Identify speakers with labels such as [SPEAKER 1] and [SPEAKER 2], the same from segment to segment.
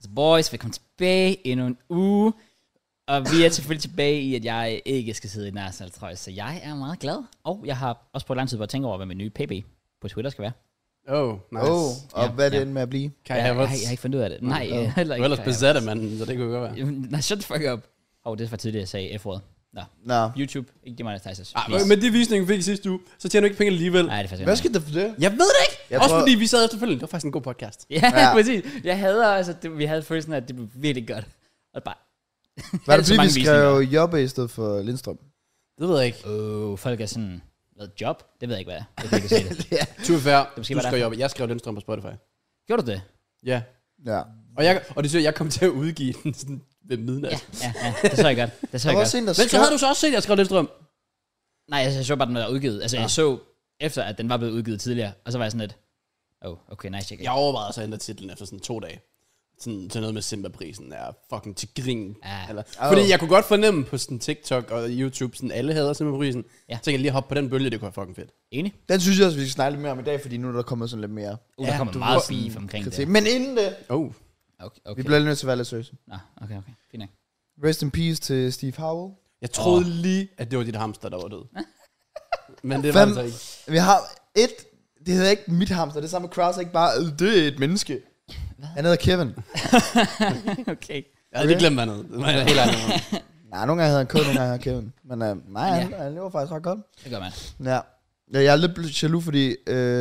[SPEAKER 1] the boys, velkommen tilbage endnu en uge. Og vi er selvfølgelig tilbage i, at jeg ikke skal sidde i en Arsenal-trøje, så jeg er meget glad. Og jeg har også på et lang tid på at tænke over, hvad min nye PB på Twitter skal være.
[SPEAKER 2] Nice. Og hvad er det med at blive?
[SPEAKER 1] Jeg har ikke fundet ud af det. Nej, heller ikke.
[SPEAKER 3] Du er ellers besat, mand, så det kunne godt være.
[SPEAKER 1] Nej, shut the fuck up. Det var tidligere, jeg sagde F-ordet. Nå. YouTube, ikke demonetizers.
[SPEAKER 3] Men de visninger, vi fik sidste uge, så tjener du ikke penge alligevel.
[SPEAKER 1] Nej, det er faktisk
[SPEAKER 2] hvad skete der for det?
[SPEAKER 3] Jeg ved det ikke! Også fordi vi sad efterfølgende. Det var faktisk en god podcast.
[SPEAKER 1] Ja, præcis. Jeg havde vi havde følelsen af, at det blev virkelig godt. Og bare...
[SPEAKER 2] Var det fordi, vi skrev Jobbe i stedet for Lindstrøm?
[SPEAKER 3] Det ved jeg ikke.
[SPEAKER 1] Folk er sådan... Job? Det ved jeg ikke, hvad det er. Jeg kan ikke se det.
[SPEAKER 3] To be fair, du skrev Jobbe. Jeg skrev Lindstrøm på Spotify.
[SPEAKER 1] Gjorde du det?
[SPEAKER 3] Ja. Og det siger, jeg kom til at udgive den sådan ved midnat.
[SPEAKER 1] Ja, det så jeg godt. Det så jeg godt.
[SPEAKER 3] Men så havde du så også set, at jeg skrev Lindstrøm.
[SPEAKER 1] Nej, jeg så bare, den var udgivet. Altså, jeg så efter, at den var blevet udgivet tidligere. Og så var jeg sådan lidt... okay, nice.
[SPEAKER 3] Jeg overvejede så at ændre titlen efter sådan 2 dage. Sådan til noget med Simba-prisen er fucking til grin. Eller, fordi jeg kunne godt fornemme på sådan TikTok og YouTube, sådan alle hader Simba-prisen. Ja. Jeg tænkte lige at hoppe på den bølge, det kunne være fucking fedt.
[SPEAKER 1] Enig.
[SPEAKER 2] Den synes jeg også, vi skal snakke lidt mere om i dag, fordi nu er der kommet sådan lidt mere...
[SPEAKER 1] Der kommer meget beef omkring det.
[SPEAKER 2] Men inden det...
[SPEAKER 1] Okay.
[SPEAKER 2] Vi bliver nødt til at være lidt seriøse.
[SPEAKER 1] Okay. Fint nok.
[SPEAKER 2] Rest in peace til Steve Howell.
[SPEAKER 3] Jeg troede lige, at det var dit hamster, der var død. Men det var altså ikke.
[SPEAKER 2] Vi har det hedder ikke mit hamster, det samme med Kraus, ikke bare, det er et menneske. Han hedder Kevin.
[SPEAKER 1] Okay.
[SPEAKER 3] Jeg havde lige glemt noget. Det var helt andet.
[SPEAKER 2] Nej, nogle gange hedder han Kevin, nogle gange hedder Kevin. Men nej, han lever faktisk ret godt.
[SPEAKER 1] Det gør man.
[SPEAKER 2] Ja. Jeg er lidt jaloux, fordi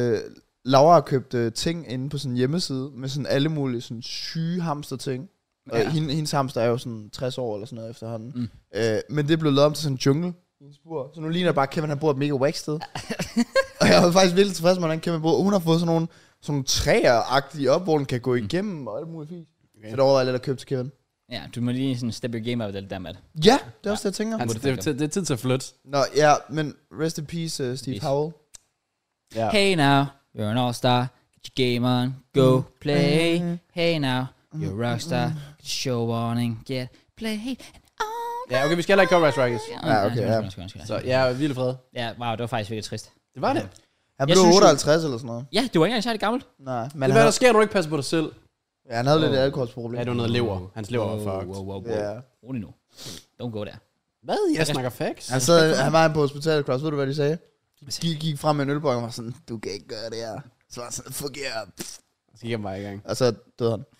[SPEAKER 2] Laura har købt ting inde på sådan en hjemmeside med sådan alle mulige sådan syge hamster-ting. Ja. Og hendes hamster er jo sådan 60 år eller sådan noget efterhånden. Men det blev lavet om til sådan en jungle i en spur. Så nu ligner bare Kevin, han bor et mega wack sted. Og jeg var faktisk virkelig tilfreds med, hvordan Kevin bor. Hun har fået sådan nogle træer-agtige op, hvor den kan gå igennem og alt muligt fint. Okay. Så det overvejer lidt at købe til Kevin.
[SPEAKER 1] Ja, du må lige sådan step your game up det der med.
[SPEAKER 2] Ja, det er også det, jeg tænker.
[SPEAKER 3] Det er tid til at flytte.
[SPEAKER 2] Nå, ja, men rest in peace, Steve Howell.
[SPEAKER 1] Yeah. Hey now, you're an all-star. Get your game on, go play. Hey now, you're a rockstar. Get your show on and get played.
[SPEAKER 3] Ja, okay, vi skal heller ikke copyright strikes.
[SPEAKER 2] Ja, okay, ja.
[SPEAKER 3] Så jeg er vildt fred.
[SPEAKER 1] Ja, wow, det var faktisk virkelig trist.
[SPEAKER 3] Det var det.
[SPEAKER 2] Han blev 58 eller sådan noget.
[SPEAKER 1] Ja, det var ikke engang særlig gammelt.
[SPEAKER 2] Nej,
[SPEAKER 3] men det er der sker, når du ikke passer på dig selv.
[SPEAKER 2] Ja, han havde lidt alkoholsproblem.
[SPEAKER 3] Ja, det var noget lever. Hans lever var fucked.
[SPEAKER 2] Wow.
[SPEAKER 1] Rolig nu. Don't go der.
[SPEAKER 3] Hvad? Jeg snakker facts.
[SPEAKER 2] Han var på hospitalet, Cross. Ved du, hvad de sagde? De gik frem med en ølbong og var sådan, du kan ikke gøre det her. Så var sådan, fuck yeah.
[SPEAKER 3] Så gik han bare i gang.
[SPEAKER 2] Og så døde han.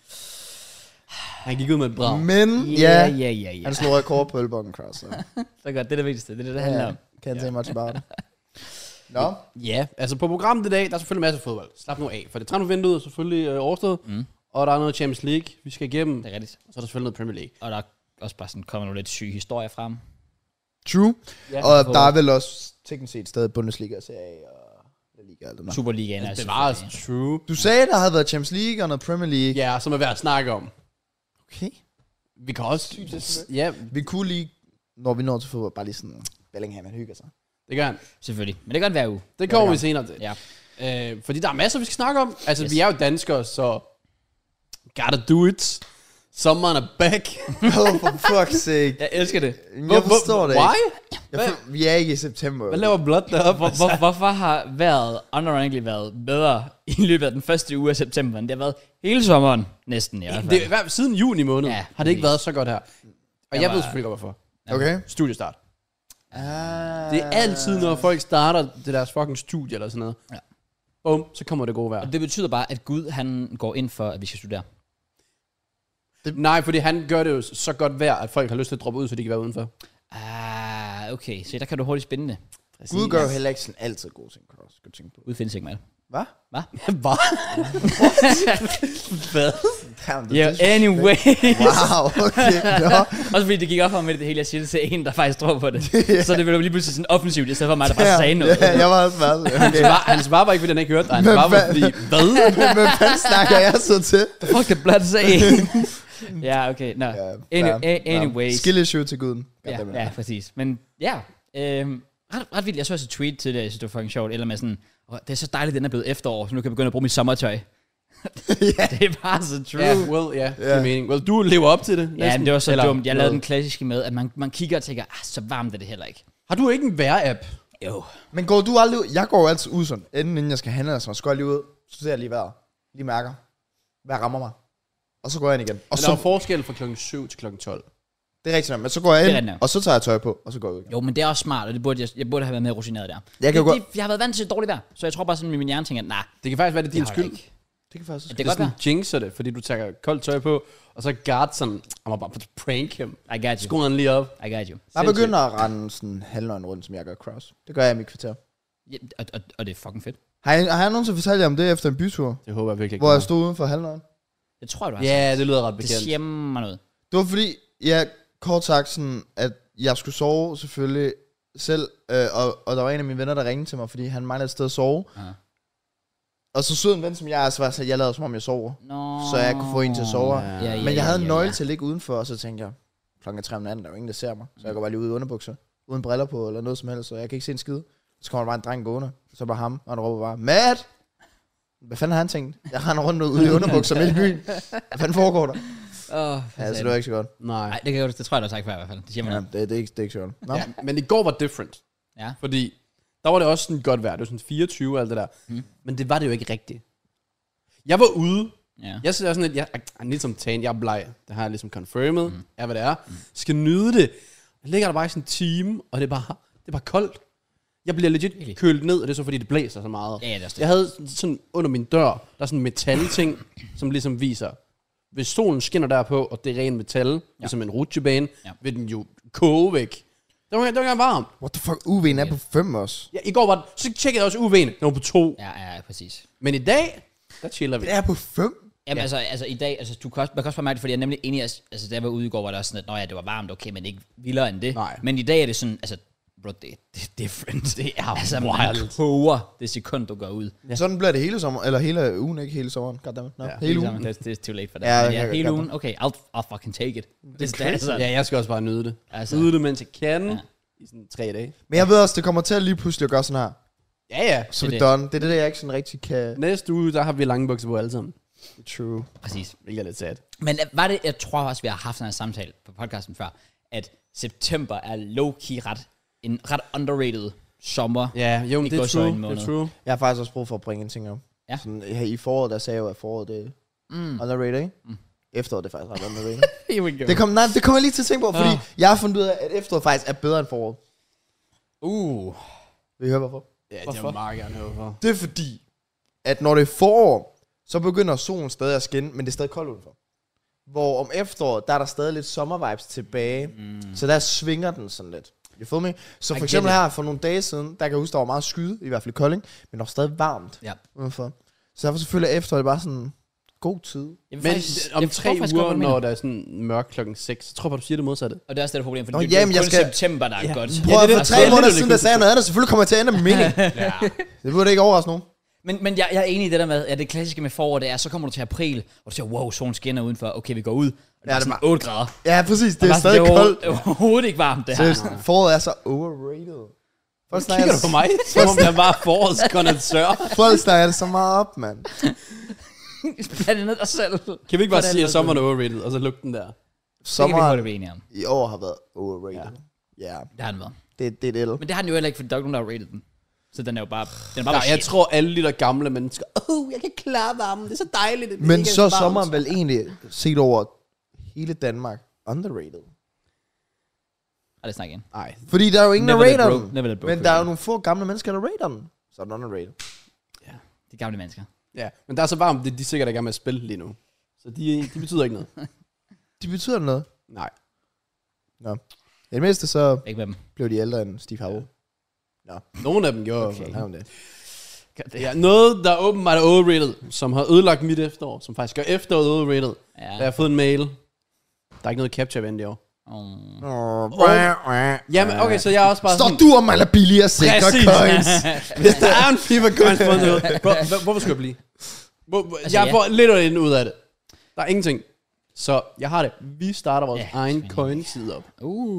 [SPEAKER 3] Han gik ud med et brag.
[SPEAKER 2] Men ja, han slog rekord på ølbongen, Cross.
[SPEAKER 1] Så godt, det er det vigtigste. Det er det handler om.
[SPEAKER 2] Can't say much about it. Nå?
[SPEAKER 3] Ja, altså på programmet i dag, der er selvfølgelig masser af fodbold. Slap nu af, for det transfervinduet er selvfølgelig overstået. Og der er noget Champions League, vi skal igennem.
[SPEAKER 1] Det er rigtigt.
[SPEAKER 3] Og så er der selvfølgelig noget Premier League.
[SPEAKER 1] Og der er også bare sådan kommet nogle lidt syge historier frem.
[SPEAKER 2] True. Ja, og der er vel også teknisk set stadig Bundesliga, Serie A og La Liga og alt det der.
[SPEAKER 1] Superligaen er
[SPEAKER 3] det var altså true.
[SPEAKER 2] Du sagde, der havde været Champions League og noget Premier League.
[SPEAKER 3] Ja, som er værd at snakke om.
[SPEAKER 2] Okay.
[SPEAKER 3] Vi kan også... Ja.
[SPEAKER 2] Vi kunne lige, når vi når til fodbold, bare lige sådan, Bellingham, han hygger sig.
[SPEAKER 3] Det gør han.
[SPEAKER 1] Selvfølgelig. Men det kan være uge.
[SPEAKER 3] Det kommer vi senere til.
[SPEAKER 1] Ja.
[SPEAKER 3] Fordi der er masser, vi skal snakke om. Altså, vi er jo danskere, så... Gotta do it. Someone er back.
[SPEAKER 2] For fuck's sake.
[SPEAKER 1] Jeg elsker det.
[SPEAKER 2] Jeg forstår det
[SPEAKER 3] ikke.
[SPEAKER 2] Vi er ikke i september.
[SPEAKER 3] Hvad laver Blood deroppe?
[SPEAKER 1] Hvorfor har vejret unironically været bedre i løbet af den første uge af september? Det har været hele sommeren næsten i hvert fald.
[SPEAKER 3] Det er siden juni måned har det ikke været så godt her. Og jeg ved selvfølgelig godt hvorfor.
[SPEAKER 2] Okay.
[SPEAKER 3] Studiestart. Det er altid, når folk starter det deres fucking studie eller sådan noget. Ja. Så kommer det gode vejr.
[SPEAKER 1] Og det betyder bare, at Gud han går ind for, at vi skal studere.
[SPEAKER 3] Nej, fordi han gør det jo så godt vejr, at folk har lyst til at droppe ud, så de kan være udenfor.
[SPEAKER 1] Okay. Så der kan du hurtigt spinde det.
[SPEAKER 2] Gud gør jo heller ikke sådan altid gode ting, kan du tænke på.
[SPEAKER 1] Gud findes ikke, med det.
[SPEAKER 2] Hvad?
[SPEAKER 3] Hvad?
[SPEAKER 1] Yeah, anyway.
[SPEAKER 2] Wow, okay.
[SPEAKER 1] Også fordi det gik op for mig det hele, jeg siger det til en, der faktisk tror på det. Så det blev lige pludselig sådan offensivt, i stedet for mig, der bare sagde noget.
[SPEAKER 2] Ja, jeg var også meget.
[SPEAKER 3] Okay. Han svarer bare ikke, fordi han ikke hørte dig. Han svarer bare, fordi, hvad?
[SPEAKER 2] Men hvad snakker jeg så til?
[SPEAKER 1] Fuck the blood say. Ja, okay. No. Anyway.
[SPEAKER 2] Skill issue til guden.
[SPEAKER 1] Ja, præcis. Men ja, ret vildt. Jeg så også et tweet til det, jeg synes, det var fucking sjovt. Eller med sådan, det er så dejligt, den er blevet efterår, så nu kan jeg begynde at bruge mit sommertøj. Det er bare så true.
[SPEAKER 3] Det er mening. Well, du lever op til det.
[SPEAKER 1] Ja, men det var så dumt. Jeg lavede den klassiske med, at man kigger og tænker, så varmt er det heller ikke.
[SPEAKER 3] Har du ikke en vejr-app?
[SPEAKER 1] Jo.
[SPEAKER 2] Men går du aldrig ud? Jeg går jo altid ud sådan, inden jeg skal handle, så går jeg lige ud, så ser jeg lige vejret. Lige mærker. Hvad rammer mig? Og så går jeg ind igen. Og
[SPEAKER 3] men
[SPEAKER 2] så
[SPEAKER 3] der er forskel fra klokken 7 til klokken 12.
[SPEAKER 2] Det er rigtigt, men så går jeg ind, og så tager jeg tøj på, og så går jeg ud igen.
[SPEAKER 1] Jo, men det er også smart, og det burde jeg burde have været mere rutineret der. Jeg har været vant til dårligt vejr, så jeg tror bare sådan, at min hjerne tænker, nej.
[SPEAKER 3] Det kan faktisk være, det er din skyld.
[SPEAKER 2] Det kan faktisk
[SPEAKER 1] det godt være.
[SPEAKER 3] Jinxer det, fordi du tager koldt tøj på, og så guard sådan, I'm about to prank him.
[SPEAKER 1] I got you.
[SPEAKER 3] Skoen lige op.
[SPEAKER 1] I got you.
[SPEAKER 2] Jeg begynder at rende sådan halvnøgen rundt, som jeg gør cross. Det gør jeg i mit kvarter.
[SPEAKER 1] Ja, og det er fucking fedt.
[SPEAKER 2] Har jeg nogensinde fortalt jer om det efter en bytur?
[SPEAKER 3] Det håber jeg virkelig ikke.
[SPEAKER 2] Hvor jeg stod uden for halvnøgen?
[SPEAKER 1] Det tror jeg, du har
[SPEAKER 3] Ja,
[SPEAKER 1] sagt.
[SPEAKER 3] det lyder ret bekendt.
[SPEAKER 1] Det siger mig noget.
[SPEAKER 2] Det var fordi, kort sagt sådan, at jeg skulle sove selvfølgelig selv, og der var en af mine venner, der ringede til mig, fordi han manglede et sted at sove.
[SPEAKER 1] Aha.
[SPEAKER 2] Og så sød en ven, som jeg er, så var jeg lavede som om jeg sover. Så jeg kunne få en til at sove.
[SPEAKER 1] Ja,
[SPEAKER 2] Men jeg havde en nøgle til at ligge udenfor, og så tænkte jeg, klokken 3 om natten, der er jo ingen, der ser mig. Så jeg går bare lige ud i underbukser, uden briller på, eller noget som helst, så jeg kan ikke se en skid. Så kommer der bare en dreng gående, så bare ham, og han råber bare, Matt! Hvad fanden har han tænkt? Jeg render rundt ude i underbukser midt i byen. Hvad fanden foregår der? Ja, så det var ikke så godt.
[SPEAKER 3] Nej.
[SPEAKER 1] Det tror jeg, du har sagt før i hvert fald. Det siger mig noget.
[SPEAKER 2] Det er ikke så godt. No?
[SPEAKER 3] Ja, men i går var different.
[SPEAKER 1] Ja.
[SPEAKER 3] Fordi der var det også sådan godt vejr. Det var sådan 24 og alt det der. Men det var det jo ikke rigtigt. Jeg var ude.
[SPEAKER 1] Ja.
[SPEAKER 3] Jeg sidder sådan lidt, jeg er lidt som tan, jeg er bleg. Det har jeg ligesom confirmed. Er hvad det er. Skal nyde det. Jeg ligger der bare i sådan en time, og det er bare koldt. Jeg bliver legit kølet ned, og det er så fordi det blæser så meget.
[SPEAKER 1] Ja, det er det.
[SPEAKER 3] Jeg havde sådan under min dør, der er sådan en metalting, som ligesom viser, hvis solen skinner derpå, og det er ren metal, ligesom en rutsjebane, vil den jo koge væk. Det var ikke varmt.
[SPEAKER 2] What the fuck, UV'en er på 5 også.
[SPEAKER 3] Ja, i går var så tjekkede jeg også UV'en, den var på 2.
[SPEAKER 1] Ja, præcis.
[SPEAKER 3] Men i dag, der chiller vi.
[SPEAKER 2] Det er på 5?
[SPEAKER 1] Jamen altså i dag, altså man kan også bare mærke det, fordi jeg er nemlig enig, altså da jeg var ude i går, var der også sådan, at det var varmt, okay, men ikke vildere end det.
[SPEAKER 3] Nej.
[SPEAKER 1] Men i dag er det sådan, altså, bro, det er different. Det er altså,
[SPEAKER 3] wild.
[SPEAKER 1] man koger det sekund, du går ud.
[SPEAKER 2] Ja. Sådan bliver det hele sommer, eller hele ugen, ikke hele sommeren. Goddammit. No, hele ugen.
[SPEAKER 1] Det er too late for det.
[SPEAKER 2] Ja,
[SPEAKER 1] Men hele ugen, okay, I'll fucking take it. Det er altså,
[SPEAKER 3] Ja, jeg skal også bare nyde det.
[SPEAKER 1] Altså.
[SPEAKER 3] Nyde det, mens jeg kan, i sådan 3 dage.
[SPEAKER 2] Men jeg ved også, det kommer til at lige pludselig at gøre sådan her.
[SPEAKER 3] Ja.
[SPEAKER 2] Så
[SPEAKER 1] Det
[SPEAKER 2] vi
[SPEAKER 1] er
[SPEAKER 2] done. Det er det, jeg ikke sådan rigtig kan...
[SPEAKER 3] Næste uge, der har vi lange bukser på alle sammen.
[SPEAKER 2] True.
[SPEAKER 1] præcis.
[SPEAKER 3] Hvilket er lidt sad.
[SPEAKER 1] Men var det, jeg tror også, vi har haft sådan en samtale på podcasten før, at september er low-key en ret underrated sommer.
[SPEAKER 3] Ja, jo, men det er true. Det er true.
[SPEAKER 2] Jeg har faktisk også brug for at bringe en ting op.
[SPEAKER 1] Ja.
[SPEAKER 2] Sådan, her i foråret, der sagde jeg jo, at foråret det er underrated, ikke? Efteråret det er faktisk ret underrated.
[SPEAKER 1] Here we go.
[SPEAKER 2] Det kommer jeg lige til at tænke på, fordi jeg har fundet ud af, at efteråret faktisk er bedre end foråret. Vil I høre hvorfor?
[SPEAKER 3] Ja, det vil jeg meget gerne høre for.
[SPEAKER 2] Det er fordi, at når det er forår, så begynder solen stadig at skinne, men det er stadig koldt udenfor. Hvor om efteråret, der er der stadig lidt sommervibes tilbage. Så der svinger den sådan lidt. You feel me? Så for eksempel her for nogle dage siden, der kan jeg huske, der var meget skyde, i hvert fald i Kolding, men der var stadig varmt udenfor. Så derfor selvfølgelig efteråret bare sådan god tid.
[SPEAKER 3] Men om 3 uger, når der er sådan mørk klokken 6, så tror jeg, du siger det modsatte.
[SPEAKER 1] Og det er også det problem, for
[SPEAKER 2] det
[SPEAKER 1] er kun september, der er godt.
[SPEAKER 2] Prøv at for 3 måneder siden, der sagde jeg noget andet, selvfølgelig kommer jeg til at ændre min mening. Det burde ikke overraske nogen.
[SPEAKER 1] Men jeg er enig i det der med, at det klassiske med forår, det er, så kommer du til april, og du siger, wow, solen skinner udenfor, okay, vi går ud. Og det er sådan 8 grader.
[SPEAKER 2] Ja, præcis, det er stadig koldt.
[SPEAKER 1] Det er overhovedet ikke varmt, det her.
[SPEAKER 2] Foråret er så overrated.
[SPEAKER 3] Folk kigger du på mig, som om jeg var forårskondensør.
[SPEAKER 2] Folk snakker det så meget op, mand.
[SPEAKER 1] Blandt ned dig selv.
[SPEAKER 3] Kan vi ikke bare sige, at sommeren er overrated, og så lukke den der?
[SPEAKER 2] Sommeren i år har været overrated. Ja.
[SPEAKER 1] Det har den været.
[SPEAKER 2] Det er det.
[SPEAKER 1] Men det har den jo heller ikke, for der er ikke nogen, der har rated den. Så den er jo bare...
[SPEAKER 3] Jeg tror, alle de der gamle mennesker, jeg kan klare varmen, det er så dejligt.
[SPEAKER 2] Men så er sommeren vel egentlig set over hele Danmark underrated.
[SPEAKER 1] Det snakker igen.
[SPEAKER 3] Nej.
[SPEAKER 2] Fordi der er jo ingen, der rater den. Men der er jo nogle få gamle mennesker, der rater den. Så er den underrated.
[SPEAKER 1] Ja, de gamle mennesker.
[SPEAKER 3] Ja, men der er så varmt, de er sikkert i gang med at spille lige nu. Så de betyder ikke noget.
[SPEAKER 2] De betyder noget?
[SPEAKER 3] Nej.
[SPEAKER 2] Nå. I det mindste så
[SPEAKER 1] ikke med dem.
[SPEAKER 2] Blev de ældre end Steve Harvey.
[SPEAKER 3] Nå. Nogle af dem gjorde
[SPEAKER 2] okay.
[SPEAKER 3] Ja, noget, der åbenbart er overrated, som har ødelagt mit efterår, som faktisk gør efteråret overrated. Ja. Jeg har fået en mail. Der er ikke noget capture event i år. Jamen, okay, så jeg er også bare
[SPEAKER 2] sådan... Står du om mig eller billigere og sikre coins?
[SPEAKER 3] Hvis der er en FIFA coins på noget. Hvorfor skal jeg blive? Jeg får lidt ud af det. Der er ingenting. Så jeg har det. Vi starter vores egen coin-side op.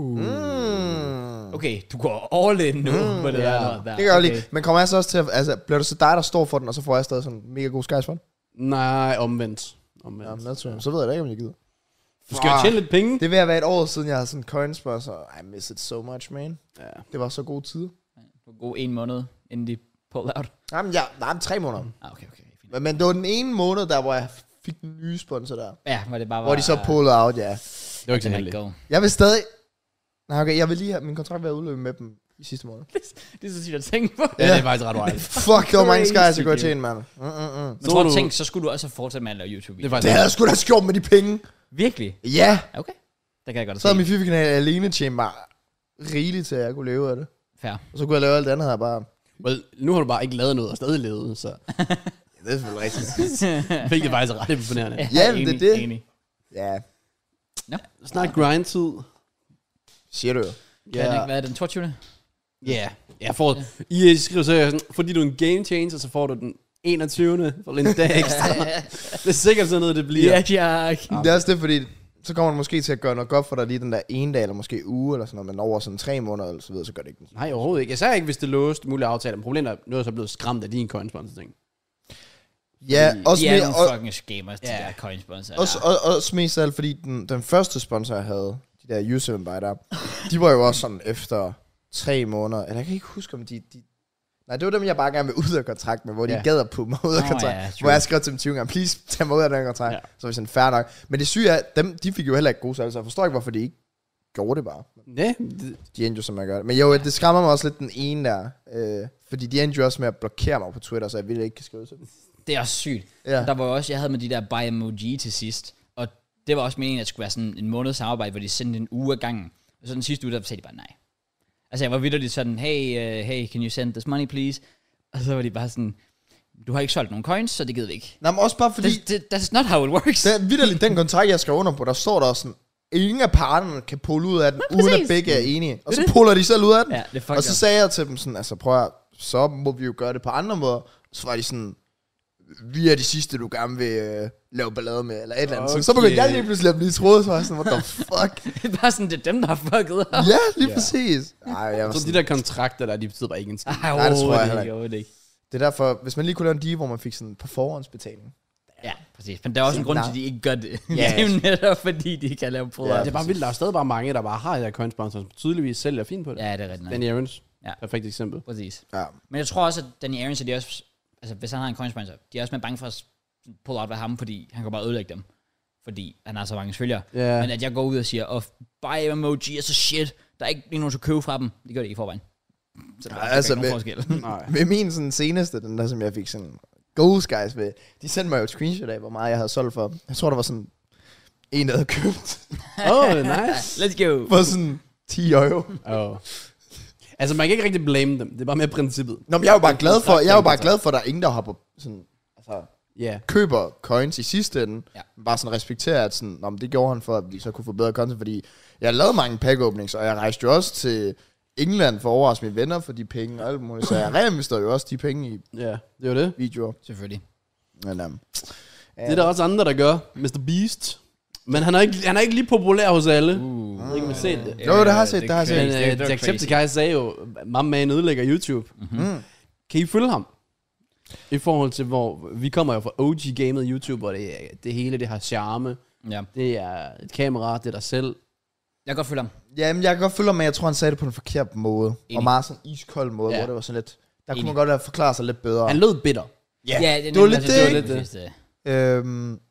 [SPEAKER 1] Okay, du går all in nu på det der.
[SPEAKER 2] Det gør jeg lige. Men kommer jeg så også til at... Altså, bliver det så dig, der står for den, og så får jeg stadig sådan mega god skies for den?
[SPEAKER 3] Nej, omvendt.
[SPEAKER 2] Ja, så ved jeg da ikke, om jeg gider.
[SPEAKER 3] Du skal jo tjene lidt penge.
[SPEAKER 2] Det vil have været et år siden, jeg havde sådan coins på, så I miss it so much, man. Ja. Det var så god tid.
[SPEAKER 1] God 1 måned, inden de pulled out.
[SPEAKER 2] Jamen, 3 måneder.
[SPEAKER 1] Okay.
[SPEAKER 2] Men det var den ene måned, der hvor jeg fik den nye sponsor der.
[SPEAKER 1] Ja, hvor det bare var...
[SPEAKER 2] Hvor de så pullede out, ja.
[SPEAKER 3] Det var ikke så heldigt.
[SPEAKER 2] Jeg vil stadig... Nej, okay, jeg vil lige have min kontrakt ved at udløbe med dem i sidste måned.
[SPEAKER 1] Det er så sygt at tænke på.
[SPEAKER 3] Ja, det er faktisk ret wild.
[SPEAKER 2] Fuck, det var mange skies, jeg kunne tjene, mand.
[SPEAKER 1] Men tror du tænke, så skulle du også have fortsat med at lave YouTube-videoer.
[SPEAKER 2] Det havde jeg sgu da skjort med de penge.
[SPEAKER 1] Virkelig?
[SPEAKER 2] Ja.
[SPEAKER 1] Okay. Det kan jeg godt se.
[SPEAKER 2] Så havde min FIFA-kanal alene tjent mig rigeligt til, at jeg kunne leve af det.
[SPEAKER 1] Fair.
[SPEAKER 2] Og så kunne jeg lave alt det andet her bare...
[SPEAKER 3] Well, nu har du bare ikke lavet noget og stadig levet, så...
[SPEAKER 2] Ja, det er selvfølgelig rigtigt.
[SPEAKER 3] Fik det faktisk ret imponerende.
[SPEAKER 2] Ja, men det er det.
[SPEAKER 1] Enig.
[SPEAKER 2] Ja.
[SPEAKER 1] Nå.
[SPEAKER 3] Snart grind-tid.
[SPEAKER 2] Siger du jo.
[SPEAKER 1] Kan det ikke være den 22.
[SPEAKER 3] Ja, jeg får... I skriver så sådan, fordi du er en game changer, så får du den 21. for en dag ekstra. Det er sikkert sådan noget, det bliver.
[SPEAKER 1] Ja, Jack.
[SPEAKER 2] Det er også det, fordi så kommer man måske til at gøre noget godt for dig lige den der ene dag, eller måske uge, eller sådan noget, men over sådan 3 måneder, eller så videre, så gør det ikke.
[SPEAKER 3] Nej, overhovedet ikke. Jeg sagde ikke, hvis det låste mulige aftaler. Men problemet er, nu er jeg så blevet skræmt af din coinsponsor-ting.
[SPEAKER 2] Ja, også
[SPEAKER 1] de er
[SPEAKER 2] med...
[SPEAKER 1] nogle fucking scammers, de der coinsponsor.
[SPEAKER 2] Også mest af alt, fordi den første sponsor, jeg havde, de der U7 Buy der, de var jo også sådan efter 3 måneder, eller jeg kan ikke huske, om de nej, det var dem, jeg bare gerne vil ud af kontrakt med, hvor de gad at putte mig ud af kontrakt. Hvor jeg skrev til dem 20 gange, please, tag mig ud af den kontrakt. Så var jeg sådan, fair nok. Men det syge er, de fik jo heller ikke gode salg, så jeg forstår ikke, hvorfor de ikke gjorde det bare.
[SPEAKER 3] Ja.
[SPEAKER 2] De endte jo, som jeg gør det. Men jo, det skræmmer mig også lidt den ene der, fordi de endte jo også med at blokere mig på Twitter, så jeg ville ikke kan skrive til dem.
[SPEAKER 1] Det er også sygt.
[SPEAKER 2] Ja.
[SPEAKER 1] Der var jo også, jeg havde med de der buy emoji til sidst, og det var også meningen, at det skulle være sådan en måneds samarbejde, hvor de sendte en uge ad gangen. Og så den sidste uge, der sagde de bare nej. Altså jeg var vitterligt sådan, hey, can you send this money please? Og så var de bare sådan, du har ikke solgt nogen coins, så det gider vi ikke.
[SPEAKER 2] Nej, men også bare fordi...
[SPEAKER 1] That's not how it works.
[SPEAKER 2] Det er vitterligt den kontrakt, jeg skrev under på, der står der sådan, ingen af parterne kan pulle ud af den, uden at begge er enige. Og så puller de selv ud af den.
[SPEAKER 1] Ja, det
[SPEAKER 2] og så sagde jeg til dem sådan, altså prøv at, så må vi jo gøre det på andre måder. Så var de sådan, vi er de sidste, du gerne vil lave ballade med, eller et eller andet. Så begyndte jeg lige pludselig at blive troet, så var jeg sådan, what the fuck?
[SPEAKER 1] Det er bare sådan, det er dem, der har fucket op.
[SPEAKER 2] Ja, lige præcis. Ej, jeg var
[SPEAKER 3] så
[SPEAKER 2] sådan,
[SPEAKER 3] de der kontrakter der, de betyder bare ikke en skid.
[SPEAKER 2] Nej, det tror jeg heller
[SPEAKER 1] ikke.
[SPEAKER 2] Det er derfor, hvis man lige kunne lave en deal, hvor man fik sådan på forhåndsbetaling.
[SPEAKER 1] Ja, præcis. Men der er også en grund til, at de ikke gør det. Ja, det er jo netop, fordi de kan lave prøver.
[SPEAKER 3] Ja, det er bare vildt. Der er stadig bare mange, der bare har de her coinsponsors, som tydeligvis sælger fint på det.
[SPEAKER 1] Ja, det er rigtigt.
[SPEAKER 3] Danny Aarons.
[SPEAKER 1] Ja.
[SPEAKER 3] Perfekt eksempel.
[SPEAKER 1] Præcis.
[SPEAKER 2] Ja.
[SPEAKER 1] Men jeg tror også, at Danny Aarons, de også, altså hvis han har en coinsponsor, de er også med bange for at pull out ved ham, fordi han kan bare ødelægge dem. Fordi han har så mange følgere.
[SPEAKER 2] Yeah.
[SPEAKER 1] Men at jeg går ud og siger, buy emoji er så shit, der er ikke nogen, der købe fra dem. De gør det ikke i forvejen. Så der er ikke nogen forskel.
[SPEAKER 2] Med min sådan seneste, den der, som jeg fik sådan gode guys ved, de sendte mig jo et screenshot af, hvor meget jeg havde solgt for. Jeg tror, der var sådan en, der havde købt.
[SPEAKER 1] Nice. Let's go.
[SPEAKER 2] For sådan 10 euro.
[SPEAKER 3] Altså, man kan ikke rigtig blame dem. Det er bare mere princippet.
[SPEAKER 2] Nå, men jeg er jo bare glad for, at der er ingen, der har på sådan, altså, køber coins i sidste ende. Bare sådan respekterer, at sådan, nå, det gjorde han for, at vi så kunne få bedre content, fordi jeg har lavet mange pack openings, og jeg rejste jo også til England for at overraske mine venner for de penge og alt muligt, så jeg reinvesterer jo også de penge i
[SPEAKER 3] det var det.
[SPEAKER 1] Videoer. Selvfølgelig.
[SPEAKER 2] Men,
[SPEAKER 3] det er der også andre, der gør. Mr. Beast. Men han er ikke lige populær hos alle. Jeg ved ikke, om I har set det.
[SPEAKER 2] Jo, det har jeg set, det har jeg set.
[SPEAKER 3] Men Jacksepticeye sagde jo, man ødelægger YouTube. Kan I følge ham? I forhold til, hvor vi kommer jo fra OG-gamet YouTube, og det hele, det har charme. Ja. Det er et kamera, det er dig selv.
[SPEAKER 1] Jeg kan godt følge ham.
[SPEAKER 2] Jamen, jeg kan godt følge ham, men jeg tror, han sagde det på en forkert måde. Enig. Og meget sådan iskold måde, hvor det var sådan lidt... Der kunne man godt have forklaret sig lidt bedre.
[SPEAKER 3] Han lød bitter.
[SPEAKER 1] Ja,
[SPEAKER 2] det var lidt det.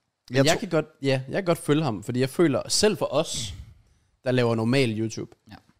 [SPEAKER 3] Jeg kan godt følge ham, fordi jeg føler, selv for os, der laver normal YouTube,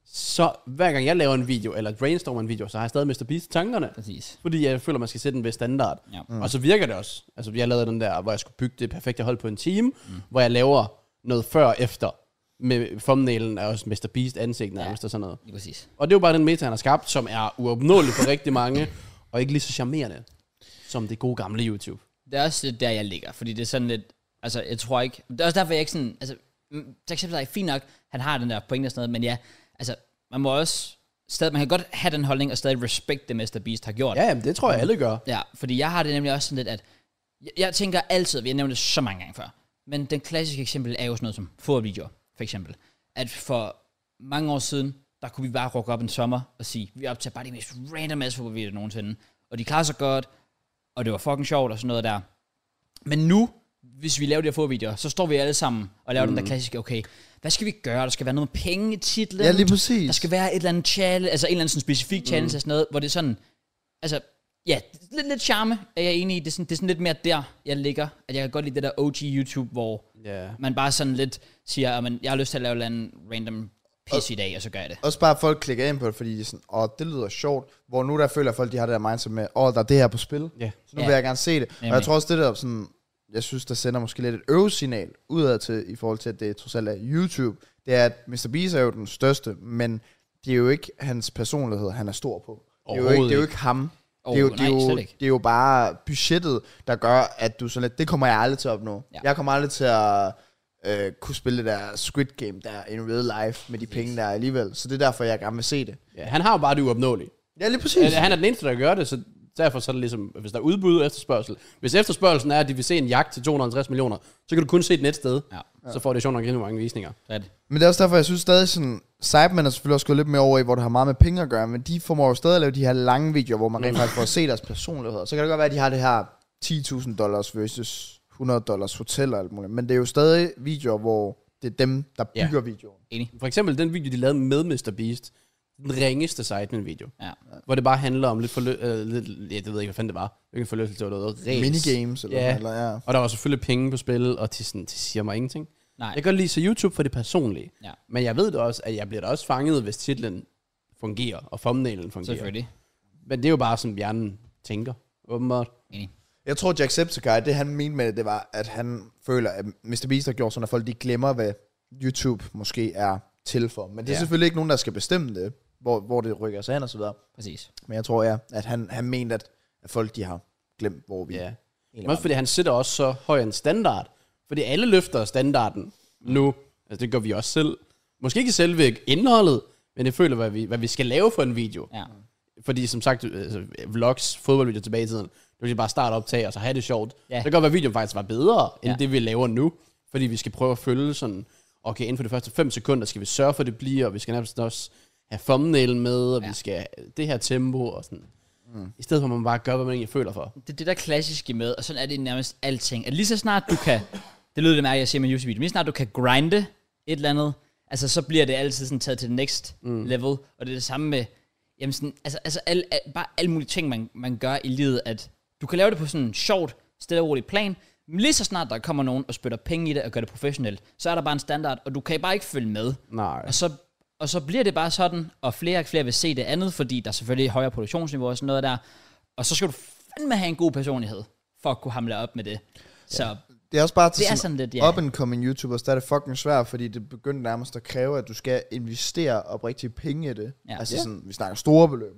[SPEAKER 3] så hver gang jeg laver en video, eller brainstormer en video, så har jeg stadig Mr. Beast i tankerne.
[SPEAKER 1] Præcis.
[SPEAKER 3] Fordi jeg føler, man skal sætte den ved standard. Og så virker det også. Altså, jeg lavede den der, hvor jeg skulle bygge det perfekte hold på en time, hvor jeg laver noget før og efter, med thumbnailen er også Mr. Beast ansigt nærmest og sådan noget.
[SPEAKER 1] Præcis.
[SPEAKER 3] Og det er jo bare den meta, han har skabt, som er uopnåelig for rigtig mange, og ikke lige så charmerende, som det gode gamle YouTube.
[SPEAKER 1] Det er også der, jeg ligger, fordi det er sådan lidt, altså jeg tror ikke, det er også derfor, jeg ikke sådan, altså, for eksempel er fint nok, han har den der pointe og sådan noget, men ja, altså, man må også, stadig, man kan godt have den holdning, og stadig respekt det Mr. Beast har gjort.
[SPEAKER 3] Ja, jamen, det tror jeg alle gør.
[SPEAKER 1] Ja, fordi jeg har det nemlig også sådan lidt, at, jeg tænker altid, vi har nævnt det så mange gange før, men den klassiske eksempel er jo sådan noget som fodboldvideoer, for eksempel. At for mange år siden, der kunne vi bare råkke op en sommer og sige, vi optager bare de mest random ass fodboldvideoer nogensinde, og de klarer sig godt, og det var fucking sjovt og sådan noget der. Men nu, hvis vi laver de her fodvideoer, så står vi alle sammen og laver den der klassiske, okay, hvad skal vi gøre? Der skal være noget penge i titlen.
[SPEAKER 2] Ja, lige præcis.
[SPEAKER 1] Der skal være et eller andet challenge, altså en eller anden sådan specifik challenge og sådan noget, hvor det er sådan, altså, Ja, lidt charme er jeg enig i. Det er sådan lidt mere der, jeg ligger. At jeg kan godt lide det der OG YouTube, hvor man bare sådan lidt siger, at jeg har lyst til at lave en random pis i dag, og så gør jeg det.
[SPEAKER 2] Også bare folk klikker ind på det, fordi de er sådan, det lyder sjovt. Hvor nu der føler folk, de har det der mindset med, der er det her på spil.
[SPEAKER 3] Yeah.
[SPEAKER 2] Så nu vil jeg gerne se det. Og jeg tror også, det der sådan, jeg synes, der sender måske lidt et øvesignal udad til, i forhold til, at det trods alt er YouTube. Det er, at Mr. Beast er jo den største, men det er jo ikke hans personlighed, han er stor på. Det er jo ikke ham. Det er jo bare budgettet, der gør, at du sådan lidt, det kommer jeg aldrig til at opnå. Ja. Jeg kommer aldrig til at kunne spille det der Squid Game der in real life med de penge der alligevel. Så det er derfor, jeg gerne vil se det.
[SPEAKER 3] Ja, han har jo bare det uopnåelige.
[SPEAKER 2] Ja, lige præcis.
[SPEAKER 3] Han er den eneste, der gør det, så derfor så er det ligesom, hvis der er udbud og efterspørgsel. Hvis efterspørgelsen er, at de vil se en jagt til 250 millioner, så kan du kun se den et sted. Ja. Så får det sjovt nok rigtig mange visninger.
[SPEAKER 2] Men det er også derfor, jeg synes stadig sådan, Cyberman er selvfølgelig også gået lidt mere over i, hvor det har meget med penge at gøre, men de formår jo stadig at lave de her lange videoer, hvor man rent faktisk får at se deres personligheder. Så kan det godt være, at de har det her $10,000 versus $100 hotel og alt muligt. Men det er jo stadig videoer, hvor det er dem, der bygger videoen.
[SPEAKER 1] Enig.
[SPEAKER 3] For eksempel den video, de lavede med Mr. Beast, den ringeste Sidemen-video. Ja. Hvor det bare handler om lidt det ved jeg ikke, hvad fanden det var. Hvilken forløselse det var noget.
[SPEAKER 2] Minigames eller
[SPEAKER 3] og der var selvfølgelig penge på spil, og de siger mig ingenting. Nej. Jeg kan godt lide så YouTube for det personlige. Ja. Men jeg ved det også, at jeg bliver da også fanget, hvis titlen fungerer, og thumbnailen fungerer.
[SPEAKER 1] Selvfølgelig.
[SPEAKER 3] Men det er jo bare, som hjernen tænker, åbenbart.
[SPEAKER 1] Enig.
[SPEAKER 2] Jeg tror, Jacksepticeye, det han mente med det var, at han føler, at Mr. Beast har gjort sådan, at folk de glemmer, hvad YouTube måske er til for. Men det er selvfølgelig ikke nogen, der skal bestemme det, hvor det rykker sig hen og så videre.
[SPEAKER 1] Præcis.
[SPEAKER 2] Men jeg tror, at han mente, at folk de har glemt, hvor vi er.
[SPEAKER 3] Men også fordi han sætter også så høj en standard. Fordi alle løfter standarden nu. Altså det gør vi også selv. Måske ikke selve indholdet, men det føler, hvad vi skal lave for en video. Ja. Fordi som sagt, vlogs, fodboldvideoer tilbage i tiden, du kan bare starte optag og så have det sjovt. Ja. Det kan godt være, at videoen faktisk var bedre, end det vi laver nu. Fordi vi skal prøve at følge sådan, okay, inden for de første 5 sekunder skal vi sørge for, at det bliver, og vi skal nærmest også have thumbnailen med, og vi skal det her tempo og sådan. I stedet for, at man bare gør, hvad man egentlig føler for.
[SPEAKER 1] Det er det der klassiske med, og sådan er det nærmest alting. At lige så snart du kan, det lyder det mærke, jeg siger med YouTube-video, lige så snart du kan grinde et eller andet, altså så bliver det altid sådan taget til the next level, og det er det samme med, jamen sådan, bare alle mulige ting, man gør i livet, at du kan lave det på sådan en sjovt, stille og roligt plan, men lige så snart der kommer nogen og spytter penge i det og gør det professionelt, så er der bare en standard, og du kan bare ikke følge med.
[SPEAKER 3] Nej.
[SPEAKER 1] Og så bliver det bare sådan, og flere vil se det andet, fordi der er selvfølgelig højere produktionsniveau og sådan noget der, og så skal du fandme have en god personlighed, for at kunne hamle op med det. Så
[SPEAKER 2] det er også bare til sådan lidt, up-and-coming YouTubers, der er det fucking svært, fordi det begynder nærmest at kræve, at du skal investere oprigtige penge i det. Ja. Altså sådan, vi snakker store beløb.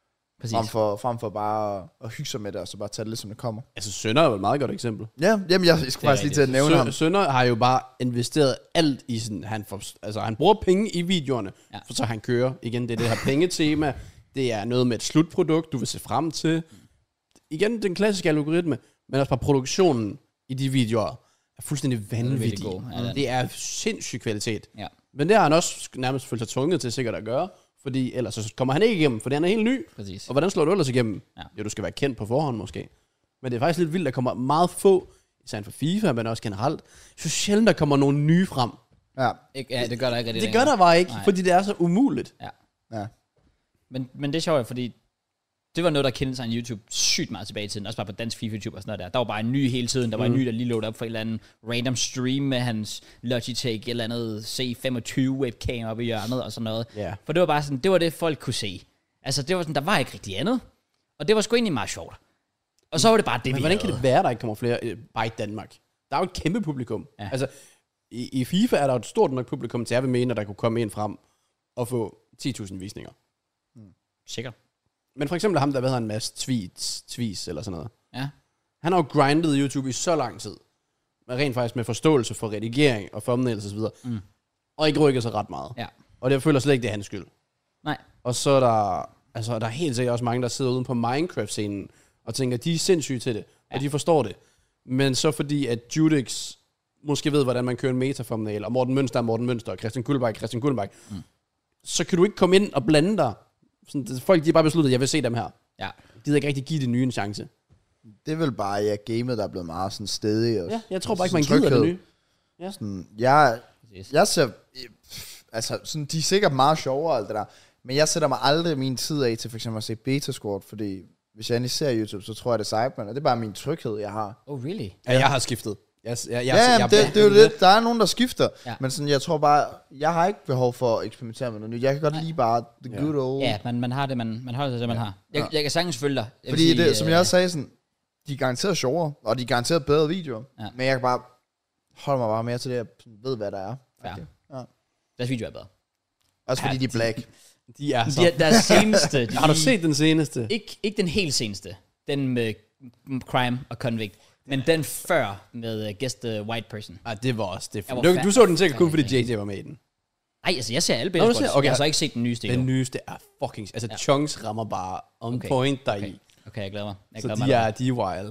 [SPEAKER 2] Frem for bare at hygge sig med det, og så bare tage det lidt, som det kommer.
[SPEAKER 3] Altså Sønder er jo et meget godt eksempel.
[SPEAKER 2] Ja, jamen jeg skal faktisk lige til at nævne ham.
[SPEAKER 3] Sønder har jo bare investeret alt i sådan, han bruger penge i videoerne, for så han kører. Igen, det her pengetema, det er noget med et slutprodukt, du vil se frem til. Igen, den klassiske algoritme, men også bare produktionen i de videoer er fuldstændig vanvittig. Det er sindssyg kvalitet. Ja. Men det har han også nærmest følt sig tvunget til sikkert at gøre. Fordi ellers så kommer han ikke igennem, for han er helt ny. Præcis. Og hvordan slår du ellers igennem? Ja. Jo, du skal være kendt på forhånd måske. Men det er faktisk lidt vildt, der kommer meget få, især for FIFA, men også generelt. Så sjældent, der kommer nogen nye frem.
[SPEAKER 1] Ja, det gør der ikke.
[SPEAKER 3] Det gør der bare ikke, fordi det er så umuligt.
[SPEAKER 1] Ja. Men det er sjovt, fordi det var noget, der kendte sig en YouTube sygt meget tilbage i tiden. Også bare på dansk FIFA-YouTube og sådan noget der. Der var bare en ny hele tiden. Der var en ny, der lige loadede op for et eller andet random stream med hans Logitech, et eller andet C25 webcam oppe i hjørnet og sådan noget. Yeah. For det var bare sådan, det var det, folk kunne se. Altså, det var sådan, der var ikke rigtig andet. Og det var sgu egentlig meget sjovt. Og så var det bare det,
[SPEAKER 3] men hvordan kan det være, der ikke kommer flere bare i Danmark? Der er jo et kæmpe publikum. Ja. Altså, i FIFA er der jo et stort nok publikum til, jeg vil mene, at der kunne komme ind frem og få 10.000 visninger.
[SPEAKER 1] Sikkert.
[SPEAKER 3] Men for eksempel ham, der ved han en masse tweets eller sådan noget. Ja. Han har jo grindet YouTube i så lang tid. Men rent faktisk med forståelse for redigering og thumbnails og så videre. Og ikke rykker sig ret meget. Ja. Og det føler slet ikke, det er hans skyld.
[SPEAKER 1] Nej.
[SPEAKER 3] Og så er der er helt sikkert også mange, der sidder uden på Minecraft-scenen og tænker, de er sindssyge til det. Og de forstår det. Men så fordi, at Judix måske ved, hvordan man kører en meta-thumbnail, og Morten Mønster er Morten Mønster, og Christian Kullberg, så kan du ikke komme ind og blande dig. Sådan, folk de har bare besluttet, at jeg vil se dem her. Ja. De gider ikke rigtig give det nye en chance.
[SPEAKER 2] Det er vel bare, gamet, der er blevet meget sådan stedig. Og
[SPEAKER 3] jeg tror bare ikke, man gider det nye.
[SPEAKER 2] Ja. Sådan, jeg ser, altså sådan, de er sikkert meget sjovere alt det der, men jeg sætter mig aldrig min tid af til for eksempel at se Beta Squad, fordi hvis jeg endelig ser YouTube, så tror jeg, det er Sidemen, og det er bare min tryghed, jeg har.
[SPEAKER 1] Oh, really?
[SPEAKER 3] Ja, jeg har skiftet.
[SPEAKER 2] Det er jo det. Der er nogen, der skifter. Ja. Men sådan, jeg tror bare, jeg har ikke behov for at eksperimentere med noget nyt. Jeg kan godt lide bare the good old.
[SPEAKER 1] Ja, man har det, man holder sig det, man har. Jeg kan sagtens følge dig.
[SPEAKER 2] Fordi sige, det, som jeg også sagde, sådan, de er garanteret sjovere, og de er garanteret bedre videoer. Ja. Men jeg kan bare holde mig bare mere til det, jeg ved, hvad der er.
[SPEAKER 1] Ja. Deres video er bedre.
[SPEAKER 2] Også fordi de er black.
[SPEAKER 3] De er så...
[SPEAKER 1] Deres seneste...
[SPEAKER 3] Har du set den seneste?
[SPEAKER 1] Ikke den helt seneste. Den med Crime og Convict. Men den før med Guess the White Person.
[SPEAKER 3] Det var også det. Du så den sikkert kun, fordi JJ var med i den.
[SPEAKER 1] Nej, altså jeg ser alle Better Squad. Okay. Jeg har så ikke set den nyeste.
[SPEAKER 3] Den nyeste er fucking... Altså chunks rammer bare on point deri.
[SPEAKER 1] Okay, jeg glæder mig.
[SPEAKER 3] Så de er wild.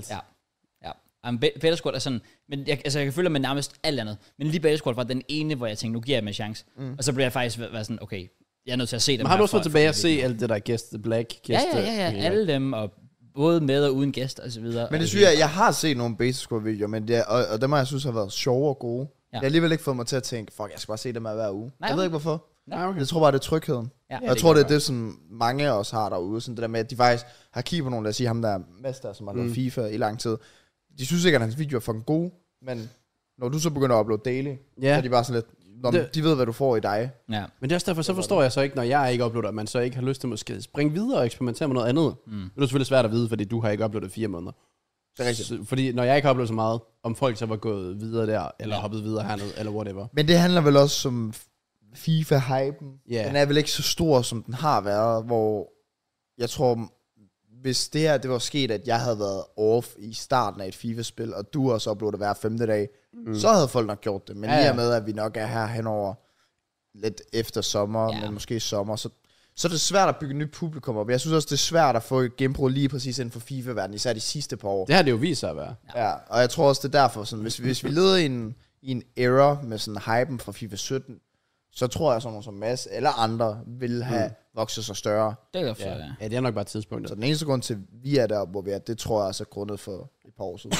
[SPEAKER 1] Ja. Better Squad er sådan... Men jeg kan følge med nærmest alt andet. Men lige Better Squad var den ene, hvor jeg tænkte, nu giver jeg dem en chance. Og så blev jeg faktisk været sådan, okay, jeg er nødt til at se dem.
[SPEAKER 3] Men har du også været tilbage at se alt det der Guess the Black?
[SPEAKER 1] Ja. Alle dem, og både med og uden gæst og så videre.
[SPEAKER 2] Men det synes jeg har set nogle Basic Squad videoer, men det og dem har jeg synes har været sjove og gode. Ja. Jeg har alligevel ikke fået mig til at tænke, fuck, jeg skal bare se dem hver uge. Nej, jeg ved ikke hvorfor. Nej, okay. Jeg tror bare, det er trygheden. Ja, jeg tror, det er det, som mange af os har derude. Sådan det der med, at de faktisk har kigget på nogen, lad os sige ham der mester, som har lavet FIFA i lang tid. De synes ikke, at hans videoer er fucking gode, men når du så begynder at uploade daily, så er de bare sådan lidt, de ved, hvad du får i dig.
[SPEAKER 3] Ja. Men det er også derfor, så forstår jeg så ikke, når jeg ikke uploader, at man så ikke har lyst til måske springe videre og eksperimentere med noget andet. Det er selvfølgelig svært at vide, fordi du har ikke uploadet 4 måneder.
[SPEAKER 2] Det er rigtigt.
[SPEAKER 3] Fordi når jeg ikke har uploadet så meget, om folk så var gået videre der, eller hoppet videre hernede, eller whatever.
[SPEAKER 2] Men det handler vel også om FIFA-hypen. Den er vel ikke så stor, som den har været, hvor jeg tror, hvis det her det var sket, at jeg havde været off i starten af et FIFA-spil, og du også uploadet hver 5. dag, så havde folk nok gjort det. Men lige med, at vi nok er her henover lidt efter sommer, men måske sommer, så er det svært at bygge et nyt publikum op. Jeg synes også, det er svært at få et gennembrud lige præcis inden for FIFA-verdenen, især de sidste par år.
[SPEAKER 3] Det har det jo vist sig at være.
[SPEAKER 2] Ja, og jeg tror også, det er derfor, sådan, hvis vi leder i en era med sådan hypen fra FIFA 17, så tror jeg, sådan nogle som Mads eller andre vil have vokset sig større.
[SPEAKER 1] Det er derfor,
[SPEAKER 3] ja, det er nok bare tidspunktet.
[SPEAKER 2] Så den eneste grund til, vi er der, hvor vi er, det tror jeg altså er grundet for et par år siden.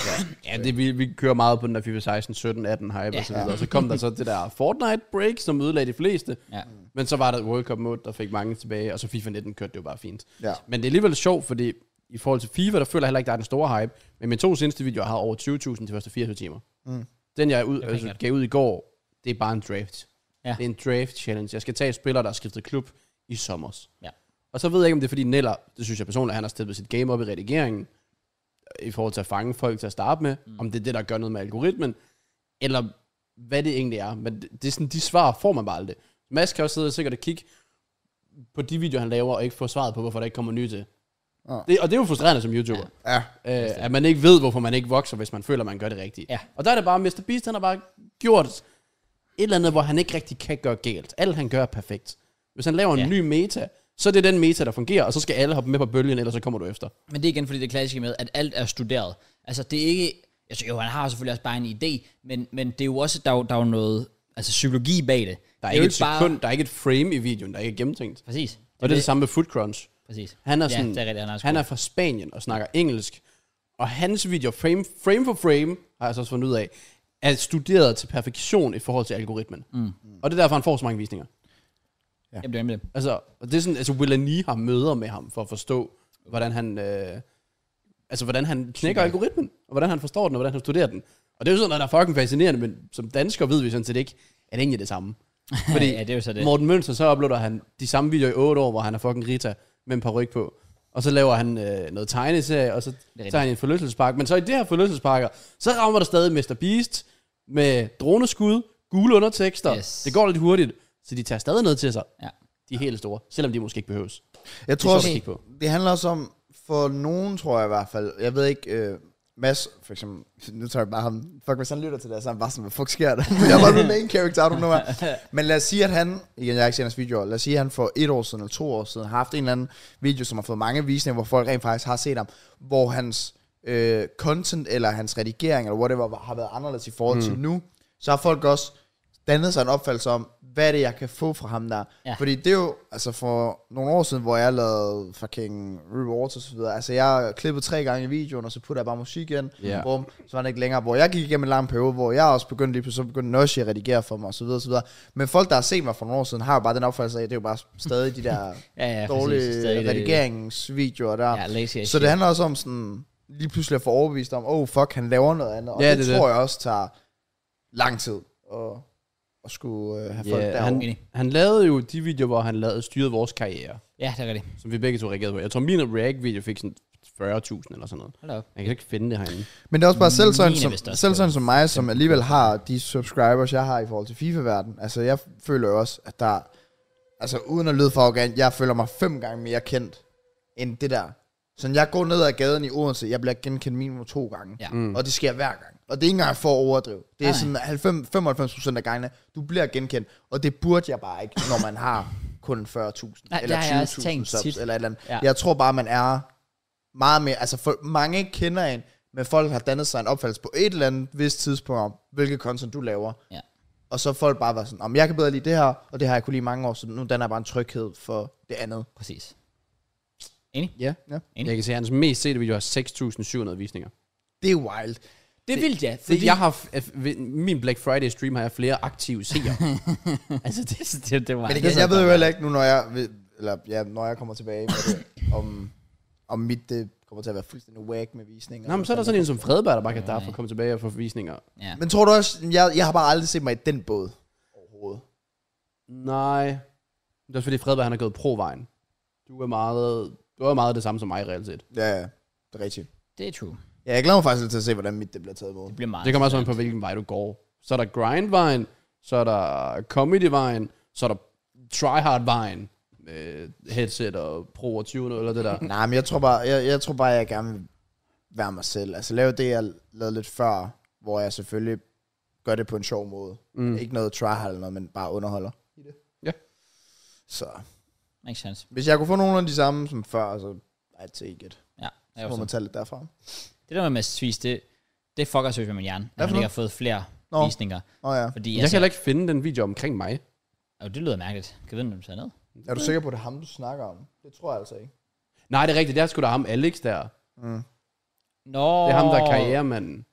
[SPEAKER 3] Vi kører meget på den der FIFA 16, 17, 18 hype og så videre. Og så kom der så det der Fortnite break, som ødelagde de fleste. Ja. Men så var der World Cup mode, der fik mange tilbage, og så FIFA 19 kørte det jo bare fint. Ja. Men det er alligevel sjovt, fordi i forhold til FIFA, der føler jeg heller ikke, der er den store hype. Men mine 2 seneste videoer har over 20.000 de første 24 timer. Den jeg gav ud i går, det er bare en draft. Ja. Det er en draft challenge. Jeg skal tage et spiller, der har skiftet klub i sommers. Ja. Og så ved jeg ikke, om det er fordi Neller, det synes jeg personligt, at han har steppet sit game op i redigeringen, i forhold til at fange folk til at starte med, om det er det, der gør noget med algoritmen, eller hvad det egentlig er. Men det er sådan, de svar får man bare aldrig. Mads kan også sidde og sikkert og kigge på de videoer, han laver, og ikke få svaret på, hvorfor der ikke kommer nye til. Og det er jo frustrerende som YouTuber. Ja. At man ikke ved, hvorfor man ikke vokser, hvis man føler, man gør det rigtigt. Ja. Og der er det bare, Mr. Beast, han har bare gjort et eller andet, hvor han ikke rigtig kan gøre galt. Alt han gør er perfekt. Hvis han laver en ny meta, så er det den meta, der fungerer, og så skal alle hoppe med på bølgen, ellers så kommer du efter. Men det er igen fordi det klassiske med, at alt er studeret. Altså det er ikke, altså jo, han har selvfølgelig også bare en idé, men det er jo også, der er jo noget, altså psykologi bag det. Der er ikke et sekund, der er ikke et frame i videoen, der er ikke gennemtænkt.
[SPEAKER 1] Præcis.
[SPEAKER 3] Og det er det samme med Foot Crunch.
[SPEAKER 1] Præcis.
[SPEAKER 3] Han er sådan, han er fra Spanien og snakker engelsk, og hans video, frame for frame, har jeg så også fundet ud af, er studeret til perfektion i forhold til algoritmen. Og det er derfor, han får så mange visninger.
[SPEAKER 1] Ja. Jamen, det er med det.
[SPEAKER 3] Altså, det er sådan, altså Willani har møder med ham for at forstå, hvordan han knækker algoritmen, og hvordan han forstår den, og hvordan han studerer den. Og det er jo sådan noget, der er fucking fascinerende, men som danskere ved vi sådan set ikke, at det egentlig er det samme. Fordi
[SPEAKER 1] ja, det er jo så det.
[SPEAKER 3] Morten Mønster, så uploader han de samme videoer i 8 år, hvor han er fucking Rita med en paryk på. Og så laver han noget tegneserie, og så tager han en forlystelsespark. Men så i det her forlystelsesparker, så rammer der stadig Mr. Beast med droneskud, gule undertekster. Yes. Det går lidt hurtigt, så de tager stadig noget til sig. Ja. De er helt store, selvom de måske ikke behøves.
[SPEAKER 2] Jeg tror også, det handler også om, for nogen tror jeg i hvert fald, jeg ved ikke, Mads, for eksempel, nu tager jeg bare ham, fuck, hvis han lytter til det, så er han bare sådan, hvad fuck sker der? Jeg var den main character, du nu. Men lad os sige, at han, igen, jeg har ikke set hans videoer, lad os sige, at han for 1 år siden eller 2 år siden har haft en eller anden video, som har fået mange visninger, hvor folk rent faktisk har set ham, hvor hans content eller hans redigering eller whatever har været anderledes i forhold til nu, så har folk også dannet sig en opfattelse om, hvad er det, jeg kan få fra ham der? Ja. Fordi det er jo, altså for nogle år siden, hvor jeg lavede fucking rewards og så videre, altså jeg klippede 3 gange i videoen, og så puttede jeg bare musik ind, bum, så var det ikke længere, hvor jeg gik igennem en lang periode, hvor jeg også begyndte lige pludselig, så begyndte Noshi at redigere for mig, og så videre, og så videre. Men folk, der har set mig for nogle år siden, har jo bare den opfattelse af, at det er jo bare stadig de der dårlige redigeringsvideoer der. Ja, lazy så det handler også om sådan, lige pludselig at få overbevist om, fuck, han laver noget andet, og det tror jeg også tager lang tid, og skulle have folk derovre.
[SPEAKER 3] Han lavede jo de videoer, hvor han styrede vores karriere.
[SPEAKER 1] Ja, det er rigtigt.
[SPEAKER 3] Som vi begge to reagerede på. Jeg tror, min React-video fik sådan 40.000 eller sådan noget. Jeg kan ikke finde det herinde.
[SPEAKER 2] Men det er også bare selv sådan som mig, som alligevel har de subscribers, jeg har i forhold til FIFA-verden. Altså, jeg føler jo også, at der... Altså, uden at lyde for arrogant, jeg føler mig 5 gange mere kendt end det der. Så jeg går ned ad gaden i Odense, jeg bliver genkendt minimum 2 gange. Ja. Og det sker hver gang. Og det er ikke engang for at overdrive. Det er sådan 95% af gangene, du bliver genkendt. Og det burde jeg bare ikke, når man har kun 40.000 eller 20.000 subs eller et eller andet. Ja. Jeg tror bare, man er meget mere... Altså, for mange kender en, men folk har dannet sig en opfattelse på et eller andet vist tidspunkt om, hvilket content du laver. Ja. Og så folk bare var sådan, jeg kan bedre lide det her, og det har jeg kunne lide mange år, så nu danner jeg bare en tryghed for det andet.
[SPEAKER 1] Præcis. Enig?
[SPEAKER 3] Ja. Enig. Jeg kan se, at hans mest sete video har 6.700 visninger.
[SPEAKER 2] Det er wild.
[SPEAKER 1] Det er vildt, ja.
[SPEAKER 3] Fordi jeg har min Black Friday stream har jeg flere aktive seere.
[SPEAKER 1] Altså det var.
[SPEAKER 2] Men jeg ved jo heller ikke nu, når jeg kommer tilbage med det, om mit det kommer til at være fuldstændig whack med visninger.
[SPEAKER 3] Nå, men så er der sådan en som Fredberg, der bare kan derfor komme tilbage og få visninger.
[SPEAKER 2] Ja. Men tror du også, jeg har bare aldrig set mig i den båd overhovedet.
[SPEAKER 3] Nej. Det er fordi Fredberg han har gået pro-vejen. Du er meget det samme som mig i realitet.
[SPEAKER 2] Ja, det er rigtigt.
[SPEAKER 1] Det er true.
[SPEAKER 2] Ja, jeg glæder mig faktisk lidt til at se, hvordan mit det bliver taget imod.
[SPEAKER 3] Det kommer også an på, hvilken vej du går. Så er der grind-vejen, så er der comedy-vejen, så er der tryhard-vejen. Headset og Pro og 20 eller det der.
[SPEAKER 2] Nej, men jeg tror bare, jeg gerne vil være mig selv. Altså lave det, jeg lavede lidt før, hvor jeg selvfølgelig gør det på en sjov måde. Ikke noget tryhard eller noget, men bare underholder i det.
[SPEAKER 3] Ja.
[SPEAKER 2] Så.
[SPEAKER 1] Makes sense.
[SPEAKER 2] Hvis jeg kunne få nogle af de samme som før, så I'd take it.
[SPEAKER 1] Ja.
[SPEAKER 2] Så må man tage lidt derfra.
[SPEAKER 1] Det der med Mads det fucker sig med min hjerne. At han ikke har fået flere visninger.
[SPEAKER 2] Ja.
[SPEAKER 1] Fordi,
[SPEAKER 3] jeg kan heller ikke finde den video omkring mig.
[SPEAKER 1] Det lyder mærkeligt. Kan du vide, om du tager ned?
[SPEAKER 2] Er du sikker på, at det er ham, du snakker om? Det tror jeg altså ikke.
[SPEAKER 3] Nej, det er rigtigt. Det er sgu da ham, Alex, der.
[SPEAKER 1] Nå.
[SPEAKER 3] Det er ham, der er karrieremanden.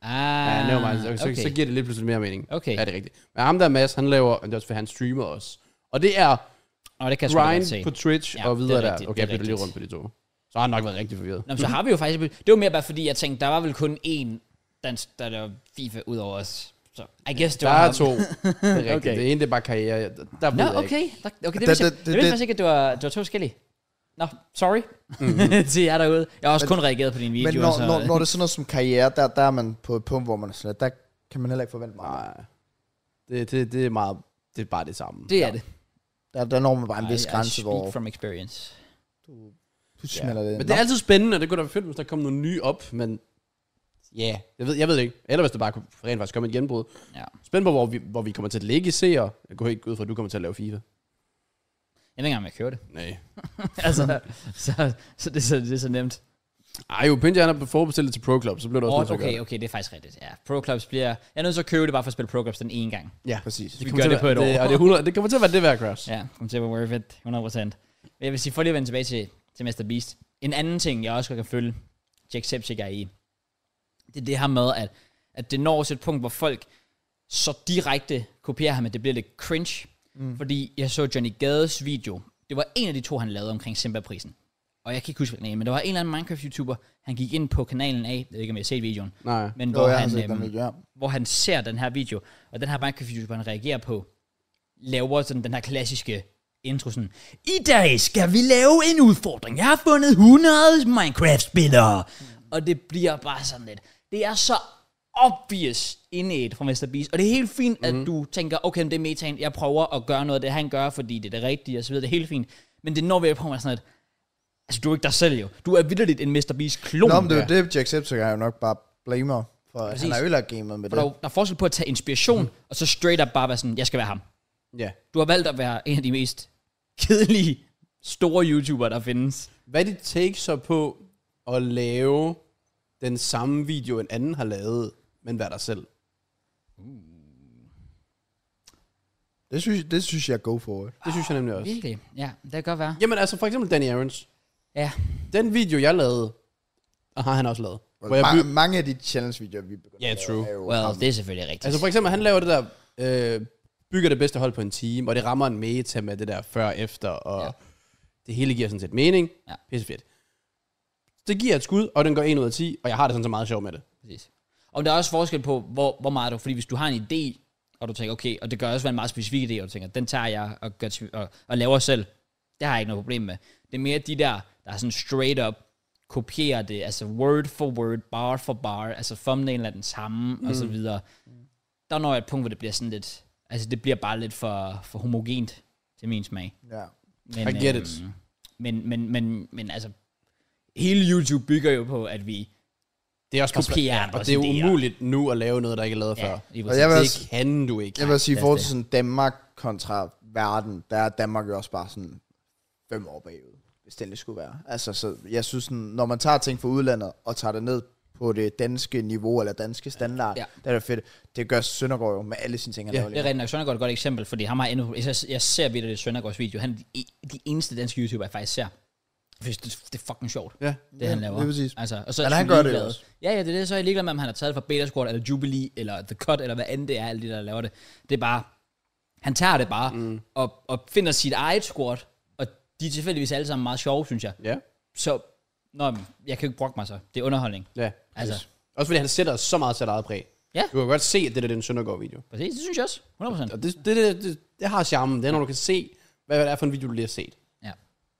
[SPEAKER 3] Så giver det lidt pludselig mere mening.
[SPEAKER 1] Okay.
[SPEAKER 3] Ja, det er rigtigt. Men ham der Mads, han laver, det er også for han streamer også. Og det er
[SPEAKER 1] det kan
[SPEAKER 3] grind på Twitch og videre der. Okay, jeg bytter lige rundt på de to. Så har han nok været rigtig forvirret.
[SPEAKER 1] Nå, så har vi jo faktisk... Det var mere bare fordi, jeg tænkte, der var vel kun én dansk, der lavede FIFA ud over os. Så I guess det var
[SPEAKER 3] der er 2. Det er rigtigt. Okay. Det ene, det er bare karriere. Der ved jeg ikke.
[SPEAKER 1] Okay, det vidste faktisk ikke, at det var 2 forskellige. Nå, sorry. Til jer derude. Jeg har også kun reageret på din video.
[SPEAKER 2] Men når det er sådan noget som karriere, der er man på et punkt, hvor man er sådan, der kan man heller ikke forvente meget.
[SPEAKER 3] Nej. Det er meget... Det er bare det samme.
[SPEAKER 1] Det er det.
[SPEAKER 2] Der når man bare en vis grænse, hvor...
[SPEAKER 1] I speak from experience.
[SPEAKER 2] Du smelter det.
[SPEAKER 3] Men det er altid spændende, og det kunne da være fedt, hvis der kommer nogle nye op, men... Ja, jeg ved det ikke. Eller hvis der bare kunne rent faktisk komme et genbrud. Ja. Spændende på, hvor vi kommer til at ligge i seere. Jeg går ikke ud fra, at du kommer til at lave FIFA.
[SPEAKER 1] Jeg ved ikke engang, om jeg kører det.
[SPEAKER 3] Nej.
[SPEAKER 1] Altså, så det er så nemt.
[SPEAKER 3] Ej jo, Pinja han er forbestellet til Pro Club, så bliver det også
[SPEAKER 1] okay, det er faktisk rigtigt. Ja, Pro Clubs bliver... Jeg er nødt til at købe det bare for at spille Pro Clubs den ene gang.
[SPEAKER 2] Ja, præcis.
[SPEAKER 1] Vi gør det på et år.
[SPEAKER 3] Det kommer til at være det værd, Crash.
[SPEAKER 1] Ja, det kommer til at være worth it, 100%. Jeg vil sige, for lige at vende tilbage til Mr. Beast. En anden ting, jeg også kan følge Jacksepticeye er i, det er det her med, at det når til et punkt, hvor folk så direkte kopierer ham, at det bliver lidt cringe. Fordi jeg så Johnny Gades video. Det var en af de 2, han lavede omkring Simba-prisen. Og jeg kan ikke huske, hvad men der var en eller anden Minecraft-YouTuber, han gik ind på kanalen af, jeg ved ikke, om jeg har set videoen, men hvor han ser den her video, og den her Minecraft-YouTuber, han reagerer på, laver sådan den her klassiske intro sådan, i dag skal vi lave en udfordring. Jeg har fundet 100 Minecraft-spillere. Og det bliver bare sådan lidt. Det er så obvious innate fra Mr. Beast. Og det er helt fint, at du tænker, okay, det er metan, jeg prøver at gøre noget af det, han gør, fordi det er det rigtige, og så videre. Det er helt fint. Men det når vi på mig sådan et, altså, du er ikke dig selv jo. Du er vitterligt en Mr. Beast-klon.
[SPEAKER 2] Nå, men det er det, Jacksepticeye er jo nok bare blamer. For præcis. Han har ødelagt gamet med det.
[SPEAKER 1] Der er forskel på at tage inspiration, og så straight up bare være sådan, jeg skal være ham.
[SPEAKER 3] Ja.
[SPEAKER 1] Du har valgt at være en af de mest kedelige, store YouTubere, der findes.
[SPEAKER 3] Hvad er dit take så på at lave den samme video, en anden har lavet, men være dig selv?
[SPEAKER 2] Det synes jeg go for it.
[SPEAKER 3] Det synes jeg nemlig også.
[SPEAKER 1] Virkelig? Ja, det kan godt være.
[SPEAKER 3] Jamen altså, for eksempel Danny Aarons.
[SPEAKER 1] Ja.
[SPEAKER 3] Den video, jeg lavede, har han også lavet.
[SPEAKER 2] Mange af de challenge-videoer, vi begynder
[SPEAKER 3] at lave,
[SPEAKER 2] true.
[SPEAKER 1] Well, det er selvfølgelig rigtigt.
[SPEAKER 3] Altså for eksempel, han laver det der, bygger det bedste hold på en time, og det rammer en meta med det der før og efter, og det hele giver sådan set mening. Ja. Pisse fedt. Det giver et skud, og den går 1 ud af 10, og jeg har det sådan så meget sjov med det.
[SPEAKER 1] Præcis. Og der er også forskel på, hvor meget du... Fordi hvis du har en idé, og du tænker, okay, og det gør også være en meget specifik idé, og du tænker, den tager jeg og laver selv. Det har jeg ikke noget problem med. Det er mere de der er sådan straight up, kopierer det, altså word for word, bar for bar, altså thumbnail er den samme, og så videre. Der når jeg et punkt, hvor det bliver sådan lidt... Altså, det bliver bare lidt for homogent til min smag.
[SPEAKER 2] Ja.
[SPEAKER 3] Men, I get it.
[SPEAKER 1] Men altså, hele YouTube bygger jo på, at vi
[SPEAKER 3] det er også kopierer, og det er jo umuligt nu at lave noget, der ikke er lavet før. Det kan du ikke.
[SPEAKER 2] Jeg vil sige, i forhold til sådan Danmark kontra verden, der er Danmark jo også bare sådan 5 år bagud, hvis det skulle være. Altså, så jeg synes, sådan, når man tager ting fra udlandet og tager det ned på det danske niveau, eller danske standard, der er det fedt. Det gør Søndergaard jo med alle sine ting, han laver.
[SPEAKER 1] Det er rent nok. Søndergaard er et godt eksempel, fordi ham har endnu... Jeg ser vidt af det Søndergaards video. Han er de eneste danske YouTuber, jeg faktisk ser. Det er fucking sjovt, det han laver.
[SPEAKER 2] Det er præcis.
[SPEAKER 1] Altså, og så
[SPEAKER 2] men han gør det også.
[SPEAKER 1] Ja, det er det. Så er jeg ligeglad med, om han har taget det fra Beta Squad, eller Jubilee, eller The Cut, eller hvad end det er, alle de der laver det. Det er bare... Han tager det bare, og finder sit eget squad, og de er tilfældigvis alle sammen meget sjove, synes jeg.
[SPEAKER 3] Ja.
[SPEAKER 1] Så... jeg kan ikke brokke mig så. Det er underholdning.
[SPEAKER 3] Ja, altså. Også fordi han sætter så meget sit eget præg. Ja. Du kan godt se, at det er den Søndergaard-video.
[SPEAKER 1] Præcis, det synes jeg også. 100%.
[SPEAKER 3] Og det har charmen. Det er, når du kan se, hvad det er for en video, du lige har set.
[SPEAKER 1] Ja.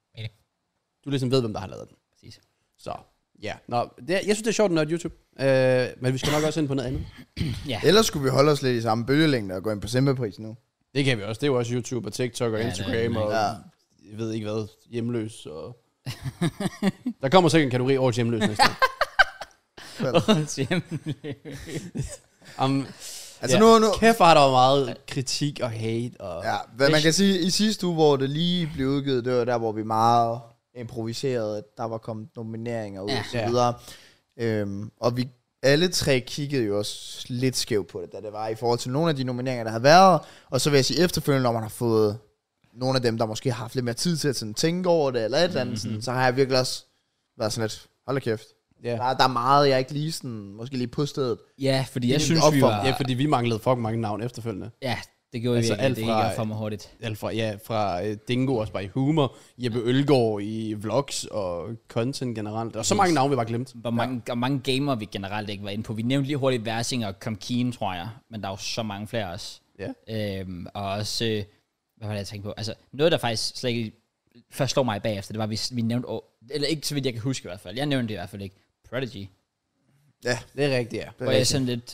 [SPEAKER 3] Du ligesom ved, hvem der har lavet den.
[SPEAKER 1] Præcis.
[SPEAKER 3] Så, ja. Jeg synes, det er sjovt, når YouTube. Men vi skal nok også ind på noget andet.
[SPEAKER 2] Ja. Ellers skulle vi holde os lidt i samme bølgelængde og gå ind på Simba-prisen nu.
[SPEAKER 3] Det kan vi også. Det er jo også YouTube og TikTok og Instagram og jeg ved ikke hvad, hjemløs og... Der kommer sikkert en kategori over hjemløs næste år.
[SPEAKER 2] Altså nu
[SPEAKER 3] kæft har der meget kritik og hate og...
[SPEAKER 2] Ja, hvad man kan sige, i sidste uge, hvor det lige blev udgivet, det var der, hvor vi meget improviserede, at der var kommet nomineringer ud og så videre. Og vi alle 3 kiggede jo også lidt skævt på det, da det var i forhold til nogle af de nomineringer, der havde været. Og så vil jeg sige efterfølgende, når man har fået nogle af dem, der måske har haft lidt mere tid til at sådan tænke over det, eller et eller andet, sådan, så har jeg virkelig også været sådan lidt, hold da kæft. Yeah. Der er meget, jeg ikke lige sådan, måske lige på stedet.
[SPEAKER 1] Ja, fordi jeg synes, vi var...
[SPEAKER 3] Ja, fordi vi manglede fucking mange navn efterfølgende.
[SPEAKER 1] Ja, det gjorde altså vi virkelig. Det gik for mig hurtigt.
[SPEAKER 3] Alt fra Dingo også bare i humor, Jeppe Ølgaard i vlogs og content generelt. Og så mange navne, vi bare glemt.
[SPEAKER 1] Og mange gamer, vi generelt ikke var inde på. Vi nævnte lige hurtigt Versing og Comkeen, tror jeg. Men der er jo så mange flere også.
[SPEAKER 3] Ja.
[SPEAKER 1] Og også... hvad var det, jeg tænkte på? Altså, noget, der faktisk slet ikke først slår mig bagefter, det var, vi nævnte... Eller ikke så vidt, jeg kan huske i hvert fald. Jeg nævnte det i hvert fald ikke. Prodigy.
[SPEAKER 3] Ja, det er rigtigt, ja.
[SPEAKER 1] Hvor jeg sådan lidt...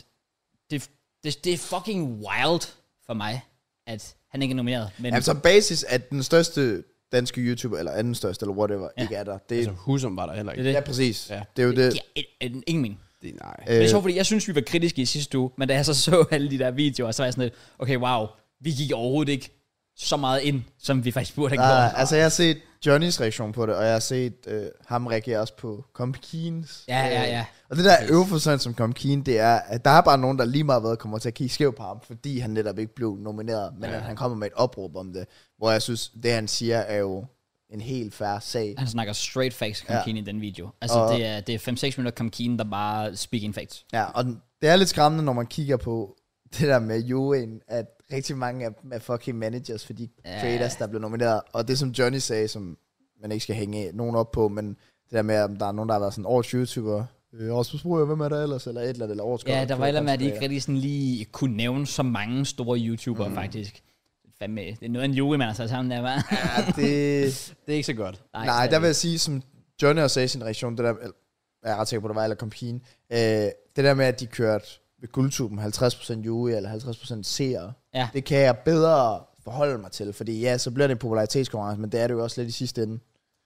[SPEAKER 1] Det er fucking wild for mig, at han ikke er nomineret. Men
[SPEAKER 2] altså basis, at den største danske YouTuber, eller anden største, eller whatever, ikke er der. Det,
[SPEAKER 3] altså Husum var der heller ikke.
[SPEAKER 2] Ja, præcis. Ja. Det er jo det.
[SPEAKER 1] Ingen mening.
[SPEAKER 3] Nej.
[SPEAKER 1] Det er så, fordi jeg synes, vi var kritiske i sidste uge, men da jeg så alle de der videoer, så var jeg sådan lidt, okay, wow, vi gik overhovedet ikke så meget ind, som vi faktisk burde have gjort.
[SPEAKER 2] Altså, jeg har set Johnnys reaktion på det, og jeg har set ham reagere også på Comkeens.
[SPEAKER 1] Ja.
[SPEAKER 2] Og det der øveforsøgn som Comkeen, det er, at der er bare nogen, der lige meget ved kommer til at kigge skæv på ham, fordi han netop ikke blev nomineret, men at han kommer med et opråb om det, hvor jeg synes, det han siger er jo en helt fair sag.
[SPEAKER 1] Han snakker straight facts, Comkeen, i den video. Altså, og det er 5-6 minutter Comkeen, der bare speaking facts.
[SPEAKER 2] Ja, og det er lidt skræmmende, når man kigger på det der med UN, at rigtig mange af fucking managers for de creators, der blev nomineret. Og det som Johnny sagde, som man ikke skal hænge nogen op på, men det der med, at der er nogen, der har været sådan årets YouTuber, Rasmus Bruger, hvem er der ellers, eller et eller årets.
[SPEAKER 1] Ja, der var et eller andet, at de ikke rigtig sådan lige kunne nævne så mange store YouTubere, faktisk. Fandme, det er noget af en jury, man har sat sammen der, var.
[SPEAKER 2] Ja, det
[SPEAKER 3] er ikke så godt.
[SPEAKER 2] Nej, der vil jeg sige, som Johnny også sagde i sin reaktion, det der, jeg er ret sikker på, det var, eller Comkeen, det der med, at de kørte ved guldtuben 50% jury eller 50% seere, det kan jeg bedre forholde mig til, fordi ja, så bliver det en popularitetskonkurrence, men det er det jo også lidt i sidste ende.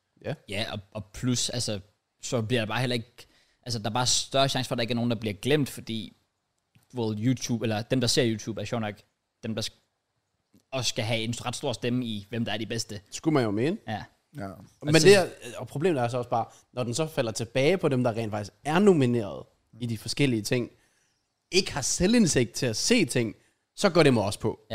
[SPEAKER 1] Ja, og plus, altså, så bliver der bare heller ikke, altså, der er bare større chance for, at der ikke er nogen, der bliver glemt, fordi YouTube, eller dem, der ser YouTube, er sjovt nok dem, der også skal have en ret stor stemme i, hvem der er de bedste.
[SPEAKER 3] Skulle man jo mene.
[SPEAKER 1] Ja.
[SPEAKER 3] Men det er, og problemet er så også bare, når den så falder tilbage på dem, der rent faktisk er nomineret i de forskellige ting, ikke har selvindsigt til at se ting, så går det mig også på.
[SPEAKER 1] Ja.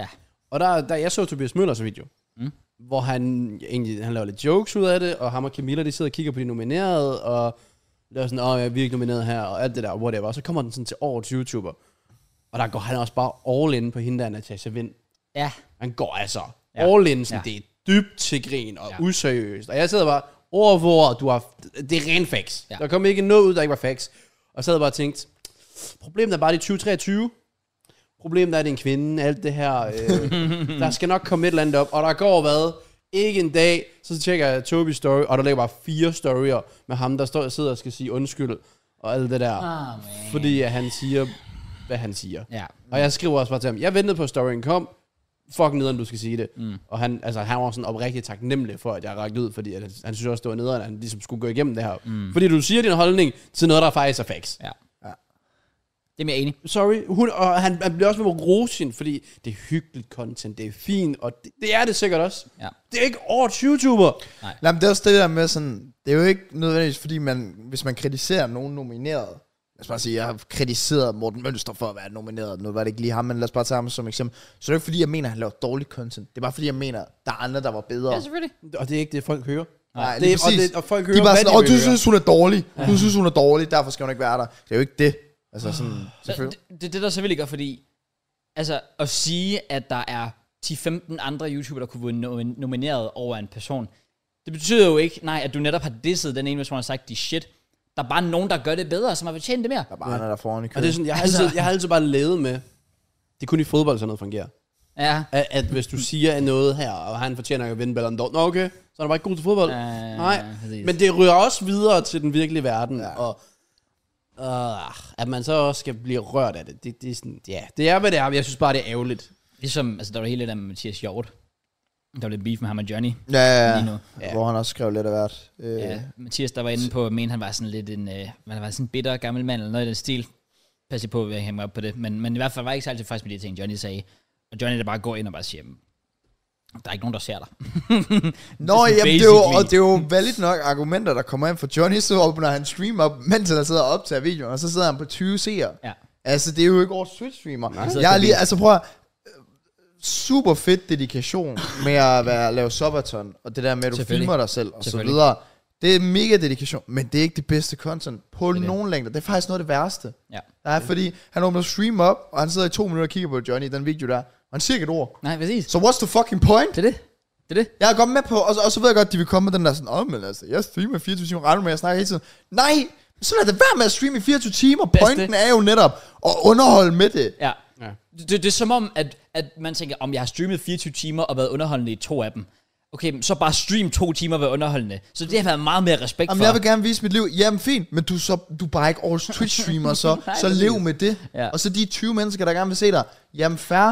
[SPEAKER 3] Og der jeg så Tobias Møllers video, hvor han laver lidt jokes ud af det, og ham og Camilla, de sidder og kigger på de nominerede, og laver sådan, jeg er virkelig nomineret her, og alt det der, whatever. Og så kommer den sådan til årets YouTuber, og der går han også bare all in på hende der, Natasha Wind.
[SPEAKER 1] Ja.
[SPEAKER 3] Han går altså all in, sådan, det er dybt til grin og useriøst. Og jeg sidder bare, ord for ord, det er ren facts. Ja. Der kom ikke noget ud, der ikke var facts. Og så havde jeg bare tænkt, problemet er bare det 2023. Problemet er, at det er en kvinde, alt det her. Der skal nok komme et eller andet op. Og der går hvad? Ikke en dag. Så tjekker jeg Tobis story, og der ligger bare 4 storyer med ham, der sidder og skal sige undskyld. Og alt det der. Fordi at han siger, hvad han siger. Ja. Og jeg skriver også bare til ham, jeg ventede på, at storyen kom. Fuck nederen, du skal sige det. Og han var sådan oprigtigt taknemmelig for, at jeg rakte ud, fordi at han synes også, det var nederen, at han ligesom skulle gå igennem det her. Fordi du siger din holdning til noget, der faktisk er facts. Ja.
[SPEAKER 1] Det er jeg enig.
[SPEAKER 3] Sorry. Og han bliver også med at rose hende, fordi det er hyggeligt content, det er fint, og det er det sikkert også. Ja. Det er ikke årets YouTuber.
[SPEAKER 2] Nej, men det er også det der med sådan, det er jo ikke nødvendigvis, fordi hvis man kritiserer nogen nomineret, lad os bare sige, jeg har kritiseret Morten Mønster for at være nomineret, nu var det ikke lige ham, men lad os bare tage ham som eksempel, så det er ikke fordi, jeg mener, at han laver dårligt content. Det er bare fordi, jeg mener, der er andre, der var bedre.
[SPEAKER 1] Ja, selvfølgelig.
[SPEAKER 3] Og det er ikke det, folk hører.
[SPEAKER 2] Nej,
[SPEAKER 3] det er, og folk hører,
[SPEAKER 2] de bare sådan, du synes, hun er dårlig. Du synes, hun er dårlig, derfor skal hun ikke være der. Det er jo ikke det. Altså sådan,
[SPEAKER 1] selvfølgelig. Det der selvfølgelig gør, fordi altså at sige, at der er 10-15 andre YouTubere, der kunne være nomineret over en person, det betyder jo ikke, at du netop har disset den ene, hvis man har sagt, de shit. Der er bare nogen, der gør det bedre, som har fortjent det mere.
[SPEAKER 2] Der er bare andre, der foran i køen.
[SPEAKER 3] Og det er sådan, jeg har altid bare levet med, det er kun i fodbold, sådan noget fungerer. Ja. At hvis du siger noget her, og han fortjener at vinde Ballon d'Or, okay, så er han bare ikke god til fodbold. Nej, men det ryger også videre til den virkelige verden, og at man så også skal blive rørt af det. Det er sådan, det er, hvad det er, men jeg synes bare, det er ærgerligt.
[SPEAKER 1] Ligesom, altså der var hele det der med Mathias Hjort. Der var lidt beef med ham og Johnny.
[SPEAKER 2] Ja. Hvor han også skrev lidt af hvert.
[SPEAKER 1] Mathias, der var inde på, men han var sådan lidt en, man var sådan en bitter gammel mand, eller noget i den stil. Pas på, at jeg hænge op på det. Men i hvert fald var jeg ikke så altid faktisk med de ting, Johnny sagde. Og Johnny, der bare går ind og bare siger, der er ikke nogen, der ser dig.
[SPEAKER 2] Det er jo valgt nok argumenter, der kommer ind for Johnny, så åbner han stream op, mens han sidder og optager videoen, og så sidder han på 20 seere. Ja. Altså, det er jo ikke årets Twitch-streamer. Jeg er lige, altså prøv at, super fedt dedikation med at lave Subathon, og det der med, at du filmer dig selv, og så videre. Det er mega dedikation, men det er ikke det bedste content på nogen længder. Det er faktisk noget af det værste. Ja. Der er, fordi han åbner stream op, og han sidder i 2 minutter og kigger på Johnny i den video der, og han siger ikke et ord.
[SPEAKER 1] Nej, præcis.
[SPEAKER 2] Så what's the fucking point?
[SPEAKER 1] Det er det.
[SPEAKER 2] Jeg er godt med på, og så ved jeg godt, at de vil komme med den der sådan, men altså, jeg streamer 24 timer, regner med, jeg snakker hele tiden. Nej, så lad det være med at streame i 24 timer. Pointen er jo netop at underholde med det.
[SPEAKER 1] Ja. Det er som om, at man tænker, om jeg har streamet 24 timer og været underholdende i 2 af dem. Okay, så bare stream 2 timer og være underholdende. Så det har været meget mere respekt for.
[SPEAKER 2] Jeg vil gerne vise mit liv. Jamen fint, men du er bare ikke all Twitch-streamer, så lev med det. Ja. Og så de 20 mennesker, der gerne vil se dig. Jamen fair.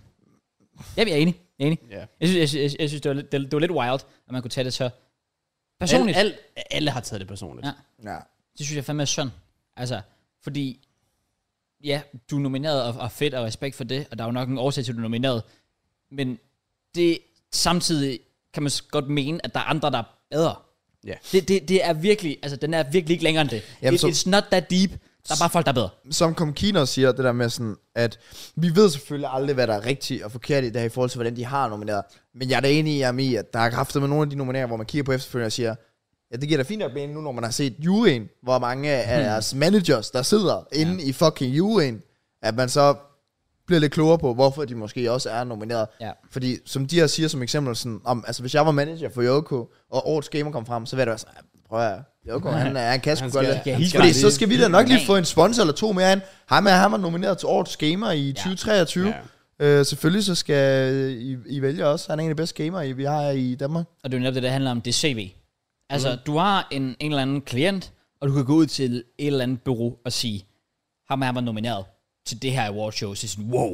[SPEAKER 1] Jeg er enig. Yeah. Jeg synes det var lidt wild, at man kunne tage det så personligt.
[SPEAKER 3] Alle har taget det personligt.
[SPEAKER 1] Ja. Det synes jeg fandme er synd. Altså, fordi du er nomineret og fedt og respekt for det, og der er jo nok en årsag til, at du er nomineret. Men det samtidig kan man godt mene, at der er andre, der er bedre. Yeah. Det er virkelig, altså den er virkelig ikke længere end det. Jamen, it's not that deep. Der er bare folk, der er bedre.
[SPEAKER 2] Som Kino siger, det der med sådan, at vi ved selvfølgelig aldrig, hvad der er rigtigt og forkert i det her, i forhold til, hvordan de har nomineret. Men jeg er da enig i, at der er kraftet med nogle af de nomineringer, hvor man kigger på efterfølgende og siger, ja, det giver da fint at blive nu, når man har set juryen, hvor mange af deres managers, der sidder inde i fucking juryen, at man så bliver lidt klogere på, hvorfor de måske også er nomineret. Ja. Fordi, som de her siger som eksempel, sådan, altså hvis jeg var manager for Yoko, og årets gamer kom frem, så vil det være sådan, prøv at Yoko, han kan sgu godt lidt. Fordi så skal vi da nok lige få en sponsor eller 2 mere ind. Han er nomineret til årets gamer i 2023. Ja. Selvfølgelig så skal I vælge også. Han er en af de bedste gamer, vi har i Danmark.
[SPEAKER 1] Og det er jo netop det, der handler om, det CV. Altså, du har en eller anden klient, og du kan gå ud til et eller andet bureau og sige, ham var nomineret til det her awardshow, så sådan, wow.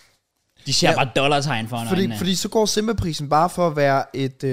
[SPEAKER 1] De ser bare dollartegn for øjnene.
[SPEAKER 2] Fordi så går Simba-prisen bare for at være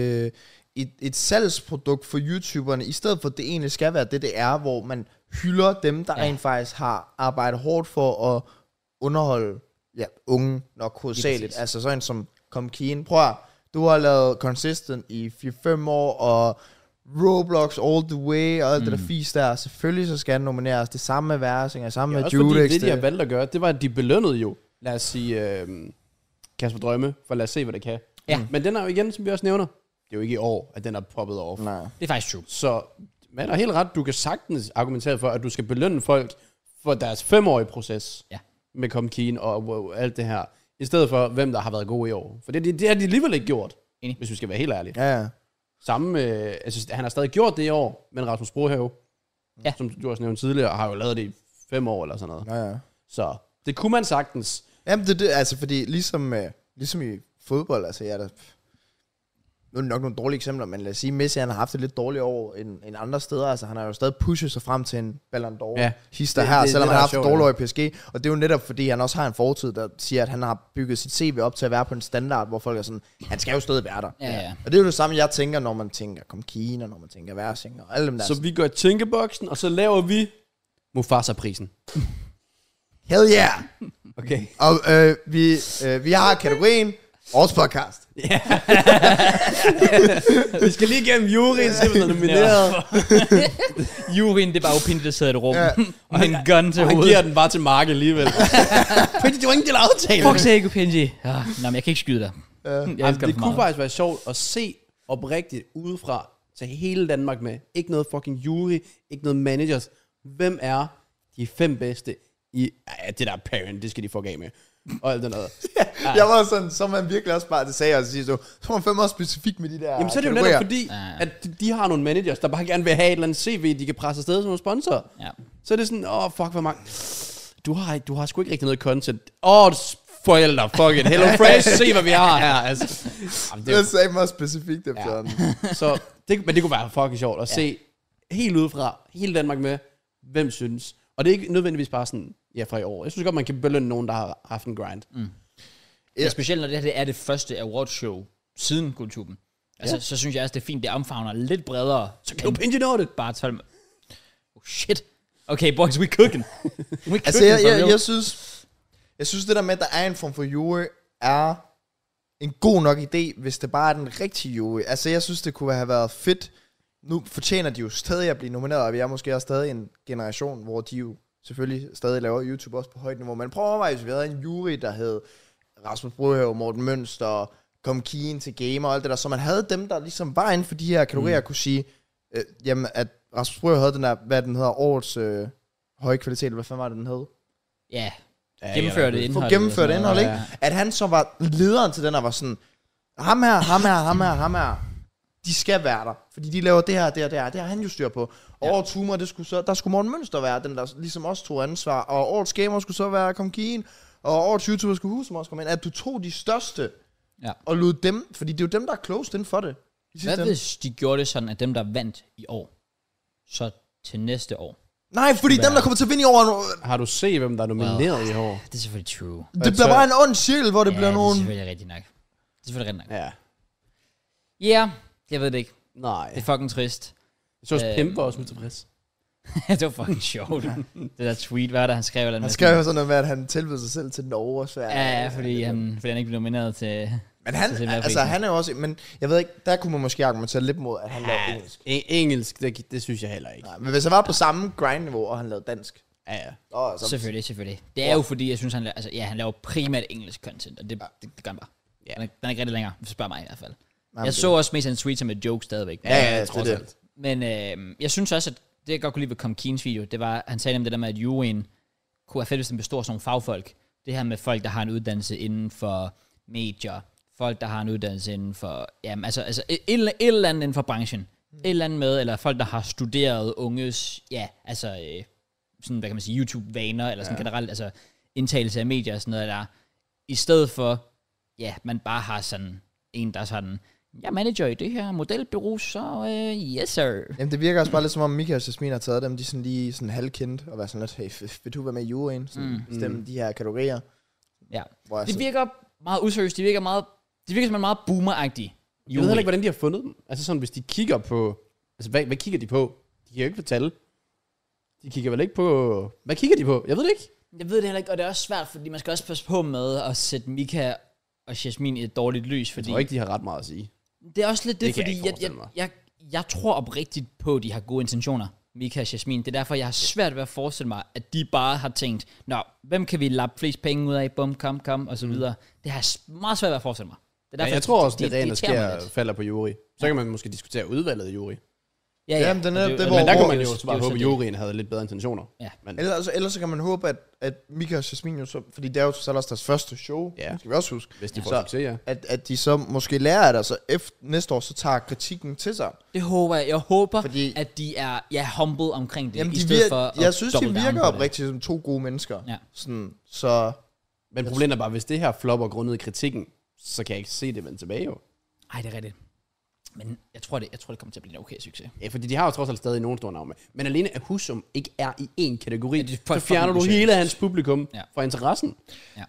[SPEAKER 2] et salgsprodukt for YouTuberne, i stedet for at det egentlig skal være det er, hvor man hylder dem, der rent faktisk har arbejdet hårdt for at underholde unge nok hovedsageligt. Altså sådan som Keen. Prøv at, du har lavet Consistent i 4-5 år, og Roblox all the way, og alt det der fisk der. Selvfølgelig så skal han nomineres. Det samme med Versinger, samme med Judex.
[SPEAKER 3] Det de har valgt at gøre, det var, at de belønnede jo, lad os sige, Kasper Drømme, for lad os se, hvad det kan.
[SPEAKER 1] Ja.
[SPEAKER 3] Men den er jo igen, som vi også nævner, det er jo ikke i år, at den er poppet off.
[SPEAKER 2] Nej.
[SPEAKER 1] Det er faktisk true.
[SPEAKER 3] Så man er helt ret, du kan sagtens argumentere for, at du skal belønne folk for deres 5-årige proces med Comkeen og alt det her, i stedet for, hvem der har været gode i år. For det har de alligevel ikke gjort, hvis vi skal være helt ærlige.
[SPEAKER 2] Ja.
[SPEAKER 3] Samme, altså, han har stadig gjort det i år, men Rasmus Brohave, som du også nævnte tidligere, har jo lavet det i 5 år eller sådan noget.
[SPEAKER 2] Ja.
[SPEAKER 3] Så det kunne man sagtens.
[SPEAKER 2] Jamen, det altså, fordi ligesom i fodbold, altså, nu er det nok nogle dårlige eksempler, men lad os sige, Messi han har haft et lidt dårligere år end andre steder. Altså, han har jo stadig pushet sig frem til en Ballon d'Or hister her, selvom han har haft et dårligt år i PSG. Og det er jo netop, fordi han også har en fortid, der siger, at han har bygget sit CV op til at være på en standard, hvor folk er sådan, han skal jo stadig være der.
[SPEAKER 1] Ja.
[SPEAKER 2] Og det er jo det samme, jeg tænker, når man tænker Comkeen, og når man tænker Versing, og alle dem der.
[SPEAKER 3] Så vi går i tænkeboksen, og så laver vi Mufasa-prisen.
[SPEAKER 2] Hell yeah!
[SPEAKER 3] Okay.
[SPEAKER 2] Og vi har kategorien Årets podcast.
[SPEAKER 3] Ja. Vi skal lige igennem juryen, så vi er nomineret.
[SPEAKER 1] Juryen, det er bare opindet, der sidder i et rum. Og en gun til
[SPEAKER 3] hovedet. Han giver den bare til Mark alligevel. Fordi du har ingen del aftale.
[SPEAKER 1] Fuck sake, Pinji. Nå, men jeg kan ikke skyde dig.
[SPEAKER 3] Det kunne faktisk være sjovt at se oprigtigt udefra til hele Danmark med. Ikke noget fucking jury, ikke noget managers. Hvem er de 5 bedste i... Ja, det der parent, det skal de fuck af med. Og alt det noget.
[SPEAKER 2] Jeg var sådan, så man virkelig også bare, det sagde jeg, så man fandme også specifikt med de der.
[SPEAKER 3] Jamen så er det jo netop fordi, at de har nogle managers, der bare gerne vil have et eller andet CV, de kan presse afsted som nogle sponsorer. Ja. Så er det sådan, fuck, hvor mange... Du har sgu ikke rigtig noget content. Forældre, fuck it. Hello Fresh, se hvad vi har her. Altså,
[SPEAKER 2] det sagde mig specifikt efter den.
[SPEAKER 3] Så men det kunne være fucking sjovt at se helt udefra, hele Danmark med, hvem synes. Og det er ikke nødvendigvis bare sådan, fra i år. Jeg synes godt, man kan belønne nogen, der har haft en grind.
[SPEAKER 1] Ja, specielt når det er det første awardshow siden Guldtuben. Altså, så synes jeg også, det er fint, det omfavner lidt bredere.
[SPEAKER 3] Så kan du pinche nå det.
[SPEAKER 1] Bare 12. Oh shit. Okay, boys, we cooking.
[SPEAKER 2] Altså, jeg synes det der med, at der er en form for jury, er en god nok idé, hvis det bare er den rigtige jury. Altså, jeg synes, det kunne have været fedt. Nu fortjener de jo stadig at blive nomineret, og vi er måske også stadig en generation, hvor de jo selvfølgelig stadig laver YouTube også på højt niveau. Men prøv at overveje, hvis vi havde en jury, der hed Rasmus Brohave, Morten Mønster, Comkeen til Gamer og alt det der, så man havde dem, der ligesom var inden for de her kategorier, kunne sige, jamen, at Rasmus Brohave havde den der, hvad den hedder, årets høje kvalitet, hvad fanden var det, den hed?
[SPEAKER 1] Ja, gennemførte indhold.
[SPEAKER 2] Gennemførte indhold, ikke? At han så var lederen til den, og var sådan, ham her, de skal være der, fordi de laver det her, det har han jo styr på. Årets humor, der skulle Morten Mønster være, den der ligesom også tog ansvar, og årets gamer skulle så være Comkeen, og årets YouTuber skulle Husum også komme ind, at du tog de største, og lod dem, fordi det er jo dem, der er closed inden for det.
[SPEAKER 1] Hvad hvis de gjorde det sådan, at dem, der vandt i år, så til næste år?
[SPEAKER 2] Nej, fordi dem, der kommer til at vinde i år...
[SPEAKER 3] Har du set, hvem der er nomineret i år?
[SPEAKER 1] Det er selvfølgelig true.
[SPEAKER 2] Det bliver bare en ond cirkel, hvor det bliver nogen...
[SPEAKER 1] det er selvfølgelig rigtigt nok.
[SPEAKER 3] Ja.
[SPEAKER 1] Ja, jeg ved det ikke.
[SPEAKER 3] Nej.
[SPEAKER 1] Det er fucking trist.
[SPEAKER 3] Så Pimp var også utilfreds.
[SPEAKER 1] Det var fucking sjovt. Det der tweet, hvad der han skrev?
[SPEAKER 2] Han skrev sådan noget med, at han tilbød sig selv til Norge.
[SPEAKER 1] Ja, fordi han ikke blev nomineret til...
[SPEAKER 2] Men han er jo også... Men jeg ved ikke, der kunne man måske argumentere lidt mod, at han lavede engelsk.
[SPEAKER 3] Engelsk, det synes jeg heller ikke.
[SPEAKER 2] Nej, men hvis han var på samme grind-niveau, og han lavede dansk...
[SPEAKER 1] Ja. Selvfølgelig. Det er jo fordi, jeg synes, han laver primært engelsk content, og det gør han bare. Ja. Den er ikke rigtig længere, hvis du spørger mig i hvert fald. Jeg så også mest en tweet som et joke stadigvæk.
[SPEAKER 2] Ja, det.
[SPEAKER 1] Men jeg synes også, at det jeg godt kunne lide ved Comkeens video, det var, han sagde om det der med, at juryen kunne være fedt, hvis den består af sådan nogle fagfolk. Det her med folk, der har en uddannelse inden for medier, folk, der har en uddannelse inden for, jamen, altså et eller andet inden for branchen. Et eller andet med, eller folk, der har studeret unges, sådan, hvad kan man sige, YouTube-vaner, eller sådan generelt, altså indtagelse af medier og sådan noget der. I stedet for, man bare har sådan en, der er sådan, jeg manager i det her modelbureau, så yes sir. Jamen
[SPEAKER 2] det virker også bare lidt som om Mika og Jasmin har taget dem, de sådan lige sådan halvkendt, og være sådan lidt, hey, vil du være med i juryen? Bestemme de her kategorier.
[SPEAKER 1] Ja, det virker meget useriøst, det virker som meget boomer-agtigt.
[SPEAKER 3] Jeg ved heller ikke, hvordan de har fundet dem. Altså sådan, hvis de kigger på, altså hvad kigger de på? De kigger jo ikke på tal. De kigger vel ikke på, hvad kigger de på? Jeg ved det ikke.
[SPEAKER 1] Jeg ved det heller ikke, og det er også svært, fordi man skal også passe på med at sætte Mika og Jasmin i et dårligt lys, fordi...
[SPEAKER 3] Jeg tror ikke, de har ret meget at sige.
[SPEAKER 1] Det er også lidt det fordi jeg tror oprigtigt på, at de har gode intentioner Mika og Jasmin. Det er derfor, jeg har svært ved at forestille mig, at de bare har tænkt, nå, hvem kan vi lappe flest penge ud af, bum, kom, og så videre. Det har meget svært ved at forestille mig. Det er derfor,
[SPEAKER 3] jeg tror også, det rent, der sker, falder på jury. Så kan man måske diskutere udvalget i jury.
[SPEAKER 2] Ja. Jamen, men
[SPEAKER 3] der kunne man jo bare håbe, at juryen havde lidt bedre intentioner.
[SPEAKER 1] Ja.
[SPEAKER 2] Men ellers så kan man håbe, at Mika og Jasmin jo så, fordi det er jo så også deres første show, skal vi også huske.
[SPEAKER 3] Hvis de får succes,
[SPEAKER 2] at de så måske lærer af det, så efter næste år, så tager kritikken til sig.
[SPEAKER 1] Det håber jeg. Jeg håber, at de er humble omkring det,
[SPEAKER 2] jamen,
[SPEAKER 1] i stedet for
[SPEAKER 2] jeg synes, de virker oprigtigt som 2 gode mennesker.
[SPEAKER 1] Ja.
[SPEAKER 2] Sådan, så...
[SPEAKER 3] Men problemet er bare, hvis det her flopper grundet i kritikken, så kan jeg ikke se det vende tilbage jo.
[SPEAKER 1] Ej, det er rigtigt. Men jeg tror, det kommer til at blive en okay succes.
[SPEAKER 3] Ja, fordi de har jo trods alt stadig nogen store navne med. Men alene at Husum ikke er i én kategori,
[SPEAKER 1] så
[SPEAKER 3] fjerner du hele hans publikum fra interessen.
[SPEAKER 1] Ja.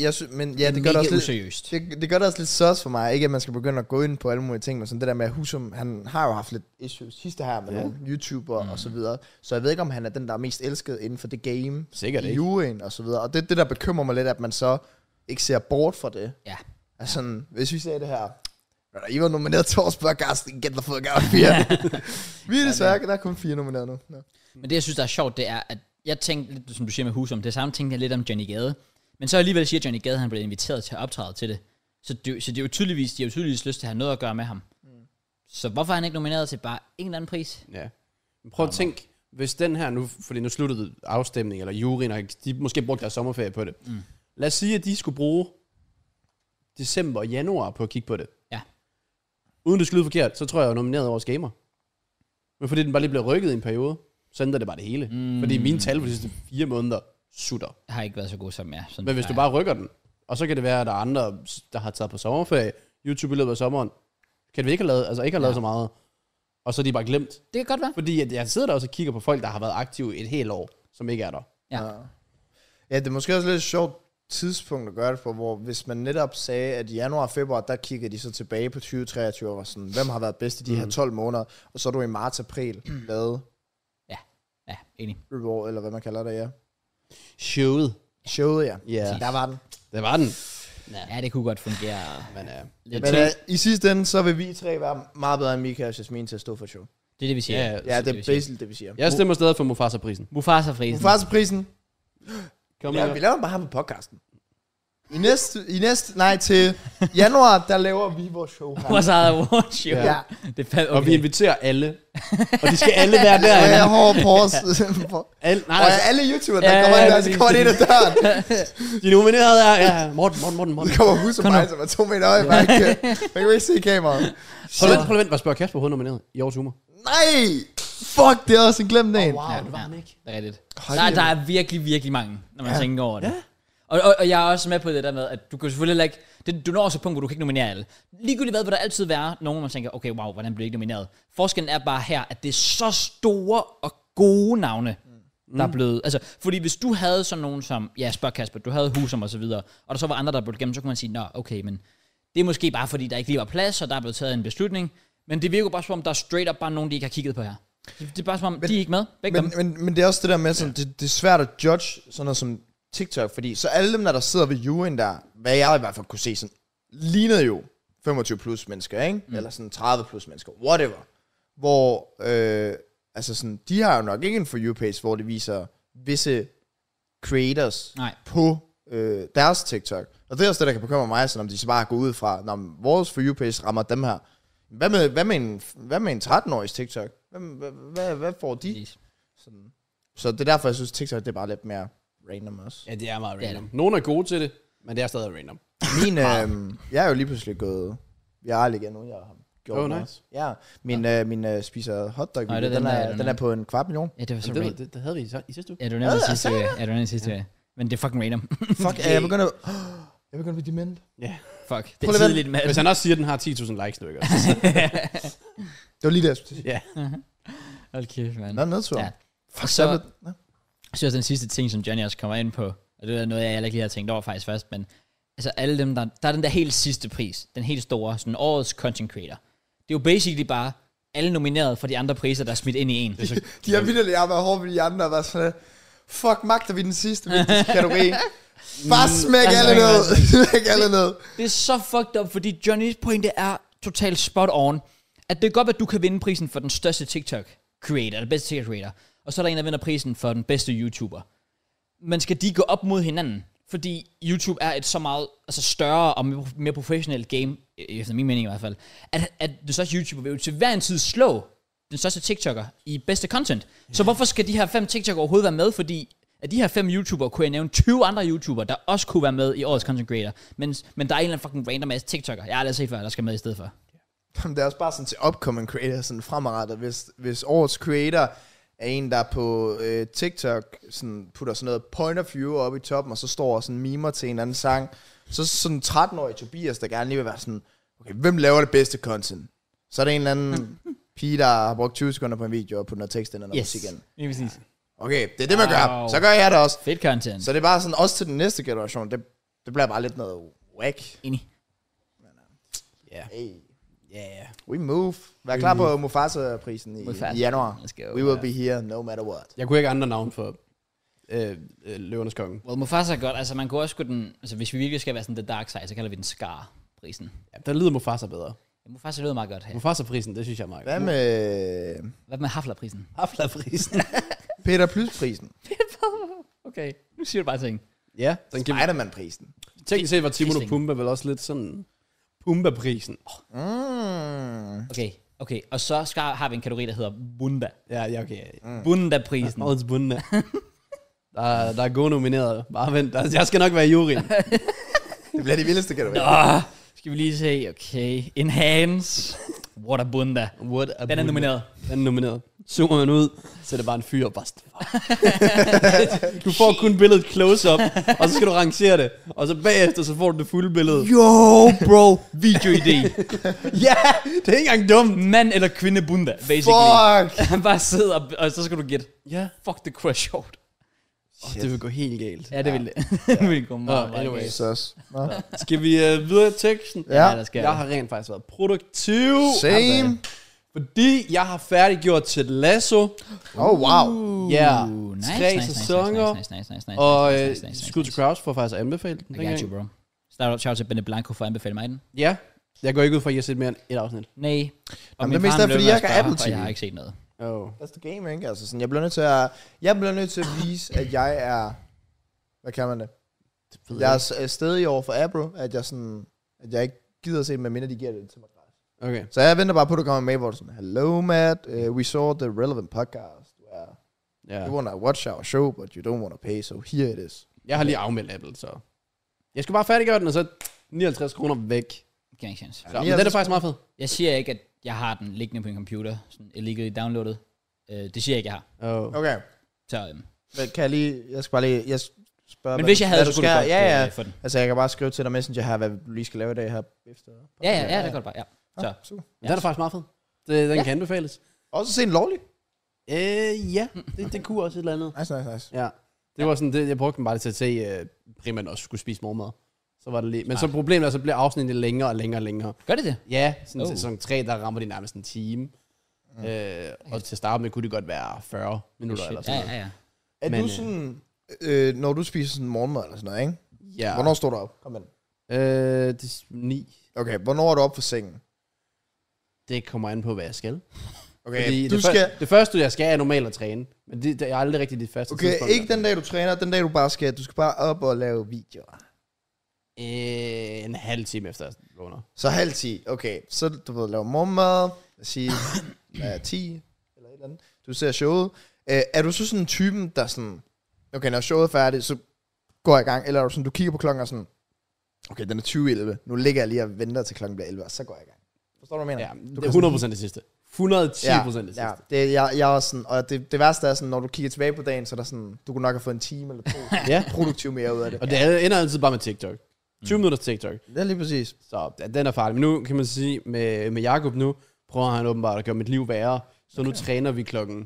[SPEAKER 2] Det gør det også useriøst. Det gør det også lidt søs for mig, ikke at man skal begynde at gå ind på alle mulige ting, men sådan det der med Husum, han har jo haft lidt issues sidste her med nogle YouTuber og så videre, så jeg ved ikke, om han er den, der er mest elsket inden for det game.
[SPEAKER 3] Sikkert ikke.
[SPEAKER 2] Juryen og så videre, og det der bekymrer mig lidt, at man så ikke ser bort fra det.
[SPEAKER 1] Ja.
[SPEAKER 2] Altså sådan, hvis vi sagde det her, I var nomineret til årets podcast, get the fuck out here. Vi er desværre, der er kun 4 nomineret nu. Ja.
[SPEAKER 1] Men det, jeg synes, der er sjovt, det er, at jeg tænkte lidt, som du siger med Husum, det samme tænkte jeg lidt om Johnny Gade. Men så alligevel siger Johnny Gade, at han blev inviteret til at optræde til det. Så det er jo tydeligvis, de har jo tydeligvis lyst til at have noget at gøre med ham. Så hvorfor er han ikke nomineret til bare en eller anden pris?
[SPEAKER 3] Ja. Men prøv at tænke, hvis den her nu, fordi nu sluttede afstemning, eller juryen, og de måske brugte deres sommerferie på det. Lad os sige, at de skulle bruge december og januar på at kigge på det.
[SPEAKER 1] Ja.
[SPEAKER 3] Uden det skulle lyde forkert, så tror jeg, jeg er nomineret årets gamer. Men fordi den bare lige blev rykket i en periode, så ændrer det bare det hele. Fordi mine tal for de sidste 4 måneder sutter.
[SPEAKER 1] Jeg har ikke været så god som jeg.
[SPEAKER 3] Men hvis du bare rykker den, og så kan det være, at der er andre, der har taget på sommerferie, YouTube i løbet af sommeren, kan vi ikke have lavet, ikke have lavet så meget, og så er de bare glemt.
[SPEAKER 1] Det kan godt være.
[SPEAKER 3] Fordi at jeg sidder der også og kigger på folk, der har været aktive et helt år, som ikke er der.
[SPEAKER 2] Ja, det er måske også lidt et sjovt tidspunkt at gøre det på, hvor hvis man netop sagde, at i januar og februar, der kigger de så tilbage på 2023, og var sådan, hvem har været bedst i de her 12 måneder, og så er du i marts-april lavet
[SPEAKER 1] Ja, enig.
[SPEAKER 2] reward, eller hvad man kalder det,
[SPEAKER 3] Showet,
[SPEAKER 2] ja.
[SPEAKER 3] Ja.
[SPEAKER 2] Der var den.
[SPEAKER 3] Det var den.
[SPEAKER 1] Ja, det kunne godt fungere.
[SPEAKER 2] Men i sidste ende, så vil vi 3 være meget bedre end Mika og Jasmin til at stå for show.
[SPEAKER 1] Det er det, vi siger.
[SPEAKER 2] Ja, det er basically det, vi siger.
[SPEAKER 3] Jeg stemmer stadig for Mufasa-prisen.
[SPEAKER 2] Mufasa-prisen. Vi laver bare ham på podcasten. Til januar, der laver vi vores show her.
[SPEAKER 1] Vores eget award show.
[SPEAKER 2] Ja.
[SPEAKER 1] Det er okay.
[SPEAKER 3] Og vi inviterer alle. Og de skal alle være der.
[SPEAKER 2] Jeg har pause. Alle YouTubere, der kommer ind, så kommer de ind ad døren.
[SPEAKER 3] De er nomineret her. Ja, Morten.
[SPEAKER 2] Så kommer Husum mig, som er 2 meter høj. Man kan jo ikke se kameraet.
[SPEAKER 3] Prøv at vente, var Spørg Kasper hovednomineret i årets humor?
[SPEAKER 2] Nej! Fuck, det er også en glemt en.
[SPEAKER 3] Wow, det var han ikke.
[SPEAKER 1] Det er rigtigt. Der er virkelig, virkelig mange, når man tænker over det.
[SPEAKER 3] Ja.
[SPEAKER 1] Og jeg er også med på det der med, at du kan selvfølgelig ikke... Du når også et punkt, hvor du kan ikke nominere alle. Ligegyldigt hvad, vil der altid være nogen, hvor man tænker, okay, wow, hvordan blev ikke nomineret? Forskellen er bare her, at det er så store og gode navne, der er blevet... Altså, fordi hvis du havde sådan nogen som... Ja, Spørg Kasper, du havde Husum og så videre, og der så var andre, der blev gennem, så kunne man sige, nå, okay, men det er måske bare fordi, der ikke lige var plads, og der er blevet taget en beslutning. Men det virker bare som om, der er straight up bare nogen, de ikke har kigget på her. Det er bare som om, de er ikke med.
[SPEAKER 2] Men det er også det der med, sådan, det er svært at judge sådan noget som TikTok, fordi så alle dem, der sidder ved juryen der, hvad jeg i hvert fald kunne se, sådan, lignede jo 25 plus mennesker, ikke? Eller sådan 30 plus mennesker, whatever. Hvor, altså sådan, de har jo nok ikke en For You-page, hvor det viser visse creators på deres TikTok. Og det er også det, der kan bekymre mig, sådan, om de så bare går ud fra, når vores For You-page rammer dem her. Hvad med en 13-årig TikTok? Hvad får de? Sådan. Så det er derfor, jeg synes, TikTok det er bare lidt mere random også.
[SPEAKER 3] Ja, det er meget random. Nogle er gode til det, men det er stadig random.
[SPEAKER 2] Jeg er jo lige pludselig gået viralt igen nu. Jeg har gjort
[SPEAKER 3] nice.
[SPEAKER 2] Ja, min spiser hotdog. Den er på 250.000.
[SPEAKER 1] Ja, det var så
[SPEAKER 3] det havde vi i sidste uge.
[SPEAKER 1] Ja, det var nævnt sidste uge. Men det er fucking random.
[SPEAKER 2] Fuck, jeg begynder at blive dement.
[SPEAKER 3] Ja.
[SPEAKER 1] Fuck, det er tidligt, mand.
[SPEAKER 3] Hvis han også siger, at den har 10.000 likes nu, ikke?
[SPEAKER 2] Det var lige det, jeg skulle sige.
[SPEAKER 3] Ja.
[SPEAKER 1] Hold kæft, mand.
[SPEAKER 2] Nå, nedtur.
[SPEAKER 1] Ja. Fuck, så synes den sidste ting, som Johnny også kommer ind på, og det er noget, jeg ikke lige har tænkt over faktisk først, men altså alle dem, der er den der helt sidste pris, den helt store, sådan årets content creator. Det er jo basically bare alle nomineret for de andre priser, der er smidt ind i en.
[SPEAKER 2] De har vildt, jeg har været hårdt ved de andre, og været sådan, fuck, magter vi den sidste vigtigste kategori. Bare smæk alle ned.
[SPEAKER 1] Det er så fucked up, fordi Johnnys pointe er totalt spot on, at det er godt, at du kan vinde prisen for den største TikTok, creator, eller bedste TikTok creator. Og så er der en, der vinder prisen for den bedste YouTuber. Men skal de gå op mod hinanden? Fordi YouTube er et så meget større og mere professionelt game, efter min mening i hvert fald, at den største YouTuber vil jo til hver en tid slå den største TikToker i bedste content. Så hvorfor skal de her 5 TikTokere overhovedet være med? Fordi af de her 5 YouTubere kunne jeg nævne 20 andre YouTubere, der også kunne være med i årets content creator. Men der er en eller anden fucking random ass TikToker, jeg har aldrig set før, der skal med i stedet for.
[SPEAKER 2] Det er også bare sådan til upcoming creator, sådan fremadrettet. Hvis årets creator er en, der på TikTok sådan putter sådan noget point of view op i toppen, og så står sådan mimer til en anden sang, så sådan 13-årig Tobias, der gerne lige vil være sådan, okay, hvem laver det bedste content? Så er det en eller anden pige, der har brugt 20 sekunder på en video og puttet noget tekst ind og noget musik ind.
[SPEAKER 1] Yes, præcis.
[SPEAKER 2] Okay, det er det, man gør. Så gør jeg det også.
[SPEAKER 1] Fedt content.
[SPEAKER 2] Så det er bare sådan, også til den næste generation, det bliver bare lidt noget whack.
[SPEAKER 1] Enig.
[SPEAKER 3] Ja.
[SPEAKER 2] Hey.
[SPEAKER 3] Yeah.
[SPEAKER 2] We move. Vær klar på Mufasa-prisen i januar.
[SPEAKER 1] Let's go.
[SPEAKER 2] We will be here no matter what.
[SPEAKER 3] Jeg kunne ikke andre navn for Løvernes Konge.
[SPEAKER 1] Well, Mufasa er godt. Altså, man kunne også gå den... Altså, hvis vi virkelig skal være sådan the dark side, så kalder vi den Scar-prisen.
[SPEAKER 3] Ja, der lyder Mufasa bedre.
[SPEAKER 1] Ja, Mufasa lyder meget godt her.
[SPEAKER 3] Mufasa-prisen, det synes jeg er meget
[SPEAKER 2] godt.
[SPEAKER 1] Hvad med Hafler-prisen?
[SPEAKER 3] Hafler-prisen.
[SPEAKER 2] Peter Plus-prisen.
[SPEAKER 1] Okay, nu siger du bare ting.
[SPEAKER 3] Ja.
[SPEAKER 2] Spider-Man-prisen.
[SPEAKER 3] Tænk se, var Timon og Pumba vel også lidt sådan... Pumba-prisen.
[SPEAKER 1] Okay. Og så har vi en kategori, der hedder Bunda.
[SPEAKER 3] Ja, okay.
[SPEAKER 1] Bunda-prisen.
[SPEAKER 3] Årets Bunda. Der er gode nomineret. Bare vent. Jeg skal nok være i juryen.
[SPEAKER 2] Det bliver de vildeste kategorier.
[SPEAKER 1] Skal vi lige se. Okay. Enhance. What a Bunda. Den er nomineret.
[SPEAKER 3] Zoomer man ud, så er det bare en fyr. Du får kun billedet close-up, og så skal du rangere det. Og så bagefter, så får du det fulde billede.
[SPEAKER 1] Yo, bro. Videoidé.
[SPEAKER 3] Ja, det er ikke engang dumt.
[SPEAKER 1] Mand eller kvinde Bunda, basically.
[SPEAKER 2] Fuck.
[SPEAKER 1] Han bare sidder, og så skal du gætte.
[SPEAKER 3] Ja.
[SPEAKER 1] Fuck, det kunne være sjovt.
[SPEAKER 3] Det vil gå helt galt.
[SPEAKER 1] Ja, det vil det. Det vil gå meget
[SPEAKER 3] anyways.
[SPEAKER 2] galt.
[SPEAKER 3] Skal vi videre i teksten?
[SPEAKER 2] Ja.
[SPEAKER 3] Jeg har rent faktisk været produktiv.
[SPEAKER 2] Same.
[SPEAKER 3] Fordi jeg har færdiggjort til Lasso.
[SPEAKER 2] Oh, wow.
[SPEAKER 3] Ja,
[SPEAKER 1] Nice,
[SPEAKER 3] 3 sæsoner.
[SPEAKER 1] Nice.
[SPEAKER 3] Og skud til Kraus for faktisk at anbefale den.
[SPEAKER 1] I got you, bro. Shout til Benne Blanco for at anbefale mig den.
[SPEAKER 3] Ja, jeg går ikke ud fra, at I har set mere end et afsnit.
[SPEAKER 1] Nej. Og
[SPEAKER 2] det mest er, fordi jeg ikke har Apple TV.
[SPEAKER 1] Og jeg har ikke set noget.
[SPEAKER 2] That's the game, ikke? Altså, sådan, jeg bliver nødt til at vise, at jeg er... Hvad kan man det? Jeg er stadig over for Apple, at jeg ikke gider at se, medmindre de giver det til mig.
[SPEAKER 3] Okay.
[SPEAKER 2] Så jeg venter bare på, at du kommer med, hvor du sådan, hello Matt, we saw the relevant podcast. You want to watch our show, but you don't want to pay, so here it is.
[SPEAKER 3] Jeg har lige afmeldt Apple, så... Jeg skal bare færdiggøre den, og så 59 kroner væk.
[SPEAKER 1] Kan ikke chance.
[SPEAKER 3] Så, men det er faktisk meget fedt.
[SPEAKER 1] Jeg siger ikke, at jeg har den liggende på en computer, sådan illegally downloadet. Det siger jeg ikke, jeg har.
[SPEAKER 2] Okay.
[SPEAKER 1] Så,
[SPEAKER 2] kan jeg lige... Jeg skal bare lige... Jeg spørger,
[SPEAKER 1] men hvis jeg havde, så skulle du godt få den.
[SPEAKER 2] Altså, jeg kan bare skrive til dig Messenger her, hvad du lige skal lave i dag her efter.
[SPEAKER 1] Ja, det går bare, ja. Så.
[SPEAKER 2] Super.
[SPEAKER 3] Det er da faktisk meget fedt. Den kan anbefales.
[SPEAKER 2] Også se en lovlig?
[SPEAKER 3] Ja, det kunne også et eller andet.
[SPEAKER 2] Nice.
[SPEAKER 3] Ja, det var sådan, jeg brugte den bare til at se, primært også skulle spise morgenmad. Så var det lige. Men så problemet er, så bliver afsnittet længere og længere.
[SPEAKER 1] Gør det det?
[SPEAKER 3] Ja, sådan sæson 3, der rammer de nærmest en time. Og til at starte med kunne det godt være 40 minutter eller sådan noget.
[SPEAKER 1] Ja.
[SPEAKER 2] Er du sådan, når du spiser sådan morgenmad eller sådan noget, ikke?
[SPEAKER 3] Ja.
[SPEAKER 2] Hvornår står du op? Kom ind.
[SPEAKER 3] Det er 9.
[SPEAKER 2] Okay, hvornår er du op for sengen?
[SPEAKER 3] Det kommer an på, hvad jeg skal.
[SPEAKER 2] Okay,
[SPEAKER 3] fordi det første, jeg skal, er normalt at træne. Men det er aldrig rigtig det første
[SPEAKER 2] tidspunkt. Okay, ikke den dag, du træner. Den dag, du bare skal. Du skal bare op og lave videoer.
[SPEAKER 3] En halv time efter jeg vågner.
[SPEAKER 2] Så halv 10. Okay, så du ved, lave morgenmad. Lad os sige, 10 eller et eller andet. Du ser showet. Er du så sådan en typen, der sådan... Okay, når showet er færdigt, så går jeg i gang. Eller er du sådan, du kigger på klokken og sådan... Okay, den er 20:11. Nu ligger jeg lige og venter til klokken bliver 11, og så går jeg i gang. Forstår du, hvad jeg mener?
[SPEAKER 3] Ja, det er 100% det sidste. 110% det sidste.
[SPEAKER 2] Ja, jeg er også sådan, og det værste er sådan, når du kigger tilbage på dagen, så er der sådan, du kunne nok have fået en time eller 2 produktiv mere ud af det.
[SPEAKER 3] Og det ender altid bare med TikTok. 20 minutter TikTok.
[SPEAKER 2] Det er lige præcis.
[SPEAKER 3] Så den er farlig. Men nu kan man sige, med Jakob nu, prøver han åbenbart at gøre mit liv værre. Så nu træner vi klokken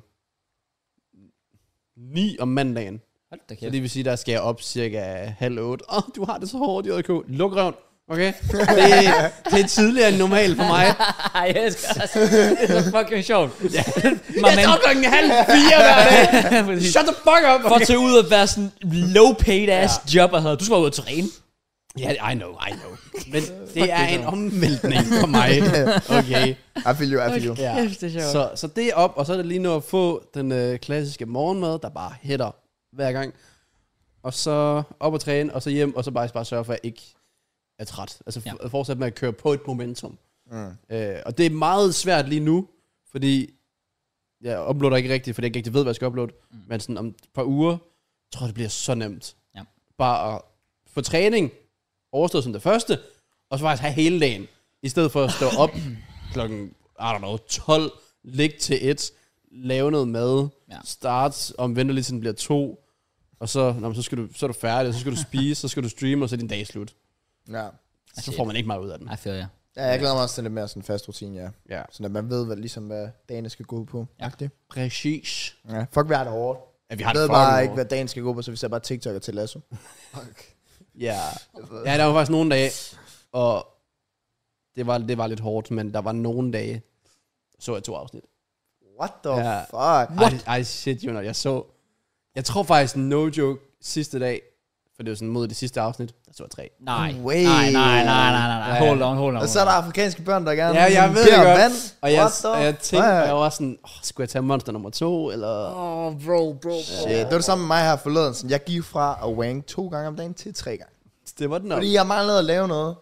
[SPEAKER 3] 9 om mandagen. Så det vil sige, der skal jeg op cirka 7:30. Du har det så hårdt, JK. Luk røven. Okay? Det er tidligere end normalt for mig.
[SPEAKER 1] Jeg elsker også. Det er så fucking sjovt.
[SPEAKER 3] Jeg står klokken 3:30 hver dag. Shut the fuck up.
[SPEAKER 1] For at tage ud og være sådan low paid ass job, og du skal bare ud og træne.
[SPEAKER 3] Ja, I know. Men det er en omvæltning for mig. Okay.
[SPEAKER 2] I feel you.
[SPEAKER 3] Ja. Så det er op, og så er det lige nu at få den klassiske morgenmad, der bare hætter hver gang. Og så op og træne, og så hjem, og så bare sørge for, at jeg ikke er træt. Altså fortsætte med at køre på et momentum. Og det er meget svært lige nu, fordi jeg uploader ikke rigtigt, fordi jeg ikke rigtig ved, hvad jeg skal uploade. Men sådan om et par uger, tror jeg, det bliver så nemt. Ja. Bare at få træning overstået som det første, og så faktisk have hele dagen, i stedet for at stå op klokken, 12, ligge til 1, lave noget mad, start, om venter lige til den bliver 2, og så er du færdig, og så skal du spise, så skal du streame, og så er din dag slut. Ja. Så får man ikke meget ud af den.
[SPEAKER 1] I feel,
[SPEAKER 2] Ja, jeg glæder mig også til lidt mere sådan fast rutine, ja. Sådan at man ved, hvad dagen skal gå på.
[SPEAKER 3] Ja, præcis.
[SPEAKER 2] Ja, fuck, vi har det hårdt.
[SPEAKER 3] Ja, vi har
[SPEAKER 2] det ved bare ikke, hvad dagen skal gå på, så vi ser bare TikTok og til Lasso.
[SPEAKER 3] Ja, der var faktisk nogle dage, og det var lidt hårdt, men der var nogle dage, så jeg 2 afsnit.
[SPEAKER 2] What the fuck?
[SPEAKER 3] I shit you not. Jeg tror faktisk, no joke, sidste dag, for det var sådan mod det sidste afsnit, der så jeg 3.
[SPEAKER 1] Nej. Hold on.
[SPEAKER 2] Og så er der afrikanske børn, der gerne
[SPEAKER 3] jeg ved det godt.
[SPEAKER 2] Vand.
[SPEAKER 3] Og jeg tænkte, jeg var sådan, skulle jeg tage monster nummer 2, eller...
[SPEAKER 2] Bro. Shit, det var det samme med mig her forleden. Sådan, jeg gik fra at wank 2 gange om dagen til 3 gange.
[SPEAKER 3] Det var den nok.
[SPEAKER 2] Fordi jeg manglede at lave noget.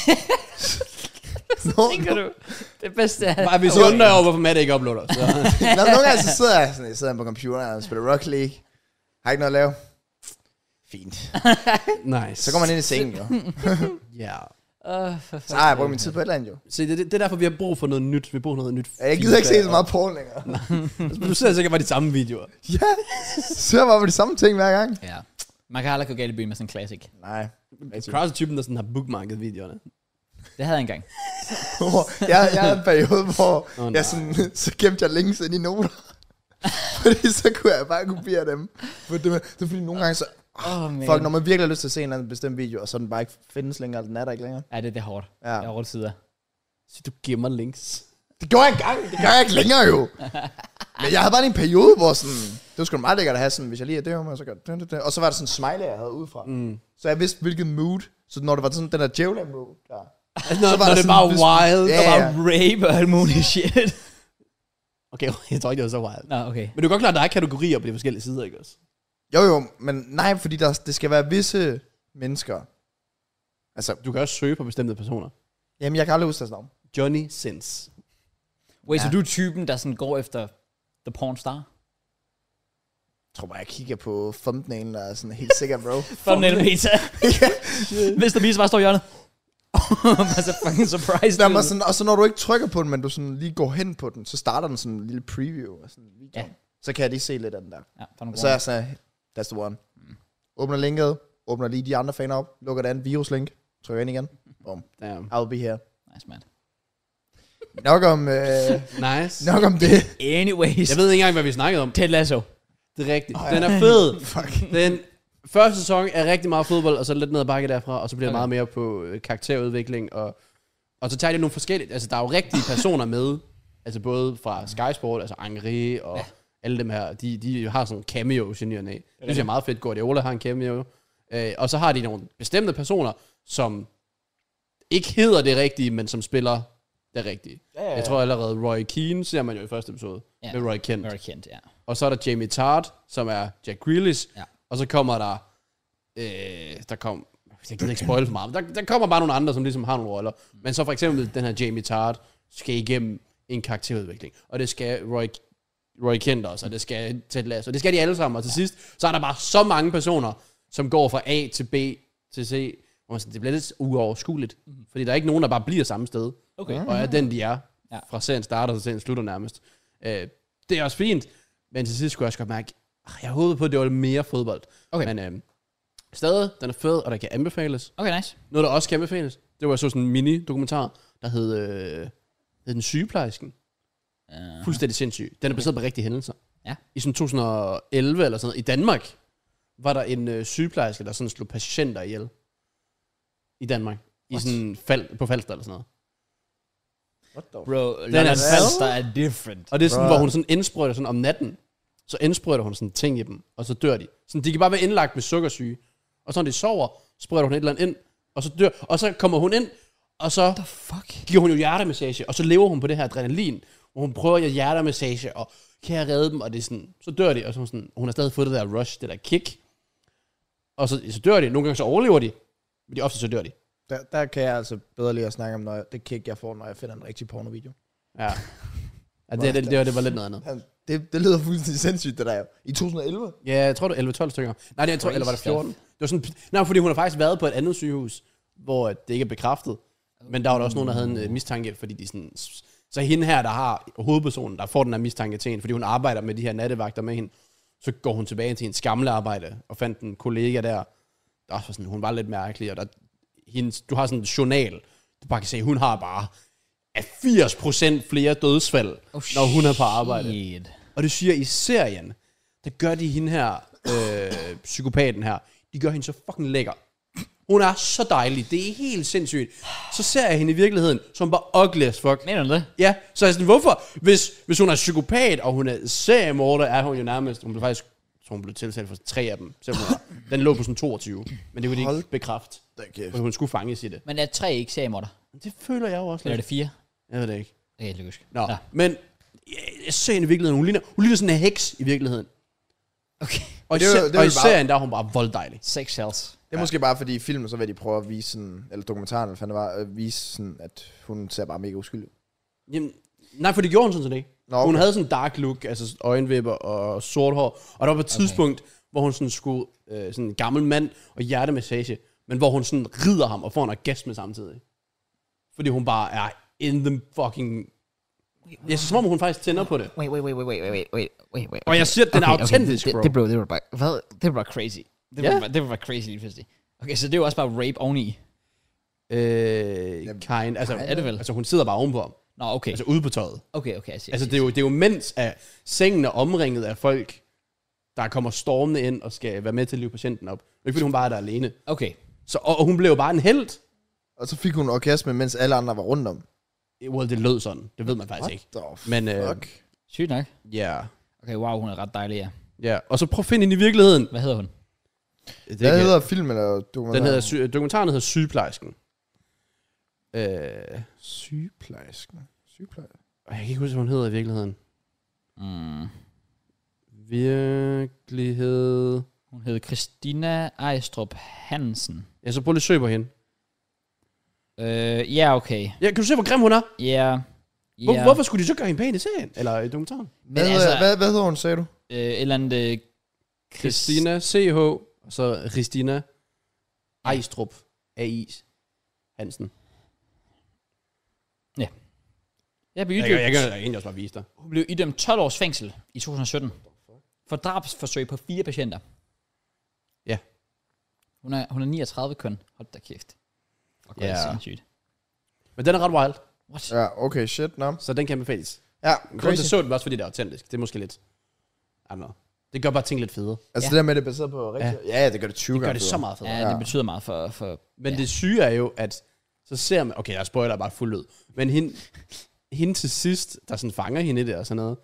[SPEAKER 1] Tænker du? Det bedste er...
[SPEAKER 3] Bare hvis jeg undrer over, hvorfor Matt ikke uploader.
[SPEAKER 2] Nogle gange så sidder jeg på computeren og spiller Rocket League. Har ikke noget at lave. Fint.
[SPEAKER 3] Nice.
[SPEAKER 2] Så går man ind i sengen, jo.
[SPEAKER 3] Ja.
[SPEAKER 2] Så har jeg brugt min tid på et eller andet, jo.
[SPEAKER 3] Se, det er derfor, vi har brug for noget nyt. Vi har brug for noget nyt.
[SPEAKER 2] Jeg gider ikke se så meget porn længere.
[SPEAKER 3] Du ser sikkert bare de samme videoer.
[SPEAKER 2] Ja, så var det de samme ting hver gang.
[SPEAKER 1] Ja. Man kan aldrig gå galt i byen med sådan en classic.
[SPEAKER 2] Nej.
[SPEAKER 3] Kraus er typen, der sådan har bookmarket videoerne.
[SPEAKER 1] Det havde jeg engang.
[SPEAKER 2] Jeg havde en periode, hvor jeg sådan, så gemte jeg links ind i noter. Fordi så kunne jeg bare kopiere dem. Det var fordi nogle gange så... fuck, når man virkelig har lyst til at se en eller anden bestemt video, og så den bare ikke findes længere, den er der ikke længere.
[SPEAKER 1] Ja, det er hårdt. Ja. Det er hårdt sider.
[SPEAKER 3] Så du gemmer links.
[SPEAKER 2] Det gjorde jeg engang. Det gør jeg ikke længere jo. Men jeg havde bare en periode, hvor sådan... Det var sgu meget lækkert at have sådan, hvis jeg lige er det, så gør det. Og så var der sådan en smiley, jeg havde udefra. Så jeg vidste, hvilket mood. Så når det var sådan den der djævle mood, der...
[SPEAKER 3] Altså, når det var wild,
[SPEAKER 1] der var rape og alt muligt shit.
[SPEAKER 3] Okay, jeg tror ikke, det var så wild.
[SPEAKER 1] Nå, okay.
[SPEAKER 3] Men det er godt klart, at der er kategorier på de forskellige sider, ikke også?
[SPEAKER 2] Jo, men nej, fordi det skal være visse mennesker.
[SPEAKER 3] Altså, du kan også søge på bestemte personer.
[SPEAKER 2] Jamen, jeg kan aldrig huske deres navn.
[SPEAKER 3] Johnny Sins.
[SPEAKER 1] Wait, så du er typen, der sådan går efter the porn star?
[SPEAKER 2] Jeg tror bare, jeg kigger på thumbnail, der er sådan helt sikker, bro.
[SPEAKER 1] Thumbnail pizza. Hvis der bare står i hjørnet. Bare så fucking surprised.
[SPEAKER 2] Jamen, sådan, og så når du ikke trykker på den, men du sådan lige går hen på den, så starter den sådan en lille preview af sådan en video. Ja. Så kan jeg lige se lidt af den der. Ja, så er jeg sådan, that's the one. Åbner linket, åbner lige de andre faner op, lukker det andet viruslink, trykker ind igen. Boom. I'll be here.
[SPEAKER 1] Nice, man.
[SPEAKER 2] Nok om,
[SPEAKER 3] nice.
[SPEAKER 2] Nok om det.
[SPEAKER 1] Anyways.
[SPEAKER 3] Jeg ved ikke engang, hvad vi snakkede om.
[SPEAKER 1] Ted Lasso.
[SPEAKER 3] Det er rigtigt. Den er fed. Den første sæson er rigtig meget fodbold, og så lidt ned ad bakke derfra, og så bliver det meget mere på karakterudvikling, og så tager de nogle forskellige, altså der er jo rigtige personer med, altså både fra Sky Sport, altså Angri og alle dem her, de har sådan en cameo, generne af. Det synes jeg er meget fedt. Guardiola har en cameo. Og så har de nogle bestemte personer, som ikke hedder det rigtige, men som spiller det rigtige. Ja. Jeg tror allerede, Roy Keane ser man jo i første episode, med Roy Kent.
[SPEAKER 1] Ja.
[SPEAKER 3] Og så er der Jamie Tart, som er Jack Grealish. Ja. Og så kommer der, jeg gider ikke spoil for meget, men der kommer bare nogle andre, som ligesom har nogle roller. Men så for eksempel den her Jamie Tart skal igennem en karakterudvikling. Og det skal Roy Kent også, og det skal Ted Lasso, og det skal de alle sammen. Og til sidst, så er der bare så mange personer, som går fra A til B til C, og det bliver lidt uoverskueligt. Fordi der er ikke nogen, der bare bliver samme sted. Okay. Og er den, de er, fra serien starter til serien slutter nærmest. Det er også fint, men til sidst skulle jeg også godt mærke, jeg håbede på, at det var mere fodbold. Okay. Men stadig, den er fed, og der kan anbefales.
[SPEAKER 1] Okay, nice.
[SPEAKER 3] Noget, der også kan anbefales, det var så sådan en mini-dokumentar, der hed Den Sygeplejersken. Fuldstændig sindssyg. Den er baseret på rigtige hændelser. Ja. I sådan 2011 eller sådan noget. I Danmark var der en sygeplejerske, der sådan slog patienter ihjel. I Danmark. I sådan på Falster eller sådan noget.
[SPEAKER 1] Bro, den er Falster er different.
[SPEAKER 3] Og det er sådan, hvor hun sådan indsprøjter sådan om natten. Så indsprøjter hun sådan ting i dem, og så dør de. Sådan, de kan bare være indlagt med sukkersyge. Og så når de sover, sprøjter hun et eller andet ind, Og så dør, og så kommer hun ind, og så giver hun jo hjertemassage, og så lever hun på det her adrenalin, hvor hun prøver at hjertemassage, og kan jeg redde dem, og det er sådan, så dør de, og så sådan, hun har stadig fået det der rush, det der kick, og så dør de, nogle gange så overlever de, men de ofte så dør de.
[SPEAKER 2] Der kan jeg altså bedre lige at snakke om, når det kick, jeg får, når jeg finder en rigtig pornovideo.
[SPEAKER 3] Ja. Det var lidt noget andet.
[SPEAKER 2] Det lyder fuldstændig sindssygt, det der. I 2011?
[SPEAKER 3] Ja, jeg tror det 11-12 stykker. Nej, jeg tror, eller var det 14? Det var sådan, nej, fordi hun har faktisk været på et andet sygehus, hvor det ikke er bekræftet. Men der var der også nogen, der havde en mistanke, fordi de sådan... Så hende her, der har hovedpersonen, der får den her mistanke til hende, fordi hun arbejder med de her nattevagter med hende, så går hun tilbage til hendes gamle arbejde, og fandt en kollega der også var sådan, hun var lidt mærkelig, og der, du har sådan en journal, du bare kan se, hun har bare 80% flere dødsfald, når hun er på arbejde. Og det siger i serien, der gør de hende her, psykopaten her, de gør hende så fucking lækker. Hun er så dejlig. Det er helt sindssygt. Så ser jeg hende i virkeligheden, som bare ugly as fuck.
[SPEAKER 1] Mener du det?
[SPEAKER 3] Ja, så er jeg sådan, hvorfor? Hvis hun er psykopat, og hun er seriemorder, er hun jo nærmest... Hun blev faktisk... Så hun blev tiltalt for 3 af dem. Den lå på sådan 22. Men det kunne de ikke bekræfte. For hun skulle fanges i det.
[SPEAKER 1] Men er 3 ikke seriemorder?
[SPEAKER 3] Det føler jeg jo også.
[SPEAKER 1] Eller er det 4?
[SPEAKER 3] Jeg ved det ikke.
[SPEAKER 1] Det er helt lykkes.
[SPEAKER 3] Nå, ja. Men jeg ser hende i virkeligheden. Hun ligner sådan en heks i virkeligheden.
[SPEAKER 1] Okay.
[SPEAKER 3] Og i serien, der er hun bare volddejlig.
[SPEAKER 1] Sex sells.
[SPEAKER 2] Det er måske bare fordi i filmen, så vil de prøve at vise sådan, eller dokumentaren, eller det var, at vise sådan, at hun ser bare mega uskyldig.
[SPEAKER 3] Jamen, nej, for det gjorde hun sådan set ikke.
[SPEAKER 2] Okay.
[SPEAKER 3] Hun havde sådan dark look, altså øjenvipper og sort hår. Og der var på et tidspunkt, hvor hun sådan skulle, sådan en gammel mand og hjertemassage, men hvor hun sådan rider ham og får en orgasme samtidig. Fordi hun bare er in the fucking... Jeg synes, som om hun faktisk tænder på det.
[SPEAKER 1] Wait.
[SPEAKER 3] Og jeg siger, at den er autentisk, bro.
[SPEAKER 1] Det var bare... Hvad? Det var crazy. Det var bare crazy lige pludselig. Okay, så det er jo også bare rape oveni.
[SPEAKER 3] Kind. Altså,
[SPEAKER 1] er det vel?
[SPEAKER 3] Altså, hun sidder bare ovenpå ham.
[SPEAKER 1] Nå, okay.
[SPEAKER 3] Altså, ude på tøjet.
[SPEAKER 1] Okay, jeg siger.
[SPEAKER 3] Altså, det er jo mens at sengen er omringet af folk, der kommer stormende ind og skal være med til at løbe patienten op. Ikke fordi hun bare er der alene.
[SPEAKER 1] Okay.
[SPEAKER 3] Så, og hun blev jo bare en helt.
[SPEAKER 2] Og så fik hun orgasme, mens alle andre var rundt om.
[SPEAKER 3] Well, det lød sådan. Det ved man faktisk ikke. Men,
[SPEAKER 1] sygt nok.
[SPEAKER 3] Ja. Yeah.
[SPEAKER 1] Okay, wow, hun er ret dejlig, ja.
[SPEAKER 3] Ja, og så prøv at finde hende i virkeligheden.
[SPEAKER 1] Hvad hedder hun?
[SPEAKER 2] Hvad hedder film eller dokumentaren?
[SPEAKER 3] Dokumentaren hedder Sygeplejersken.
[SPEAKER 2] Sygeplejersken?
[SPEAKER 3] Jeg kan ikke huske, hvad hun hedder i virkeligheden. Virkelighed...
[SPEAKER 1] Hun hedder Christina Ejstrup Hansen.
[SPEAKER 3] Ja, så prøv lige at søge på hende.
[SPEAKER 1] Ja, okay.
[SPEAKER 3] Ja, kan du se, hvor grim hun er?
[SPEAKER 1] Ja.
[SPEAKER 3] Hvorfor skulle de så gøre hende pæn i serien? Eller i dokumentaren?
[SPEAKER 2] Hvad hedder hun, sagde du?
[SPEAKER 1] Et eller andet...
[SPEAKER 3] Christina CH, og så Christina Ejstrup A.I. Hansen.
[SPEAKER 1] Ja. Jeg kan
[SPEAKER 3] egentlig også bare vise dig.
[SPEAKER 1] Hun blev idømt 12 års fængsel i 2017 for drabsforsøg på 4 patienter.
[SPEAKER 3] Ja.
[SPEAKER 1] Hun er 39 køn. Hold da kæft. Okay, det er sindssygt.
[SPEAKER 3] Men den er ret wild.
[SPEAKER 1] What?
[SPEAKER 2] Ja, okay, shit, no.
[SPEAKER 3] Så den kan befales.
[SPEAKER 2] Ja,
[SPEAKER 3] grunden til så den også, fordi det er autentisk. Det er måske lidt... I don't know. Det gør bare ting lidt federe.
[SPEAKER 2] Altså det der med, det er baseret på rigtigt? Ja, det gør det 20 gange.
[SPEAKER 3] Det gør det så meget federe.
[SPEAKER 1] Ja, det betyder meget for
[SPEAKER 3] men det syge er jo, at så ser man... Okay, jeg spoiler bare fuldt ud. Men hende til sidst, der sådan fanger hende i det og sådan noget,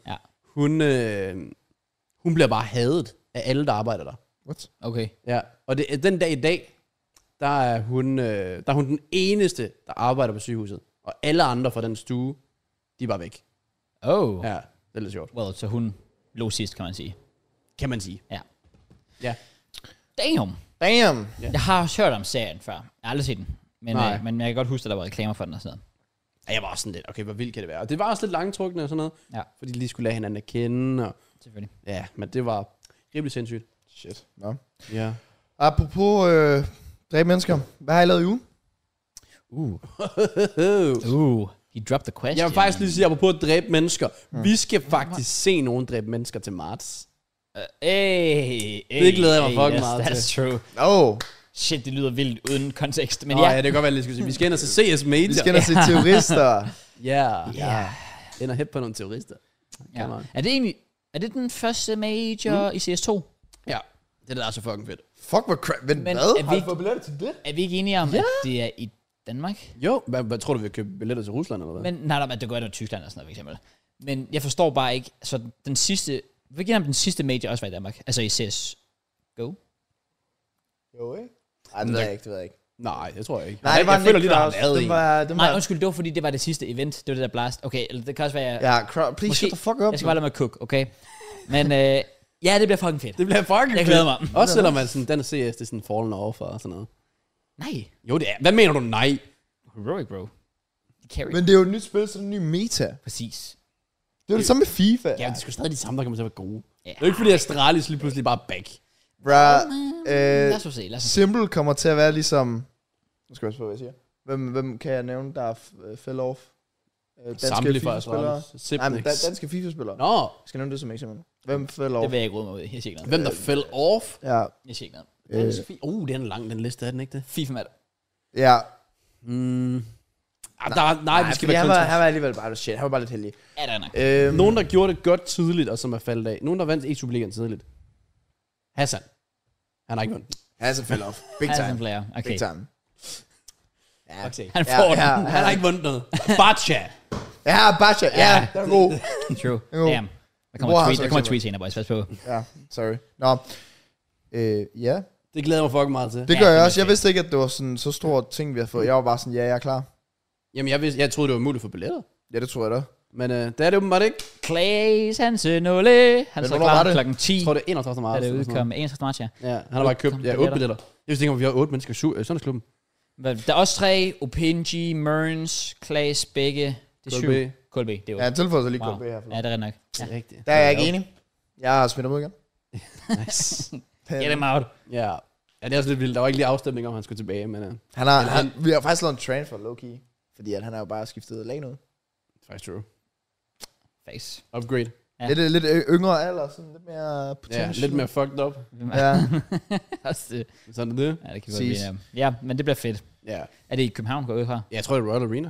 [SPEAKER 3] hun bliver bare hadet af alle, der arbejder der.
[SPEAKER 2] What?
[SPEAKER 1] Okay.
[SPEAKER 3] Ja, og den dag i dag, der er hun den eneste, der arbejder på sygehuset. Og alle andre fra den stue, de er bare væk.
[SPEAKER 1] Oh.
[SPEAKER 3] Ja, det er lidt sjovt.
[SPEAKER 1] Well, så hun lå sidst, kan man sige.
[SPEAKER 3] Kan man sige.
[SPEAKER 1] Ja.
[SPEAKER 3] Ja.
[SPEAKER 1] Damn.
[SPEAKER 2] Yeah.
[SPEAKER 1] Jeg har også hørt om serien før. Jeg har aldrig set den. Men jeg kan godt huske, at der var reklamer for den og sådan noget.
[SPEAKER 3] Ja, jeg var også sådan lidt, okay, hvor vildt kan det være? Og det var også lidt langtrukne og sådan noget.
[SPEAKER 1] Ja.
[SPEAKER 3] Fordi de lige skulle lade hinanden at kende. Og,
[SPEAKER 1] selvfølgelig.
[SPEAKER 3] Ja, men det var rimelig sindssygt.
[SPEAKER 2] Shit. No.
[SPEAKER 3] Ja.
[SPEAKER 2] Apropos dræbe mennesker. Hvad har I lavet i ugen?
[SPEAKER 1] He dropped the question.
[SPEAKER 3] Jeg vil faktisk lige sige, apropos at dræbe mennesker. Vi skal faktisk se nogen dræbe mennesker til marts. Det glæder jeg mig fucking meget
[SPEAKER 1] that's
[SPEAKER 3] til.
[SPEAKER 1] True.
[SPEAKER 2] Oh.
[SPEAKER 1] Shit, det lyder vildt uden kontekst. Men
[SPEAKER 3] ja, det kan godt være, at jeg skulle sige. Vi skal ind og se CS Major.
[SPEAKER 2] Vi skal ind og se terrorister.
[SPEAKER 3] Ja. Ind og hæppe på nogle terrorister.
[SPEAKER 1] Ja. Er det den første major i CS2?
[SPEAKER 3] Ja. Det er så fucking fedt.
[SPEAKER 2] Fuck, hvor crap. Men hvad? Har du fået billetter til det?
[SPEAKER 1] Er vi ikke enige om, at det er i Danmark?
[SPEAKER 3] Jo. Hvad tror du, vi har købt billetter til Rusland eller hvad?
[SPEAKER 1] Men nej, det går ind i Tyskland og sådan noget, for eksempel. Men jeg forstår bare ikke, så den sidste... Hvilken af den sidste major også var i Danmark? Altså i CS Go?
[SPEAKER 2] Jo, ikke? Ej, det ved jeg ikke.
[SPEAKER 3] Nej, jeg tror ikke.
[SPEAKER 2] Nej,
[SPEAKER 3] jeg,
[SPEAKER 2] det var
[SPEAKER 3] jeg føler
[SPEAKER 2] Nick
[SPEAKER 3] lidt, der har
[SPEAKER 2] Kraus.
[SPEAKER 3] været
[SPEAKER 2] Den
[SPEAKER 3] en.
[SPEAKER 2] var,
[SPEAKER 1] Nej, undskyld, det var fordi, det var det sidste event. Det var det der blast. Okay, eller det kan også være,
[SPEAKER 2] please
[SPEAKER 1] Måske-
[SPEAKER 2] shut the fuck up.
[SPEAKER 1] jeg skal bare lade mig cook, okay? Men ja, det bliver fucking fedt.
[SPEAKER 3] Det bliver fucking
[SPEAKER 1] Jeg glæder mig.
[SPEAKER 3] Også selvom man sådan, den CS, det er sådan fallen off og sådan noget.
[SPEAKER 1] Nej.
[SPEAKER 3] Jo, det er. Hvad mener du nej?
[SPEAKER 1] Heroic, bro. Carry.
[SPEAKER 2] Men det er jo et nyt spil, så det er en ny meta.
[SPEAKER 1] Præcis.
[SPEAKER 2] Det er jo det samme med FIFA.
[SPEAKER 3] Ja, det er sgu stadig de samme, der kommer til at være gode.
[SPEAKER 1] Ja.
[SPEAKER 3] Det er jo ikke fordi, Astralis lige pludselig bare back.
[SPEAKER 1] Lad os se, lad os se.
[SPEAKER 2] Simple kommer til at være ligesom... Nu skal jeg også få, hvad jeg siger. Hvem kan jeg nævne, der fell off? Danske
[SPEAKER 3] Samtlige fra
[SPEAKER 2] FIFA-spillere.
[SPEAKER 3] Astralis.
[SPEAKER 2] Nej, men
[SPEAKER 3] Sipnix.
[SPEAKER 2] danske FIFA-spillere.
[SPEAKER 3] Nå,
[SPEAKER 2] Jeg skal nævne det som eksempel. Hvem fell off?
[SPEAKER 1] Det vil jeg ikke råde mig ud i. Jeg siger ikke noget.
[SPEAKER 3] hvem der fell off?
[SPEAKER 2] Ja.
[SPEAKER 1] Jeg siger ikke noget.
[SPEAKER 3] Den er lang, den liste, er den ikke det?
[SPEAKER 1] FIFA med det.
[SPEAKER 2] Ja.
[SPEAKER 3] Nej, vi skal være
[SPEAKER 2] han
[SPEAKER 3] kontra.
[SPEAKER 2] var alligevel bare lidt shit. Han var bare lidt heldig.
[SPEAKER 1] Ja, det er nok.
[SPEAKER 3] Nogen, der gjorde det godt tidligt, og som er faldet af. Nogen, der vandt E-Superligaen tidligt. Hassan. Han har ikke vundet.
[SPEAKER 2] Hassan fell off. Big
[SPEAKER 1] Han er en
[SPEAKER 2] time.
[SPEAKER 1] player. Okay.
[SPEAKER 2] Big time. Ja.
[SPEAKER 3] Okay.
[SPEAKER 1] Han får den.
[SPEAKER 3] Han har ikke vundet noget. Bacha.
[SPEAKER 2] Ja, Basha. Ja, den er god.
[SPEAKER 1] True.
[SPEAKER 2] Jo.
[SPEAKER 1] Damn. Der kommer
[SPEAKER 2] Hvor har
[SPEAKER 1] tweet,
[SPEAKER 2] så
[SPEAKER 1] der kommer
[SPEAKER 2] eksempel?
[SPEAKER 1] tweet senere, boys. Pas på.
[SPEAKER 2] Ja, sorry. Nå. Ja,
[SPEAKER 3] Det glæder jeg mig fucking meget til.
[SPEAKER 2] det
[SPEAKER 1] Ja,
[SPEAKER 2] gør
[SPEAKER 1] det
[SPEAKER 2] jeg
[SPEAKER 1] er
[SPEAKER 2] også. Jeg
[SPEAKER 1] fedt.
[SPEAKER 2] vidste ikke, at det var sådan så stor ting, vi har fået. Jeg var bare sådan, ja, jeg er klar.
[SPEAKER 3] Jamen, jeg troede, det var muligt for billetter.
[SPEAKER 2] Ja, det tror jeg da.
[SPEAKER 3] Men det er det åbenbart ikke.
[SPEAKER 1] Claes Hansen Ole. Han
[SPEAKER 2] Men
[SPEAKER 1] står
[SPEAKER 2] hvornår var
[SPEAKER 1] klar
[SPEAKER 2] det?
[SPEAKER 1] klokken 10.
[SPEAKER 3] Jeg tror, det er 31.
[SPEAKER 1] Da
[SPEAKER 3] marts.
[SPEAKER 1] det
[SPEAKER 3] eller sådan
[SPEAKER 1] udkom 31. marts, ja.
[SPEAKER 3] noget. Ja, han har bare købt 8 billetter. Jeg vidste ikke, om vi har 8 mennesker i søndagsklubben.
[SPEAKER 1] Der er også 3. Opinji, Mørns, Claes, begge. Det er 7.
[SPEAKER 3] KLB.
[SPEAKER 1] KLB, det er
[SPEAKER 2] Ja, han tilføjer så lige
[SPEAKER 1] Wow.
[SPEAKER 2] KLB her.
[SPEAKER 1] Ja, det er nok. Ja.
[SPEAKER 3] Det er rigtigt.
[SPEAKER 2] Der er jeg ikke enig. Jeg har smidt ham ud igen.
[SPEAKER 3] Nice.
[SPEAKER 1] Get him out.
[SPEAKER 3] Ja. Ja, det er også lidt vildt. Der var ikke lige afstemning om, han skulle tilbage, men
[SPEAKER 2] Vi har faktisk lavet en transfer low-key. Fordi at han har jo bare skiftet lag ud.
[SPEAKER 3] faktisk true.
[SPEAKER 1] Face.
[SPEAKER 3] Upgrade.
[SPEAKER 1] Ja.
[SPEAKER 2] Lidt yngre alder, sådan lidt mere potential.
[SPEAKER 3] Ja, lidt mere fucked up.
[SPEAKER 2] Ja.
[SPEAKER 1] Også det.
[SPEAKER 3] Sådan er det.
[SPEAKER 1] Ja, det kan vi
[SPEAKER 2] Præcis.
[SPEAKER 1] godt blive enige om. Ja, men det bliver fedt.
[SPEAKER 3] Ja.
[SPEAKER 1] Er det i København, går ud fra?
[SPEAKER 3] Ja, jeg tror, det er Royal Arena.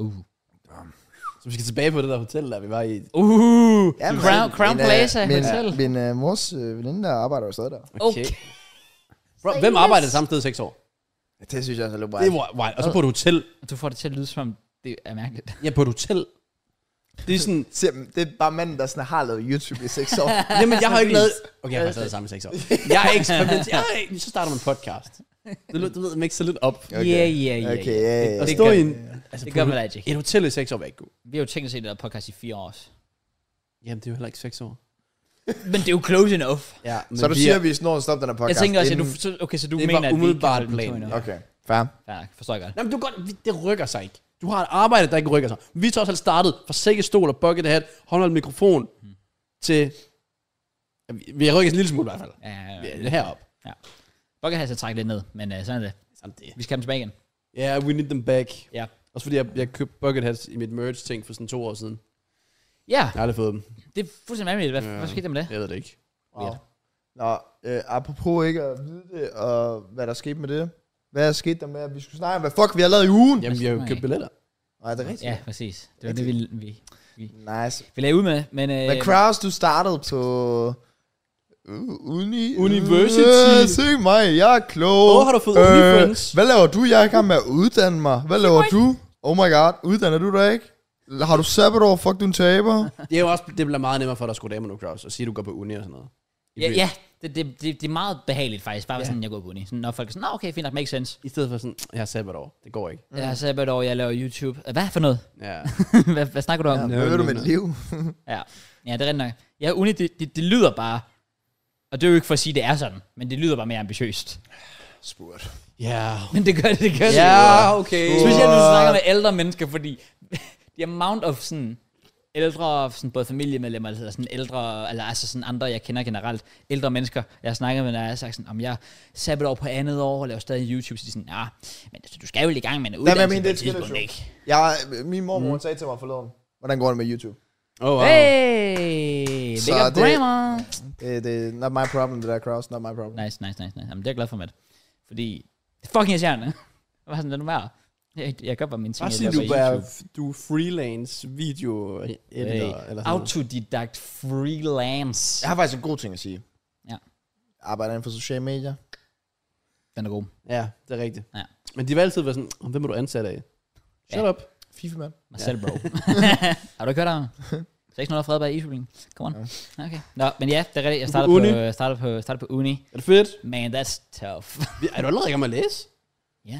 [SPEAKER 3] Så vi skal tilbage på det der hotel, der vi var i.
[SPEAKER 2] Ja, men
[SPEAKER 1] Crown Plaza Hotel.
[SPEAKER 2] Min mors veninde, der arbejder jo stadig der.
[SPEAKER 1] Okay.
[SPEAKER 3] Bro, hvem arbejdede samme sted i 6 år?
[SPEAKER 2] Det synes jeg altså er lidt
[SPEAKER 3] Det var wild. Og så på et hotel.
[SPEAKER 1] Du får det til at lyde som om, det er mærkeligt.
[SPEAKER 3] Ja, på et hotel. Det er sådan...
[SPEAKER 2] Det er bare manden, der sådan har lavet YouTube i 6 år.
[SPEAKER 3] Jamen, jeg har ikke lavet... Okay, jeg har faktisk lavet sammen i 6 år. Jeg har ikke... Så starter man en podcast. Du ved, mixer lidt op.
[SPEAKER 1] Ja, ja, ja.
[SPEAKER 2] Okay, ja.
[SPEAKER 3] Og
[SPEAKER 1] Det
[SPEAKER 3] stå
[SPEAKER 1] gør-
[SPEAKER 3] i en... Altså,
[SPEAKER 1] Det gør man Magic.
[SPEAKER 3] et hotel i 6 år var ikke god.
[SPEAKER 1] Vi har jo tænkt os at se det der podcast i 4 år.
[SPEAKER 3] Jamen, det er jo heller ikke 6 år.
[SPEAKER 1] Men det er jo close enough.
[SPEAKER 3] Ja, men
[SPEAKER 2] Så du siger, at vi snor at stoppe den her podcast?
[SPEAKER 1] Jeg tænker også, at
[SPEAKER 2] inden-
[SPEAKER 1] du
[SPEAKER 3] Det
[SPEAKER 1] mener,
[SPEAKER 3] var
[SPEAKER 1] at vi ikke
[SPEAKER 3] umiddelbart
[SPEAKER 1] kan holde den
[SPEAKER 3] planen,
[SPEAKER 1] to endnu.
[SPEAKER 2] Okay, fair.
[SPEAKER 1] Ja, forstår jeg godt.
[SPEAKER 3] Jamen, du godt, det rykker sig ikke. Du har et arbejde, der ikke rykker sig. Vi har også startet fra sækkestol og bucket hat, håndholdt mikrofon til... Vi har rykket en lille smule i hvert fald.
[SPEAKER 1] Ja,
[SPEAKER 3] Det er herop.
[SPEAKER 1] Bucket har så trækket lidt ned, men sådan er det.
[SPEAKER 3] Sådan det.
[SPEAKER 1] Vi skal have dem tilbage igen.
[SPEAKER 3] Ja, yeah, we need them back.
[SPEAKER 1] Ja.
[SPEAKER 3] Også fordi jeg købte bucket hats i mit merch-ting for sådan 2 år siden.
[SPEAKER 1] Ja,
[SPEAKER 3] Jeg har aldrig fået dem.
[SPEAKER 1] det er fuldstændig vanvittigt. Hvad skete der med det?
[SPEAKER 3] Jeg ved det ikke.
[SPEAKER 2] Wow. Nå, apropos ikke at vide det, og hvad der skete med det. Hvad skete der med, at vi skulle snakke om, hvad fuck vi har lavet i ugen?
[SPEAKER 3] Jamen, vi har jo købt billetter.
[SPEAKER 2] Nej, det er rigtigt.
[SPEAKER 1] Ja, præcis. Det var det, vi
[SPEAKER 2] Nice.
[SPEAKER 1] lagde ud med. Men,
[SPEAKER 2] Men Kraus, du startede på...
[SPEAKER 3] University.
[SPEAKER 2] Se mig, jeg er klog.
[SPEAKER 3] Har du fået uni-friends?
[SPEAKER 2] Hvad laver du? Jeg er i gang med at uddanne mig. Hvad laver du? Oh my god, uddanner du dig ikke? Har du sabbatår? Fuck, du er en taber.
[SPEAKER 3] Det er jo også, det bliver meget nemmere for dig at skrue damer nu, Kraus, og sige, at du går på uni og sådan noget.
[SPEAKER 1] ja, det er meget behageligt faktisk. Bare sådan, jeg går på uni. Sådan, når folk er sådan, okay, fint nok, makes sense.
[SPEAKER 3] I stedet for sådan, jeg har sabbatår. Det går ikke.
[SPEAKER 1] Jeg har sabbatår, jeg laver YouTube. Hvad for noget?
[SPEAKER 3] Ja.
[SPEAKER 1] hvad snakker du om?
[SPEAKER 2] Hvad ved du med dit liv?
[SPEAKER 1] Ja, det er rigtigt nok. Ja, uni, det lyder bare, og det er jo ikke for at sige, at det er sådan, men det lyder bare mere ambitiøst.
[SPEAKER 2] Spurgt.
[SPEAKER 3] Ja.
[SPEAKER 1] Men det gør det.
[SPEAKER 3] Ja, okay.
[SPEAKER 1] Specielt hvis du snakker med ældre mennesker, fordi the amount of sådan ældre, sådan både familiemedlemmer, eller sådan ældre, eller altså sådan andre, jeg kender generelt, ældre mennesker, jeg snakker med, når jeg har sagt sådan, om jeg sabbatår på andet år, og laver stadig YouTube, så de sådan, ja, men altså, du skal jo i gang med en uddannelse på et tidspunkt, ikke?
[SPEAKER 2] Min mormor sagde til mig forleden, hvordan går det med YouTube?
[SPEAKER 3] Oh, wow.
[SPEAKER 1] Hey,
[SPEAKER 2] Så
[SPEAKER 1] big up
[SPEAKER 2] det-
[SPEAKER 1] grandma.
[SPEAKER 2] Det er not my problem, det der, Kraus. Not my problem.
[SPEAKER 1] Nice. Jamen, det er jeg glad for, Matt. Fordi, det er fucking irriterende. Hvad sådan, det nu værd? Jeg gør bare mine ting.
[SPEAKER 3] Bare sig, du er freelance video editor, eller sådan noget.
[SPEAKER 1] Autodidakt freelance.
[SPEAKER 2] Jeg har faktisk en god ting at sige.
[SPEAKER 1] Ja.
[SPEAKER 2] Jeg arbejder inden for sociale medier.
[SPEAKER 1] Den er god.
[SPEAKER 3] Ja, det er rigtigt.
[SPEAKER 1] Ja.
[SPEAKER 3] Men de vil altid være sådan, hvem er du ansat af? Shut
[SPEAKER 1] Ja.
[SPEAKER 3] up.
[SPEAKER 2] FIFA, mand.
[SPEAKER 1] Mig selv, bro. Har du ikke hørt om 600 Fredberg i Isbling? Come on. Okay. Nå, men ja, det er rigtigt. Jeg startede på uni.
[SPEAKER 3] Er det fedt?
[SPEAKER 1] Man, that's tough.
[SPEAKER 3] Er du allerede i gang med at læse?
[SPEAKER 1] Ja.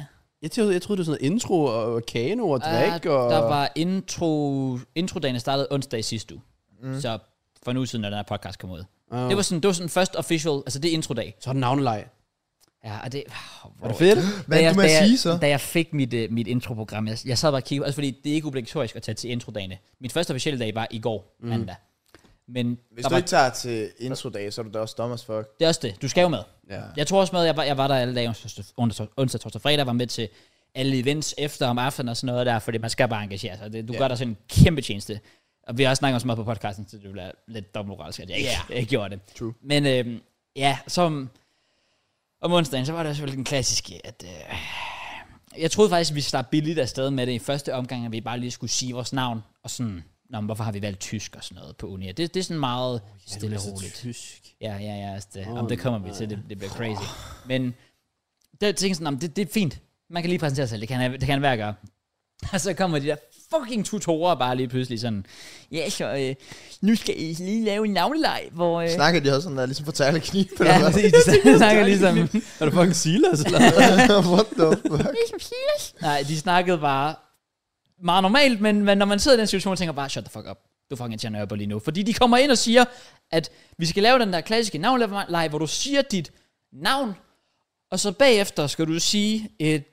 [SPEAKER 3] Jeg troede, det var sådan noget intro og kano og drik. Og...
[SPEAKER 1] Der var introdagen startede onsdag sidste uge. Så for en uge siden, når den her podcast kom ud. Det var sådan først official, altså det er introdag.
[SPEAKER 3] Så er det navneleg.
[SPEAKER 1] Ja, og det...
[SPEAKER 3] Var det fedt?
[SPEAKER 2] Hvad du må sige så?
[SPEAKER 1] Da jeg fik mit introprogram, jeg sad bare og kiggede, altså fordi det er ikke obligatorisk at tage til introdagene. Min første officielle dag var i går, mandag. Men
[SPEAKER 2] hvis du ikke tager til introdag, så er du da også dommers fuck.
[SPEAKER 1] Det er også det. Du skal jo med.
[SPEAKER 3] Ja.
[SPEAKER 1] Jeg tror også med, jeg var der alle dage, onsdag, torsdag, fredag, var med til alle events efter om aftenen og sådan noget der, fordi man skal bare engagere sig. Du gør der sådan en kæmpe tjeneste. Og vi har også snakket så meget på podcasten, så det bliver lidt dobbeltmoralsk, at jeg ikke gjorde det.
[SPEAKER 2] True.
[SPEAKER 1] Men som om onsdagen, så var det selvfølgelig den klassiske, at jeg troede faktisk, at vi startede billigt afsted med det i første omgang, at vi bare lige skulle sige vores navn, og sådan, hvorfor har vi valgt tysk og sådan noget på uni? Det er sådan meget stille og roligt.
[SPEAKER 3] Tysk.
[SPEAKER 1] Ja, det kommer vi til, det bliver crazy. Men det tænker sådan, det er fint. Man kan lige præsentere sig, det kan være at gøre. Og så kommer de der fucking tutorer bare lige pludselig sådan, så nu skal I lige lave en navneleg, hvor...
[SPEAKER 2] Snakker de også sådan der, ligesom fortæller knib?
[SPEAKER 1] Ja, præcis, de snakker ligesom...
[SPEAKER 3] Er du fucking Silas, eller?
[SPEAKER 2] What the fuck?
[SPEAKER 1] Nej, de snakkede bare meget normalt, men når man sidder i den situation, tænker bare, shut the fuck up. Du fucking tjener op lige nu. Fordi de kommer ind og siger, at vi skal lave den der klassiske navneleg, hvor du siger dit navn, og så bagefter skal du sige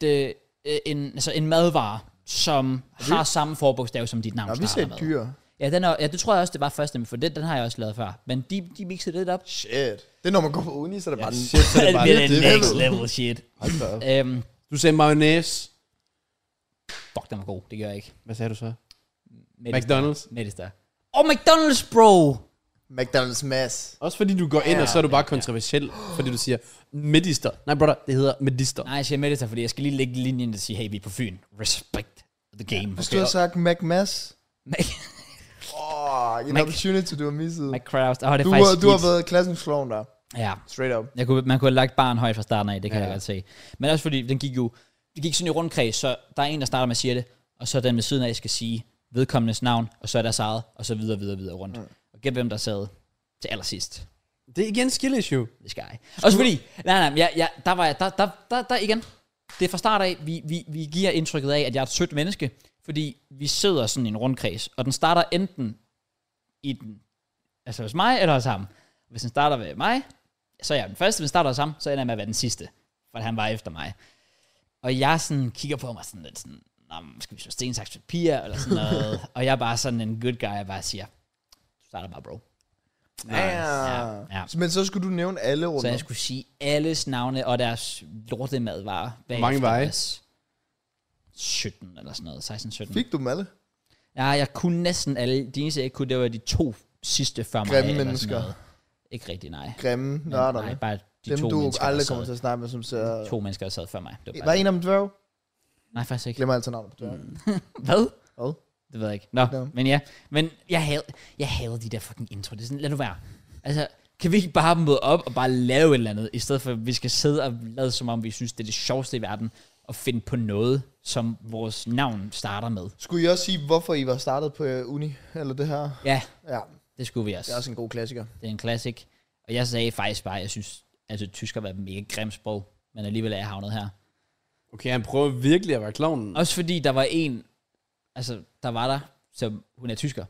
[SPEAKER 1] en madvare, som har samme forbogstav som dit navn.
[SPEAKER 2] Nå, vi ser et dyr.
[SPEAKER 1] Ja, det tror jeg også, det var først, for den har jeg også lavet før. Men de mixede det op.
[SPEAKER 2] Shit. Det er, når man går på uni, så er det bare...
[SPEAKER 3] Shit, så er det bare
[SPEAKER 1] det next level shit.
[SPEAKER 3] Du sagde mayonnaise.
[SPEAKER 1] Fuck, den var god. Det gør jeg ikke.
[SPEAKER 3] Hvad sagde du så?
[SPEAKER 1] McDonald's. McDonald's, bro!
[SPEAKER 2] McDonald's mess.
[SPEAKER 3] Også fordi du går ind, og så er du bare kontroversiel, fordi du siger medister. Nej, brother, det hedder medister.
[SPEAKER 1] Nej, jeg siger medister, fordi jeg skal lige lægge linjen og sige, hey, vi er på Fyn. Respect the game.
[SPEAKER 2] Hvis du har sagt McMass. an opportunity, du har misset.
[SPEAKER 1] McCrouse.
[SPEAKER 2] Du har været klassens klovn der.
[SPEAKER 1] Ja.
[SPEAKER 2] Straight up.
[SPEAKER 1] Man kunne have lagt barn højt fra starten af, det kan jeg godt se. Men også fordi, det gik sådan i rundkreds, så der er en, der starter med at sige det, og så den ved siden af skal sige vedkommendes navn, og så er deres eget, og så videre rundt. Og gæt hvem der sad til allersidst.
[SPEAKER 3] Det er igen skill issue.
[SPEAKER 1] Det skal jeg. Også fordi, der igen, det er fra start af, vi giver indtrykket af, at jeg er et sødt menneske, fordi vi sidder sådan i en rundkreds, og den starter enten hos mig, eller hos ham. Hvis den starter ved mig, så er jeg den første. Hvis den starter hos ham, så ender jeg med at være den sidste, for han var efter mig. Og jeg sådan kigger på mig sådan lidt sådan, skal vi så sten, saks, papir, eller sådan noget. Og jeg er bare sådan en good guy, jeg bare siger, du starter bare, bro.
[SPEAKER 2] Ja. Men så skulle du nævne alle runder.
[SPEAKER 1] Så jeg skulle sige alles navne og deres lortemadvarer.
[SPEAKER 3] Hvor mange var I?
[SPEAKER 1] 17 eller sådan noget, 16-17.
[SPEAKER 2] Fik du dem alle?
[SPEAKER 1] Ja, jeg kunne næsten alle. De eneste, jeg ikke kunne, det var de 2 sidste før mig.
[SPEAKER 2] Grimme mennesker.
[SPEAKER 1] Ikke rigtig, nej.
[SPEAKER 2] Grimme nørderne.
[SPEAKER 1] Nej, bare de
[SPEAKER 2] dem,
[SPEAKER 1] 2
[SPEAKER 2] du
[SPEAKER 1] mennesker,
[SPEAKER 2] aldrig kommer til at snakke med, som ser...
[SPEAKER 1] 2 mennesker, der sad før mig.
[SPEAKER 2] Var en af dem dværg?
[SPEAKER 1] Nej, faktisk ikke.
[SPEAKER 2] Glemmer altid navnet på dværg.
[SPEAKER 1] Hvad?
[SPEAKER 2] Hvad?
[SPEAKER 1] Det ved jeg ikke. Nå, men ja. Men jeg havde de der fucking intro. Det er sådan, lad nu være. Altså, kan vi ikke bare møde op og bare lave et eller andet, i stedet for at vi skal sidde og lade som om, vi synes, det er det sjoveste i verden, at finde på noget, som vores navn starter med.
[SPEAKER 2] Skulle I også sige, hvorfor I var startet på uni, eller det her?
[SPEAKER 1] Ja, det skulle vi også.
[SPEAKER 2] Det er også en god klassiker.
[SPEAKER 1] Det er en klassik. Og jeg sagde faktisk bare, at jeg synes, at tysk har været et mega grimt sprog, men alligevel er jeg havnet her.
[SPEAKER 3] Okay, han prøver virkelig at være klovnen.
[SPEAKER 1] Også fordi der var en, der var der, som hun er tysker.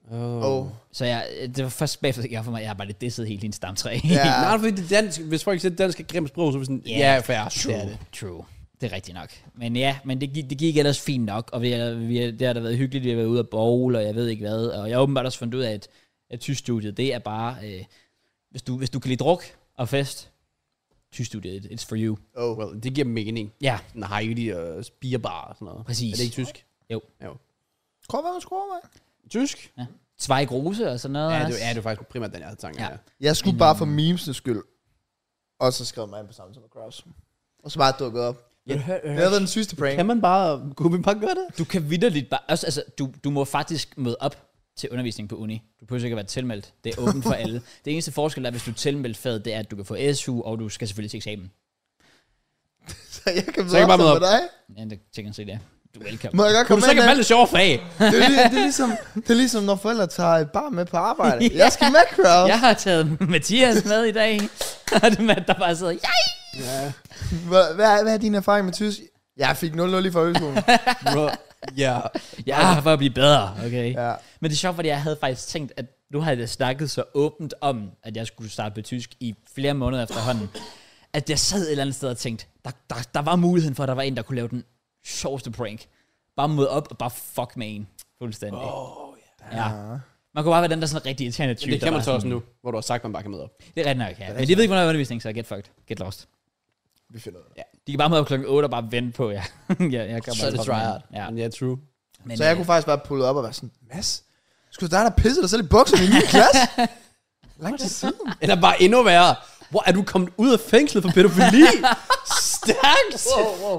[SPEAKER 1] Så det var først bagefter, for mig, jeg har bare lidt disset hele hendes stamtræ.
[SPEAKER 3] Nej, fordi det dansk, hvis folk siger, at dansk er grimt sprog, så er vi sådan, fair.
[SPEAKER 1] True. Det er rigtigt nok. Men det gik ellers fint nok, og det har da været hyggeligt, vi har været ude at bowl, og jeg ved ikke hvad, og jeg har åbenbart også fundet ud af, at tyskstudiet, det er bare, hvis du kan lide druk og fest, tyskstudiet, it's for you.
[SPEAKER 3] Well, det giver mening.
[SPEAKER 1] Ja.
[SPEAKER 3] En Heidi og spierbar og sådan noget.
[SPEAKER 1] Præcis.
[SPEAKER 3] Er det ikke tysk?
[SPEAKER 1] Jo.
[SPEAKER 2] Skråvej.
[SPEAKER 3] Tysk?
[SPEAKER 1] Ja. Zweiggrose og sådan noget.
[SPEAKER 3] Ja, det var faktisk primært den, jeg havde tanken. Ja.
[SPEAKER 2] Jeg skulle bare for memes' skyld, og så skrev mig ind på samme som Cross. Og så bare dukket op. Det har været den sygeste prank.
[SPEAKER 3] Kunne vi bare gøre det?
[SPEAKER 1] Du kan vitterligt bare, altså du må faktisk møde op til undervisning på uni. Du behøver ikke at være tilmeldt. Det er åbent for alle. Det eneste forskel er, hvis du er tilmeldt faget, det er, at du kan få SU, og du skal selvfølgelig til eksamen.
[SPEAKER 2] Så jeg kan møde op med dig?
[SPEAKER 1] Ja, det tænker jeg se det. Du er velkommen.
[SPEAKER 2] Må jeg godt
[SPEAKER 3] komme med? Du så kan det sjove fag.
[SPEAKER 2] Det er ligesom, når forældre tager et barn med på arbejde. Jeg skal med, Kraus.
[SPEAKER 1] Jeg har taget Mathias med i dag. Og det med, der bare sidder,
[SPEAKER 2] Hvad er din erfaring med tysk? Jeg fik 0-0 i folkeskolen.
[SPEAKER 3] Bro, ja.
[SPEAKER 1] Ja, for at blive bedre, okay?
[SPEAKER 2] Ja.
[SPEAKER 1] Men det er sjovt, fordi jeg havde faktisk tænkt, at nu havde jeg snakket så åbent om, at jeg skulle starte på tysk i flere måneder efterhånden, at jeg sad et eller andet sted og tænkte, der var muligheden for, at der var en, der kunne lave den sjoveste prank. Bare møde op og bare fuck med en. Fuldstændig. Ja. Man kunne bare være den, der sådan rigtig irriterende type.
[SPEAKER 3] Det kan man så også nu, hvor du har sagt, at man bare kan møde op.
[SPEAKER 1] Det er ret nok, ja. Men de ved ikke, hvornår er undervisning, så get fucked. Get lost.
[SPEAKER 2] Vi finder det.
[SPEAKER 1] Ja. De kan bare møde op klokken 8 og bare vente på, ja. Jeg
[SPEAKER 3] så er det tryhard.
[SPEAKER 1] Ja.
[SPEAKER 3] Ja, true.
[SPEAKER 1] Men,
[SPEAKER 2] så jeg kunne faktisk bare pulle op og være sådan, Mads, skulle du der pisse dig selv i bukserne i 9. klasse? Langt til siden.
[SPEAKER 3] Eller bare endnu værre. Hvor er du kommet ud af fængslet for pædofili? Stærkt!
[SPEAKER 2] Wow.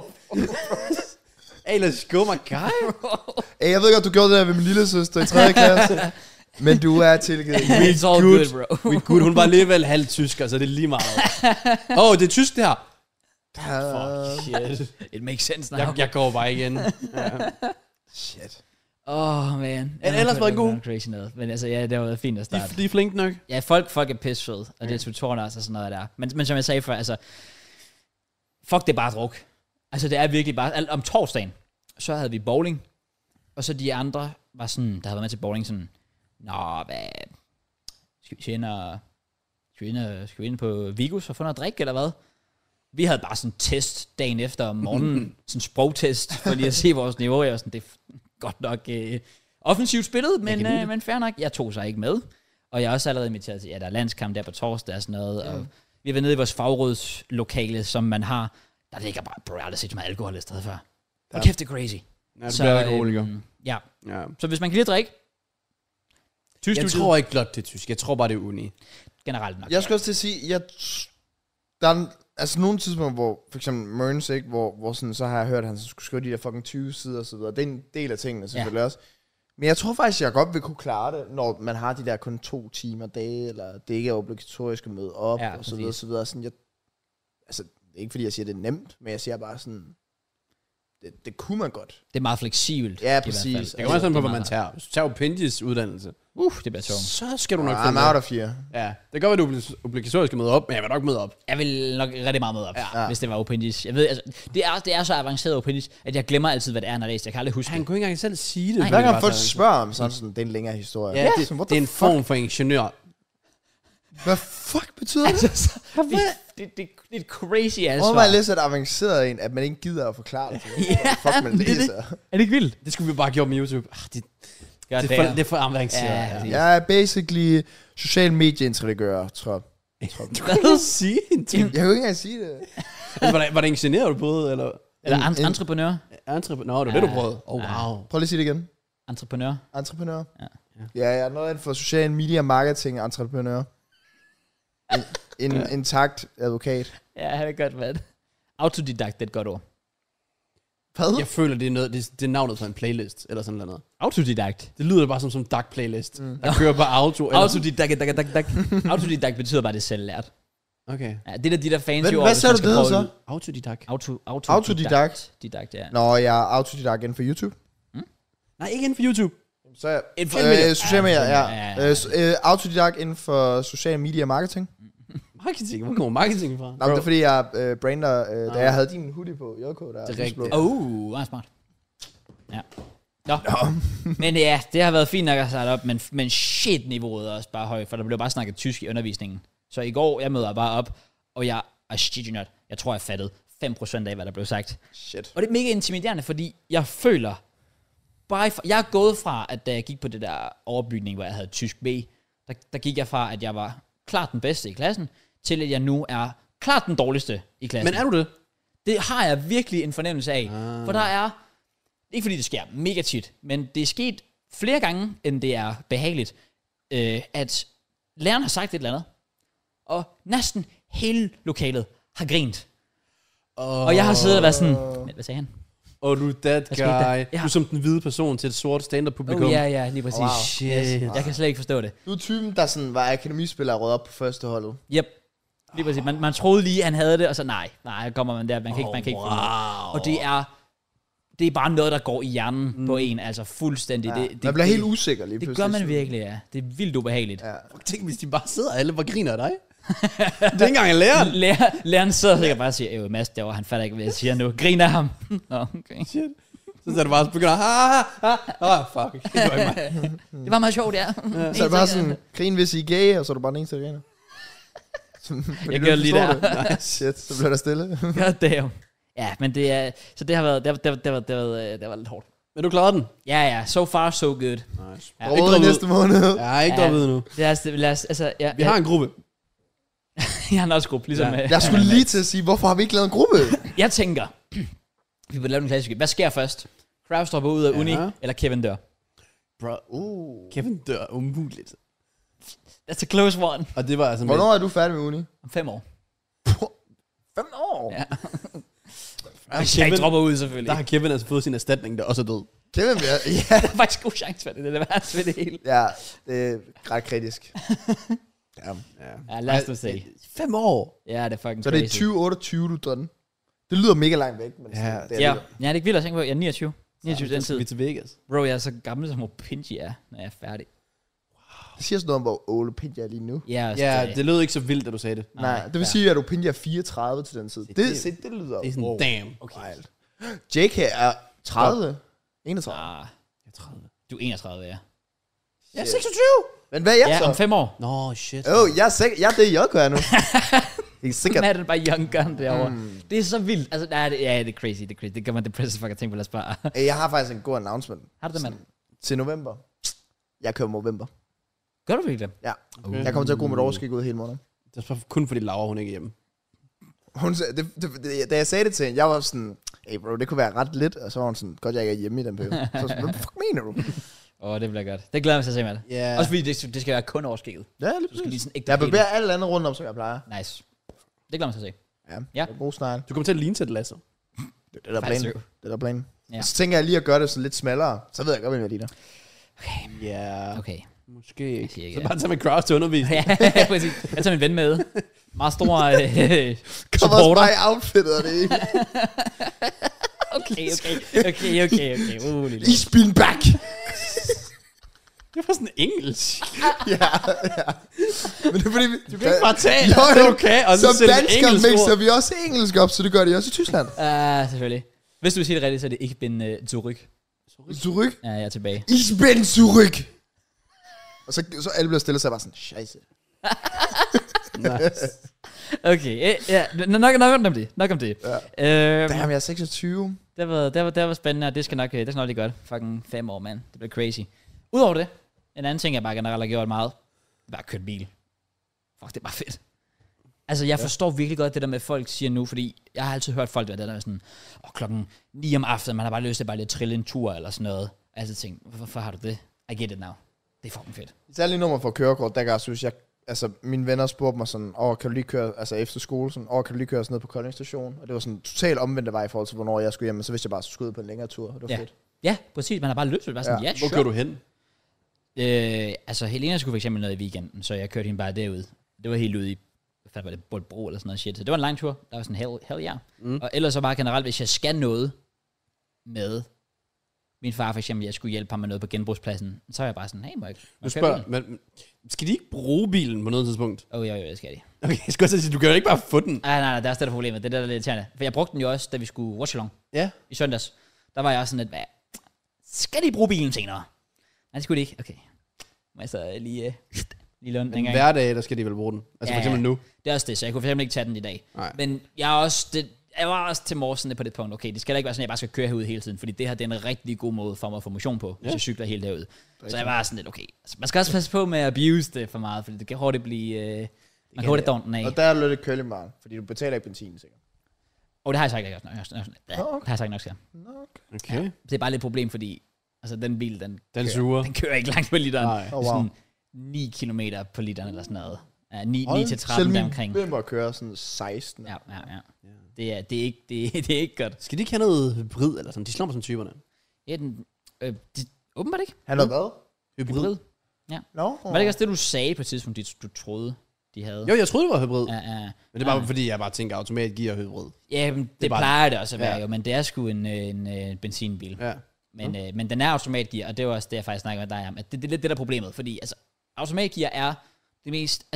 [SPEAKER 3] Hey, let's go, my guy.
[SPEAKER 2] Hey, jeg ved godt, du gjorde det der ved min lille søster i 3. klasse. Men du er tilgivet.
[SPEAKER 1] It's all good, bro.
[SPEAKER 3] We good. Hun var alligevel halvt tysker, så det er lige meget. Det er tysk, det her. Fuck, shit.
[SPEAKER 1] It makes sense now.
[SPEAKER 3] Jeg går bare igen.
[SPEAKER 2] Shit.
[SPEAKER 1] Man.
[SPEAKER 3] Ellers var det god.
[SPEAKER 1] Crazy noget. Men altså, ja, det var fint at starte.
[SPEAKER 3] De er flinke nok.
[SPEAKER 1] Ja, folk er pissfede, og det er tutoren også og sådan noget der. Men som jeg sagde før, altså, fuck, det er bare druk. Altså, det er virkelig bare, om torsdagen, så havde vi bowling, og så de andre var sådan, der havde været med til bowling, sådan, nå, hvad, skal vi ind på Vigos og få noget drik, eller hvad? Vi havde bare sådan en test dagen efter om morgenen, sådan en sprogtest, for lige at se vores niveau. Jeg var sådan, det er godt nok offensivt spillet, men fair nok. Jeg tog så ikke med. Og jeg er også allerede inviteret til, der er landskamp der på torsdag og sådan noget. Ja. Og vi var nede i vores fagrådslokale, som man har. Der ligger bare, bro, jeg har aldrig set så meget alkohol i stedet før. Og kæft, det er crazy.
[SPEAKER 3] Ja, det bliver alkoholiker.
[SPEAKER 1] Ja. Så hvis man kan lide at drikke.
[SPEAKER 3] Jeg tror ikke blot det er tysk. Jeg tror bare, det er uni.
[SPEAKER 1] Generelt nok.
[SPEAKER 2] Jeg skal også til at sige, der er altså nogle tidspunkter, hvor for eksempel Mørns, ikke, hvor sådan, så har jeg hørt, at han skulle skrive de der fucking 20 sider og så videre. Det er en del af tingene selvfølgelig også. Men jeg tror faktisk, jeg godt vil kunne klare det, når man har de der kun 2 timer dage, eller det ikke er obligatorisk at møde op, og så videre, så videre. Sådan, altså, det er ikke fordi, jeg siger, det er nemt, men jeg siger bare sådan, det kunne man godt.
[SPEAKER 1] Det er meget fleksibelt.
[SPEAKER 2] Ja, præcis.
[SPEAKER 3] Det kommer sådan på, hvad man tager. Hvis du tager Opindis uddannelse,
[SPEAKER 1] det bliver tungt.
[SPEAKER 3] så skal du nok
[SPEAKER 2] I'm out of 4.
[SPEAKER 3] Ja, det kan godt være, du er obligatorisk at møde op, men jeg vil nok møde op.
[SPEAKER 1] Jeg vil nok rigtig meget møde op, hvis det var Opindis. Jeg ved, altså, det er så avanceret Opindis, at jeg glemmer altid, hvad det er, når jeg læser. Jeg kan aldrig huske
[SPEAKER 3] Han kunne ikke engang selv sige det.
[SPEAKER 2] Hver gang folk spørger om sådan, det er en længere historie.
[SPEAKER 3] Ja, det er en form for ingeniør.
[SPEAKER 2] Hvad fuck betyder det?
[SPEAKER 1] Det er et crazy ass
[SPEAKER 2] svar. Man læser et avanceret en, at man ikke gider at forklare det. Fuck, man læser.
[SPEAKER 1] Er det ikke vildt?
[SPEAKER 3] Det skulle vi bare gjort med YouTube. Det er for avanceret.
[SPEAKER 2] Jeg er basically social medieintegrigør, tror jeg.
[SPEAKER 3] Du kan ikke sige en ting.
[SPEAKER 2] Jeg kan jo ikke engang sige det.
[SPEAKER 3] Var det ingeniør, du prøvede? Eller
[SPEAKER 1] entreprenør?
[SPEAKER 3] Nå, det var det, du prøvede. Wow.
[SPEAKER 2] Prøv lige at sige det igen.
[SPEAKER 1] Entreprenør?
[SPEAKER 2] Ja, jeg er noget inden for social media marketing entreprenør. En takt advokat.
[SPEAKER 1] Ja, det er godt, hvad? Autodidakt, det er et godt ord.
[SPEAKER 2] Hvad?
[SPEAKER 3] Jeg føler, det er navnet for en playlist, eller sådan noget.
[SPEAKER 1] Autodidakt?
[SPEAKER 3] Det lyder bare som DAC playlist. Der kører på auto.
[SPEAKER 1] Autodidakt. Autodidakt betyder bare, det er selvlært.
[SPEAKER 3] Okay.
[SPEAKER 1] Ja, det er de der fancy ord.
[SPEAKER 2] Hvad sagde du, det hedder så?
[SPEAKER 3] Autodidakt.
[SPEAKER 2] Autodidakt?
[SPEAKER 1] Didakt, ja.
[SPEAKER 2] Nå, jeg er autodidakt inden for YouTube.
[SPEAKER 3] Nej, ikke inden for YouTube.
[SPEAKER 2] Så er sociale medier, autodidakt inden for social media marketing.
[SPEAKER 3] Marketing? Hvor kommer marketing fra?
[SPEAKER 2] Nej, det er fordi, jeg brander, da jeg havde din hoodie på JK. Der
[SPEAKER 3] det er rigtigt.
[SPEAKER 1] Meget smart. Ja. Nå. Men ja, det har været fint nok at starte op, men shit, niveauet er også bare højt, for der blev bare snakket tysk i undervisningen. Så i går, jeg møder bare op, og jeg tror, jeg fattede 5% af, hvad der blev sagt.
[SPEAKER 2] Shit.
[SPEAKER 1] Og det er mega intimiderende, fordi jeg føler, jeg er gået fra, at da jeg gik på det der overbygning, hvor jeg havde tysk B, der gik jeg fra, at jeg var klart den bedste i klassen, til at jeg nu er klart den dårligste i klassen.
[SPEAKER 3] Men er du det?
[SPEAKER 1] Det har jeg virkelig en fornemmelse af. For der er, ikke fordi det sker mega tit, men det er sket flere gange, end det er behageligt, at læreren har sagt et eller andet, og næsten hele lokalet har grint. Og jeg har siddet og været sådan, hvad sagde han?
[SPEAKER 3] Og du er that guy. Ja. Du er som den hvide person til et sort stand-up-publikum.
[SPEAKER 1] Ja, lige præcis.
[SPEAKER 2] Wow.
[SPEAKER 1] Shit. Yes. Jeg kan slet ikke forstå det.
[SPEAKER 2] Du er typen, der sådan var akademispiller og rød op på første holdet.
[SPEAKER 1] Yep. Lige præcis. Man troede lige, han havde det, og så nej, kommer man der. Man kan ikke finde det. Og det er bare noget, der går i hjernen på en, altså fuldstændig.
[SPEAKER 2] Ja. Man bliver helt usikker lige
[SPEAKER 1] pludselig.
[SPEAKER 2] pludselig.
[SPEAKER 1] Det gør man virkelig, ja. Det er vildt ubehageligt.
[SPEAKER 3] Ja. Tænk, hvis de bare sidder alle, hvor griner af dig? Det er ikke engang en lærer.
[SPEAKER 1] Læreren sidder sikkert bare og siger, Mads derovre, han fatter ikke, hvad jeg siger nu. Griner af ham. Nå, okay.
[SPEAKER 3] Shit. Så er det bare begynder, fuck. Det var ikke mig.
[SPEAKER 1] Det var meget sjovt, ja.
[SPEAKER 2] Så er det bare sådan, grin hvis I er gay, og så er du bare den eneste, der griner.
[SPEAKER 1] Jeg gør lige der.
[SPEAKER 2] Nice. Shit, så bliver der stille.
[SPEAKER 1] God damn. Ja, men det er, så det har været, det var lidt hårdt.
[SPEAKER 3] Men du klarede den?
[SPEAKER 1] Ja, so far so good.
[SPEAKER 3] Nice.
[SPEAKER 1] Ja,
[SPEAKER 2] Råd næste måned.
[SPEAKER 3] Jeg er ikke droppet nu.
[SPEAKER 1] Lad os, altså,
[SPEAKER 3] Vi har en gruppe.
[SPEAKER 1] Jeg har en også gruppe, ligesom.
[SPEAKER 2] Jeg skulle lige til at sige, hvorfor har vi ikke lavet en gruppe?
[SPEAKER 1] Jeg tænker, vi vil lave en klassisk. Hvad sker først? Kraus dropper ud af uni, eller Kevin dør?
[SPEAKER 3] Bro, Kevin dør umuligt.
[SPEAKER 1] That's a close one.
[SPEAKER 3] Og det var altså...
[SPEAKER 2] Hvornår er du færdig med uni?
[SPEAKER 1] Om 5 år.
[SPEAKER 2] 5 år?
[SPEAKER 1] Ja. Jeg dropper ud, selvfølgelig.
[SPEAKER 3] Der har Kevin altså fået sin erstatning, der også er død.
[SPEAKER 2] Kevin bliver...
[SPEAKER 1] Ja. Der er faktisk god chance for det. Det er det værste ved det hele.
[SPEAKER 2] Ja, det er ret kritisk.
[SPEAKER 1] Ja, lad os nu se.
[SPEAKER 3] 5 år?
[SPEAKER 1] Ja, det er fucking
[SPEAKER 2] så
[SPEAKER 1] crazy.
[SPEAKER 2] det er 2028, du er done. Det lyder mega langt væk, men
[SPEAKER 3] Ja.
[SPEAKER 2] det er
[SPEAKER 1] Ja, det er ikke vildt at tænke på. Jeg er 29. 29 den
[SPEAKER 3] Så skal
[SPEAKER 1] tid.
[SPEAKER 3] vi til Vegas.
[SPEAKER 1] Bro, jeg er så gammel, som Opinji er, når jeg er færdig.
[SPEAKER 2] Det siger sådan noget om, hvor Ole Pinja er lige nu.
[SPEAKER 1] Ja,
[SPEAKER 3] Det lød ikke så vildt, da du sagde det.
[SPEAKER 2] Nej, det vil sige, at Opinja er 34 til den tid. Det lyder...
[SPEAKER 3] Det er sådan, damn.
[SPEAKER 1] Okay.
[SPEAKER 2] JK er 30. 31.
[SPEAKER 1] Ah, 30. Du er 31, ja.
[SPEAKER 3] Jeg er 26!
[SPEAKER 2] Men hvad er jeg
[SPEAKER 1] Ja,
[SPEAKER 2] så?
[SPEAKER 1] om 5 år.
[SPEAKER 3] Nå, shit.
[SPEAKER 2] Jeg er det, jeg gør nu. Det er sikkert.
[SPEAKER 1] Matt er bare young gun derovre. Det er så vildt. Altså, det er crazy, det er crazy. Det gør man depressive fuck at tænke på, lad os bare.
[SPEAKER 2] Jeg har faktisk en god announcement.
[SPEAKER 1] Har du det, Matt?
[SPEAKER 2] Til november. Jeg kører november.
[SPEAKER 1] Gør du virkelig det?
[SPEAKER 2] Ja.
[SPEAKER 3] Okay.
[SPEAKER 2] Jeg kommer til at gå med et overskæg ud hele måneden.
[SPEAKER 3] Det er bare kun fordi Laura, hun ikke er hjemme.
[SPEAKER 2] Hun sagde, da jeg sagde det til hende, jeg var sådan, hey bro, det kunne være ret lidt. Og så var hun sådan, godt jeg ikke er hjemme i den periode. Så sådan, hvad fuck mener du?
[SPEAKER 1] Det bliver godt. Det glæder jeg mig til at se, Matt.
[SPEAKER 3] Yeah.
[SPEAKER 1] Også fordi det skal være kun overskægget.
[SPEAKER 2] Ja, lige
[SPEAKER 1] Du skal lige sådan ikke
[SPEAKER 2] jeg bevæger alt andet rundt om, som jeg plejer.
[SPEAKER 1] Nice. Det glæder jeg mig til at se.
[SPEAKER 2] Ja. Det er god snegl.
[SPEAKER 3] Du kommer til at ligne til et lasso.
[SPEAKER 2] Det er der
[SPEAKER 1] Faktisk
[SPEAKER 2] planen. Det er der planen.
[SPEAKER 1] Ja.
[SPEAKER 2] Så tænker jeg lige at gøre det sådan lidt smallere. Så ved jeg godt, hvem jeg ligner.
[SPEAKER 3] Ja,
[SPEAKER 1] Okay.
[SPEAKER 3] måske ikke.
[SPEAKER 1] siger
[SPEAKER 3] Så
[SPEAKER 1] ikke,
[SPEAKER 3] bare tage med Kraus til undervisning.
[SPEAKER 1] Ja, præcis. Jeg tager min ven med. Meget stor
[SPEAKER 2] Kommer også
[SPEAKER 1] supporter.
[SPEAKER 2] bare i outfittet og det hele.
[SPEAKER 1] Okay. Lille.
[SPEAKER 2] He's been back.
[SPEAKER 3] Det var sådan engelsk.
[SPEAKER 2] ja. Men det er fordi,
[SPEAKER 3] Du kan ikke bare tage
[SPEAKER 2] Jo,
[SPEAKER 3] okay, og så
[SPEAKER 2] som
[SPEAKER 3] sætte et
[SPEAKER 2] dansker
[SPEAKER 3] engelsk
[SPEAKER 2] mixer
[SPEAKER 3] ord.
[SPEAKER 2] vi også engelsk op, så det gør de også i Tyskland.
[SPEAKER 1] Selvfølgelig. Hvis du vil sige det rigtigt, så er det ikke bin zurück.
[SPEAKER 2] Zurück.
[SPEAKER 1] Ja, jeg er tilbage.
[SPEAKER 2] Ich bin zurück. Og så alle bliver stille, så er jeg bare sådan, scheisse.
[SPEAKER 3] Nice.
[SPEAKER 1] Okay, ja, nok om det.
[SPEAKER 2] Ja. Damn, jeg er 26.
[SPEAKER 1] Det var spændende, og det skal nok lige godt. Fucking 5 år, mand. Det bliver crazy. Udover det, en anden ting, jeg bare generelt har gjort meget, bare kørt bil. Fuck, det er bare fedt. Altså, jeg forstår virkelig godt det der med, folk siger nu, fordi jeg har altid hørt folk, der er sådan, klokken 9 om aftenen, man har bare lyst til bare lige at trille en tur, eller sådan noget. Jeg har altid tænkt, hvorfor har du det? I get it now. Det er fucking fedt.
[SPEAKER 2] Særligt nummer for kørekort, der gør, synes jeg, altså mine venner spurgte mig sådan, kan du lige køre, altså efter skole, sådan, kan du lige køre os ned på Kolding station? Og det var sådan totalt omvendt vej i forhold til, hvornår jeg skulle hjem, men så vidste jeg bare, at jeg skulle ud på en længere tur, og det var fedt.
[SPEAKER 1] Ja, præcis. Man har bare lyst til det. Bare sådan, ja,
[SPEAKER 3] Hvor kører du hen?
[SPEAKER 1] Altså, Helena skulle for eksempel noget i weekenden, så jeg kørte hende bare derud. Det var helt ude i, hvad var det, Bolbro eller sådan noget shit. Så det var en lang tur. Der var sådan, hell yeah. Og ellers så bare generelt, hvis jeg skal noget med min far for eksempel, jeg skulle hjælpe ham med noget på genbrugspladsen, så er jeg bare sådan, hey, må jeg
[SPEAKER 3] Du spørger, men skal de ikke bruge bilen på noget tidspunkt?
[SPEAKER 1] Jo, det skal de.
[SPEAKER 3] Okay, jeg skulle også sige, du kan jo ikke bare få den.
[SPEAKER 1] Nej, der er stadig problemet. Det er der lidt irriterende. For jeg brugte den jo også, da vi skulle watch along i søndags. Der var jeg også sådan lidt, skal de bruge bilen senere? Nej, det skulle de ikke. Okay. Må jeg så lige låne den gang.
[SPEAKER 3] Hverdag, der skal de vel bruge den. Altså for eksempel nu.
[SPEAKER 1] Det er også det, så jeg kunne for eksempel ikke tage den i dag.
[SPEAKER 3] Nej.
[SPEAKER 1] Men jeg var også til morgen på det punkt, okay, det skal da ikke være sådan, at jeg bare skal køre herud hele tiden, fordi det her det er en rigtig god måde for mig at få motion på, hvis jeg cykler helt derud. Så jeg var sådan lidt, okay, altså, man skal også passe på med at abuse det for meget, fordi det kan hurtigt blive, man kan hurtigt dårne den af.
[SPEAKER 2] Og der er lidt curlingbarn, fordi du betaler ikke benzin, sikkert.
[SPEAKER 1] Det har jeg sagt ikke også. Det har jeg sagt nok skal.
[SPEAKER 3] Okay.
[SPEAKER 1] Ja, det er bare lidt et problem, fordi altså, den bil, den
[SPEAKER 3] suger.
[SPEAKER 1] Den kører ikke langt på literen.
[SPEAKER 3] Nej.
[SPEAKER 2] Wow.
[SPEAKER 1] Sådan 9 kilometer på literen eller sådan noget. Ja, 9 til 13
[SPEAKER 2] Selv
[SPEAKER 1] deromkring.
[SPEAKER 2] min Bimmer kører sådan 16.
[SPEAKER 1] Ja. Det er ikke godt.
[SPEAKER 3] Skal de ikke have noget hybrid, eller sådan? De slår mig som typerne.
[SPEAKER 1] Ja, åbenbart ikke.
[SPEAKER 2] Han har hvad?
[SPEAKER 1] Hybrid. Ja.
[SPEAKER 2] No?
[SPEAKER 1] Var det ikke også det, du sagde på et tidspunkt, du troede, de havde?
[SPEAKER 3] Jo, jeg troede, det var hybrid.
[SPEAKER 1] Ja.
[SPEAKER 3] Men det er bare fordi, jeg bare tænker, automat giver hybrid.
[SPEAKER 1] Ja, men det
[SPEAKER 3] bare
[SPEAKER 1] plejer det også at være
[SPEAKER 3] ja.
[SPEAKER 1] jo, men det er sgu en benzinbil.
[SPEAKER 3] Ja.
[SPEAKER 1] Men den er automatgear, og det er også det, jeg faktisk snakker med dig om, at det er lidt det der problemet, fordi altså, automatgear er det mest, altså,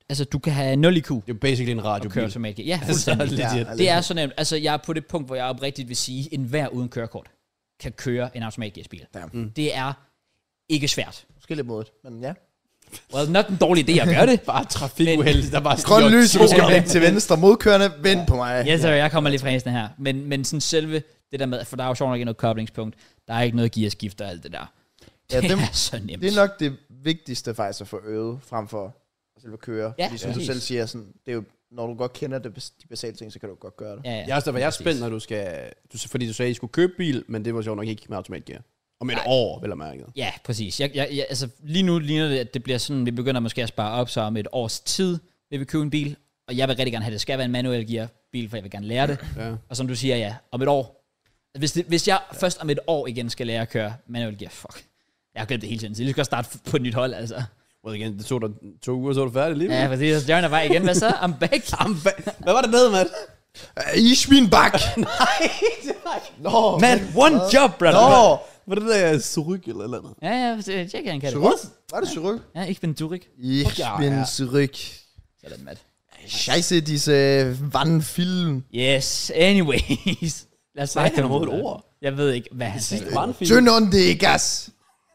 [SPEAKER 1] altså, du kan have 0 IQ.
[SPEAKER 3] Det er jo basically en
[SPEAKER 1] Og
[SPEAKER 3] radiobil.
[SPEAKER 1] køre automatgear. Ja, fuldstændig.
[SPEAKER 2] Ja,
[SPEAKER 1] Det er så nemt. Altså, jeg er på det punkt, hvor jeg oprigtigt vil sige, at enhver uden kørekort kan køre en automatgearsbil. Det er ikke svært.
[SPEAKER 2] Måske lidt modigt, men ja.
[SPEAKER 1] Well, nok en dårlig idé at gøre det.
[SPEAKER 3] Bare trafikuheldigt, der bare
[SPEAKER 2] Grøn lys, du skal væk til venstre. Modkørende, vend på mig.
[SPEAKER 1] Ja, så jeg kommer lidt fra hesten her. Men sådan selve det der med, for der er jo sjovt nok ikke noget koblingspunkt. Der er ikke noget gearskift og alt det der.
[SPEAKER 2] Ja,
[SPEAKER 1] Det er så nemt.
[SPEAKER 2] Det er nok det vigtigste faktisk at få øvet, frem for at selve køre.
[SPEAKER 1] Ja,
[SPEAKER 2] Fordi som du selv siger, sådan, det er jo, når du godt kender de basale ting, så kan du godt gøre det.
[SPEAKER 1] Ja,
[SPEAKER 3] Jeg er også derfor, jeg er spændt, når du skal... Fordi du sagde, at I skulle købe bil, men det var sjovt nok ikke med automatgear. Om et år, vil jeg mærke.
[SPEAKER 1] Ja, præcis. Altså, lige nu ligner det, at det bliver sådan, vi begynder måske at spare op, så om et års tid vil vi købe en bil, og jeg vil rigtig gerne have, det skal være en manuel gear-bil, for jeg vil gerne lære det.
[SPEAKER 3] Ja.
[SPEAKER 1] Og som du siger, ja, om et år. Hvis jeg først om et år igen skal lære at køre manuel gear, fuck. Jeg har glemt det hele tiden, så jeg skal starte på et nyt hold, altså.
[SPEAKER 3] Well, igen, det tog dig 2 uger, så er du færdig lige.
[SPEAKER 1] Ja, præcis. Jørgen er bare igen. Hvad så? I'm back.
[SPEAKER 3] Hvad var det nede, Matt?
[SPEAKER 2] Ich bin back!
[SPEAKER 3] Nej, det var ikke.
[SPEAKER 2] Nå,
[SPEAKER 1] Man, one job, brother.
[SPEAKER 2] Nå!
[SPEAKER 3] Var det der suryk eller andet?
[SPEAKER 1] Ja, tjek, han kan det.
[SPEAKER 2] Zurück? Var det Zurück?
[SPEAKER 1] Ja, ich bin Zurich.
[SPEAKER 2] Ich bin zurück.
[SPEAKER 1] Sådan, Matt.
[SPEAKER 2] Scheiße, disse vandfilm.
[SPEAKER 1] Yes, anyways. Lad os
[SPEAKER 3] Sagde han overhovedet et ord?
[SPEAKER 1] Jeg ved ikke, hvad han sagde.
[SPEAKER 2] Tøn on the gas.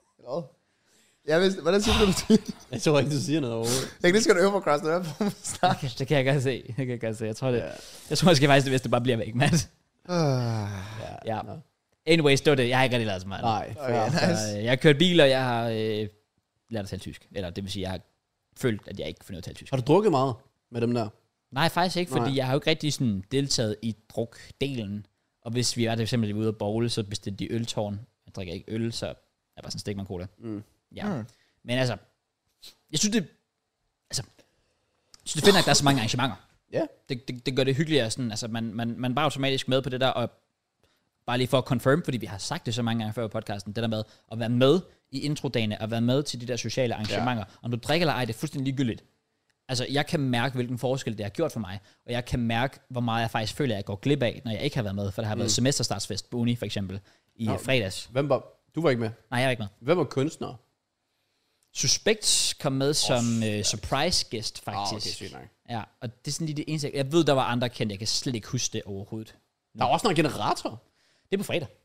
[SPEAKER 2] Jeg vidste, hvordan siger du det?
[SPEAKER 3] Jeg tror ikke, du siger noget overhovedet.
[SPEAKER 2] Det skal du øve på, Cross, når på start.
[SPEAKER 1] Det kan jeg godt se. Jeg tror det. Jeg tror måske faktisk, det bare bliver væk, Matt. Ja. Anyways, det var det. Jeg har ikke rigtig lavet så meget.
[SPEAKER 3] Nej.
[SPEAKER 2] Okay, nice.
[SPEAKER 1] Jeg har kørt bil, og jeg har lært at tale tysk. Eller det vil sige, jeg har følt, at jeg ikke finder ud af at tale tysk.
[SPEAKER 3] Har du drukket meget med dem der?
[SPEAKER 1] Nej, faktisk ikke, fordi jeg har jo ikke rigtig sådan deltaget i drukdelen. Og hvis vi er for eksempel ude at bowle, så bestilte de øltårn. Jeg drikker ikke øl, så er bare sådan stikman cola. Ja. Men altså, jeg synes det finder, at der er så mange arrangementer.
[SPEAKER 3] Ja.
[SPEAKER 1] Det gør det hyggeligere sådan, altså man bare automatisk med på det der, og bare lige for at confirm, fordi vi har sagt det så mange gange før i podcasten, det der med at være med i introdagene, og være med til de der sociale arrangementer. Om du drikker eller ej, det er fuldstændig ligegyldigt. Altså, jeg kan mærke, hvilken forskel det har gjort for mig, og jeg kan mærke, hvor meget jeg faktisk føler, at jeg går glip af, når jeg ikke har været med, for der har været semesterstartsfest på uni, for eksempel, i fredags.
[SPEAKER 3] Du var ikke med?
[SPEAKER 1] Nej, jeg var ikke med.
[SPEAKER 3] Hvem var kunstner?
[SPEAKER 1] Suspect kom med som surprise guest, faktisk.
[SPEAKER 3] Okay, sygt nok.
[SPEAKER 1] Ja, og det er sådan lige det eneste. Jeg ved, der var andre kendte, jeg kan slet ikke huske det overhovedet.
[SPEAKER 3] Der er også noget generator.
[SPEAKER 1] Det er på fredag.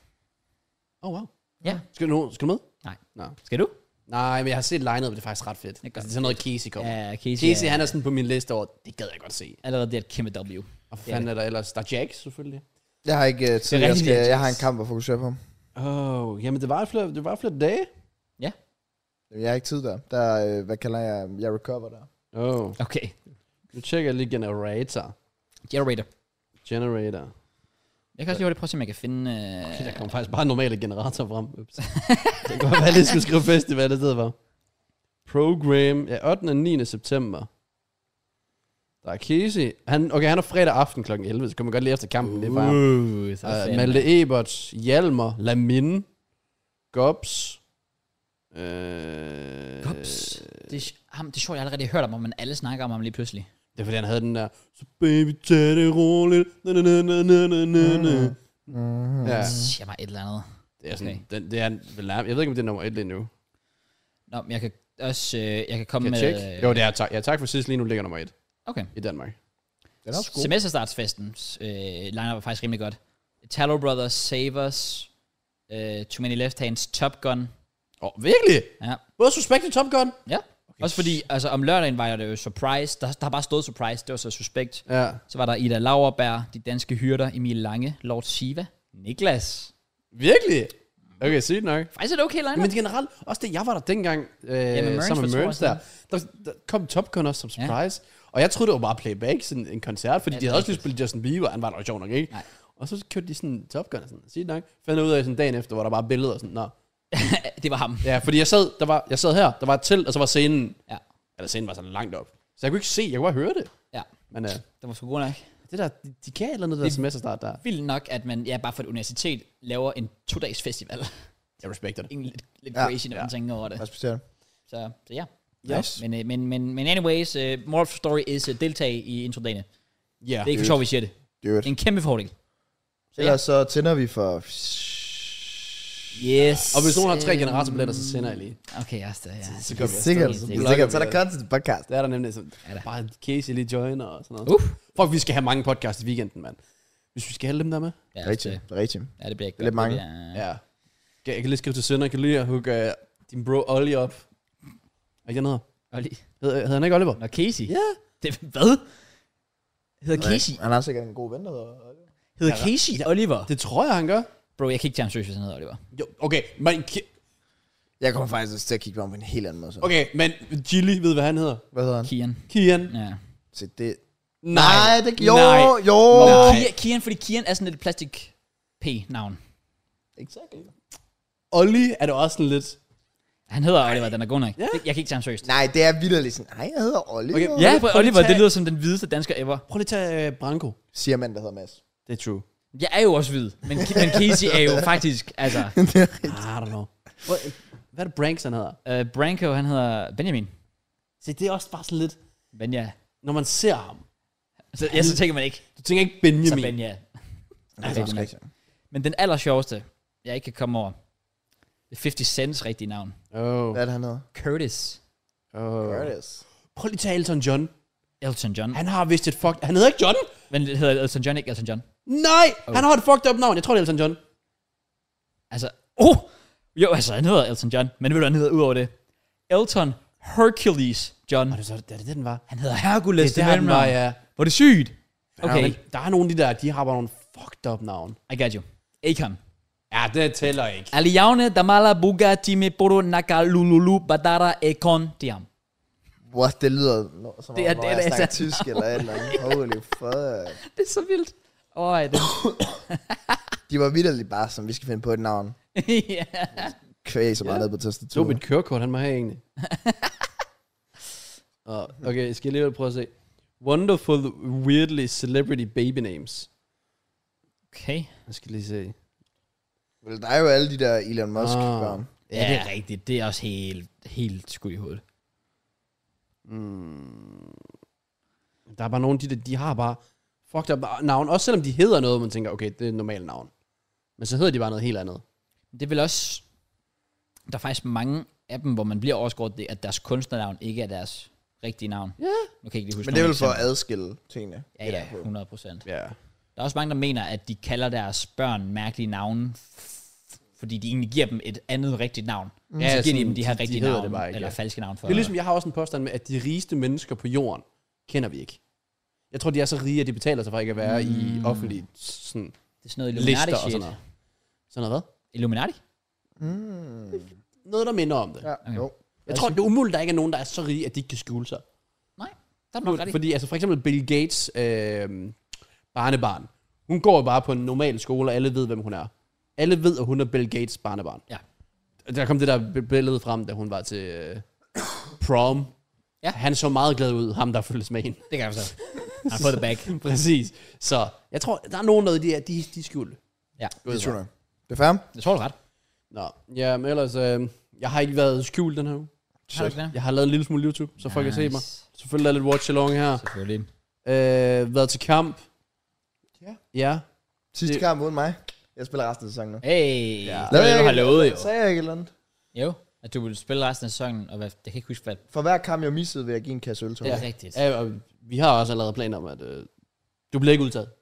[SPEAKER 3] Wow.
[SPEAKER 1] Ja.
[SPEAKER 3] Skal du med?
[SPEAKER 1] Nej.
[SPEAKER 3] Nå.
[SPEAKER 1] Skal du?
[SPEAKER 3] Nej, men jeg har set line-up, det er faktisk ret fedt. Det er sådan noget, Casey kommer.
[SPEAKER 1] Ja,
[SPEAKER 3] Casey, han er sådan på min liste over, det gad jeg godt se.
[SPEAKER 1] Allerede det er et kæmpe W.
[SPEAKER 3] Og for fanden er der ellers? Der er Jack, selvfølgelig.
[SPEAKER 2] Jeg har ikke tid. Jeg har en kamp at fokusere på.
[SPEAKER 3] Jamen det var flere dage.
[SPEAKER 1] Ja.
[SPEAKER 2] Jeg har ikke tid der. Der er, hvad kalder jeg recover der.
[SPEAKER 1] Okay.
[SPEAKER 3] Nu tjekker jeg lige generator.
[SPEAKER 1] Generator. Jeg kan også lige prøve at se, om jeg kan finde...
[SPEAKER 3] Okay, der kommer faktisk bare normale generator frem. Ups. Det kan godt være, at jeg skulle skrive festival, det stedet var. Program, 8. og 9. september. Der er Casey. Han er fredag aften kl. 11, så kan man godt lige efter kampen. Det er bare Malte Ebert, Hjalmar, Lamin, Gobs.
[SPEAKER 1] Gobs? Det er sjovt, jeg har aldrig hørt om, men alle snakker om ham lige pludselig.
[SPEAKER 3] Det er fordi, han havde den der, så baby, tag det roligt.
[SPEAKER 1] Ja. Siger mig et eller andet.
[SPEAKER 3] Det er sådan, det er, jeg ved ikke, om det er nummer 1 lige nu.
[SPEAKER 1] Nå, men jeg kan også, jeg kan komme
[SPEAKER 3] med... Check? Jo, det er tak. Ja, tak for sidst, lige nu ligger nummer 1.
[SPEAKER 1] Okay.
[SPEAKER 3] I Danmark.
[SPEAKER 2] Det er også god.
[SPEAKER 1] Semesterstartsfestens line-up var faktisk rimelig godt. Italo Brothers, Savers, Too Many Left Hands, Top Gun.
[SPEAKER 3] Virkelig?
[SPEAKER 1] Ja.
[SPEAKER 3] Både Suspect og Top Gun?
[SPEAKER 1] Ja. Okay. Også fordi, altså om lørdagen var det jo Surprise. Der har bare stået Surprise, det var så Suspect.
[SPEAKER 3] Ja.
[SPEAKER 1] Så var der Ida Lauerberg, De Danske Hyrder, Emil Lange, Lord Shiva, Niklas.
[SPEAKER 3] Virkelig? Okay, sygt nok.
[SPEAKER 1] Faktisk er det okay line-up.
[SPEAKER 3] Men generelt, også det, jeg var der dengang, sammen med Mørns der kom Top Gun også som surprise. Ja. Og jeg troede, det var bare playback, sådan en koncert, fordi de havde også lige spillet Justin Bieber, han var der jo sjov nok, ikke? Nej. Og så kørte de sådan Top Gun, sådan, sygt nok. Fandt ud af sådan dagen efter, hvor der bare billeder og sådan, nå.
[SPEAKER 1] Det var ham.
[SPEAKER 3] Ja, fordi jeg sad her, der var et telt, og så var scenen, eller scenen var sådan langt op. Så jeg kunne ikke se, jeg kunne bare høre det.
[SPEAKER 1] Ja,
[SPEAKER 3] men
[SPEAKER 1] det var sgu god nok.
[SPEAKER 3] Det der, de kan eller noget, der semesterstart der.
[SPEAKER 1] Vildt nok, at man, bare for et universitet, laver en 2-dags festival.
[SPEAKER 3] Jeg respekter det.
[SPEAKER 1] Lidt crazy, når man tænker over det.
[SPEAKER 2] Respekterer.
[SPEAKER 1] Så ja.
[SPEAKER 2] Yes.
[SPEAKER 1] Men anyways, moral of the story is deltage i introdagene.
[SPEAKER 3] Ja.
[SPEAKER 1] Det er ikke for sjovt, vi siger det. Det er en kæmpe fordel.
[SPEAKER 2] Så ellers så tænder vi for
[SPEAKER 1] Yes.
[SPEAKER 3] Og hvis nogen har 3 generatorbilletter, så sender jeg lige.
[SPEAKER 1] Okay, ja.
[SPEAKER 3] Så gør vi
[SPEAKER 2] Sikkert. Så er der content til podcast.
[SPEAKER 3] Det er der nemlig sådan. Bare Casey lige joiner og sådan noget. Fuck, vi skal have mange podcasts i weekenden, mand. Hvis vi skal have dem der med.
[SPEAKER 1] Ja,
[SPEAKER 2] rigtigt.
[SPEAKER 1] Ja, det bliver ikke
[SPEAKER 2] lidt mange.
[SPEAKER 3] Ja. Jeg kan lige skrive til Sønder, kan du lige hugge din bro Ollie op. Er ikke den hedder?
[SPEAKER 1] Ollie.
[SPEAKER 3] Hedder han ikke Oliver?
[SPEAKER 1] Nå, Casey?
[SPEAKER 3] Ja.
[SPEAKER 1] Det, hvad? Hedder Casey?
[SPEAKER 2] Han har sikkert en god ven, der
[SPEAKER 1] Hedder Casey Oliver?
[SPEAKER 3] Det tror jeg, han gør.
[SPEAKER 1] Bro, jeg kan ikke tage ham seriøst, hvis han hedder Oliver.
[SPEAKER 3] Jo, okay, men...
[SPEAKER 2] Jeg kommer faktisk også til at kigge på ham på en helt anden måde. Så.
[SPEAKER 3] Okay, men Gilly ved, hvad han hedder.
[SPEAKER 2] Hvad hedder han?
[SPEAKER 1] Kian.
[SPEAKER 3] Kian.
[SPEAKER 1] Ja.
[SPEAKER 2] Så det...
[SPEAKER 3] Nej,
[SPEAKER 2] det... Jo.
[SPEAKER 1] Kian, fordi Kian er sådan lidt plastik P-navn.
[SPEAKER 2] Exactly.
[SPEAKER 3] Ollie er det også sådan lidt...
[SPEAKER 1] Han hedder Oliver, den er god nok.
[SPEAKER 3] Ja.
[SPEAKER 1] Jeg kan ikke tage ham seriøst.
[SPEAKER 2] Nej, det er vildt sådan. Nej, jeg hedder Oliver.
[SPEAKER 3] Okay,
[SPEAKER 1] Ja, Oliver, det lyder som den hvideste dansker ever.
[SPEAKER 3] Prøv lige at tage Branko.
[SPEAKER 2] Siger man, der hedder Mads.
[SPEAKER 3] Det er true.
[SPEAKER 1] Jeg er jo også hvid, men Casey er jo faktisk, altså...
[SPEAKER 3] I don't know. Hvad er det Branks, han hedder?
[SPEAKER 1] Branko, han hedder Benjamin.
[SPEAKER 3] Se, det er også bare sådan lidt...
[SPEAKER 1] Benja.
[SPEAKER 3] Når man ser ham...
[SPEAKER 1] Så tænker man ikke.
[SPEAKER 3] Du tænker ikke Benjamin.
[SPEAKER 1] Så Benja.
[SPEAKER 2] Nej, det er også rigtigt.
[SPEAKER 1] Men den allersjoveste, jeg ikke kan komme over, det er 50 Cent's rigtige navn.
[SPEAKER 3] Oh.
[SPEAKER 2] Hvad er det, han hedder?
[SPEAKER 1] Curtis.
[SPEAKER 2] Curtis.
[SPEAKER 3] Prøv lige at tage Elton John.
[SPEAKER 1] Elton John.
[SPEAKER 3] Han har vist et Han hedder ikke John.
[SPEAKER 1] Men hedder Elton John ikke Elton John?
[SPEAKER 3] Nej, han har et fucked up navn. Jeg tror, det er Elton John.
[SPEAKER 1] Altså, jo, altså, han hedder Elton John, men ved du, han hedder udover det? Elton Hercules John.
[SPEAKER 3] Er det den var?
[SPEAKER 1] Han hedder Hercules.
[SPEAKER 3] Det er den var, ja.
[SPEAKER 1] Hvor det sygt. Okay.
[SPEAKER 3] Der er nogle af de der, de har bare nogle fucked up navn.
[SPEAKER 1] I got you. Akon.
[SPEAKER 3] Ja, det tæller ikke.
[SPEAKER 1] Aliaune, Damala, Buga, Time, Bodo, Naka, Lululu, Badara, Akon, Diam.
[SPEAKER 2] What, det lyder som
[SPEAKER 1] Det er
[SPEAKER 2] når
[SPEAKER 1] det,
[SPEAKER 2] jeg
[SPEAKER 1] der er
[SPEAKER 2] snakker
[SPEAKER 1] så-
[SPEAKER 2] tysk eller et eller andet. Holy fuck.
[SPEAKER 1] Det er så vildt. Det.
[SPEAKER 2] De var vitterligt bare som, vi skal finde på et navn.
[SPEAKER 1] Ja.
[SPEAKER 2] Kvæg så meget ned på
[SPEAKER 3] Det var
[SPEAKER 2] tastaturet.
[SPEAKER 3] mit kørekort, han må have egentlig. Okay, jeg skal lige prøve at se. Wonderful, weirdly celebrity baby names.
[SPEAKER 1] Okay.
[SPEAKER 3] Jeg skal lige se.
[SPEAKER 2] Vel, der er jo alle de der Elon Musk-børn.
[SPEAKER 1] Ja, det er rigtigt. Det er også helt skud i hovedet.
[SPEAKER 3] Der er bare nogle af de har bare fucked up navn. Også selvom de hedder noget, man tænker, okay, det er et normalt navn. Men så hedder de bare noget helt andet.
[SPEAKER 1] Det er vel også... Der er faktisk mange af dem, hvor man bliver overskåret, at deres kunstnernavn ikke er deres rigtige navn.
[SPEAKER 3] Ja.
[SPEAKER 1] Nu kan jeg ikke lige huske
[SPEAKER 2] Men det er vel
[SPEAKER 1] nogle
[SPEAKER 2] for at
[SPEAKER 1] eksempler.
[SPEAKER 2] adskille tingene.
[SPEAKER 1] Ja, 100%.
[SPEAKER 3] Ja.
[SPEAKER 1] Der er også mange, der mener, at de kalder deres børn mærkelige navne, fordi de egentlig giver dem et andet rigtigt navn. Så giver de dem de her rigtige
[SPEAKER 3] hedder
[SPEAKER 1] navn,
[SPEAKER 3] det bare ikke,
[SPEAKER 1] eller
[SPEAKER 3] ja.
[SPEAKER 1] falske navn for.
[SPEAKER 3] Det er ligesom, jeg har også en påstand med, at de rigeste mennesker på jorden kender vi ikke. Jeg tror, de er så rige, at de betaler sig for ikke at være i offentlige sådan,
[SPEAKER 1] Det er sådan noget
[SPEAKER 3] lister
[SPEAKER 1] Illuminati
[SPEAKER 3] og
[SPEAKER 1] shit.
[SPEAKER 3] sådan noget. Sådan noget hvad?
[SPEAKER 1] Illuminati?
[SPEAKER 3] Noget, der minder om det.
[SPEAKER 2] Ja,
[SPEAKER 1] Okay.
[SPEAKER 2] jo.
[SPEAKER 3] Jeg tror, det er umuligt, at der ikke er nogen, der er så rige, at de ikke kan skjule sig.
[SPEAKER 1] Nej, der er nok ret i.
[SPEAKER 3] Fordi altså for eksempel Bill Gates barnebarn. Hun går jo bare på en normal skole, og alle ved, hvem hun er. Alle ved, at hun er Bill Gates barnebarn.
[SPEAKER 1] Ja.
[SPEAKER 3] Der kom det der billede frem, da hun var til prom.
[SPEAKER 1] Ja.
[SPEAKER 3] Han så meget glad ud, ham der følges med hende.
[SPEAKER 1] Det kan jeg forstå. I put the back.
[SPEAKER 3] Præcis. Så jeg tror, der er nogen af de er skjult.
[SPEAKER 1] Ja,
[SPEAKER 2] Det tror jeg. Det er fair.
[SPEAKER 1] jeg tror du er ret.
[SPEAKER 3] Nå, ja, men ellers, jeg har ikke været skjult den her uge.
[SPEAKER 1] Har du ikke det?
[SPEAKER 3] Jeg har lavet en lille smule YouTube, så folk kan se mig. Selvfølgelig er lidt watch along her.
[SPEAKER 1] Selvfølgelig.
[SPEAKER 3] Været til kamp.
[SPEAKER 2] Ja.
[SPEAKER 3] Ja.
[SPEAKER 2] Sidste kamp uden mig. Jeg spiller resten af sæsonen nu.
[SPEAKER 1] Hey,
[SPEAKER 3] Ja.
[SPEAKER 1] det er det, du har lovet jo.
[SPEAKER 2] Sagde jeg ikke et eller andet?
[SPEAKER 1] Jo, at du vil spille resten af sæsonen, og jeg kan ikke huske, hvad...
[SPEAKER 2] For hver kamp, jeg missede, vil jeg give en kasse øl til.
[SPEAKER 1] Det er rigtigt.
[SPEAKER 3] Ja, og vi har også allerede planer om, at du bliver ikke udtaget.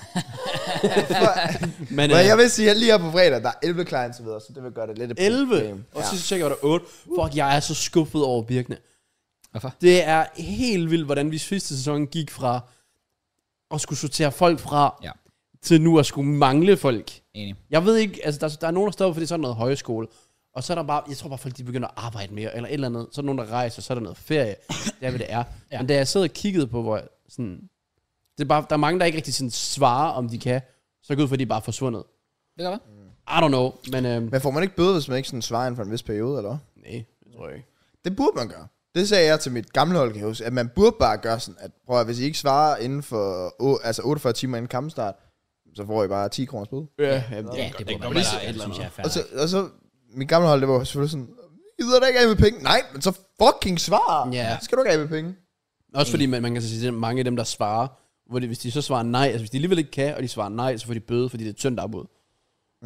[SPEAKER 3] Men,
[SPEAKER 2] Men jeg vil sige, at lige her på fredag, der er 11 clients og videre, så det vil gøre det lidt et
[SPEAKER 3] 11?
[SPEAKER 2] problem.
[SPEAKER 3] Og så tjekker jeg, der 8. Fuck, jeg er så skuffet over Birkene.
[SPEAKER 1] Hvorfor?
[SPEAKER 3] Det er helt vildt, hvordan vi sidste sæson gik fra at skulle sortere folk fra,
[SPEAKER 1] Ja.
[SPEAKER 3] til nu at skulle mangle folk.
[SPEAKER 1] Enig.
[SPEAKER 3] Jeg ved ikke, altså der er nogen, der står for det er sådan noget højskole, og så er der bare, jeg tror bare folk, de begynder at arbejde mere, eller et eller andet, så er der nogen, der rejser, så er der noget ferie, det er, hvad det er.
[SPEAKER 1] Ja.
[SPEAKER 3] Men da jeg sidder og kiggede på, hvor sådan, det er bare, der er mange, der ikke rigtig sådan svarer, om de kan, så går ud for, at de er bare forsvundet.
[SPEAKER 1] Det kan være.
[SPEAKER 3] I don't know, men
[SPEAKER 2] Men får man ikke bøde, hvis man ikke sådan svarer inden for en vis periode, eller hvad?
[SPEAKER 3] nej, det tror jeg ikke.
[SPEAKER 2] Det burde man gøre. Det sagde jeg til mit gamle hold, kan jeg huske, at man burde bare gøre sådan, at prøv at, hvis I ikke svarer inden for 48 timer inden kampstart, så får I bare 10 kroners bøde.
[SPEAKER 3] Ja,
[SPEAKER 1] Ja, det burde man
[SPEAKER 3] lige
[SPEAKER 1] gøre. Det synes jeg er fair.
[SPEAKER 2] Og så mit gamle hold, det var selvfølgelig sådan, I gider da ikke af med penge? Nej, men så fucking svar.
[SPEAKER 3] Ja.
[SPEAKER 2] Så skal du ikke af med penge.
[SPEAKER 3] Også fordi man kan så sige, at mange af dem, der svarer, hvor hvis de så svarer nej, altså hvis de alligevel ikke kan, og de svarer nej, så får de bøde, fordi det er et tyndt afbud.
[SPEAKER 1] Ja.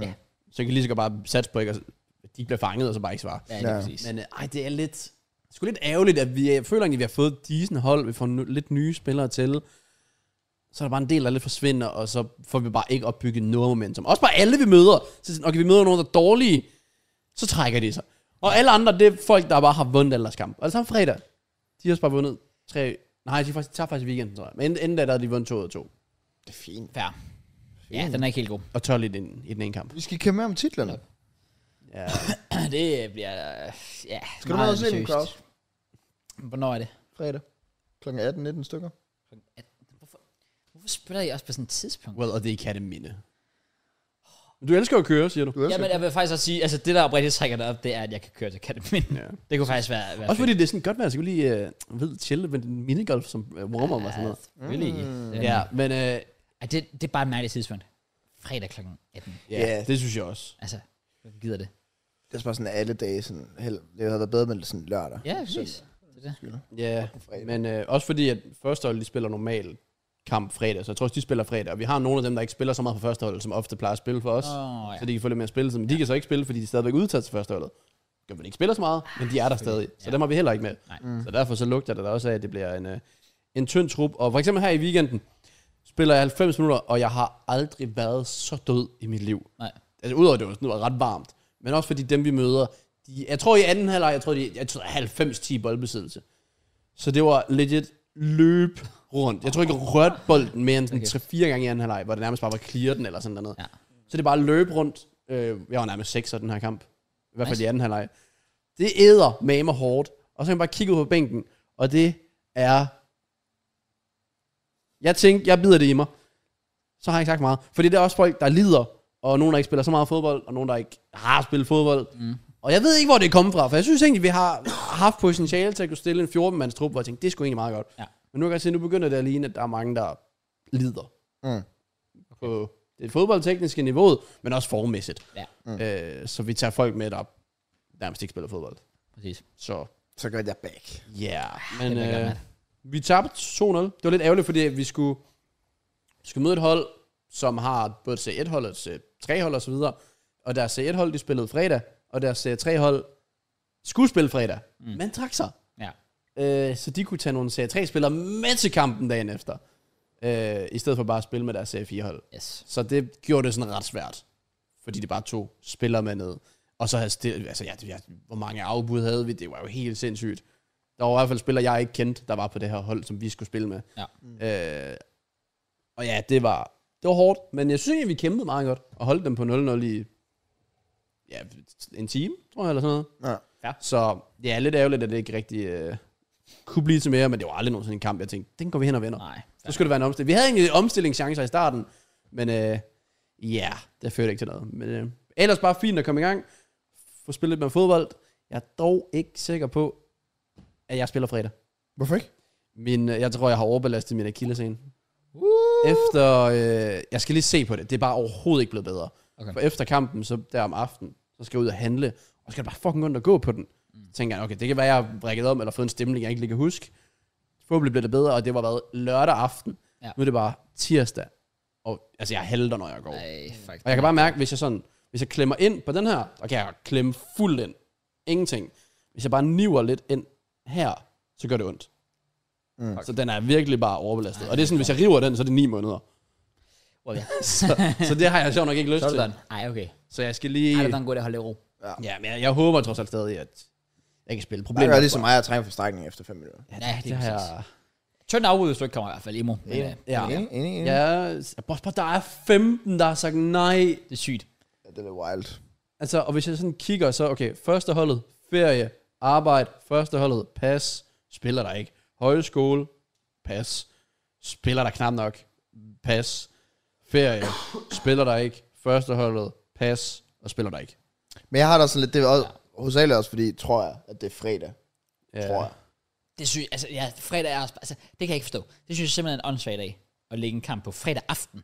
[SPEAKER 3] Så jeg kan lige så godt bare satse på, ikke, at de bliver fanget, og så bare ikke svare.
[SPEAKER 1] Ja, det er præcis.
[SPEAKER 3] Men det er lidt... sgu lidt ærgerligt, at jeg føler egentlig, at vi har fået decent hold, vi får lidt nye spillere til, så er der bare en del, der lidt forsvinder, og så får vi bare ikke opbygget noget momentum. Også bare alle, vi møder. Så okay, vi møder nogen, der er dårlige, så trækker de sig. Og alle andre, det er folk, der bare har vundet alle deres kamp. Og det samme fredag. De har også bare vundet 3... Nej, de tager faktisk weekenden, tror jeg. Men inden da, der havde de vundet 2 ud af 2.
[SPEAKER 2] Det er fint.
[SPEAKER 1] Fair. Ja, den er ikke helt god.
[SPEAKER 3] Og 12 i den ene kamp.
[SPEAKER 2] Vi skal kæmpe med om titlerne.
[SPEAKER 3] Ja.
[SPEAKER 1] Det bliver... Ja,
[SPEAKER 2] skal du med og se dem, Kraus?
[SPEAKER 1] Hvornår er det?
[SPEAKER 2] Fredag. Klokken 18-19 stykker.
[SPEAKER 1] Hvorfor spiller I også på sådan et tidspunkt?
[SPEAKER 3] Well, og det kan det minde. Du elsker at køre, siger du.
[SPEAKER 1] Ja, men jeg vil faktisk også sige, altså det der oprigtigt trækker dig op, det er, at jeg kan køre til Katamin. Ja. Det kunne faktisk være
[SPEAKER 3] også fordi det er sådan godt, at jeg skulle lige chille med en minigolf som warm-up og sådan noget.
[SPEAKER 1] Really?
[SPEAKER 3] Ja, men...
[SPEAKER 1] det er bare et mærkeligt tidspunkt. Fredag kl. 18.
[SPEAKER 3] Ja, det synes jeg også.
[SPEAKER 1] Altså, hvad gider det?
[SPEAKER 2] Det er bare sådan alle dage, sådan, det havde været bedre med sådan lørdag.
[SPEAKER 1] Ja, præcis. Det.
[SPEAKER 3] Ja, men også fordi, at første hold, de spiller normalt kamp fredag, så jeg tror også, de spiller fredag. Og vi har nogle af dem, der ikke spiller så meget på første hold, som ofte plejer at spille for os. Ja. Så de kan få lidt mere spilletid. Men de kan så ikke spille, fordi de er stadigvæk udtaget til første holdet. De kan ikke spille så meget, men de er der stadig. Så dem har vi heller ikke med. Så derfor så lugter det også af, at det bliver en tynd trup. Og for eksempel her i weekenden spiller jeg 90 minutter, og jeg har aldrig været så død i mit liv.
[SPEAKER 1] Nej.
[SPEAKER 3] Altså udover det var ret varmt. Men også fordi dem, vi møder, jeg tror i anden halvleg, jeg tror 90-10 boldbesiddelse. Så det var legit løb rundt. Jeg tror ikke, jeg rørte bolden mere end sådan 3-4 gange i anden halvleg, hvor det nærmest bare var clear den eller sådan noget. Ja. Så det er bare løb rundt. Jeg var nærmest 6'er den her kamp. I hvert fald i anden halvleg. Det æder med mig hårdt. Og så kan jeg bare kigge ud på bænken, og det er... Jeg tænkte, jeg bider det i mig. Så har jeg ikke sagt meget. Fordi det er også folk, der lider, og nogen, der ikke spiller så meget fodbold, og nogen, der ikke har spillet fodbold. Og jeg ved ikke, hvor det er kommet fra, for jeg synes egentlig, vi har haft potentiale til at kunne stille en 14-mands trup, hvor jeg tænkte, det er sgu egentlig meget godt. Ja. Men nu kan jeg se, nu begynder det at ligne, at der er mange, der lider. På det fodboldtekniske niveau, men også formmæssigt. Ja. Så vi tager folk med, der nærmest ikke spiller fodbold.
[SPEAKER 1] Præcis.
[SPEAKER 2] Så gør jeg back.
[SPEAKER 3] Ja, men vi tabte 2-0. Det var lidt ærgerligt, fordi vi skulle møde et hold, som har både C1-hold og C3-hold og så videre. Og deres C1-hold, de spillede fredag, og deres C3-hold skulle spille fredag, men trak sig. Ja. Så de kunne tage nogle C3-spillere med til kampen dagen efter, i stedet for bare at spille med deres C4-hold. Yes. Så det gjorde det sådan ret svært, fordi de bare tog spillere med ned. Og så havde hvor mange afbud havde vi? Det var jo helt sindssygt. Der var i hvert fald spillere, jeg ikke kendte, der var på det her hold, som vi skulle spille med. Ja. Og ja, det var hårdt, men jeg synes egentlig, vi kæmpede meget godt, og holdt dem på 0-0 i en time, tror jeg, eller sådan noget. Ja. Så det er lidt ærgerligt, at det ikke rigtig kunne blive til mere, men det var aldrig nogensinde en kamp, jeg tænkte, den går vi hen og vinder. Nej. Så skulle det være en omstilling. Vi havde egentlig omstillingschancer i starten, men det førte ikke til noget. Men ellers bare fint at komme i gang, få spillet lidt med fodbold. Jeg er dog ikke sikker på, at jeg spiller fredag.
[SPEAKER 2] Hvorfor ikke?
[SPEAKER 3] Jeg tror, jeg har overbelastet min akillescene. Efter, jeg skal lige se på det. Det er bare overhovedet ikke blevet bedre. Okay. For efter kampen, så der om aftenen, så skal jeg ud og handle, og skal bare fucking rundt og gå på den. Så tænker jeg, okay, det kan være, jeg har brækket om, eller fået en stemning, jeg ikke lige kan huske. Forhåbentlig blev det bedre, og det var været lørdag aften. Ja. Nu er det bare tirsdag. Og altså, jeg halter, når jeg går. Og jeg kan bare mærke, hvis jeg klemmer ind på den her, så kan jeg klemme fuldt ind. Ingenting. Hvis jeg bare niver lidt ind her, så gør det ondt. Så den er virkelig bare overbelastet. Og det er sådan, hvis jeg river den, så er det 9 måneder. Okay. så det har jeg sjovt nok ikke lyst til.
[SPEAKER 1] Ej, okay.
[SPEAKER 3] Så jeg skal lige...
[SPEAKER 1] Ej, det er en god idé at holde i ro.
[SPEAKER 3] Ja, men jeg håber trods alt stadig, at jeg kan spille.
[SPEAKER 2] Problemet er ligesom mig at træne for strækning efter 5 minutter.
[SPEAKER 1] Ja, det har jeg... Tynd afbud, hvis du ikke kommer i hvert fald, Imo.
[SPEAKER 2] Enig.
[SPEAKER 3] Ja, der er 15, der har sagt nej.
[SPEAKER 1] Det er sygt.
[SPEAKER 2] Ja, det er wild.
[SPEAKER 3] Altså, og hvis jeg sådan kigger, så okay, første holdet, ferie, arbejde, første holdet, pas, spiller der ikke. Højskole, pas, spiller der knap nok, pas, ferie, spiller der ikke, første holdet, pas, og spiller der ikke.
[SPEAKER 2] Men jeg har da sådan lidt, det er også, hovedsageligt også, fordi tror jeg, at det er fredag. Ja. Tror jeg.
[SPEAKER 1] Det synes altså fredag er også, altså, det kan jeg ikke forstå. Det synes jeg simpelthen er en åndssvag dag, at lægge en kamp på fredag aften.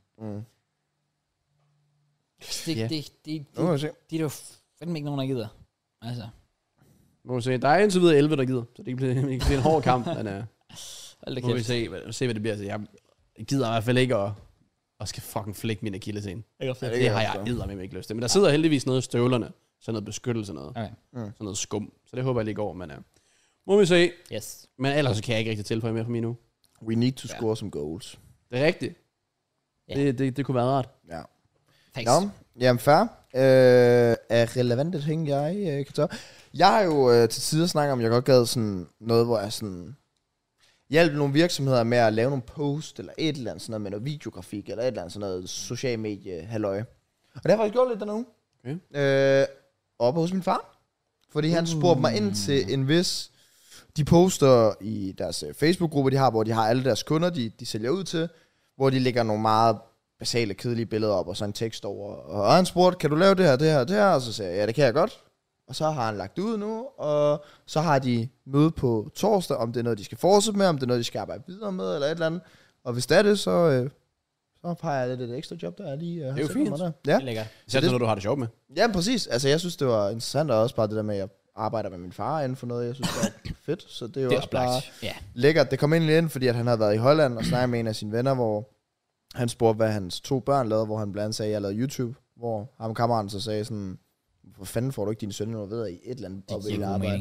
[SPEAKER 1] Det er jo fandme ikke nogen, der gider. Altså.
[SPEAKER 3] Må vi se, der er indtil videre 11, der gider, så det kan blive en hård kamp, men må vi se, hvad det bliver. Altså, jeg gider i hvert fald ikke at og skal fucking flække min akillescene.
[SPEAKER 2] Det
[SPEAKER 3] har jeg eddermame ikke lyst til. Men der sidder heldigvis noget i støvlerne. Sådan noget beskyttelse noget.
[SPEAKER 1] Okay.
[SPEAKER 3] Sådan noget skum. Så det håber jeg lige går, men må vi se.
[SPEAKER 1] Yes.
[SPEAKER 3] Men ellers kan jeg ikke rigtig tilføje mere for mig nu.
[SPEAKER 2] We need to score some goals.
[SPEAKER 3] Det er rigtigt.
[SPEAKER 1] Ja.
[SPEAKER 3] Det kunne være rart.
[SPEAKER 2] Ja.
[SPEAKER 1] Thanks.
[SPEAKER 2] Nå, jamen fair. Er relevante ting, jeg kan tage. Jeg har jo til tider snakket om, jeg godt gad sådan noget, hvor jeg sådan hjælper nogle virksomheder med at lave nogle post, eller et eller andet sådan noget med noget videografik, eller et eller andet sådan noget social medie halløj. Og det har jeg faktisk gjort lidt dernede.
[SPEAKER 3] Okay.
[SPEAKER 2] Oppe hos min far. Fordi han spurgte mig ind til en vis... De poster i deres Facebook-gruppe, de har, hvor de har alle deres kunder, de sælger ud til, hvor de lægger nogle meget basale, kedelige billeder op, og så en tekst over. Og han spurgte, kan du lave det her, det her, det her? Og så sagde jeg, ja, det kan jeg godt. Og så har han lagt det ud nu, og så har de møde på torsdag, om det er noget, de skal fortsætte med, om det er noget, de skal arbejde videre med, eller et eller andet. Og hvis det er det, så peger jeg lidt et ekstra job, der er lige...
[SPEAKER 3] det er jo fint.
[SPEAKER 2] Der. Ja.
[SPEAKER 1] Det er lækkert.
[SPEAKER 3] Så det er noget, du har det sjovt med.
[SPEAKER 2] Ja, præcis. Altså, jeg synes, det var interessant, og også bare det der med, at jeg arbejder med min far inden for noget, jeg synes, det er fedt. Så det er jo også bare lækkert. Det kom egentlig ind, fordi at han havde været i Holland og snakket med en af sine venner, hvor han spurgte, hvad hans 2 børn lavede, hvor han blandt andet sagde, at jeg lavede YouTube, hvor ham kammeraten så sagde sådan, hvor fanden får du ikke dine sønner noget ved i et eller andet op i arbejde.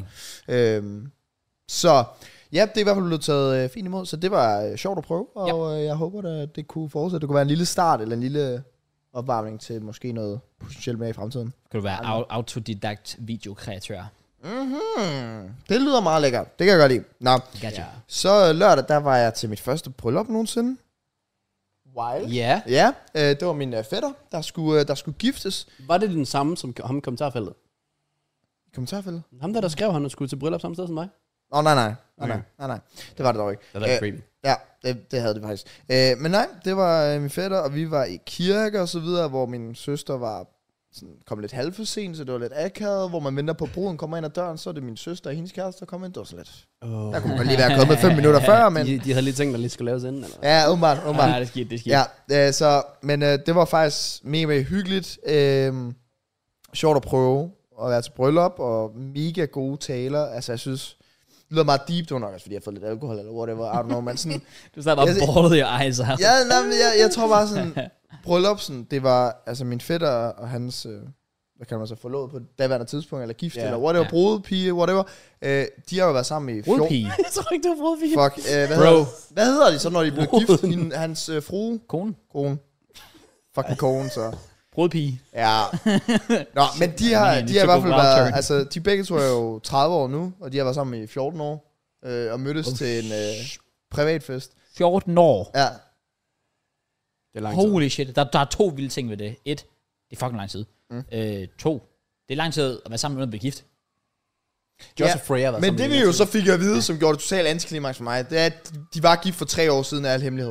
[SPEAKER 2] Så ja, det er i hvert fald blevet taget fint imod, så det var sjovt at prøve, og jeg håber, at det kunne fortsætte. Det kunne være en lille start, eller en lille opvarmning til måske noget potentielt mere i fremtiden.
[SPEAKER 1] Kan du være autodidakt videokreatør?
[SPEAKER 2] Det lyder meget lækkert. Det kan jeg godt lide. Nå,
[SPEAKER 1] Gotcha.
[SPEAKER 2] så lørdag, der var jeg til mit første bryllup nogensinde. Wild.
[SPEAKER 3] Ja.
[SPEAKER 2] Ja, det var min fætter, der skulle giftes.
[SPEAKER 3] Var det den samme som ham i kommentarfeltet?
[SPEAKER 2] Kommentarfælde?
[SPEAKER 3] Ham der skrev, han skulle til bryllup samme sted som mig?
[SPEAKER 2] Nej.
[SPEAKER 3] Okay.
[SPEAKER 2] Nej. Det var det dog ikke.
[SPEAKER 3] Det var creepy.
[SPEAKER 2] Ja, det havde det faktisk. Men nej, det var min fætter, og vi var i kirke og så videre, hvor min søster var sådan, kom lidt halv for sent, så det var lidt akavet, hvor man venter på bruden, kommer ind ad døren, så er det min søster og hendes kæreste, der kommer ind. Det var så lidt. Der kunne man lige være kommet 5 minutter før, men...
[SPEAKER 3] De havde lige tænkt, at lige skulle laves inden, eller?
[SPEAKER 2] Ja, åbenbart.
[SPEAKER 1] Ja, det er skidt.
[SPEAKER 2] Ja, men det var faktisk mega hyggeligt. Sjovt at prøve at være til bryllup, og mega gode taler. Altså, jeg synes... Det lyder meget deep, det var nok også, fordi jeg har fået lidt alkohol, eller whatever, I don't know, men sådan...
[SPEAKER 1] Du sad bare balled your eyes out.
[SPEAKER 2] Ja, jeg tror bare sådan... Bryllup, sådan, det var altså min fætter og hans... hvad kan man så forlod på daværende tidspunkt, eller gift, eller whatever, brudepige, whatever. De har jo været sammen i 14...
[SPEAKER 1] Brudepige?
[SPEAKER 3] Jeg tror ikke, du har brudepige.
[SPEAKER 2] Fuck, hvad hedder de så, når de bliver gift? Hans frue?
[SPEAKER 1] Kone.
[SPEAKER 2] Fucking kone, så...
[SPEAKER 1] Brudepige.
[SPEAKER 2] Ja. Nå, men de har i hvert fald været... Altså, de begge to er jo 30 år nu, og de har været sammen i 14 år, og mødtes til en privatfest.
[SPEAKER 1] 14 år?
[SPEAKER 2] Ja.
[SPEAKER 3] Det er lang tid.
[SPEAKER 1] Holy shit. Der er 2 vilde ting ved det. 1, det er fucking lang tid. 2, det er lang tid at være sammen uden at blive gift.
[SPEAKER 3] Just a Freya var
[SPEAKER 2] men det vi jo så fik at vide, som gjorde det totalt antiklimaks for mig, det er, at de var gift for 3 år siden af al hemmelighed.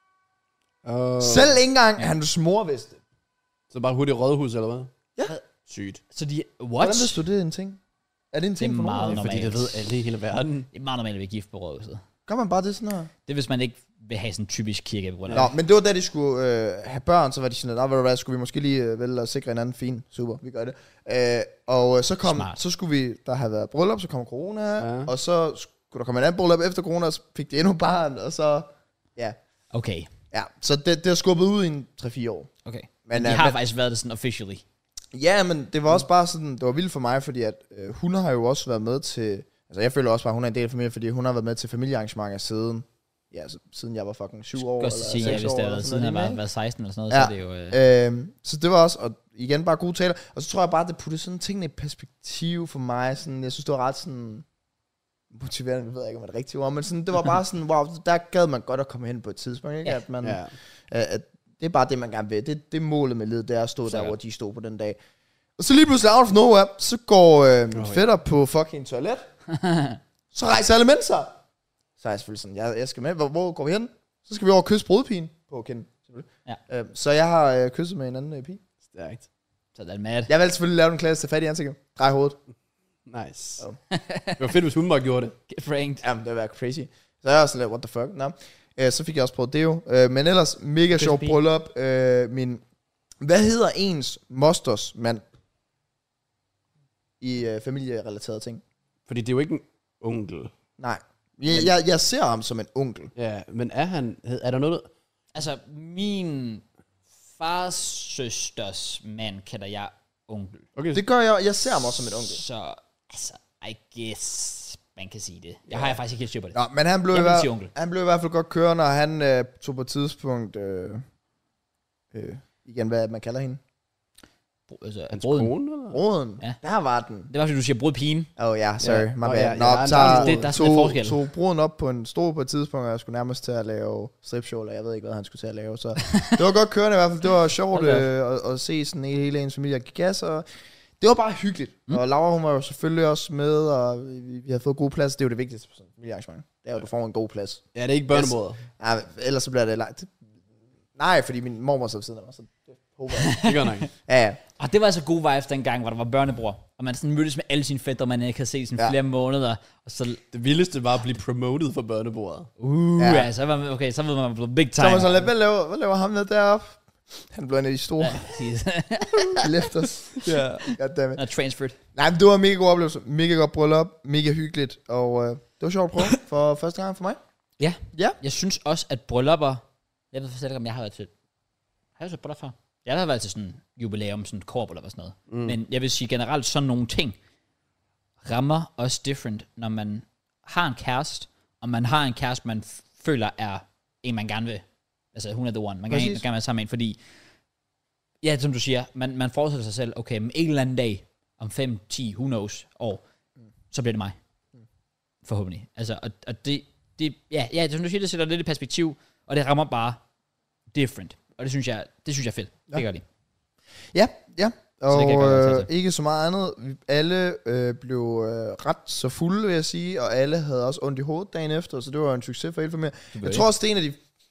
[SPEAKER 2] Selv ikke engang hans mor vidste det.
[SPEAKER 3] Så bare hurtigt rådhus, eller hvad?
[SPEAKER 2] Ja.
[SPEAKER 3] Sygt.
[SPEAKER 1] Så de... What?
[SPEAKER 2] Hvordan vidste du, det er en ting? Er det en ting
[SPEAKER 1] det er
[SPEAKER 2] for
[SPEAKER 1] meget
[SPEAKER 2] nogen?
[SPEAKER 1] normalt.
[SPEAKER 3] Fordi det ved alle i hele verden.
[SPEAKER 1] Det er meget normalt at blive gift på rådhuset.
[SPEAKER 2] Gør man bare det sådan her?
[SPEAKER 1] Det er, hvis man ikke vil have sådan en typisk kirke.
[SPEAKER 2] Nå, men det var da de skulle have børn, så var de sådan, ved du hvad, skulle vi måske lige vælge at sikre hinanden. Fint, super, vi gør det. Og så skulle vi, der havde været bryllup, så kom corona, og så skulle der komme en anden bryllup efter corona, og så fik de endnu barn, og så, ja.
[SPEAKER 1] Okay.
[SPEAKER 2] Ja, så det har skubbet ud i en 3-4 år.
[SPEAKER 1] Okay.
[SPEAKER 2] Men
[SPEAKER 1] de har faktisk været det sådan officially.
[SPEAKER 2] Ja, men det var også bare sådan, det var vildt for mig, fordi at hun har jo også været med til, altså jeg føler også bare, at hun er en del af familien, fordi hun har været med til familiearrangementer siden jeg var fucking 7 år.
[SPEAKER 1] Godt at sige, ja, hvis det havde været siden jeg var 16 eller sådan noget,
[SPEAKER 2] ja.
[SPEAKER 1] Så er det jo...
[SPEAKER 2] Så det var også, og igen bare gode taler, og så tror jeg bare, at det puttede sådan tingene i perspektiv for mig, sådan, jeg synes, det var ret sådan motiverende, jeg ved ikke, om det er rigtigt ord, men sådan, det var bare sådan, wow, der gad man godt at komme hen på et tidspunkt, ikke? At man, at det er bare det, man gerne vil. Det er målet med livet, det er at stå der, hvor de stod på den dag. Og så lige pludselig out of nowhere, så går min fætter på fucking toilet. Så rejser alle mænd sig. Så er jeg selvfølgelig sådan, jeg skal med. Hvor går vi hen? Så skal vi over og kysse brudpigen på kinden.
[SPEAKER 1] Ja.
[SPEAKER 2] Så jeg har kysset med en anden pige.
[SPEAKER 3] Stærkt.
[SPEAKER 1] Så det er mad.
[SPEAKER 2] Jeg vil selvfølgelig lave den klasse til fat i ansigtet. Drej hovedet.
[SPEAKER 3] Nice. Det var fedt, hvis hun bare gjorde det.
[SPEAKER 1] Get franked.
[SPEAKER 2] Jamen, det var crazy. Så jeg var sådan lidt, what the fuck? Nå. Så fik jeg også prøvet det jo. Men ellers, mega sjov bryllup. Hvad hedder ens mosters mand? I familierelaterede ting.
[SPEAKER 3] Fordi det er jo ikke en onkel.
[SPEAKER 2] Nej. Jeg ser ham som en onkel.
[SPEAKER 3] Ja, men er der noget...
[SPEAKER 1] Altså, min fars søsters mand kalder jeg onkel.
[SPEAKER 2] Okay. Det gør jeg. Jeg ser ham også som et onkel.
[SPEAKER 1] Så, altså, I guess, man kan sige det. Jeg har faktisk ikke helt styr på det.
[SPEAKER 2] Ja, men han blev i hvert fald godt kørende, og han tog på et tidspunkt, igen, hvad man kalder hende?
[SPEAKER 1] Altså,
[SPEAKER 3] hans kone, eller?
[SPEAKER 2] Broden. Ja. Der var den.
[SPEAKER 1] Det var, fordi du siger brudpigen.
[SPEAKER 2] Ja, sorry.
[SPEAKER 3] Ja.
[SPEAKER 2] My bad.
[SPEAKER 1] Der er sådan en forskel.
[SPEAKER 2] Tog broden op på en stol på et tidspunkt, og jeg skulle nærmest til at lave stripshow, eller jeg ved ikke, hvad han skulle til at lave. Så det var godt kørende i hvert fald. Det var sjovt at se sådan hele ens familie gik gas, og det var bare hyggeligt. Og Laura, hun var jo selvfølgelig også med, og vi havde fået god plads. Det er jo det vigtigste på sådan et familiearrangement. Det er jo, at du får en god plads.
[SPEAKER 3] Ja, det er ikke børnebordet.
[SPEAKER 2] Ja, ellers så bliver det langt. Nej, fordi min mormor så ved siden af mig, så det håber jeg.
[SPEAKER 3] Det gør nok.
[SPEAKER 2] Ja.
[SPEAKER 1] Og det var altså god vibes dengang, hvor der var børnebror. Og man sådan mødtes med alle sine fætter, man ikke havde set i flere måneder. Og så
[SPEAKER 3] det vildeste var at blive promoted for børnebordet.
[SPEAKER 1] Så var man, okay, så ved man blevet big time.
[SPEAKER 2] Så var man sådan, hvad laver ham deroppe? Han blev en af de store. Ja, left os. Ja. Goddammit.
[SPEAKER 1] Og transferred.
[SPEAKER 2] Nej, men det var en mega god oplevelse. Mega godt bryllup. Mega hyggeligt. Og det var sjovt at prøve for første gang for mig.
[SPEAKER 1] Ja. Jeg synes også, at bryllupper... Jeg ved faktisk ikke, om jeg har været til... Har jeg været bryllup før? Jeg har været til sådan jubilæum, sådan korbryllup og sådan noget. Men jeg vil sige generelt, sådan nogle ting rammer også different, når man har en kæreste, og man har en kæreste, man føler er en, man gerne vil. Altså, hun er the one. Man kan gerne være sammen med en, fordi... Ja, som du siger, man forestiller sig selv, okay, men en eller anden dag, om 5, 10, who knows, år, så bliver det mig. Forhåbentlig. Altså, og det som du siger, det sætter lidt i perspektiv, og det rammer bare different. Og det synes jeg er fedt. Det gør de.
[SPEAKER 2] Ja. Og ikke så meget andet. Alle blev ret så fulde, vil jeg sige, og alle havde også ondt i hovedet dagen efter, så det var en succes for hele familien. Jeg tror også, det er en af de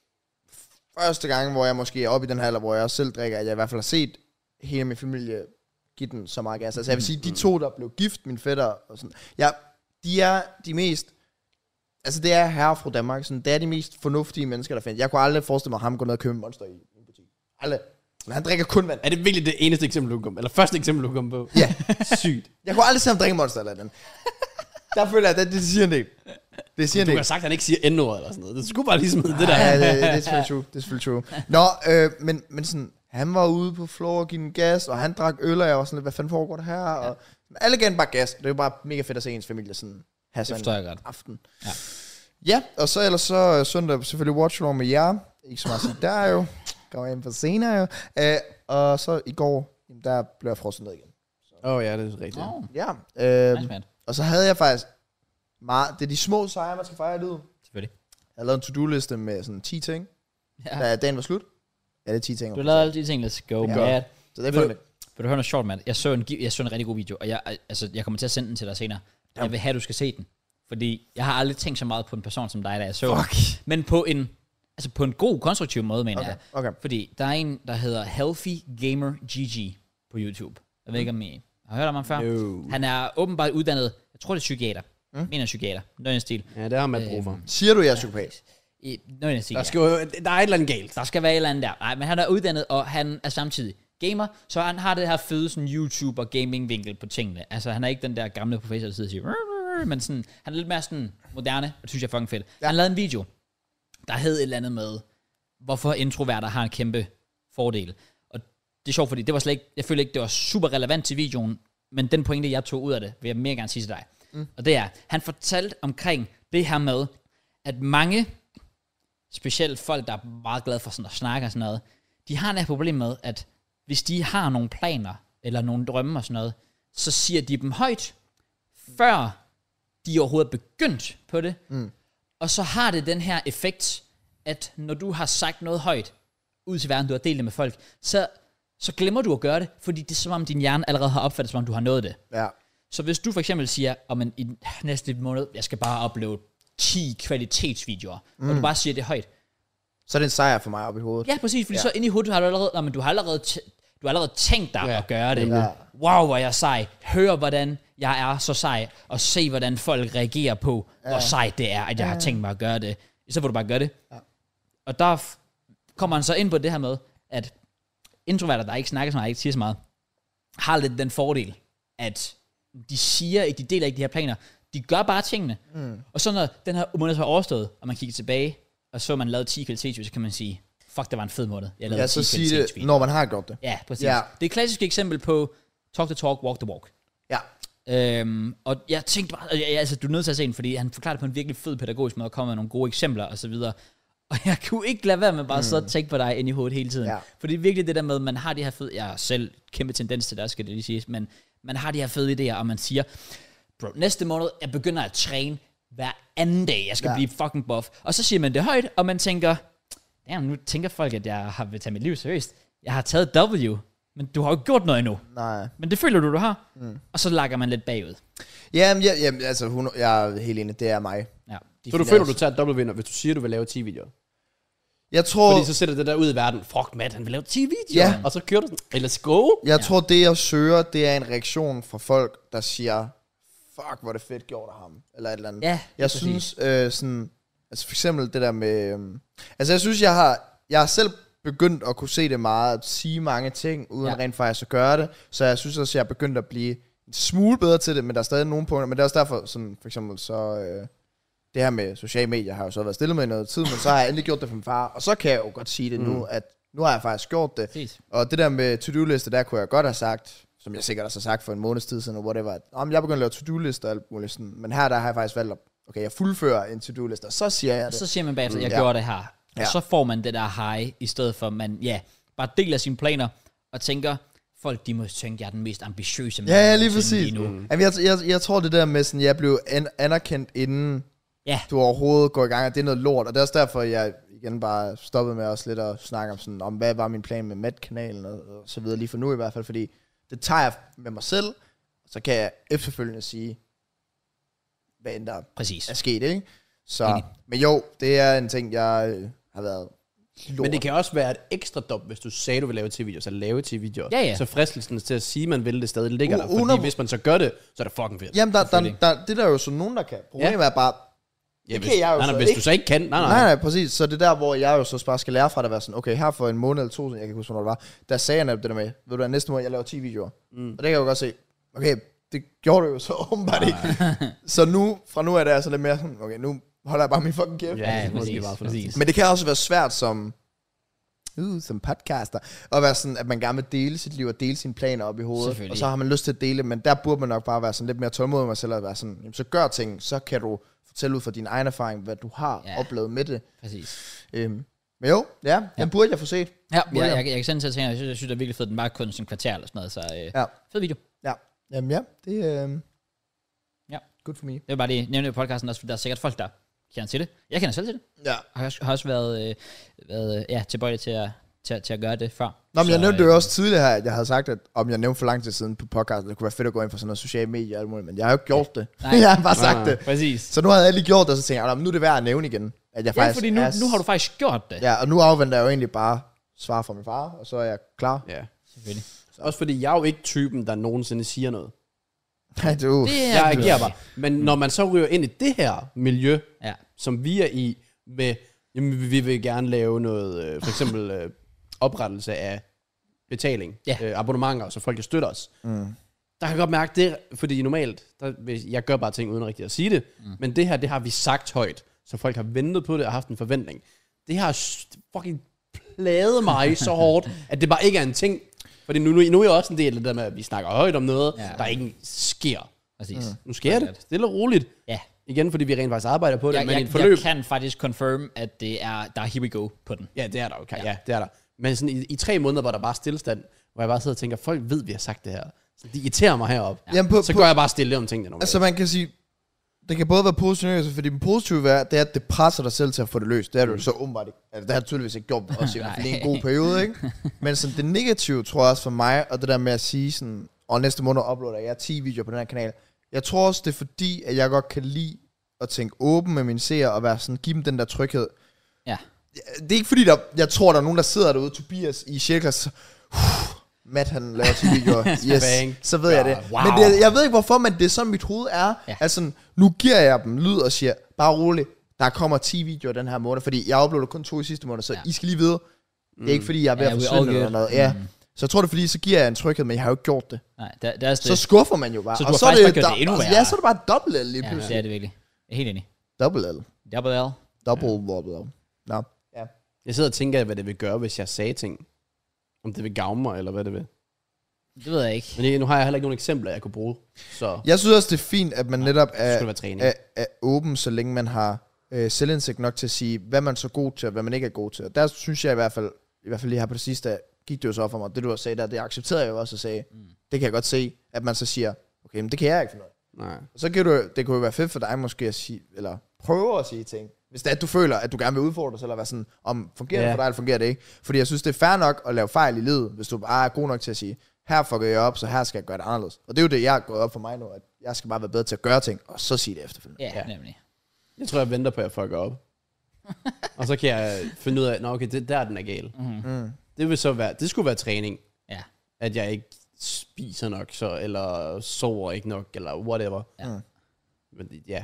[SPEAKER 2] første gange, hvor jeg måske er oppe i den her alder, hvor jeg også selv drikker, at jeg i hvert fald har set hele min familie give den så meget gas. Altså jeg vil sige, de to, der blev gift, mine fætter og sådan, de er de mest, altså det er herre fra Danmark, sådan, det er de mest fornuftige mennesker, der findes. Jeg kunne aldrig forestille mig, at ham gå ned og købe en Monster i en butik. Aldrig. Men han drikker kun vand.
[SPEAKER 3] Er det virkelig det eneste eksempel, du kom? Eller første eksempel, du kom på?
[SPEAKER 2] Ja.
[SPEAKER 3] Sygt.
[SPEAKER 2] Jeg kunne aldrig se ham drikke Monster eller den. Der føler jeg, at det siger en del. Det siger en del.
[SPEAKER 3] Du har sagt, at han ikke siger N-ord eller sådan noget. Det skulle bare lige smide det der.
[SPEAKER 2] Ja, det er selvfølgelig true. Nå, men sådan, han var ude på floor og give den gas, og han drak øl, og jeg var sådan lidt, hvad fanden foregår det her? Og alle gav bare gas. Det er jo bare mega fedt at se ens familie sådan have sådan en aften. Ja, og så ellers så søndag selvfølgelig watch along med jer. Ikke så meget at sige der jo. Går ind på senere jo. Og så i går, der blev jeg frosset ned igen.
[SPEAKER 3] Ja, det er rigtigt.
[SPEAKER 2] Ja. Og så havde jeg faktisk meget, det er de små sejre, man skal fejre i livet.
[SPEAKER 1] Selvfølgelig.
[SPEAKER 2] Jeg havde lavet en to-do-liste med sådan 10 ting. Da dagen var slut. Ja, det er 10 ting.
[SPEAKER 1] Du lavede alle de ting, let's go, Matt.
[SPEAKER 2] Så det er
[SPEAKER 1] vil du høre noget sjovt, Matt? Jeg så en rigtig god video, og jeg kommer til at sende den til dig senere. Jeg vil have, at du skal se den. Fordi jeg har aldrig tænkt så meget på en person som dig, da jeg så. Men på en god, konstruktiv måde, mener jeg.
[SPEAKER 2] Okay.
[SPEAKER 1] Fordi der er en, der hedder Healthy Gamer GG på YouTube. Jeg ved ikke, om I har hørt om ham før. No. Han er åbenbart uddannet, jeg tror det er psykiater. Mener psykiater. Noget i stil.
[SPEAKER 3] Ja, det har man brug for.
[SPEAKER 2] Siger du, jeg er psykopat?
[SPEAKER 1] Noget i stil,
[SPEAKER 3] der er et eller andet galt.
[SPEAKER 1] Der skal være et eller andet der. Nej, men han er uddannet, og han er samtidig gamer, så han har det her fede sådan YouTube og gaming vinkel på tingene. Altså han er ikke den der gamle professor, der sidder og siger, men sådan, han er lidt mere sådan moderne, og det synes jeg er fucking fedt. Ja. Han lavede en video, der hed et eller andet med, hvorfor introverter har en kæmpe fordel. Og det er sjovt, fordi det var slet ikke, jeg føler ikke, det var super relevant til videoen, men den pointe, jeg tog ud af det, vil jeg mere gerne sige til dig. Og det er, han fortalte omkring det her med, at mange, specielt folk, der er meget glade for sådan at snakke og sådan noget, de har et problem med, at hvis de har nogle planer, eller nogle drømme og sådan noget, så siger de dem højt, før de overhovedet er begyndt på det. Og så har det den her effekt, at når du har sagt noget højt, ud til verden, du har delt det med folk, så glemmer du at gøre det, fordi det er som om din hjerne allerede har opfattet, som om du har nået det.
[SPEAKER 2] Ja.
[SPEAKER 1] Så hvis du for eksempel siger, i næste måned, jeg skal bare uploade 10 kvalitetsvideoer, og du bare siger det højt,
[SPEAKER 2] så er det en sejr for mig op i hovedet.
[SPEAKER 1] Ja, præcis, fordi så inde i hovedet har du allerede tænkt dig at gøre det. Ja. Wow, hvor jeg er sej. Hør, hvordan jeg er så sej, og se, hvordan folk reagerer på, hvor sejt det er, at jeg har tænkt mig at gøre det. Så får du bare gøre det. Ja. Og der kommer han så ind på det her med, at introverter, der ikke snakker så meget, ikke siger så meget, har lidt den fordel, at de deler ikke de her planer, de gør bare tingene. Og så når den her måned er overstået, og man kigger tilbage, og så man lavet 10 kvalitetsvideoer, så kan man sige, fuck, det var en fed måned.
[SPEAKER 2] Ja, så sige det, når man har gjort det.
[SPEAKER 1] Ja, præcis. Ja. Det er et klassisk eksempel på talk the talk, walk the walk.
[SPEAKER 2] Ja.
[SPEAKER 1] Og jeg tænkte bare, altså du er nødt til at se den, fordi han forklarer det på en virkelig fed pædagogisk måde, og kommer med nogle gode eksempler og så videre. Og jeg kunne ikke lade være med bare så at tænke på dig ind i hovedet hele tiden. Ja. Fordi virkelig det der med, man har de her fede, jeg har selv kæmpe tendens til det, skal det lige siges, men man har de her fede idéer, og man siger, bro, næste måned, jeg begynder at træne hver anden dag, jeg skal blive fucking buff. Og så siger man det højt, og man tænker, damn, nu tænker folk, at jeg har vil tage mit liv seriøst. Jeg har taget W, men du har jo ikke gjort noget endnu.
[SPEAKER 2] Nej.
[SPEAKER 1] Men det føler du har. Og så lakker man lidt bagud.
[SPEAKER 2] Jamen altså, jeg er helt enig, det er mig.
[SPEAKER 3] Ja. Så du føler, du tager W, hvis du siger, du vil lave 10 videoer?
[SPEAKER 2] Jeg tror...
[SPEAKER 3] Fordi så sætter det der ud i verden. Fuck, Matt, han vil lave 10 videoer. Ja. Og så kører du sådan, let's go.
[SPEAKER 2] Jeg tror, det jeg søger, det er en reaktion fra folk, der siger, fuck, hvor det fedt gjort af ham. Eller et eller andet.
[SPEAKER 1] Ja,
[SPEAKER 2] jeg synes, sådan... Altså for eksempel det der med... altså jeg synes, jeg har selv begyndt at kunne se det meget, at sige mange ting, uden rent faktisk at gøre det. Så jeg synes også, jeg er begyndt at blive en smule bedre til det, men der er stadig nogle punkter. Men det er også derfor, sådan for eksempel så... det her med sociale medier har jo så været stille med i noget tid, men så har jeg endelig gjort det for min far, og så kan jeg jo godt sige det nu, at nu har jeg faktisk gjort det. Præcis. Og det der med to-do-liste, der kunne jeg godt have sagt, som jeg sikkert også har sagt for en måneds tid siden, og whatever, at jeg begynder at lave to-do-lister og alt muligt sådan, men her der har jeg faktisk valgt at, okay, jeg fuldfører en to-do-liste, og så siger jeg det.
[SPEAKER 1] Så siger man bagefter, jeg gjorde det her. Og så får man det der high, i stedet for, man bare deler sine planer, og tænker, folk de må tænke, jeg er den mest ambitiøse mand.
[SPEAKER 2] Ja, lige præcis. Jeg tror det der med, sådan, jeg blev anerkendt inden du overhovedet går i gang, og det er noget lort, og det er også derfor, jeg igen bare stoppede med også lidt at snakke om sådan, om hvad var min plan med Matt-kanalen og så videre, lige for nu i hvert fald, fordi det tager jeg med mig selv, og så kan jeg efterfølgende sige, hvad end der er sket, ikke? Så, men jo, det er en ting, jeg har været lort.
[SPEAKER 3] Men det kan også være et ekstra dop, hvis du sagde, du vil lave tv-videoer, så lave tv-videoer. Så fristelsen til at sige, man vil det stadig ligger der, fordi hvis man så gør det, så er det fucking fedt.
[SPEAKER 2] Jamen, det der er jo så nogen, der kan. Problemet er bare,
[SPEAKER 3] hvis du så ikke kan.
[SPEAKER 2] Nej, præcis. Så det der, hvor jeg jo så bare skal lære fra det, være sådan, okay, her for en måned eller to, jeg kan ikke huske, hvornår det var, der sagde jeg netop det der med, ved du hvad, næste måned, jeg laver 10 videoer. Og det kan jeg jo godt se, okay, det gjorde du jo så åbenbart ikke. Så nu, fra nu af det er så lidt mere sådan, okay, nu holder jeg bare min fucking kæft.
[SPEAKER 1] Ja, præcis.
[SPEAKER 2] Men det kan også være svært som podcaster, at være sådan, at man gerne vil dele sit liv og dele sine planer op i hovedet, og så har man lyst til at dele, men der burde man nok bare være sådan lidt mere tålmodig med mig selv, og være sådan, jamen, så gør ting, så kan du fortælle ud fra din egen erfaring, hvad du har oplevet med det.
[SPEAKER 1] Præcis.
[SPEAKER 2] Men jo, den burde jeg få set.
[SPEAKER 1] Ja, jeg kan sende til at tænke, jeg synes, det er virkelig fedt, den var kun sådan en kvarter eller sådan noget, så fed video.
[SPEAKER 2] Ja, jamen det good for me.
[SPEAKER 1] Det var bare det nævne i podcasten også, for der er sikkert folk, der kender til det. Jeg kender selv til det.
[SPEAKER 2] Ja.
[SPEAKER 1] Jeg har også været tilbøjelig til at gøre det før.
[SPEAKER 2] Nå, men jeg nævnte det jo også tidligere her, at jeg havde sagt, at om jeg nævnte for lang tid siden på podcasten, det kunne være fedt at gå ind for sådan noget sociale medier og alt muligt, men jeg har jo ikke gjort det. Jeg har bare sagt det.
[SPEAKER 1] Præcis.
[SPEAKER 2] Så nu havde jeg lige gjort det, og så tænkte jeg, nu er det værd at nævne igen. At jeg
[SPEAKER 1] faktisk fordi nu har du faktisk gjort det.
[SPEAKER 2] Ja, og nu afventer jeg jo egentlig bare svar fra min far, og så er jeg klar.
[SPEAKER 3] Ja, selvfølgelig. Også fordi jeg er jo ikke typen, der nogensinde siger noget.
[SPEAKER 2] Nej, du.
[SPEAKER 3] Jeg agerer bare. Men når man så ryger ind i det her miljø, som vi er i, med, jamen, vi vil gerne lave noget, for eksempel oprettelse af betaling, abonnementer, så folk kan støtte os. Der kan jeg godt mærke det, fordi normalt, jeg gør bare ting uden rigtigt at sige det, men det her, det har vi sagt højt, så folk har ventet på det og haft en forventning. Det har fucking plaget mig så hårdt, at det bare ikke er en ting. Fordi nu er jeg også en del af det der med, at vi snakker højt om noget, der ikke sker.
[SPEAKER 1] Præcis.
[SPEAKER 3] Nu sker det. Stille og roligt.
[SPEAKER 1] Ja.
[SPEAKER 3] Igen, fordi vi rent faktisk arbejder på det. Men en forløb...
[SPEAKER 1] Jeg kan faktisk confirm, at der er here we go på den.
[SPEAKER 3] Ja, det er der okay. Ja, det er der. Men sådan i 3 måneder, hvor der bare er stillestand, hvor jeg bare sidder og tænker, folk ved, vi har sagt det her. Så de irriterer mig heroppe. Ja. Så gør jeg bare stille om tingene.
[SPEAKER 2] Altså man kan sige, det kan både være positivt, fordi den positive er, det er, at det presser dig selv til at få det løst. Det er du så åbenbart ikke. Altså, det har du tydeligvis ikke gjort også, i en god periode, ikke? Men sådan, det negative, tror jeg også for mig, og det der med at sige sådan, og næste måned uploader jeg 10 videoer på den her kanal. Jeg tror også, det er fordi, at jeg godt kan lide at tænke åben med mine seere, og være sådan, give dem den der tryghed.
[SPEAKER 1] Ja.
[SPEAKER 2] Det er ikke fordi, jeg tror, der er nogen, der sidder derude, Tobias i 6. klasse, Matt, han laver 10 videoer. Yes, så ved jeg det.
[SPEAKER 3] Wow.
[SPEAKER 2] Men jeg ved ikke hvorfor, men det er sådan mit hoved er. Ja. Altså, nu giver jeg dem lyd og siger, bare roligt, der kommer 10 videoer den her måned, fordi jeg uploadede kun 2 i sidste måned, så I skal lige vide, det er ikke fordi, jeg er ved at forsvinde eller noget. Ja. Så jeg tror det er fordi, så giver jeg en tryghed, men jeg har jo ikke gjort det.
[SPEAKER 1] Nej,
[SPEAKER 2] så skuffer man jo bare.
[SPEAKER 1] Så du har faktisk bare gjort det endnu værre.
[SPEAKER 2] Ja, så er det bare dobbelt L lige pludselig.
[SPEAKER 1] Ja, det er det virkelig. Jeg er helt enig.
[SPEAKER 2] Double L.
[SPEAKER 1] Double L.
[SPEAKER 2] Double L. Nå, ja.
[SPEAKER 3] Jeg sidder og tænker, hvad det vil gøre, hvis jeg sagde ting. Om det vil gavne mig, eller hvad det vil.
[SPEAKER 1] Det ved jeg ikke.
[SPEAKER 3] Men nu har jeg heller ikke nogen eksempler, jeg kunne bruge. Så
[SPEAKER 2] Jeg synes også, det er fint, at man netop
[SPEAKER 3] er
[SPEAKER 2] åben, så længe man har selvindsigt nok til at sige, hvad man er så god til, og hvad man ikke er god til. Og der synes jeg i hvert fald lige her på det sidste, gik det jo så for mig. Det du har sagt der, det accepterede jeg jo også at sige. Det kan jeg godt se, at man så siger, okay, men det kan jeg ikke finde noget.
[SPEAKER 3] Nej.
[SPEAKER 2] Og så kan det kunne jo være fedt for dig måske at sige, eller prøve at sige ting. Hvis det er, at du føler, at du gerne vil udfordre dig, eller være sådan, om fungerer det for dig, eller fungerer det ikke. Fordi jeg synes, det er fair nok at lave fejl i livet, hvis du bare er god nok til at sige, her fucker jeg op, så her skal jeg gøre det anderledes. Og det er jo det, jeg er gået op for mig nu, at jeg skal bare være bedre til at gøre ting, og så sige det efterfølgende.
[SPEAKER 1] Ja, nemlig.
[SPEAKER 3] Jeg tror, jeg venter på, at jeg fucker op. Og så kan jeg finde ud af, okay, det der den er gal. Det vil så være, det skulle være træning.
[SPEAKER 1] Ja.
[SPEAKER 3] At jeg ikke spiser nok, så, eller sover ikke nok, eller whatever.
[SPEAKER 1] Ja.
[SPEAKER 3] Men ja.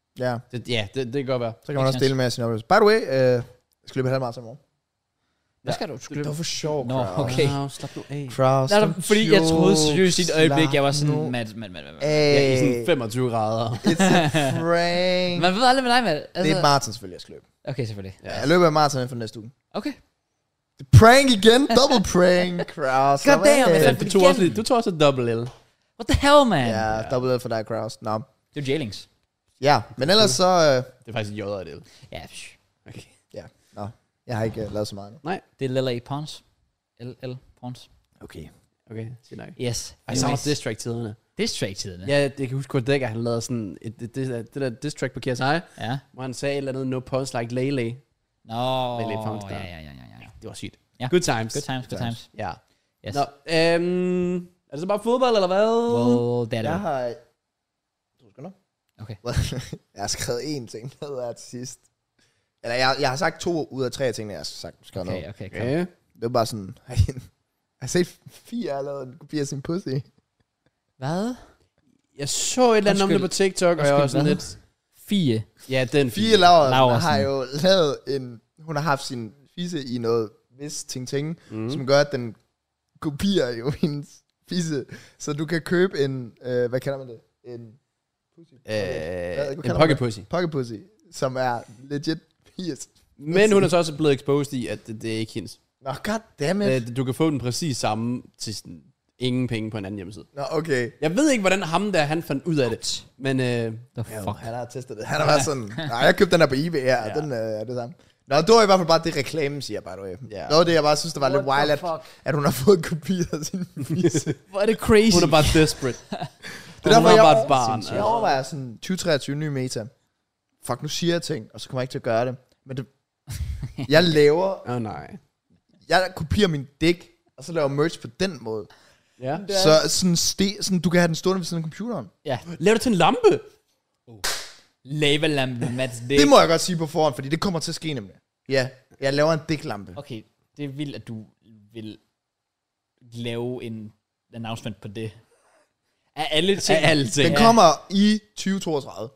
[SPEAKER 3] Det kan godt være.
[SPEAKER 2] Så kan man også dele med sin oplevelse. By the way, jeg skal løbe halvmarathon i morgen.
[SPEAKER 1] Hvad skal du?
[SPEAKER 2] Det var for sjov,
[SPEAKER 1] Nå, okay.
[SPEAKER 3] Slap nu af.
[SPEAKER 2] Kraus,
[SPEAKER 1] fordi jeg troede seriøst i et øjeblik, jeg var sådan, Matt.
[SPEAKER 3] Jeg er i sådan 25 grader.
[SPEAKER 2] It's a prank.
[SPEAKER 1] Man ved aldrig med dig, Matt.
[SPEAKER 2] Altså, det er et maraton selvfølgelig, jeg skal løbe.
[SPEAKER 1] Okay, selvfølgelig.
[SPEAKER 2] Ja. Jeg løber et maraton inden for næste uge.
[SPEAKER 1] Okay.
[SPEAKER 2] Prank igen, double prank, Kraus.
[SPEAKER 1] God damn,
[SPEAKER 3] Du tog også et double L.
[SPEAKER 1] What the hell, man?
[SPEAKER 2] Ja, double L for dig, Kraus. Nå.
[SPEAKER 1] Det er jo J-Links.
[SPEAKER 2] Ja, men ellers så...
[SPEAKER 3] Det er faktisk et J og et L.
[SPEAKER 1] Ja,
[SPEAKER 3] okay.
[SPEAKER 2] Ja, nå. Jeg har ikke lavet så meget nu.
[SPEAKER 3] Nej.
[SPEAKER 1] det er Lilla Pons. LL Pons.
[SPEAKER 2] Okay.
[SPEAKER 3] Okay, sig nok.
[SPEAKER 1] Yes.
[SPEAKER 3] Jeg savner diss-track-tiderne.
[SPEAKER 1] Diss-track-tiderne?
[SPEAKER 3] Ja, det kan huske, at han lavede sådan det der diss-track på KSI, hvor han sagde et eller andet, no pons like Lele.
[SPEAKER 1] Nå, ja.
[SPEAKER 3] Det var sygt.
[SPEAKER 1] Ja.
[SPEAKER 3] Good times.
[SPEAKER 1] Good times.
[SPEAKER 3] Ja.
[SPEAKER 1] Yes.
[SPEAKER 3] Nå, er det så bare fodbold, eller hvad?
[SPEAKER 1] Well, det er det.
[SPEAKER 2] Jeg har...
[SPEAKER 1] Okay.
[SPEAKER 2] Jeg har skrevet én ting ned her til sidst. Eller jeg har sagt 2 ud af 3 af tingene, jeg har skrevet ned.
[SPEAKER 1] Okay.
[SPEAKER 2] Det var bare sådan... Jeg har set 4 har lavet en kopi af sin pussy.
[SPEAKER 1] Hvad?
[SPEAKER 3] Jeg så et eller andet om det på TikTok, og jeg var sådan lidt...
[SPEAKER 1] Fie.
[SPEAKER 3] Ja, den
[SPEAKER 2] Fie Laursen har jo lavet en... Hun har haft sin fisse i noget vis ting, som gør, at den kopierer jo hendes fisse. Så du kan købe en... hvad kalder man det? En pussy?
[SPEAKER 3] En pocket pussy.
[SPEAKER 2] Pocket pussy, som er legit fisse.
[SPEAKER 3] Men hun er så også blevet exposed i, at det er ikke hendes.
[SPEAKER 2] Nå, goddammit.
[SPEAKER 3] Du kan få den præcis samme til ingen penge på en anden hjemmeside.
[SPEAKER 2] Nå, okay.
[SPEAKER 3] Jeg ved ikke, hvordan han fandt ud af det. Men
[SPEAKER 2] han har testet det. Han har været sådan, nej, jeg købte den her på eBay her, ja. Den er det samme. Nå, det var i hvert fald bare det reklamen siger, by the way. Yeah. Noget det, jeg bare synes, det var lidt wild, at hun har fået en kopi af sin fisse.
[SPEAKER 1] Hvor er det crazy.
[SPEAKER 3] Hun er bare desperate.
[SPEAKER 2] Det er derfor,
[SPEAKER 3] bare et barn.
[SPEAKER 2] Jeg overvejer sådan 2023 ny meta. Fuck, nu siger jeg ting, og så kommer jeg ikke til at gøre det. Men det, jeg laver...
[SPEAKER 3] nej.
[SPEAKER 2] Jeg kopierer min dæk, og så laver merch på den måde.
[SPEAKER 3] Ja.
[SPEAKER 2] Så sådan, du kan have den stående ved siden af computeren.
[SPEAKER 1] Ja.
[SPEAKER 3] Lav det til en lampe.
[SPEAKER 1] Lavalampe, Mats dæk.
[SPEAKER 2] Det må jeg godt sige på forhånd, fordi det kommer til at ske nemlig. Ja, jeg laver en dæklampe.
[SPEAKER 1] Okay, det er vildt, at du vil lave en announcement på det. Af alle ting.
[SPEAKER 2] Den kommer i 2032.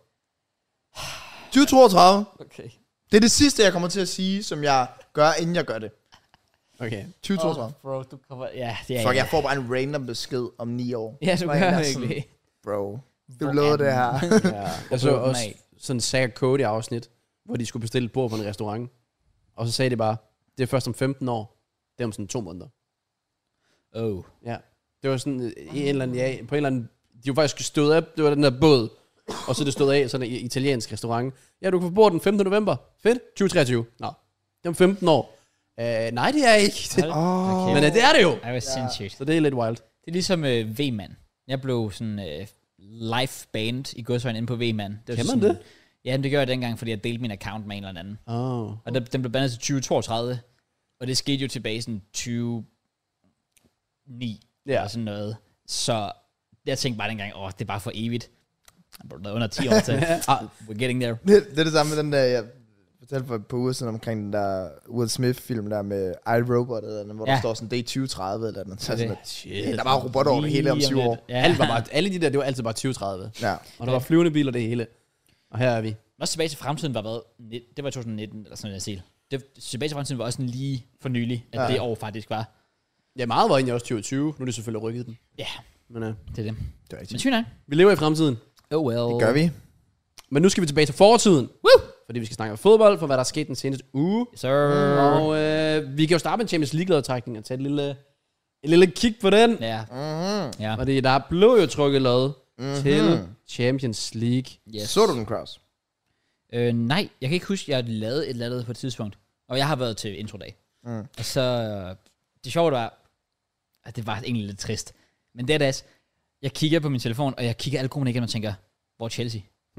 [SPEAKER 2] 2032.
[SPEAKER 1] Okay.
[SPEAKER 2] Det er det sidste, jeg kommer til at sige, som jeg gør, inden jeg gør det.
[SPEAKER 3] Okay.
[SPEAKER 2] 2032.
[SPEAKER 1] Bro, du kommer... Ja, det er...
[SPEAKER 2] Fuck, jeg får bare en random besked om 9 år.
[SPEAKER 1] Ja, du gør virkelig.
[SPEAKER 2] Bro, du lovede det her.
[SPEAKER 3] Ja. Jeg så også sådan en Zack Cody afsnit, hvor de skulle bestille et bord på en restaurant. Og så sagde de bare, det er først om 15 år. Det er om sådan 2 måneder.
[SPEAKER 1] Oh.
[SPEAKER 3] Ja. Det var sådan på en eller anden... De var faktisk stået af, det var den der båd. Og så det stod af sådan en italiensk restaurant. Ja, du kan få bord den 5. november. Fedt. 2023. Nå. Det er om 15 år. Nej, det er ikke.
[SPEAKER 1] Okay.
[SPEAKER 3] Men det er det jo.
[SPEAKER 1] Det var sindssygt.
[SPEAKER 3] Så det er lidt wild.
[SPEAKER 1] Det er ligesom V-Man. Jeg blev sådan live band i godsøjne inde på V-Man.
[SPEAKER 3] Kan man det?
[SPEAKER 1] Ja, det gør jeg dengang, fordi jeg delte min account med en eller anden. Og den blev bandet til 2032. Og det skete jo tilbage sådan 2009. Eller sådan noget. Så jeg tænkte bare dengang, det er bare for evigt. Der er under 10 år til. We're getting there.
[SPEAKER 2] Det er det samme med den der, jeg fortalte for et par uger siden omkring den der Will Smith-film der med iRobot, hvor der står sådan, det er 2030 eller noget. Så sådan, der var robotter over det hele om 20 år.
[SPEAKER 3] Ja. Alle de der, det var altid bare 2030.
[SPEAKER 2] Ja.
[SPEAKER 3] Og der var flyvende biler det hele. Og her er vi.
[SPEAKER 1] Også tilbage til fremtiden var hvad? Det var 2019 eller sådan noget, jeg siger. Tilbage til fremtiden var også sådan lige for nylig, at det år faktisk var.
[SPEAKER 3] Ja, meget var egentlig også 2020. Nu er det selvfølgelig rykket den.
[SPEAKER 1] Ja,
[SPEAKER 3] men
[SPEAKER 1] det er det.
[SPEAKER 2] Det er
[SPEAKER 1] rigtigt. Men
[SPEAKER 3] vi lever i fremtiden.
[SPEAKER 1] Oh well.
[SPEAKER 2] Det gør vi.
[SPEAKER 3] Men nu skal vi tilbage til fortiden.
[SPEAKER 1] Woo!
[SPEAKER 3] fordi vi skal snakke om fodbold, for hvad der er sket den seneste uge.
[SPEAKER 1] Sir.
[SPEAKER 3] Og vi kan jo starte med en Champions League-lodtrækning og tage et lille kig på den.
[SPEAKER 1] Ja. Ja.
[SPEAKER 3] Fordi der blev jo trukket lod til Champions League.
[SPEAKER 2] Yes. Så du den, Kraus?
[SPEAKER 1] Nej, jeg kan ikke huske, jeg lavede et eller andet på et tidspunkt. Og jeg har været til introdag. Og så, det sjove var, at det var egentlig lidt trist. Men det er det, jeg kigger på min telefon, og jeg kigger alle grupperne igen og tænker, hvor er Chelsea?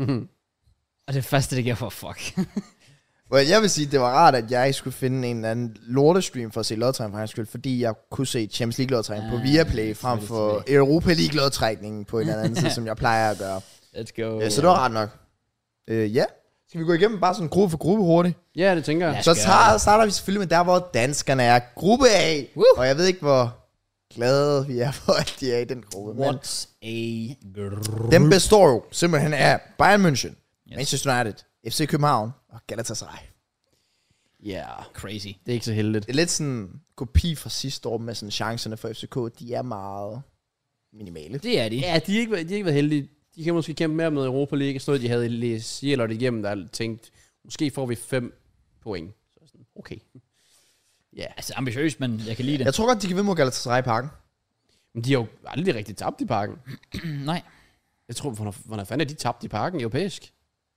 [SPEAKER 1] Og det første, det gør for fuck.
[SPEAKER 2] Jeg vil sige, det var rart, at jeg skulle finde en eller anden lortestream for at se lodtrækning for hans skyld, fordi jeg kunne se Champions League lodtrækning på Viaplay frem for Europa League lodtrækningen på en eller anden side, som jeg plejer at gøre.
[SPEAKER 1] Let's go.
[SPEAKER 2] Så det var ret nok. Ja. Skal vi gå igennem bare sådan gruppe for gruppe hurtigt?
[SPEAKER 3] Ja, det tænker jeg.
[SPEAKER 2] Så starter vi selvfølgelig med der, hvor danskerne er gruppe A. Og jeg ved ikke, hvor glade vi er for, at de er i den gruppe.
[SPEAKER 1] What's a gruppe?
[SPEAKER 2] Den består jo simpelthen af Bayern München, Manchester United, FC København og Galatasaray.
[SPEAKER 3] Ja,
[SPEAKER 1] crazy.
[SPEAKER 3] Det er ikke så heldigt.
[SPEAKER 2] Det er lidt sådan kopi fra sidste år med sådan chancerne for FCK. De er meget minimale.
[SPEAKER 1] Det er de.
[SPEAKER 3] Ja, de har ikke været heldige. De kan måske kæmpe mere med Europa League. Så de havde læst Cielot igennem, der tænkt, måske får vi 5 point. Så sådan, okay.
[SPEAKER 1] Ja, altså ambitiøst, men jeg kan lide det.
[SPEAKER 2] Jeg tror godt, de kan vinde mod Galatasaray i Parken.
[SPEAKER 3] Men de har jo aldrig rigtig tabt i Parken.
[SPEAKER 1] Nej.
[SPEAKER 3] Jeg tror, hvornår fanden er de tabt i Parken europæisk?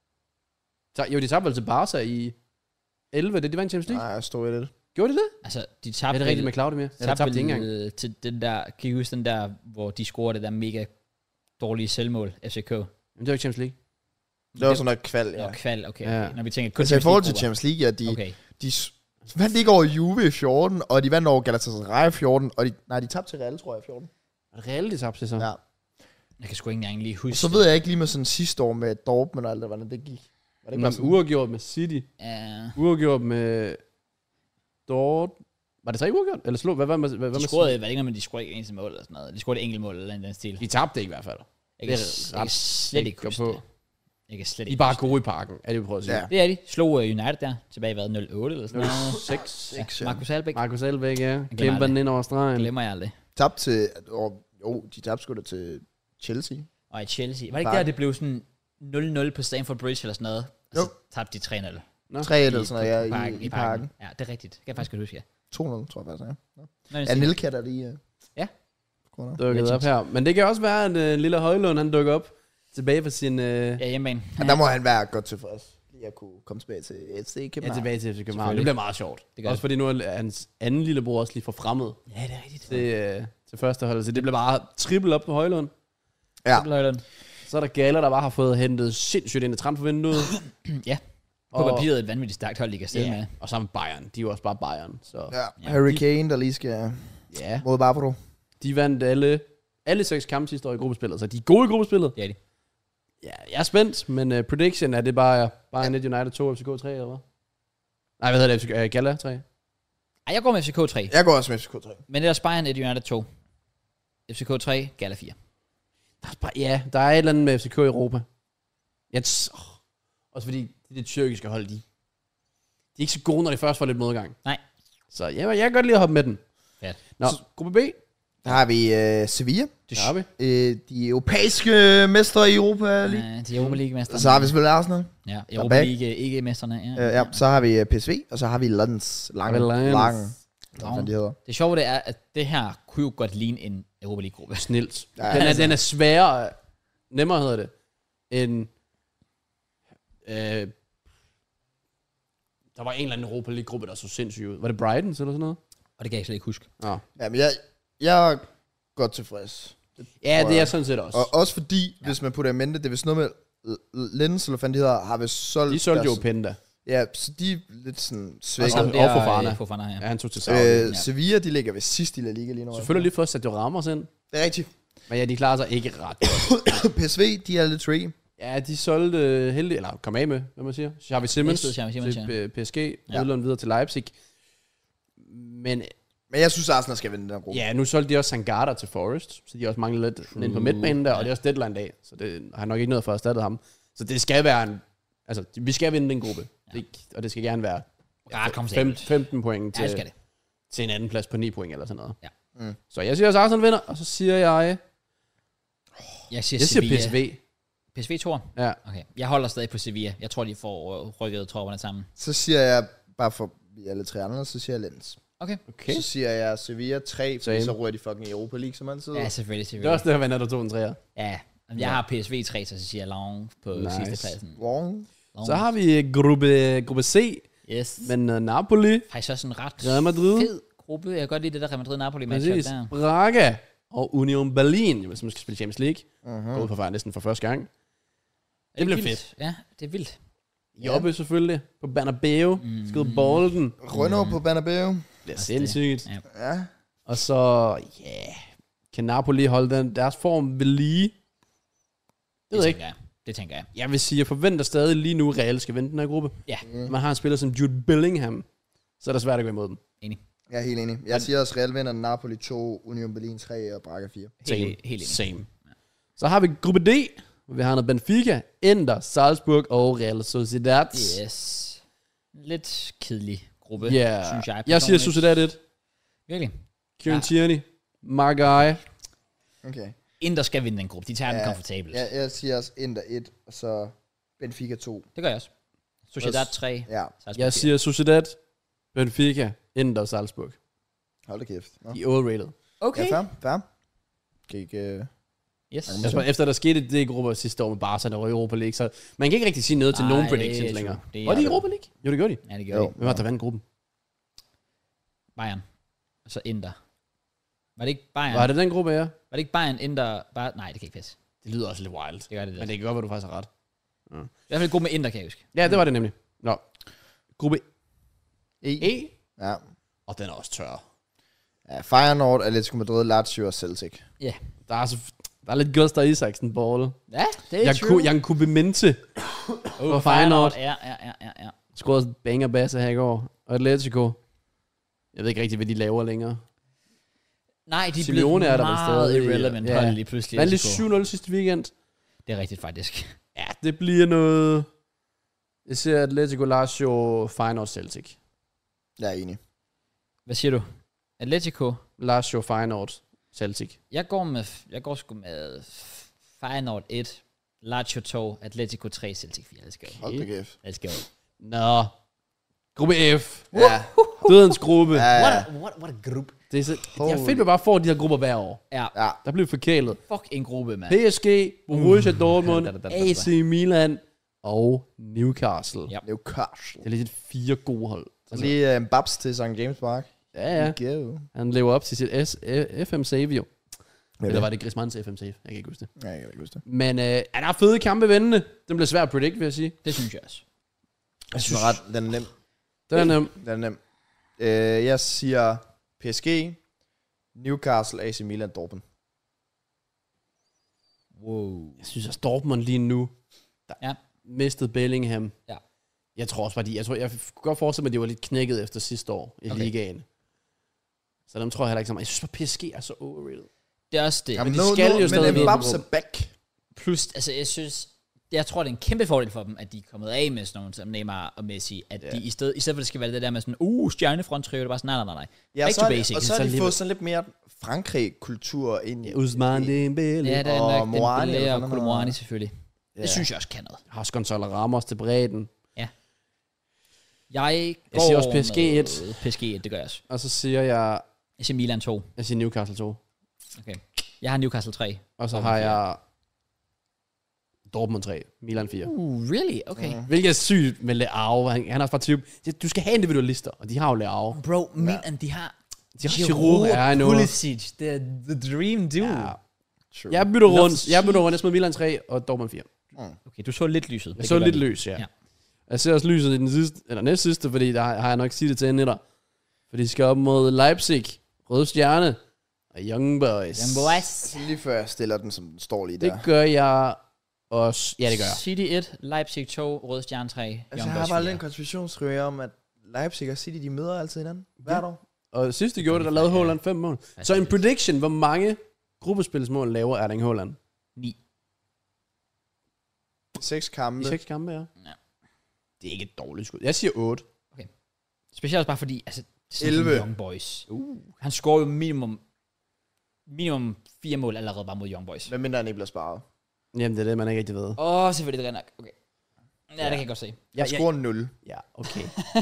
[SPEAKER 3] Jo, de tabte vel til Barca i 11, det var en Champions League?
[SPEAKER 2] Nej, jeg stod i det.
[SPEAKER 3] Gjorde de det?
[SPEAKER 1] Altså, de tabte...
[SPEAKER 3] Er det rigtigt med Claudio?
[SPEAKER 1] De tabte ikke engang. Til den der, kan I huske den der, hvor de scorede det der mega dårlige selvmål, FCK?
[SPEAKER 3] Men det var ikke Champions League.
[SPEAKER 2] Det var sådan noget kval, ja.
[SPEAKER 1] Kval, okay.
[SPEAKER 3] Ja.
[SPEAKER 1] Når vi tænker kun
[SPEAKER 2] altså i forhold til Champions League, ja, de vandt ikke over Juve i 14, og de vandt over Galatasaray i 14, og de tabte til Real, tror jeg, i 14.
[SPEAKER 3] Er det Real, de tabte til så?
[SPEAKER 2] Ja.
[SPEAKER 1] Jeg kan sgu ikke engang lige huske.
[SPEAKER 2] Og så ved jeg ikke lige med sådan sidste år med Dortmund og alt det, hvordan det gik. Var det
[SPEAKER 3] ikke uafgjort med City?
[SPEAKER 1] Ja.
[SPEAKER 3] Uafgjort med Dortmund? Var det så ikke uafgjort? Eller slå? Hvad
[SPEAKER 1] de scorede, hvad det ikke, men de scorede ikke eneste mål eller sådan noget. De scorede et enkelt mål eller en den stil.
[SPEAKER 3] De tabte ikke i hvert fald.
[SPEAKER 1] Jeg kan slet ikke huske det. Jeg kan slet ikke.
[SPEAKER 3] De er bare gode i Parken, er det vi prøver at sige.
[SPEAKER 1] Ja. Det er de. Slog United der tilbage i 08 eller sådan noget.
[SPEAKER 3] 6.
[SPEAKER 1] Markus
[SPEAKER 3] Albeck, ja. Kæmper den ind over stregen.
[SPEAKER 1] Glemmer jeg aldrig.
[SPEAKER 2] Tabte til... de tabte sgu da til Chelsea.
[SPEAKER 1] Og i Chelsea. Var det ikke der, det blev sådan 0-0 på Stamford Bridge eller sådan noget? Og så tabte de 3-0.
[SPEAKER 2] 3-1 eller sådan noget,
[SPEAKER 1] i Parken. Ja, det er rigtigt. Det kan jeg faktisk godt huske, ja.
[SPEAKER 2] 2-0, tror jeg faktisk, ja.
[SPEAKER 1] Ja,
[SPEAKER 2] Nilka der lige...
[SPEAKER 1] Ja.
[SPEAKER 3] Dukket op her. Men det kan også være, at en lille Højlund, han dukker op tilbage for sin...
[SPEAKER 1] Ja, hjemmebane.
[SPEAKER 2] Ja. Der må han være godt tilfreds. Jeg kunne komme tilbage til FC København.
[SPEAKER 3] Ja, tilbage til FC København. Det bliver meget sjovt. Det også fordi nu er hans anden lillebror også lige forfremmet.
[SPEAKER 1] Ja, det er rigtigt.
[SPEAKER 3] Til første hold. Så det bliver bare trippel op på Højlund.
[SPEAKER 2] Ja.
[SPEAKER 3] Så er der Galler, der bare har fået hentet sindssygt ind i transfervinduet.
[SPEAKER 1] Ja. På papiret et vanvittigt stærkt hold, de kan stille med.
[SPEAKER 3] Og sammen Bayern. De er jo også bare Bayern. Så.
[SPEAKER 2] Ja. Harry Kane, der lige skal mod Barbaro.
[SPEAKER 3] De vandt alle 6 kampe sidste år i gruppespillet. Så de er gode i gruppespillet.
[SPEAKER 1] Ja, de.
[SPEAKER 3] Ja, jeg er spændt, men prediction er det bare Bayern United 2, FCK 3, eller hvad? Nej, hvad hedder det? Gala 3?
[SPEAKER 1] Ej, jeg går med FCK 3.
[SPEAKER 2] Jeg går også med FCK 3.
[SPEAKER 1] Men det er Bayern United 2. FCK 3, Gala 4.
[SPEAKER 3] Der er et eller andet med FCK i Europa. Også fordi det tyrkiske hold, de er ikke så gode, når de først får lidt modgang.
[SPEAKER 1] Nej.
[SPEAKER 3] Så jeg kan godt lide at hoppe med den.
[SPEAKER 1] Ja.
[SPEAKER 3] Nå, gruppe B.
[SPEAKER 2] Der har vi Sevilla.
[SPEAKER 3] Det har vi.
[SPEAKER 2] De europæiske mestre i Europa League.
[SPEAKER 1] De Europa League-mesterne.
[SPEAKER 2] Så har vi selvfølgelig Arsenal.
[SPEAKER 1] Ja, Europa League ikke mesterne.
[SPEAKER 2] Ja, så har vi PSV, og så har vi Londons lange.
[SPEAKER 1] Det sjove det er, at det her kunne jo godt ligne en Europa League-gruppe.
[SPEAKER 3] Snilt. Ja, den er sværere, nemmere hedder det, end... der var en eller anden Europa League-gruppe, der så sindssygt ud. Var det Brighton eller sådan noget?
[SPEAKER 1] Og det kan jeg slet ikke huske.
[SPEAKER 2] Ja, men jeg er godt tilfreds.
[SPEAKER 3] Det er sådan set også.
[SPEAKER 2] Og også fordi, hvis man putter i mente, det er vist noget med Lens, eller hvad de hedder, har vist solgt...
[SPEAKER 3] De solgte jo Penta.
[SPEAKER 2] Ja, så de er lidt sådan svækket.
[SPEAKER 3] Og Fofana. Ja, han tog til Saudi.
[SPEAKER 2] Sevilla, de ligger ved sidst i La Liga lige nu.
[SPEAKER 3] Selvfølgelig lige først, at du rammer os ind.
[SPEAKER 2] Det er rigtigt.
[SPEAKER 3] Men ja, de klarer sig ikke ret godt.
[SPEAKER 2] PSV, de er lidt tricky.
[SPEAKER 3] Ja, de solgte heldigt, eller kom af med, hvad man siger. Xavi Simons til PSG, udlån videre til Leipzig. Men
[SPEAKER 2] jeg synes, Arsenal skal vinde den gruppe.
[SPEAKER 3] Ja, nu solgte de også Sangata til Forest, så de også mangler lidt ind på midtbanen der, og det er også deadline dag, så det har nok ikke noget for at erstatte ham. Så det skal være vi skal vinde den gruppe, og det skal gerne være 15 point til en anden plads på 9 point eller sådan noget. Ja. Så jeg siger også, Arsenal vinder, og så siger jeg...
[SPEAKER 1] Jeg siger PSV. PSV 2'er?
[SPEAKER 3] Ja.
[SPEAKER 1] Okay. Jeg holder stadig på Sevilla. Jeg tror, de får rykket tropperne sammen.
[SPEAKER 2] Så siger jeg, bare for vi alle tre andre, så siger jeg Lens.
[SPEAKER 1] Okay.
[SPEAKER 2] Så siger jeg Sevilla 3, fordi så rører de fucking i Europa League, som altid.
[SPEAKER 1] Ja, selvfølgelig.
[SPEAKER 3] Det er også det, at du tog en 3'er.
[SPEAKER 1] Ja, jeg har PSV 3, så siger jeg Long på sidste pladsen.
[SPEAKER 2] Long.
[SPEAKER 3] Så har vi gruppe C,
[SPEAKER 1] Yes.
[SPEAKER 3] men Napoli,
[SPEAKER 1] Faktisk også en ret
[SPEAKER 3] Real Madrid,
[SPEAKER 1] fed gruppe. Jeg kan godt lide det der Real Madrid-Napoli matchup
[SPEAKER 3] præcis,
[SPEAKER 1] der.
[SPEAKER 3] Braga og Union Berlin, hvis man skal spille Champions League. Gået på næsten for første gang. Det bliver fedt.
[SPEAKER 1] Ja, det er vildt.
[SPEAKER 3] Jobbe selvfølgelig på Bernabeu, skide bolden.
[SPEAKER 2] Renault på Bernabeu.
[SPEAKER 3] Det er sindssygt.
[SPEAKER 2] Ja.
[SPEAKER 3] Og så, kan Napoli holde deres form ved lige? Det ved jeg ikke.
[SPEAKER 1] Det tænker jeg.
[SPEAKER 3] Jeg vil sige, jeg forventer stadig lige nu, Real skal vinde den her gruppe.
[SPEAKER 1] Ja.
[SPEAKER 3] Man har en spiller som Jude Bellingham, så er det svært at gå imod dem.
[SPEAKER 1] Enig.
[SPEAKER 2] Jeg er helt enig. Jeg siger også Real vinder, Napoli 2, Union Berlin 3 og Braga 4.
[SPEAKER 1] Helt enig.
[SPEAKER 3] Same. Så har vi gruppe D, hvor vi har noget Benfica, Inter, Salzburg og Real Sociedad.
[SPEAKER 1] Yes. Lidt kedelig gruppe,
[SPEAKER 3] Jeg
[SPEAKER 1] synes jeg.
[SPEAKER 3] siger
[SPEAKER 1] personligt.
[SPEAKER 3] Sociedad 1.
[SPEAKER 1] Virkelig.
[SPEAKER 3] Kieran Tierney, Margai.
[SPEAKER 2] Okay.
[SPEAKER 1] Inter skal vinde den gruppe. De tager den komfortabelt.
[SPEAKER 2] Ja, jeg siger også Inter 1, og så Benfica 2.
[SPEAKER 1] Det gør jeg også. Sociedad 3.
[SPEAKER 2] Ja.
[SPEAKER 1] Salzburg
[SPEAKER 3] Jeg
[SPEAKER 1] 4.
[SPEAKER 3] siger Sociedad, Benfica, Inter og Salzburg.
[SPEAKER 2] Hold da kæft. Nå.
[SPEAKER 3] De er overrated.
[SPEAKER 1] Okay.
[SPEAKER 2] Ja, fair. Kan ikke...
[SPEAKER 1] Yes.
[SPEAKER 3] Altså, efter der skete det i grupper sidste år med Barca, der var i Europa League, så man kan ikke rigtig sige noget til nogen predictions længere. Var de i Europa League? Jo, det gør de.
[SPEAKER 1] Ja, det gør de.
[SPEAKER 3] Hvem var der vandt gruppen?
[SPEAKER 1] Bayern. Og så Inter. Var det ikke Bayern?
[SPEAKER 3] Var det den gruppe, ja?
[SPEAKER 1] Var det ikke Bayern, Inter... Nej, det kan ikke passe.
[SPEAKER 3] Det lyder også lidt wild.
[SPEAKER 1] Det gør det.
[SPEAKER 3] Men det kan godt være, du faktisk har ret.
[SPEAKER 1] I hvert fald god med Inter, kan jeg huske.
[SPEAKER 3] Ja, det var det nemlig. Nå. Gruppe
[SPEAKER 2] E.
[SPEAKER 3] E.
[SPEAKER 2] Ja.
[SPEAKER 3] Og den er også tør.
[SPEAKER 2] Ja, Feyenoord, Atletico Madrid, Lazio og Celtic.
[SPEAKER 1] Ja.
[SPEAKER 3] Der er lidt Gustav Isaksen ball.
[SPEAKER 1] Ja, det er true.
[SPEAKER 3] Jeg kunne bemente for Feyenoord.
[SPEAKER 1] Ja.
[SPEAKER 3] Skruede banger basse her i går. Og Atletico. Jeg ved ikke rigtig, hvad de laver længere.
[SPEAKER 1] Nej, de
[SPEAKER 3] Simeone
[SPEAKER 1] blev
[SPEAKER 3] er der
[SPEAKER 1] meget
[SPEAKER 3] stadig.
[SPEAKER 1] irrelevant hold lige pludselig.
[SPEAKER 3] Vandt lige 7-0 sidste weekend.
[SPEAKER 1] Det er rigtigt, faktisk.
[SPEAKER 3] Ja, det bliver noget... Jeg ser Atletico, Lazio, Feyenoord, Celtic.
[SPEAKER 2] Jeg er enig.
[SPEAKER 1] Hvad siger du? Atletico?
[SPEAKER 3] Lazio, Feyenoord, Celtic.
[SPEAKER 1] Jeg går sgu med Feyenoord 1, Lazio 2, Atletico 3, Celtic 4. Let's go.
[SPEAKER 2] Hold da kæft.
[SPEAKER 1] Let's go.
[SPEAKER 3] Nå. Gruppe F.
[SPEAKER 2] Ja.
[SPEAKER 3] Dødens gruppe.
[SPEAKER 2] Ja.
[SPEAKER 1] What a gruppe.
[SPEAKER 3] Det er så, jeg finder bare for de her grupper hver år.
[SPEAKER 1] Ja.
[SPEAKER 3] Der bliver forkælet.
[SPEAKER 1] Fuck en gruppe, mand.
[SPEAKER 3] PSG, Borussia Dortmund, AC Milan og Newcastle.
[SPEAKER 1] Ja.
[SPEAKER 2] Newcastle.
[SPEAKER 3] Det er lidt 4 gode hold.
[SPEAKER 2] Så lige Babs til St. James Park.
[SPEAKER 3] Ja.
[SPEAKER 2] Go.
[SPEAKER 3] Han lever op til sit FM save jo.
[SPEAKER 2] Ja,
[SPEAKER 3] Eller var det Griezmanns FM save? Jeg kan ikke huske det.
[SPEAKER 2] Ja, jeg kan ikke huske det.
[SPEAKER 3] Men der er fede kampe vennende. Den bliver svær at predict, vil jeg sige.
[SPEAKER 1] Det synes jeg også.
[SPEAKER 2] Jeg synes ret, den er nem.
[SPEAKER 3] Den er nem.
[SPEAKER 2] Den er nem. Jeg siger PSG, Newcastle, AC Milan, Dortmund.
[SPEAKER 1] Wow.
[SPEAKER 3] Jeg synes også Dortmund lige nu, der mistede Bellingham.
[SPEAKER 1] Ja.
[SPEAKER 3] Jeg tror også bare, jeg kunne godt forestille mig, at de var lidt knækket efter sidste år i ligaen. Så dem tror jeg heller ikke så meget. Jeg synes bare, PSG er så overrated.
[SPEAKER 1] Det er også det.
[SPEAKER 3] Jamen, de skal jo stadig
[SPEAKER 2] men
[SPEAKER 3] videre på
[SPEAKER 2] Mbappé er back.
[SPEAKER 1] Plus, altså jeg tror, det er en kæmpe fordel for dem, at de er kommet af med sådan nogle som Neymar og Messi, at de i stedet for det skal være det der med sådan, stjernefronttrio, det er bare sådan, nej.
[SPEAKER 2] Ja,
[SPEAKER 1] Back to basic.
[SPEAKER 2] Og så har de fået sådan lidt mere Frankrig-kultur ind i.
[SPEAKER 3] Usman Dembele.
[SPEAKER 1] Ja, det er
[SPEAKER 2] og
[SPEAKER 1] nok
[SPEAKER 2] Moani,
[SPEAKER 1] Dembélé og
[SPEAKER 2] eller
[SPEAKER 1] Koulibaly selvfølgelig.
[SPEAKER 2] Ja.
[SPEAKER 1] Det synes jeg også kan noget.
[SPEAKER 3] Har Gonzalo Ramos til bredden.
[SPEAKER 1] Ja. Jeg
[SPEAKER 3] siger også PSG 1.
[SPEAKER 1] PSG 1, det gør jeg også.
[SPEAKER 3] Og så siger jeg
[SPEAKER 1] Jeg siger Milan 2.
[SPEAKER 3] Jeg siger Newcastle 2.
[SPEAKER 1] Okay. Jeg har Newcastle 3.
[SPEAKER 3] Og så har jeg Dortmund 3. Milan 4.
[SPEAKER 1] Really? Okay.
[SPEAKER 3] Hvilket er sygt med Leao. Han er også bare type. Du skal have individualister, og de har jo Leao.
[SPEAKER 1] Bro, Milan, de har
[SPEAKER 3] Giroud er nu.
[SPEAKER 1] Pulisic. Det er the dream duo.
[SPEAKER 3] Ja. Jeg bytter rundt. Jeg smed Milan 3 og Dortmund 4.
[SPEAKER 1] Okay, du så lidt lyset.
[SPEAKER 3] Jeg så lidt løs, ja. Jeg ser også lyset i den sidste, eller næst sidste, fordi der har jeg nok sige det til en etter. For de skal op mod Leipzig, Røde Stjerne og Young Boys.
[SPEAKER 1] Young Boys.
[SPEAKER 2] Lige før jeg stiller den, som den står lige der.
[SPEAKER 3] Det gør jeg også. Ja, det gør jeg.
[SPEAKER 1] City 1, Leipzig 2, Røde Stjerne 3,
[SPEAKER 2] Altså,
[SPEAKER 1] Young
[SPEAKER 2] jeg har
[SPEAKER 1] Boys
[SPEAKER 2] bare
[SPEAKER 1] 4.
[SPEAKER 2] lidt en konspirationsteori om, at Leipzig og City, de møder altid hinanden. Hvert år.
[SPEAKER 3] Og sidst de gjorde det, der lavede Haaland 5 mål. Så en prediction, hvor mange gruppespilsmål laver Erling Haaland?
[SPEAKER 1] 9.
[SPEAKER 2] 6 kampe.
[SPEAKER 3] 6 kampe, ja.
[SPEAKER 1] Ja.
[SPEAKER 3] Det er ikke et dårligt skud. Jeg siger 8.
[SPEAKER 1] Specielt også bare fordi, altså, det er
[SPEAKER 2] 11.
[SPEAKER 1] Young Boys. Han scorer jo minimum 4 mål allerede bare mod Young Boys.
[SPEAKER 2] Hvad mindre han ikke bliver sparet.
[SPEAKER 3] Jamen, det er det, man ikke rigtig ved.
[SPEAKER 1] Selvfølgelig, det er nok. Okay. Ja, det kan jeg godt se.
[SPEAKER 2] Jeg scorer 0.
[SPEAKER 3] Ja, okay.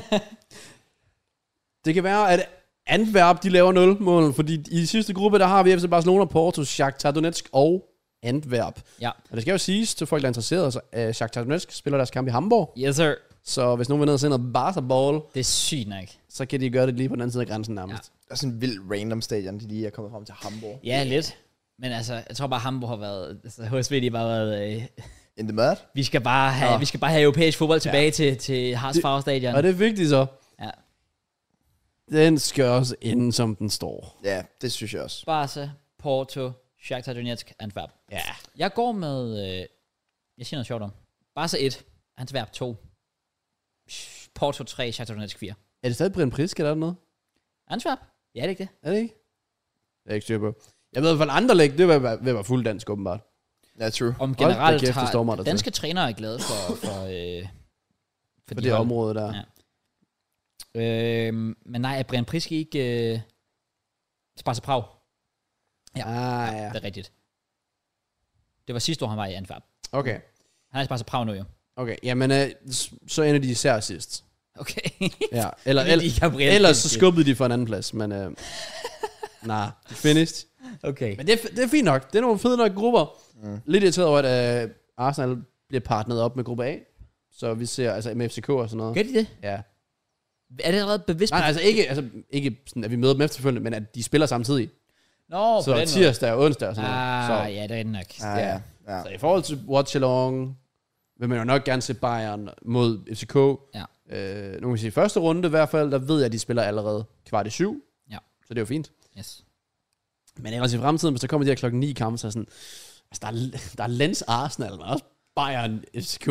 [SPEAKER 3] Det kan være, at Antwerp, de laver 0 mål, fordi i sidste gruppe, der har vi FC Barcelona, Porto, Shakhtar Donetsk og Antwerp.
[SPEAKER 1] Ja.
[SPEAKER 3] Og det skal jo siges til folk, der er interesseret, så Shakhtar Donetsk spiller deres kamp i Hamburg.
[SPEAKER 1] Yes, sir.
[SPEAKER 3] Så hvis nogen vil ned og se noget Barca-ball,
[SPEAKER 1] Det er sygt nok.
[SPEAKER 3] så kan de gøre det lige på den anden side af grænsen nærmest.
[SPEAKER 2] Der er sådan en vild random stadion, de lige er kommet frem til Hamburg.
[SPEAKER 1] Ja, lidt. Men altså, jeg tror bare, Hamburg har været... Altså, HSV, de har bare været...
[SPEAKER 2] In the mud?
[SPEAKER 1] Vi skal bare have europæisk fodbold tilbage til Harzfarve Stadion.
[SPEAKER 3] Og det er vigtigt så.
[SPEAKER 1] Ja.
[SPEAKER 3] Den skal også ende, som den står.
[SPEAKER 2] Ja, det synes jeg også.
[SPEAKER 1] Barca, Porto, Shakhtar Donetsk, Antwerp.
[SPEAKER 3] Ja.
[SPEAKER 1] Jeg går med... jeg siger noget sjovt om. Barca 1, Antwerp 2, Porto 3, Shakhtar Donetsk 4.
[SPEAKER 3] Er det stadig Brian Prisk, eller er der noget?
[SPEAKER 1] Antwerp? Ja, det er ikke det.
[SPEAKER 3] Er det ikke? Jeg er ikke styr på. Jeg ved i hvert fald, Anderlecht, det vil være fuld dansk, åbenbart.
[SPEAKER 2] Ja, true.
[SPEAKER 1] Om generelt
[SPEAKER 3] kæft, det stormer
[SPEAKER 1] har
[SPEAKER 3] der
[SPEAKER 1] danske trænere er glade for
[SPEAKER 3] For det område der.
[SPEAKER 1] Ja. Men nej, er Brian Priske ikke Sparta Prag? Ja,
[SPEAKER 3] Ja.
[SPEAKER 1] det er rigtigt. Det var sidste år, han var i Antwerp.
[SPEAKER 3] Okay.
[SPEAKER 1] Han er i Sparta Prag nu, jo.
[SPEAKER 3] Okay, jamen, så ender de især sidst.
[SPEAKER 1] Okay.
[SPEAKER 3] Ja, ellers så skubbede de for en anden plads, men nej, finished.
[SPEAKER 1] Okay.
[SPEAKER 3] Men det er fint nok. Det er nogle fede nok grupper. Lidt irriteret over, at Arsenal bliver partneret op med gruppe A. Så vi ser, altså med FCK og sådan noget.
[SPEAKER 1] Gør de det?
[SPEAKER 3] Ja.
[SPEAKER 1] Er det allerede bevidst?
[SPEAKER 3] Nej, ikke sådan, at vi møder dem efterfølgende, men at de spiller samtidig.
[SPEAKER 1] Nå,
[SPEAKER 3] så tirsdag og onsdag og sådan noget. Så,
[SPEAKER 1] ja, det er nok.
[SPEAKER 2] Ja.
[SPEAKER 3] Så i forhold til watch along, vil man jo nok gerne se Bayern mod FCK.
[SPEAKER 1] Ja.
[SPEAKER 3] Nu kan vi sige, første runde i hvert fald, der ved jeg, at de spiller allerede 7:15.
[SPEAKER 1] Ja.
[SPEAKER 3] Så det er jo fint.
[SPEAKER 1] Yes.
[SPEAKER 3] Men ellers i fremtiden, hvis der kommer de her klokken 9 kampe, så er sådan, altså der er Lens Arsenal, men også Bayern FCK.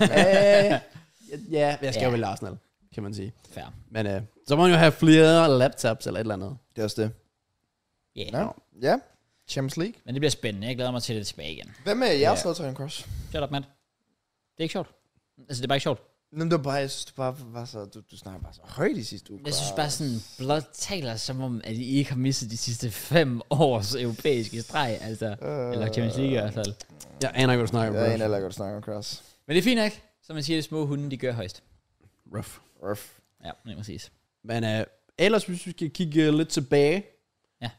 [SPEAKER 3] Ja, jeg skal jo vælge Arsenal, kan man sige.
[SPEAKER 1] Fair.
[SPEAKER 3] Men så må man jo have flere laptops eller et eller andet.
[SPEAKER 2] Det er også det.
[SPEAKER 1] Yeah.
[SPEAKER 2] Ja. Champions League.
[SPEAKER 1] Men det bliver spændende. Jeg glæder mig til det tilbage igen.
[SPEAKER 2] Hvem er jeres Tottenham Cross?
[SPEAKER 1] Shut up, Matt. Det er ikke sjovt. Altså, det er bare ikke sjovt.
[SPEAKER 2] Men det var bare, jeg synes, du bare var så, du snakker bare så højt i sidste uge.
[SPEAKER 1] Jeg synes bare sådan, Blood taler som om, at I ikke har misset de sidste 5 års europæiske streg, altså. Eller Champions League i hvert fald.
[SPEAKER 3] Jeg aner ikke, hvad du snakker om.
[SPEAKER 2] Jeg aner ikke, hvad du snakker om, Cross.
[SPEAKER 1] Men det er fint, ikke? Som man siger, de små hunde, de gør højst.
[SPEAKER 3] Rough.
[SPEAKER 1] Ja, det må siges.
[SPEAKER 3] Men ellers, hvis vi skal kigge lidt tilbage.
[SPEAKER 1] Ja.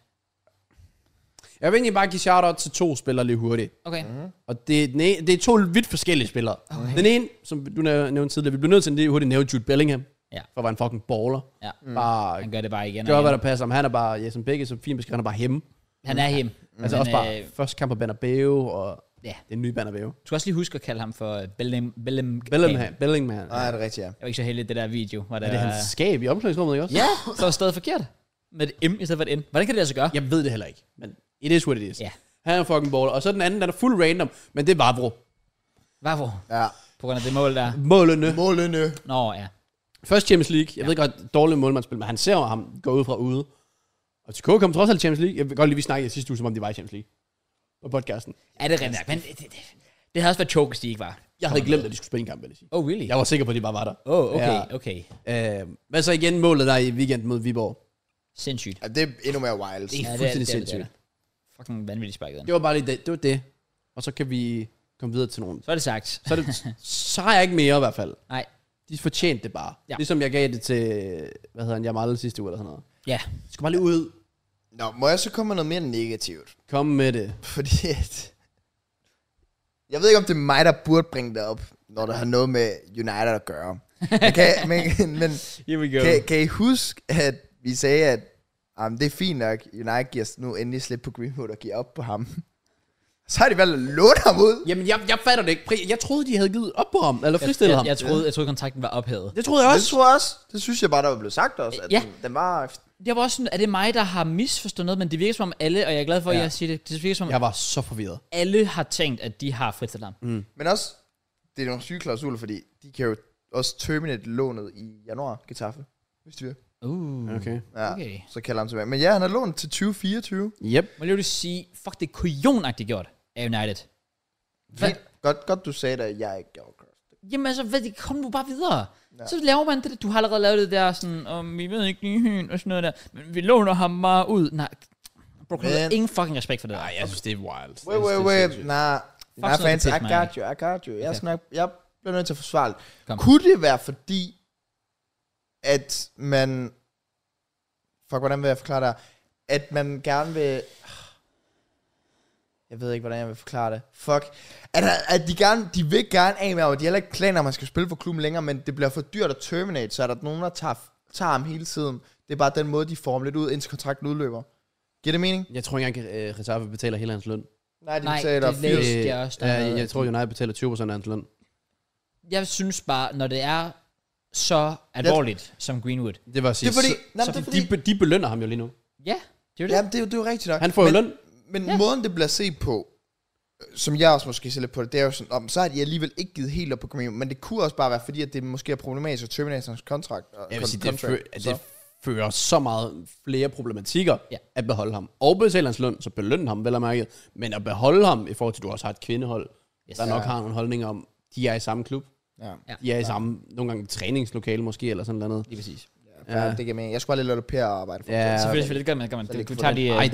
[SPEAKER 3] Jeg vil egentlig bare give shout-out til 2 spillere lige hurtigt.
[SPEAKER 1] Okay.
[SPEAKER 3] Og det er 2 vidt forskellige spillere.
[SPEAKER 1] Okay.
[SPEAKER 3] Den ene, som du nævnte tidligere, vi bliver nødt til lige hurtigt nævne Jude Bellingham.
[SPEAKER 1] Ja.
[SPEAKER 3] For at være en fucking baller.
[SPEAKER 1] Ja.
[SPEAKER 3] Bare
[SPEAKER 1] Han gør det bare igen.
[SPEAKER 3] gør, hvad der passer ham. Han er bare, ja, som begge så fint beskrevet, han er bare hjemme.
[SPEAKER 1] Han er hjemme.
[SPEAKER 3] Altså også bare første kamp på Bernabeu, og
[SPEAKER 1] ja.
[SPEAKER 3] det er en ny Bernabeu.
[SPEAKER 1] Du skal også lige huske at kalde ham for Bellingham.
[SPEAKER 3] Bellingham.
[SPEAKER 2] Nej, det er rigtigt, ja.
[SPEAKER 1] Jeg var ikke så heldig, det der video. Hvor
[SPEAKER 3] Er det hans skab i omklædningsrummet, ikke også?
[SPEAKER 1] Ja, så var stadig forkert. Med et M i stedet for et N. Hvordan kan det altså gøre?
[SPEAKER 3] Jeg ved det heller ikke, men it is what it is.
[SPEAKER 1] Ja.
[SPEAKER 3] Han er en fucking baller. Og så den anden, den er fuld random, men det er Vavro.
[SPEAKER 1] Hvorfor?
[SPEAKER 2] Ja.
[SPEAKER 1] På grund af det mål der.
[SPEAKER 3] Målene.
[SPEAKER 1] Nå, ja.
[SPEAKER 3] Først Champions League. Jeg ved godt, dårligt målmandsspil, men han ser ham gå ud fra ude. Og til kom trods alt Champions League. Jeg vil godt lige, vi snakkede sidste uge, som om de var i Champions League. På podcasten.
[SPEAKER 1] Ja, det er rent nok. Men det havde også været choke, hvis de ikke var.
[SPEAKER 3] Jeg havde glemt, at de skulle spille en kamp, vil jeg sige.
[SPEAKER 1] Oh, really?
[SPEAKER 3] Jeg var sikker på, at de bare var der.
[SPEAKER 1] Okay.
[SPEAKER 3] Hvad så igen målet der i weekend mod Viborg?
[SPEAKER 1] Sindssygt.
[SPEAKER 2] Ja, det er endnu mere wild.
[SPEAKER 3] Det er fuldstændig sindssygt.
[SPEAKER 1] Fucking vanvittigt sparket.
[SPEAKER 3] Det var bare lige det. Det var det. Og så kan vi komme videre til nogen.
[SPEAKER 1] Så er det sagt.
[SPEAKER 3] Så har jeg ikke mere i hvert fald.
[SPEAKER 1] Nej.
[SPEAKER 3] De fortjente det bare.
[SPEAKER 1] Ja.
[SPEAKER 3] Ligesom jeg gav det til, hvad hedder han, Jamal sidste uge eller sådan noget.
[SPEAKER 1] Ja.
[SPEAKER 3] Det skal bare lige ud.
[SPEAKER 2] Nå, må jeg så komme med noget mere negativt?
[SPEAKER 3] Kom med det.
[SPEAKER 2] Fordi at... Jeg ved ikke, om det er mig, der burde bringe det op, når det har noget med United at gøre. Men
[SPEAKER 1] Here we go.
[SPEAKER 2] kan I huske, at vi sagde, at det er fint nok, United giver nu endelig slip på Greenwood og giver op på ham. Så har de valgt at låne ham ud.
[SPEAKER 3] Jamen, jeg fatter det ikke. Jeg troede, de havde givet op på ham, eller fristillet ham.
[SPEAKER 1] Jeg troede, kontrakten var ophævet.
[SPEAKER 3] Det troede jeg også.
[SPEAKER 2] Det tror jeg også. Det synes jeg bare, der var blevet sagt også. At
[SPEAKER 1] Ja.
[SPEAKER 2] den var...
[SPEAKER 1] Jeg var også sådan, er det mig, der har misforstået noget, men det virker som om alle, og jeg er glad for, at jeg siger det, det virker som om
[SPEAKER 3] Jeg var så forvirret.
[SPEAKER 1] alle har tænkt, at de har frit ham.
[SPEAKER 2] Men også, det er nogle syge klausuler, fordi de kan jo også terminate lånet i januar, Getafe, hvis de vil.
[SPEAKER 3] Okay.
[SPEAKER 2] Ja,
[SPEAKER 1] Okay.
[SPEAKER 2] så kalder han tilbage. Men ja, han er lånt til 2024.
[SPEAKER 3] Yep.
[SPEAKER 1] Må jeg lige sige, fuck, det er kujonagtigt gjort af United. Hvad?
[SPEAKER 2] Godt, du sagde det, at jeg ikke gjorde det.
[SPEAKER 1] Jamen altså, kom nu bare videre. Ja. Så laver man det, du har allerede lavet det der, sådan, vi ved ikke lige og sådan noget der, men vi låner ham bare ud. Nej, bro, jeg har ingen fucking respekt for det der.
[SPEAKER 3] Nej, jeg synes, det er wild.
[SPEAKER 2] Wait. Nej, Nej, fans, I got you. Jeg bliver nødt til at forsvare det. Kunne det være fordi, at man... Fuck, hvordan vil jeg forklare det? At man gerne vil... Jeg ved ikke, hvordan jeg vil forklare det. Fuck. At de vil gerne af med, og de heller ikke planer, at man skal spille for klubben længere, men det bliver for dyrt at terminate, så er der nogen, der tager ham hele tiden. Det er bare den måde, de får ham lidt ud, indtil kontrakten udløber. Giver det mening?
[SPEAKER 3] Jeg tror ikke engang, Reserve betaler hele hans løn.
[SPEAKER 2] Nej, de betaler 80.
[SPEAKER 3] Jeg tror, United betaler 20% af hans løn.
[SPEAKER 1] Jeg synes bare, når det er så alvorligt som Greenwood.
[SPEAKER 3] Det var sidst. Det er fordi, de belønner ham jo lige nu.
[SPEAKER 1] Ja, det er det.
[SPEAKER 2] Jamen, det er jo rigtigt nok.
[SPEAKER 3] Han får jo løn.
[SPEAKER 2] Men måden, det bliver set på, som jeg også måske ser lidt på det, det er jo sådan, så har de alligevel ikke givet helt op på Greenwood, men det kunne også bare være, fordi at det måske er problematisk at terminate hans kontrakt.
[SPEAKER 3] Jeg vil sige, det fører så meget flere problematikker at beholde ham. Og betale hans løn, så belønne ham, vel og mærket. Men at beholde ham, i forhold til, at du også har et kvindehold, der nok har nogle holdninger om, de er i samme klub. Ja. De er i samme, nogle gange træningslokale måske, eller sådan noget.
[SPEAKER 1] Lige præcis.
[SPEAKER 2] Ja. Det kan jeg skulle have lidt Per arbejde for.
[SPEAKER 1] Ja, selvfølgelig. Det gør man. Du tager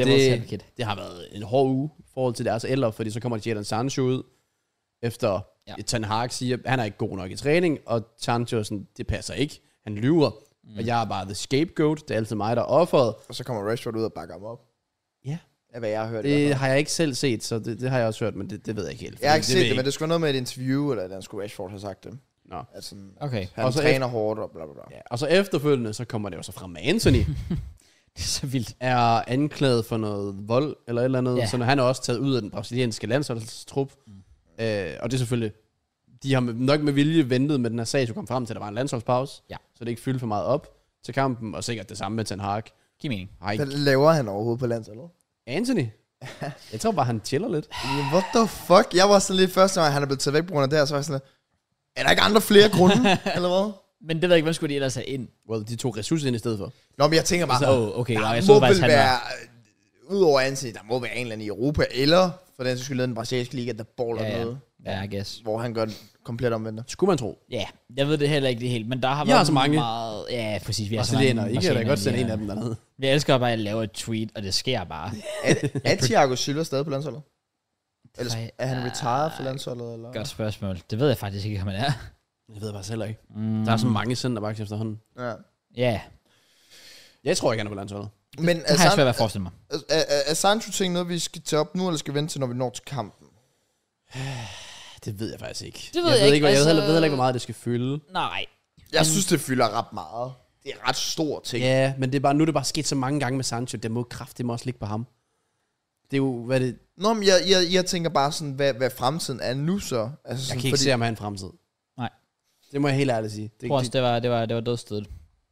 [SPEAKER 3] det har været en hård uge i forhold til deres ældre, fordi så kommer Jadon Sancho ud, efter Ten Hag siger, han er ikke god nok i træning, og Sancho sådan, det passer ikke. Han lyver, og jeg er bare the scapegoat. Det er altid mig, der er offeret.
[SPEAKER 2] Og så kommer Rashford ud og bakker ham op.
[SPEAKER 3] Ja.
[SPEAKER 2] Af hvad jeg har hørt.
[SPEAKER 3] Det har jeg ikke selv set, så det har jeg også hørt, men det ved jeg ikke helt.
[SPEAKER 2] Jeg har ikke set det, men det skulle noget med et interview, eller den skulle Rashford have sagt det.
[SPEAKER 3] Nå.
[SPEAKER 2] Altså,
[SPEAKER 1] okay.
[SPEAKER 2] Han træner hårdt og bla bla bla.
[SPEAKER 3] Ja, og så efterfølgende, så kommer det jo så frem med Anthony.
[SPEAKER 1] Det er så vildt.
[SPEAKER 3] Er anklaget for noget vold, eller et eller andet. Så når han er også taget ud af den brasilianske landsholdstrup. Og det er selvfølgelig, de har nok med vilje ventet med den her sag, så kom frem til, at der var en landsholdspause. Ja. Så det ikke fyldte for meget op til kampen, og sikkert det samme med Ten Hag.
[SPEAKER 1] Giv mening.
[SPEAKER 2] Hvad laver han overhovedet på landsholdet?
[SPEAKER 3] Anthony? Jeg tror bare, han chiller lidt.
[SPEAKER 2] What the fuck? Jeg var sådan lidt første gang, han er blevet taget væk på grund af det her, så var jeg sådan, er der ikke andre flere grunde, eller hvad?
[SPEAKER 1] Men det ved jeg ikke, hvad skulle de ellers have ind?
[SPEAKER 3] Well, de tog ressourcer ind i stedet for.
[SPEAKER 2] Nå, men jeg tænker bare,
[SPEAKER 1] okay,
[SPEAKER 2] der må vel være, udover Anthony, der må være en eller anden i Europa, eller for den skulle lede den brasilianske liga, der baller noget.
[SPEAKER 1] Ja, I guess.
[SPEAKER 2] Hvor han gør komplet omvendt.
[SPEAKER 3] Skulle man tro.
[SPEAKER 1] Ja, jeg ved det heller ikke det helt, men der har været
[SPEAKER 3] så mange.
[SPEAKER 1] Meget... Ja, præcis. Vi har
[SPEAKER 3] så mange. I kan da godt sende en af dem dernede.
[SPEAKER 1] Jeg elsker bare at lave et tweet, og det sker bare.
[SPEAKER 2] Er Thiago Silva stadig på landsholdet? Eller er han retired for landsholdet? Eller?
[SPEAKER 1] Godt spørgsmål. Det ved jeg faktisk ikke, om han er.
[SPEAKER 3] Jeg ved bare selv ikke. Der er så mange centerbacks efterhånden.
[SPEAKER 1] Ja.
[SPEAKER 3] Jeg tror ikke, han er på landsholdet.
[SPEAKER 1] Men det har jeg svært ved at forestille mig.
[SPEAKER 2] Er Sancho-ting noget, vi skal tage op nu, eller skal vente til, når vi når til kampen?
[SPEAKER 3] Det ved jeg faktisk ikke.
[SPEAKER 1] Det ved jeg ikke.
[SPEAKER 3] Jeg ved heller ikke, hvor meget det skal fylde.
[SPEAKER 1] Nej.
[SPEAKER 2] Jeg synes, det fylder ret meget. Det er ret stor ting.
[SPEAKER 3] Ja, men det er bare, nu er det bare sket så mange gange med Sancho. Det må også ligge på ham. Det er jo, hvad det...
[SPEAKER 2] Nå, men jeg tænker bare sådan, hvad fremtiden er nu så. Altså,
[SPEAKER 3] jeg kan ikke se, om han er en fremtid.
[SPEAKER 1] Nej.
[SPEAKER 3] Det må jeg helt ærligt sige.
[SPEAKER 1] Jeg tror også, det var dødstedet.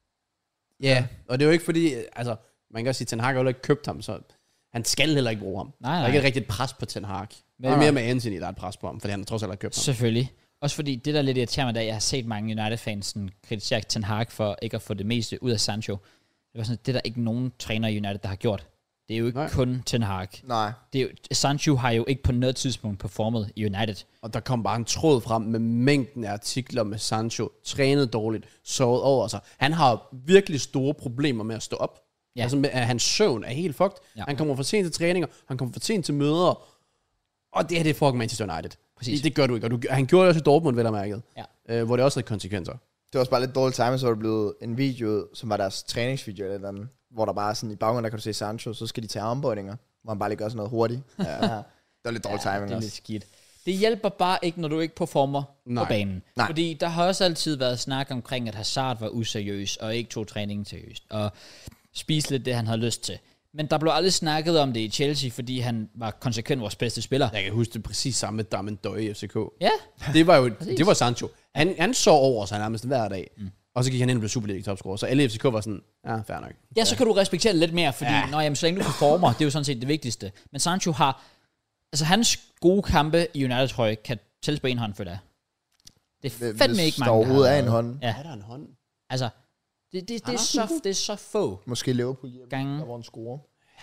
[SPEAKER 3] Ja, og det er jo ikke fordi, altså, man kan også sige, Ten Hag har jo ikke købt ham, så han skal heller ikke bruge ham. Nej. Der er ikke et rigtigt pres på Ten Hag. Men det er mere med Anthony, der er et pres på ham, fordi han har trods alt købt ham.
[SPEAKER 1] Selvfølgelig. Også fordi det der lidt irriterer mig, da jeg har set mange United-fans kritisere Ten Hag for ikke at få det meste ud af Sancho. Det var sådan, det er der ikke nogen træner i United, der har gjort. Det er jo ikke kun Ten Hag.
[SPEAKER 2] Nej.
[SPEAKER 1] Sancho har jo ikke på noget tidspunkt performet i United.
[SPEAKER 3] Og der kom bare en tråd frem med mængden af artikler med Sancho. Trænet dårligt, sovet over sig. Han har virkelig store problemer med at stå op. Ja. Altså, hans søvn er helt fucked. Ja. Han kommer for sent til træninger, han kommer for sent til møder. Og det er det fucking Manchester United. Præcis. Det gør du ikke. Og han gjorde det også i Dortmund, vel at mærket. Ja. Hvor det også havde konsekvenser.
[SPEAKER 2] Det var også bare lidt dårligt time, så var det blevet en video, som var deres træningsvideo eller andet, hvor der bare sådan i baggrunden, der kan du se Sancho, så skal de tage armbøjninger, hvor han bare lige gør sådan noget hurtigt. Ja. Det var lidt dårligt timing
[SPEAKER 1] det er lidt skidt. Det hjælper bare ikke, når du ikke performer på banen. Nej. Fordi der har også altid været snak omkring, at Hazard var useriøs, og ikke tog træningen seriøst, og spiste lidt det, han havde lyst til. Men der blev aldrig snakket om det i Chelsea, fordi han var konsekvent vores bedste spiller.
[SPEAKER 3] Jeg kan huske det præcis samme med Damendøj i FCK.
[SPEAKER 1] Ja.
[SPEAKER 3] Det var Sancho. Han så over sig nærmest hver dag. Og så gik han ind og blev Superliga-topscorer. Så alle FCK var sådan, ja, fair nok.
[SPEAKER 1] Ja, så kan du respektere lidt mere, fordi så længe du performer, det er jo sådan set det vigtigste. Men Sancho har, altså hans gode kampe i United, tror jeg, kan tælles på en hånd for det. Det er fandme ikke mange.
[SPEAKER 2] Der overhovedet er en hånd.
[SPEAKER 1] Ja.
[SPEAKER 3] Er der en hånd?
[SPEAKER 1] Altså, det er så få.
[SPEAKER 2] Måske Liverpool
[SPEAKER 1] gange.
[SPEAKER 2] Der var en score.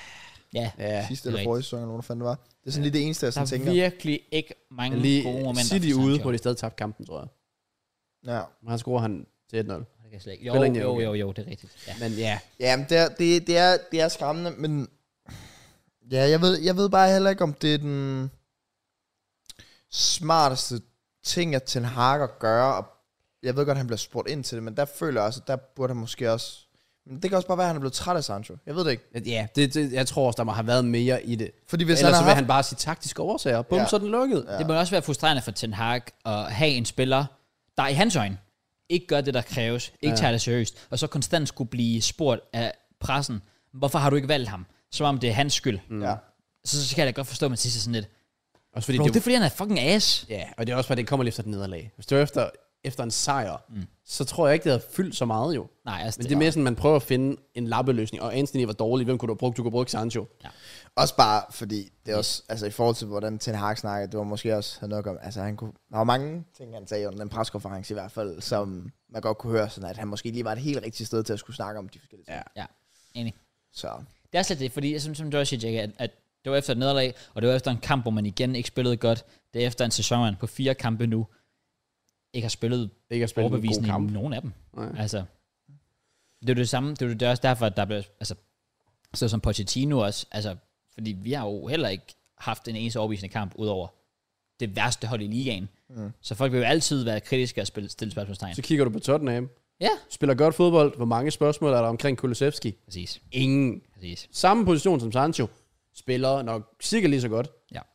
[SPEAKER 1] Ja.
[SPEAKER 2] Sidste eller forrige sæson, eller hvad fanden det var. Det er sådan lige det eneste, jeg sådan tænker.
[SPEAKER 1] Der er virkelig ikke mange gode momenter.
[SPEAKER 3] City ude, hvor de stadig tabte kampen, tror jeg.
[SPEAKER 2] Ja.
[SPEAKER 3] Men han scorer han til 1-0.
[SPEAKER 1] Jo, det er rigtigt. Ja.
[SPEAKER 3] Men ja.
[SPEAKER 2] Ja, men det er skræmmende, men ja, jeg ved bare heller ikke, om det er den smarteste ting, at Ten Hag at gøre, og jeg ved godt, at han bliver spurgt ind til det, men der føler jeg også, at der burde han måske også... Men det kan også bare være, at han er blevet træt af Sancho. Jeg ved det ikke.
[SPEAKER 3] Ja, jeg tror også, der må have været mere i det.
[SPEAKER 2] Fordi hvis
[SPEAKER 3] ellers så vil han bare sige taktiske årsager. Bum, så er den lukket.
[SPEAKER 1] Ja. Det må også være frustrerende for Ten Hag at have en spiller, der i hans øjne ikke gør det, der kræves, ikke tager det seriøst, og så konstant skulle blive spurgt af pressen, hvorfor har du ikke valgt ham? Som om det er hans skyld.
[SPEAKER 2] Ja.
[SPEAKER 1] Så kan jeg da godt forstå, at man siger sådan lidt,
[SPEAKER 3] også fordi
[SPEAKER 1] bro, det er fordi, han er fucking ass.
[SPEAKER 3] Ja, og det er også fordi, det kommer lige efter et nederlag. Hvis det var efter en sejr, så tror jeg ikke, det havde fyldt så meget jo.
[SPEAKER 1] Nej, altså
[SPEAKER 3] men det er mere sådan, man prøver at finde en lappeløsning, og Anthony var dårlig. Hvem kunne du have brugt? Du kunne bruge Sancho. Ja.
[SPEAKER 2] Også bare, fordi det er også, altså i forhold til, hvordan Ten Hag snakkede, det var måske også noget om, altså der var mange ting, han sagde under den preskonference i hvert fald, som man godt kunne høre, sådan at han måske lige var et helt rigtigt sted til at skulle snakke om de forskellige ting.
[SPEAKER 1] Ja, enig.
[SPEAKER 2] Så.
[SPEAKER 1] Det er slet det, fordi som du også siger, Jack, at det var efter et nederlag, og det var efter en kamp, hvor man igen ikke spillede godt. Det er efter en sæson på 4 kampe nu, ikke har spillet overbevisende i nogen af dem. Nej. Altså, det er det samme, det er også derfor, at der blev, altså, så som Pochettino også, altså, fordi vi har jo heller ikke haft en eneste overbevisende kamp, udover det værste hold i ligaen. Så folk vil jo altid være kritiske og stille spørgsmålstegn.
[SPEAKER 3] Så kigger du på Tottenham.
[SPEAKER 1] Ja.
[SPEAKER 3] Spiller godt fodbold. Hvor mange spørgsmål er der omkring Kulusevski?
[SPEAKER 1] Præcis.
[SPEAKER 3] Ingen.
[SPEAKER 1] Præcis.
[SPEAKER 3] Samme position som Sancho. Spiller nok cirka lige så godt.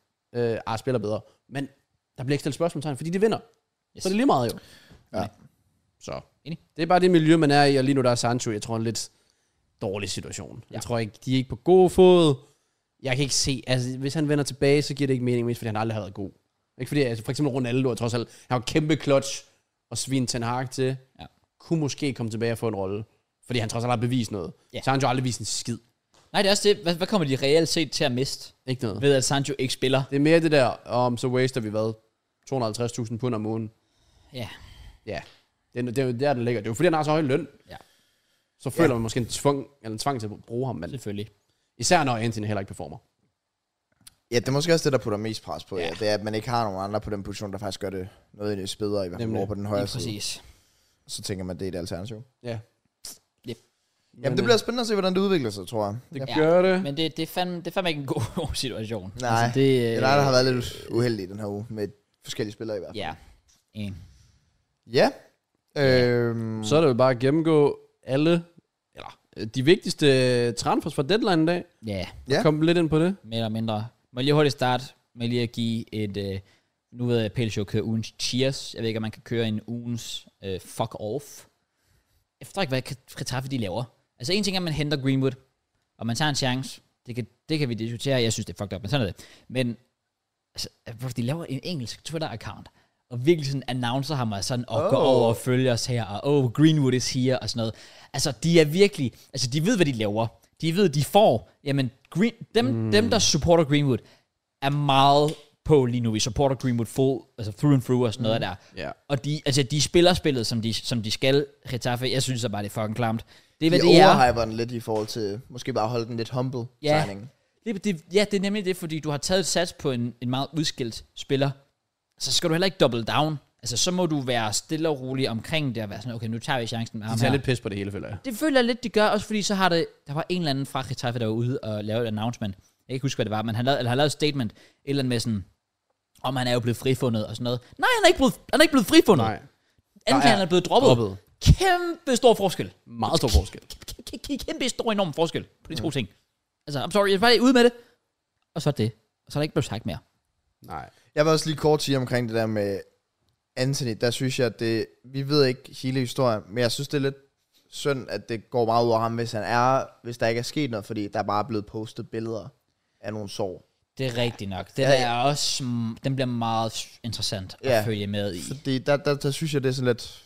[SPEAKER 1] Ja.
[SPEAKER 3] Spiller bedre. Men der bliver ikke stillet spørgsmålstegn, fordi de vinder.
[SPEAKER 1] Yes.
[SPEAKER 3] Så det er lige meget jo.
[SPEAKER 2] Ja.
[SPEAKER 3] Så.
[SPEAKER 1] Enig.
[SPEAKER 3] Det er bare det miljø, man er i, og lige nu der er Sancho, jeg tror en lidt dårlig situation. Ja. Jeg tror ikke, de er ikke på god fod. Jeg kan ikke se, altså hvis han vender tilbage, så giver det ikke mening, mest fordi han aldrig har været god. Ikke fordi, altså for eksempel Ronaldo, trods alt, han har kæmpe clutch og svin Ten Hag til, kunne måske komme tilbage og få en rolle, fordi han trods alt har bevist noget. Ja. Så har han jo aldrig vist en skid.
[SPEAKER 1] Nej, det er også det. Hvad kommer de reelt set til at miste?
[SPEAKER 3] Ikke noget.
[SPEAKER 1] Ved at Sancho ikke spiller?
[SPEAKER 3] Det er mere det der, så waster vi 250.000 pund om ugen.
[SPEAKER 1] Ja.
[SPEAKER 3] Ja. Det er jo der, den ligger. Det er jo fordi, han har så høj løn. Ja. Så føler man måske en tvang til at bruge ham. Men
[SPEAKER 1] selvfølgelig.
[SPEAKER 3] Især når Anthony heller ikke performer.
[SPEAKER 2] Ja, det er måske også det, der putter mest pres på. Ja. Det er, at man ikke har nogen andre på den position, der faktisk gør det noget spædere, i hvert fald over på den højre side.
[SPEAKER 1] Præcis.
[SPEAKER 2] Så tænker man, det er et alternativ.
[SPEAKER 3] Ja.
[SPEAKER 1] Yep.
[SPEAKER 2] Jamen, det bliver spændende at se, hvordan det udvikler sig, tror jeg.
[SPEAKER 3] Det gør det.
[SPEAKER 1] Men det er fandme ikke en god situation.
[SPEAKER 2] Nej, altså, det er der har været lidt uheldigt den her uge, med forskellige spillere i hvert fald.
[SPEAKER 1] Ja, en.
[SPEAKER 2] Ja.
[SPEAKER 3] Så er det jo bare at gennemgå alle, eller de vigtigste transfers fra deadline i dag.
[SPEAKER 1] Ja.
[SPEAKER 3] Kom lidt ind på det.
[SPEAKER 1] Mere eller mindre. Må jeg lige hurtigt starte med lige at give et... nu ved jeg, at PL kører ugens cheers. Jeg ved ikke, om man kan køre en ugens fuck off. Jeg forstår ikke, hvad Getafe de laver. Altså en ting er, at man henter Greenwood, og man tager en chance. Det kan vi diskutere. Jeg synes, det er fucked up, men sådan er det. Men altså, de laver en engelsk Twitter-account, og virkelig sådan announcer ham og sådan, og går over og følger os her, og Greenwood is here, og sådan noget. Altså, de er virkelig, altså de ved, hvad de laver. De ved, de får, jamen, dem, der supporter Greenwood, er meget på lige nu. Vi supporter Greenwood full, altså through and through og sådan noget der.
[SPEAKER 3] Yeah.
[SPEAKER 1] Og de spiller spillet, som de skal, Getafe. Jeg synes så bare, det er fucking klamt. Det er, hvad
[SPEAKER 2] de
[SPEAKER 1] det er.
[SPEAKER 2] De overhyper den lidt i forhold til, måske bare holde den lidt humble signing.
[SPEAKER 1] Det er nemlig det, fordi du har taget et sats på en meget udskilt spiller. Så skal du heller ikke double down. Altså, så må du være stille og rolig omkring det, og være sådan, okay, nu tager vi chancen med ham her.
[SPEAKER 3] De tager lidt pis på det hele, føler jeg.
[SPEAKER 1] Det føler jeg lidt, de gør, også fordi så har der var en eller anden fra Getafe, der var ude og lavede et announcement. Jeg kan ikke huske, hvad det var, men han har lavet et statement, et eller andet med sådan, om han er jo blevet frifundet og sådan noget. Nej, han er ikke blevet frifundet. Nej. Enten han er blevet droppet. Kæmpe stor forskel.
[SPEAKER 3] Meget stor forskel.
[SPEAKER 1] Kæmpe stor enorm forskel på de to ting. Altså, I'm sorry, jeg er bare ude med det. Og så er det. Og så er der ikke blevet sagt mere.
[SPEAKER 2] Nej. Jeg vil også lige kort sige omkring det der med Anthony. Der synes jeg, at vi ved ikke hele historien, men jeg synes, det er lidt synd, at det går meget ud af ham, hvis der ikke er sket noget, fordi der er bare blevet postet billeder af nogle sår.
[SPEAKER 1] Det er rigtigt nok. Det der er også, den bliver meget interessant at følge med i.
[SPEAKER 2] Fordi der synes jeg, det er sådan lidt...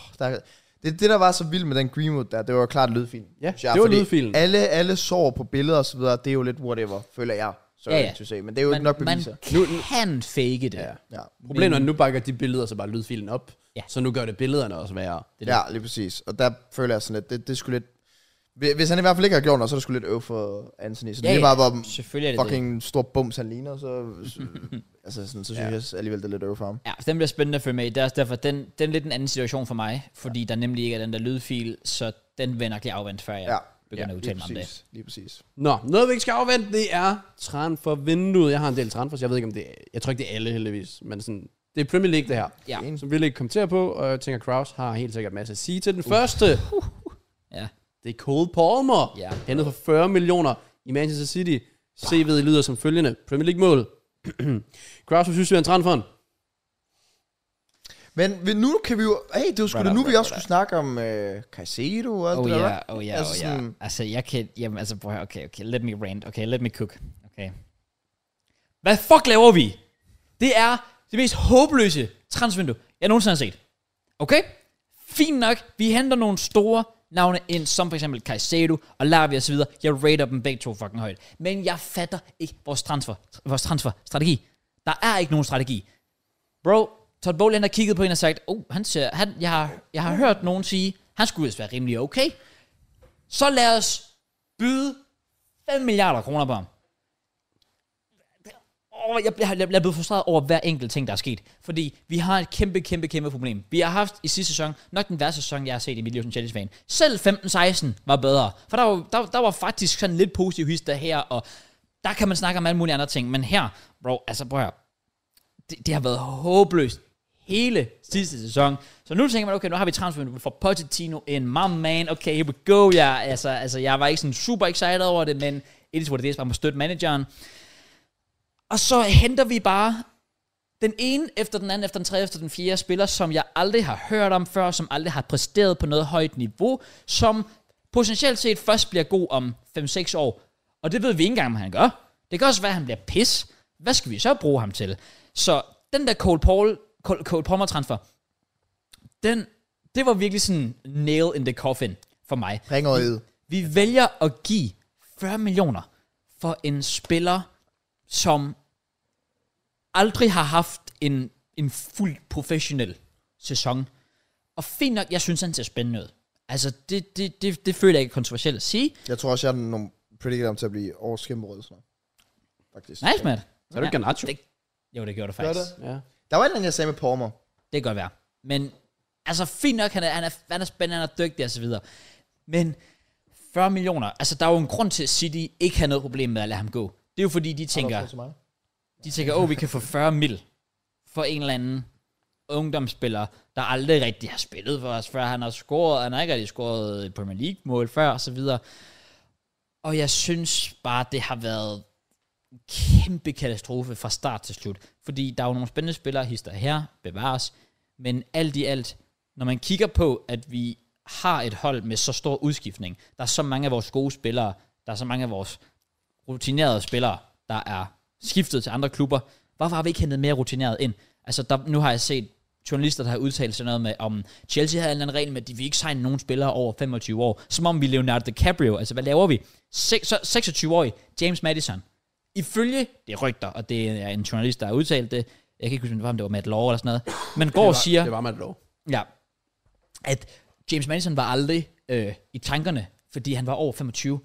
[SPEAKER 2] Det der var så vildt med den Greenwood der, det var klart lydfilen.
[SPEAKER 3] Ja, det var lydfilen.
[SPEAKER 2] Alle sår på billeder og så videre, det er jo lidt whatever, føler jeg. Say, men det er jo ikke nok beviser.
[SPEAKER 1] Man kan fake det.
[SPEAKER 2] Ja.
[SPEAKER 3] Problemet er, at nu bakker de billeder så bare lydfilen op, så nu gør det billederne også værre.
[SPEAKER 2] Lige præcis. Og der føler jeg sådan lidt, det skulle lidt... Hvis han i hvert fald ikke har gjort noget, så er det sgu lidt for Anthony. Så det er bare, hvor fucking stor bums han ligner, så... altså sådan, så synes jeg alligevel, det er lidt for ham.
[SPEAKER 1] Ja, den bliver spændende at følge med i. Det er også derfor, den er lidt en anden situation for mig, fordi der nemlig ikke er den der lydfil, så den vender ikke afvendt, før jeg begynder at udtale mig om det.
[SPEAKER 2] Lige præcis.
[SPEAKER 3] Nå, noget vi ikke skal afvente, det er transfervinduet. Jeg har en del transfers, jeg ved ikke om det er, jeg tror ikke det er alle heldigvis, men sådan, det er Premier League det her.
[SPEAKER 1] Ja.
[SPEAKER 3] Som vi vil ikke kommentere på, og jeg tænker, Kraus har helt sikkert en masse at sige til den første.
[SPEAKER 1] Ja.
[SPEAKER 3] Det er Cole Palmer, hentet for 40 millioner i Manchester City. CV'et lyder som følgende. Premier League-mål. Kraus, hvad synes du er en transfer?
[SPEAKER 2] Men nu kan vi jo... Hey, det var sgu da nu, vi også skulle snakke om Caicedo og alt det der.
[SPEAKER 1] Altså, jeg kan... Jamen, altså, okay. Let me rant. Okay, let me cook. Okay. Hvad fuck laver vi? Det er det mest håbløse transfervindue, jeg nogensinde har set. Okay? Fint nok. Vi henter nogle store navne ind, som for eksempel Caicedo og Lavia og så videre. Jeg rater dem begge to fucking højt. Men jeg fatter ikke vores transferstrategi. Der er ikke nogen strategi. Bro, Todd Bowley har kigget på en og sagt, jeg har hørt nogen sige, han skulle vist være rimelig okay. Så lad os byde 5 milliarder kroner på ham. Jeg er blevet frustreret over hver enkelt ting, der er sket. Fordi vi har et kæmpe problem. Vi har haft i sidste sæson, nok den værste sæson, jeg har set i mit liv som Chelsea-fan. Selv 15-16 var bedre. For der var faktisk sådan lidt positiv hister her, og der kan man snakke om alle mulige andre ting. Men her, bro, altså prøv at det har været håbløst hele sidste sæson. Så nu tænker man, okay, nu har vi transfer for Pochettino in, my man, okay, here we go. Jeg var ikke sådan super excited over det, men it is what it is, bare må støtte manageren. Og så henter vi bare den ene efter den anden, efter den tredje, efter den fjerde spiller, som jeg aldrig har hørt om før, som aldrig har præsteret på noget højt niveau, som potentielt set først bliver god om 5-6 år. Og det ved vi ikke engang, om han gør. Det kan også være, at han bliver pis. Hvad skal vi så bruge ham til? Så den der Cole Palmer transfer, det var virkelig sådan nail in the coffin for mig. Vi vælger at give 40 millioner for en spiller, som aldrig har haft en fuld professionel sæson. Og fint nok, jeg synes, han ser spændende ud. Altså, det føler jeg ikke kontroversielt at sige.
[SPEAKER 2] Jeg tror også, jeg har nogle predicted ham til at blive overskæmmerød. Faktisk.
[SPEAKER 1] Nice, man.
[SPEAKER 3] Så er det Garnacho.
[SPEAKER 1] Jo, det gjorde det faktisk.
[SPEAKER 2] Ja. Der var et eller andet, jeg sagde med Palmer.
[SPEAKER 1] Det kan godt være. Men, altså, fint nok, han er spændende, han er dygtig og så videre. Men 40 millioner, altså, der er jo en grund til, at City ikke har noget problem med at lade ham gå. Det er jo fordi, de tænker, vi kan få 40 mil for en eller anden ungdomsspiller, der aldrig rigtig har spillet for os, før han har ikke rigtig scoret et Premier League-mål før, og så videre. Og jeg synes bare, det har været en kæmpe katastrofe fra start til slut, fordi der er jo nogle spændende spillere, hister her, bevares, men alt i alt, når man kigger på, at vi har et hold med så stor udskiftning, der er så mange af vores gode spillere, der er så mange af vores rutinerede spillere, der er skiftet til andre klubber. Hvorfor har vi ikke hentet mere rutineret ind? Altså, nu har jeg set journalister, der har udtalt sig noget med, om Chelsea havde en eller anden regel med, at de vil ikke signe nogen spillere over 25 år. Som om vi Leonardo DiCaprio. Altså, hvad laver vi? 26-årig James Maddison. Ifølge, det er rygter, og det er en journalist, der har udtalt det. Jeg kan ikke huske, om det var Matt Law eller sådan noget. Men går og siger...
[SPEAKER 3] Det var Matt Law.
[SPEAKER 1] Ja. At James Maddison var aldrig i tankerne, fordi han var over 25.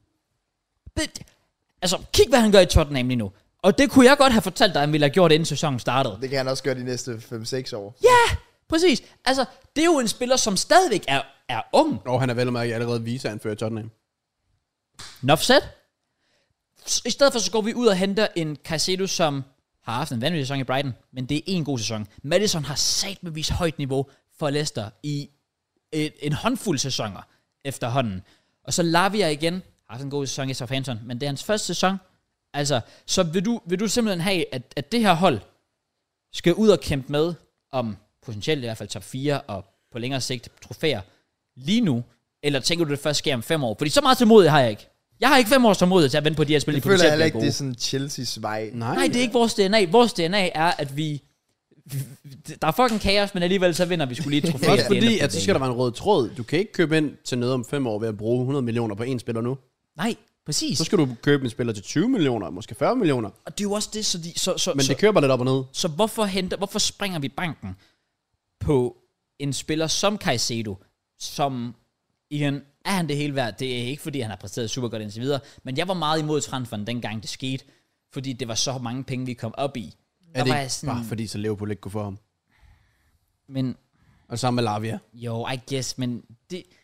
[SPEAKER 1] Altså, kig hvad han gør i Tottenham lige nu. Og det kunne jeg godt have fortalt dig, at han ville have gjort, inden sæsonen startede.
[SPEAKER 2] Det kan han også gøre de næste 5-6 år.
[SPEAKER 1] Ja, præcis. Altså, det er jo en spiller, som stadigvæk er ung.
[SPEAKER 3] Og han er vel og mærke allerede viseanfører i Tottenham.
[SPEAKER 1] Enough said. I stedet for, så går vi ud og henter en Caicedo, som har haft en vanvittig sæson i Brighton, men det er en god sæson. Maddison har satmevis højt niveau for Leicester i en håndfuld sæsoner efterhånden. Og så Lavia igen, har haft en god sæson i Southampton, men det er hans første sæson. Altså, så vil du simpelthen have, at det her hold skal ud og kæmpe med om potentielt i hvert fald top 4 og på længere sigt trofæer lige nu, eller tænker du det først sker om 5 år? Fordi så meget tålmodighed har jeg ikke. Jeg har ikke 5 års tålmodighed til at vente på de her spil.
[SPEAKER 2] Jeg føler heller ikke, det er sådan Chelsea's vej.
[SPEAKER 1] Nej, det er ikke vores DNA. Vores DNA er, at der er fucking kaos, men alligevel så vinder vi skulle lige et trofæ.
[SPEAKER 3] Også fordi, at så skal der være en rød tråd. Du kan ikke købe ind til noget om 5 år ved at bruge 100 millioner på en spiller nu.
[SPEAKER 1] Nej, præcis.
[SPEAKER 3] Så skal du købe en spiller til 20 millioner, måske 40 millioner.
[SPEAKER 1] Og det er jo også det,
[SPEAKER 3] men det køber lidt op og ned.
[SPEAKER 1] Så hvorfor springer vi banken på en spiller som Caicedo, som igen, er han det hele værd? Det er ikke, fordi han har præsteret super godt indtil videre, men jeg var meget imod transferen, dengang det skete, fordi det var så mange penge, vi kom op i.
[SPEAKER 3] Er det ikke sådan, bare fordi, så Liverpool ikke kunne få ham?
[SPEAKER 1] Men...
[SPEAKER 3] Og sammen med Lavia.
[SPEAKER 1] Jo, I guess, men det...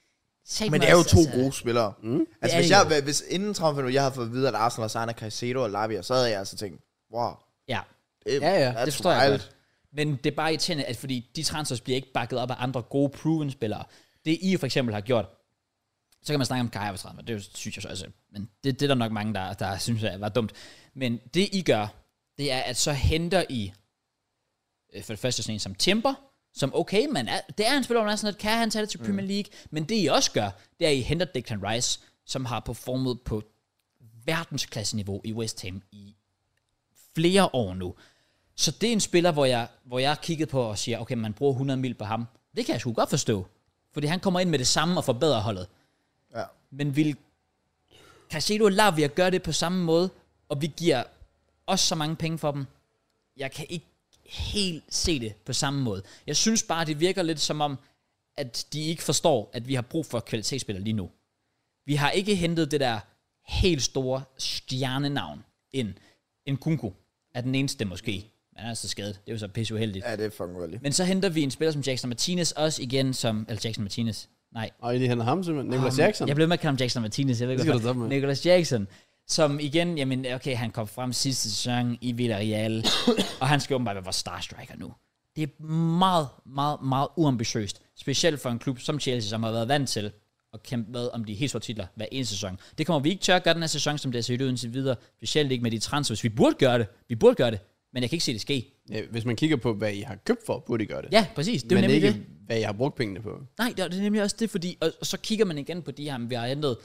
[SPEAKER 2] Men det er jo to gode spillere. Altså, hvis inden transfervinduet, jeg havde fået at vide, at Arsenal signer Caicedo og Lavia, så havde jeg altså tænkt, wow.
[SPEAKER 1] Ja.
[SPEAKER 2] Det forstår jeg godt.
[SPEAKER 1] Men det er bare irriterende, at fordi de transfers bliver ikke bakket op af andre gode proven-spillere. Det I for eksempel har gjort, så kan man snakke om Kai Havertz, det synes jeg så altså, men det er der nok mange, der synes, var dumt. Men det I gør, det er, at så henter I, for det første sådan en som Timber, som okay, men det er en spiller, der sådan, at kan han tage det til Premier League, men det I også gør, det er, at I henter Declan Rice, som har performet på verdensklasseniveau i West Ham i flere år nu. Så det er en spiller, hvor jeg kiggede på og siger, okay, man bruger 100 mil på ham. Det kan jeg sgu godt forstå, fordi han kommer ind med det samme og forbedrer holdet.
[SPEAKER 2] Ja.
[SPEAKER 1] Men vil Caicedo og Lavia gøre det på samme måde, og vi giver også så mange penge for dem? Jeg kan ikke helt se det på samme måde. Jeg synes bare, det virker lidt som om, at de ikke forstår, at vi har brug for kvalitetsspillere lige nu. Vi har ikke hentet det der helt store stjernenavn ind. Nkunku er den eneste måske. Men han er så skadet. Det er jo så pisse uheldigt.
[SPEAKER 2] Ja, det er fucking uheldigt.
[SPEAKER 1] Men så henter vi en spiller som Jackson Martinez også igen som... Eller Jackson Martinez. Nej.
[SPEAKER 3] Og I henter ham simpelthen. Nicolas Jackson.
[SPEAKER 1] Jeg blev med at kalde ham Jackson Martinez. Jeg ved ikke, Nicolas Jackson. Som igen, jamen okay, han kom frem sidste sæson i Villarreal. Og han skal åbenbart være vores starstriker nu. Det er meget, meget, meget uambitiøst. Specielt for en klub som Chelsea, som har været vant til at kæmpe med om de helt store titler hver eneste sæson. Det kommer vi ikke til at gøre den her sæson, som det er set ud indtil videre. Specielt ikke med de transfers. Vi burde gøre det. Men jeg kan ikke se det ske.
[SPEAKER 3] Ja, hvis man kigger på, hvad I har købt for, burde I gøre det.
[SPEAKER 1] Ja, præcis. Det er
[SPEAKER 3] men
[SPEAKER 1] nemlig
[SPEAKER 3] ikke,
[SPEAKER 1] det.
[SPEAKER 3] Hvad I har brugt pengene på.
[SPEAKER 1] Nej, det er nemlig også det, fordi... Og så kigger man igen på de her, vi har hentet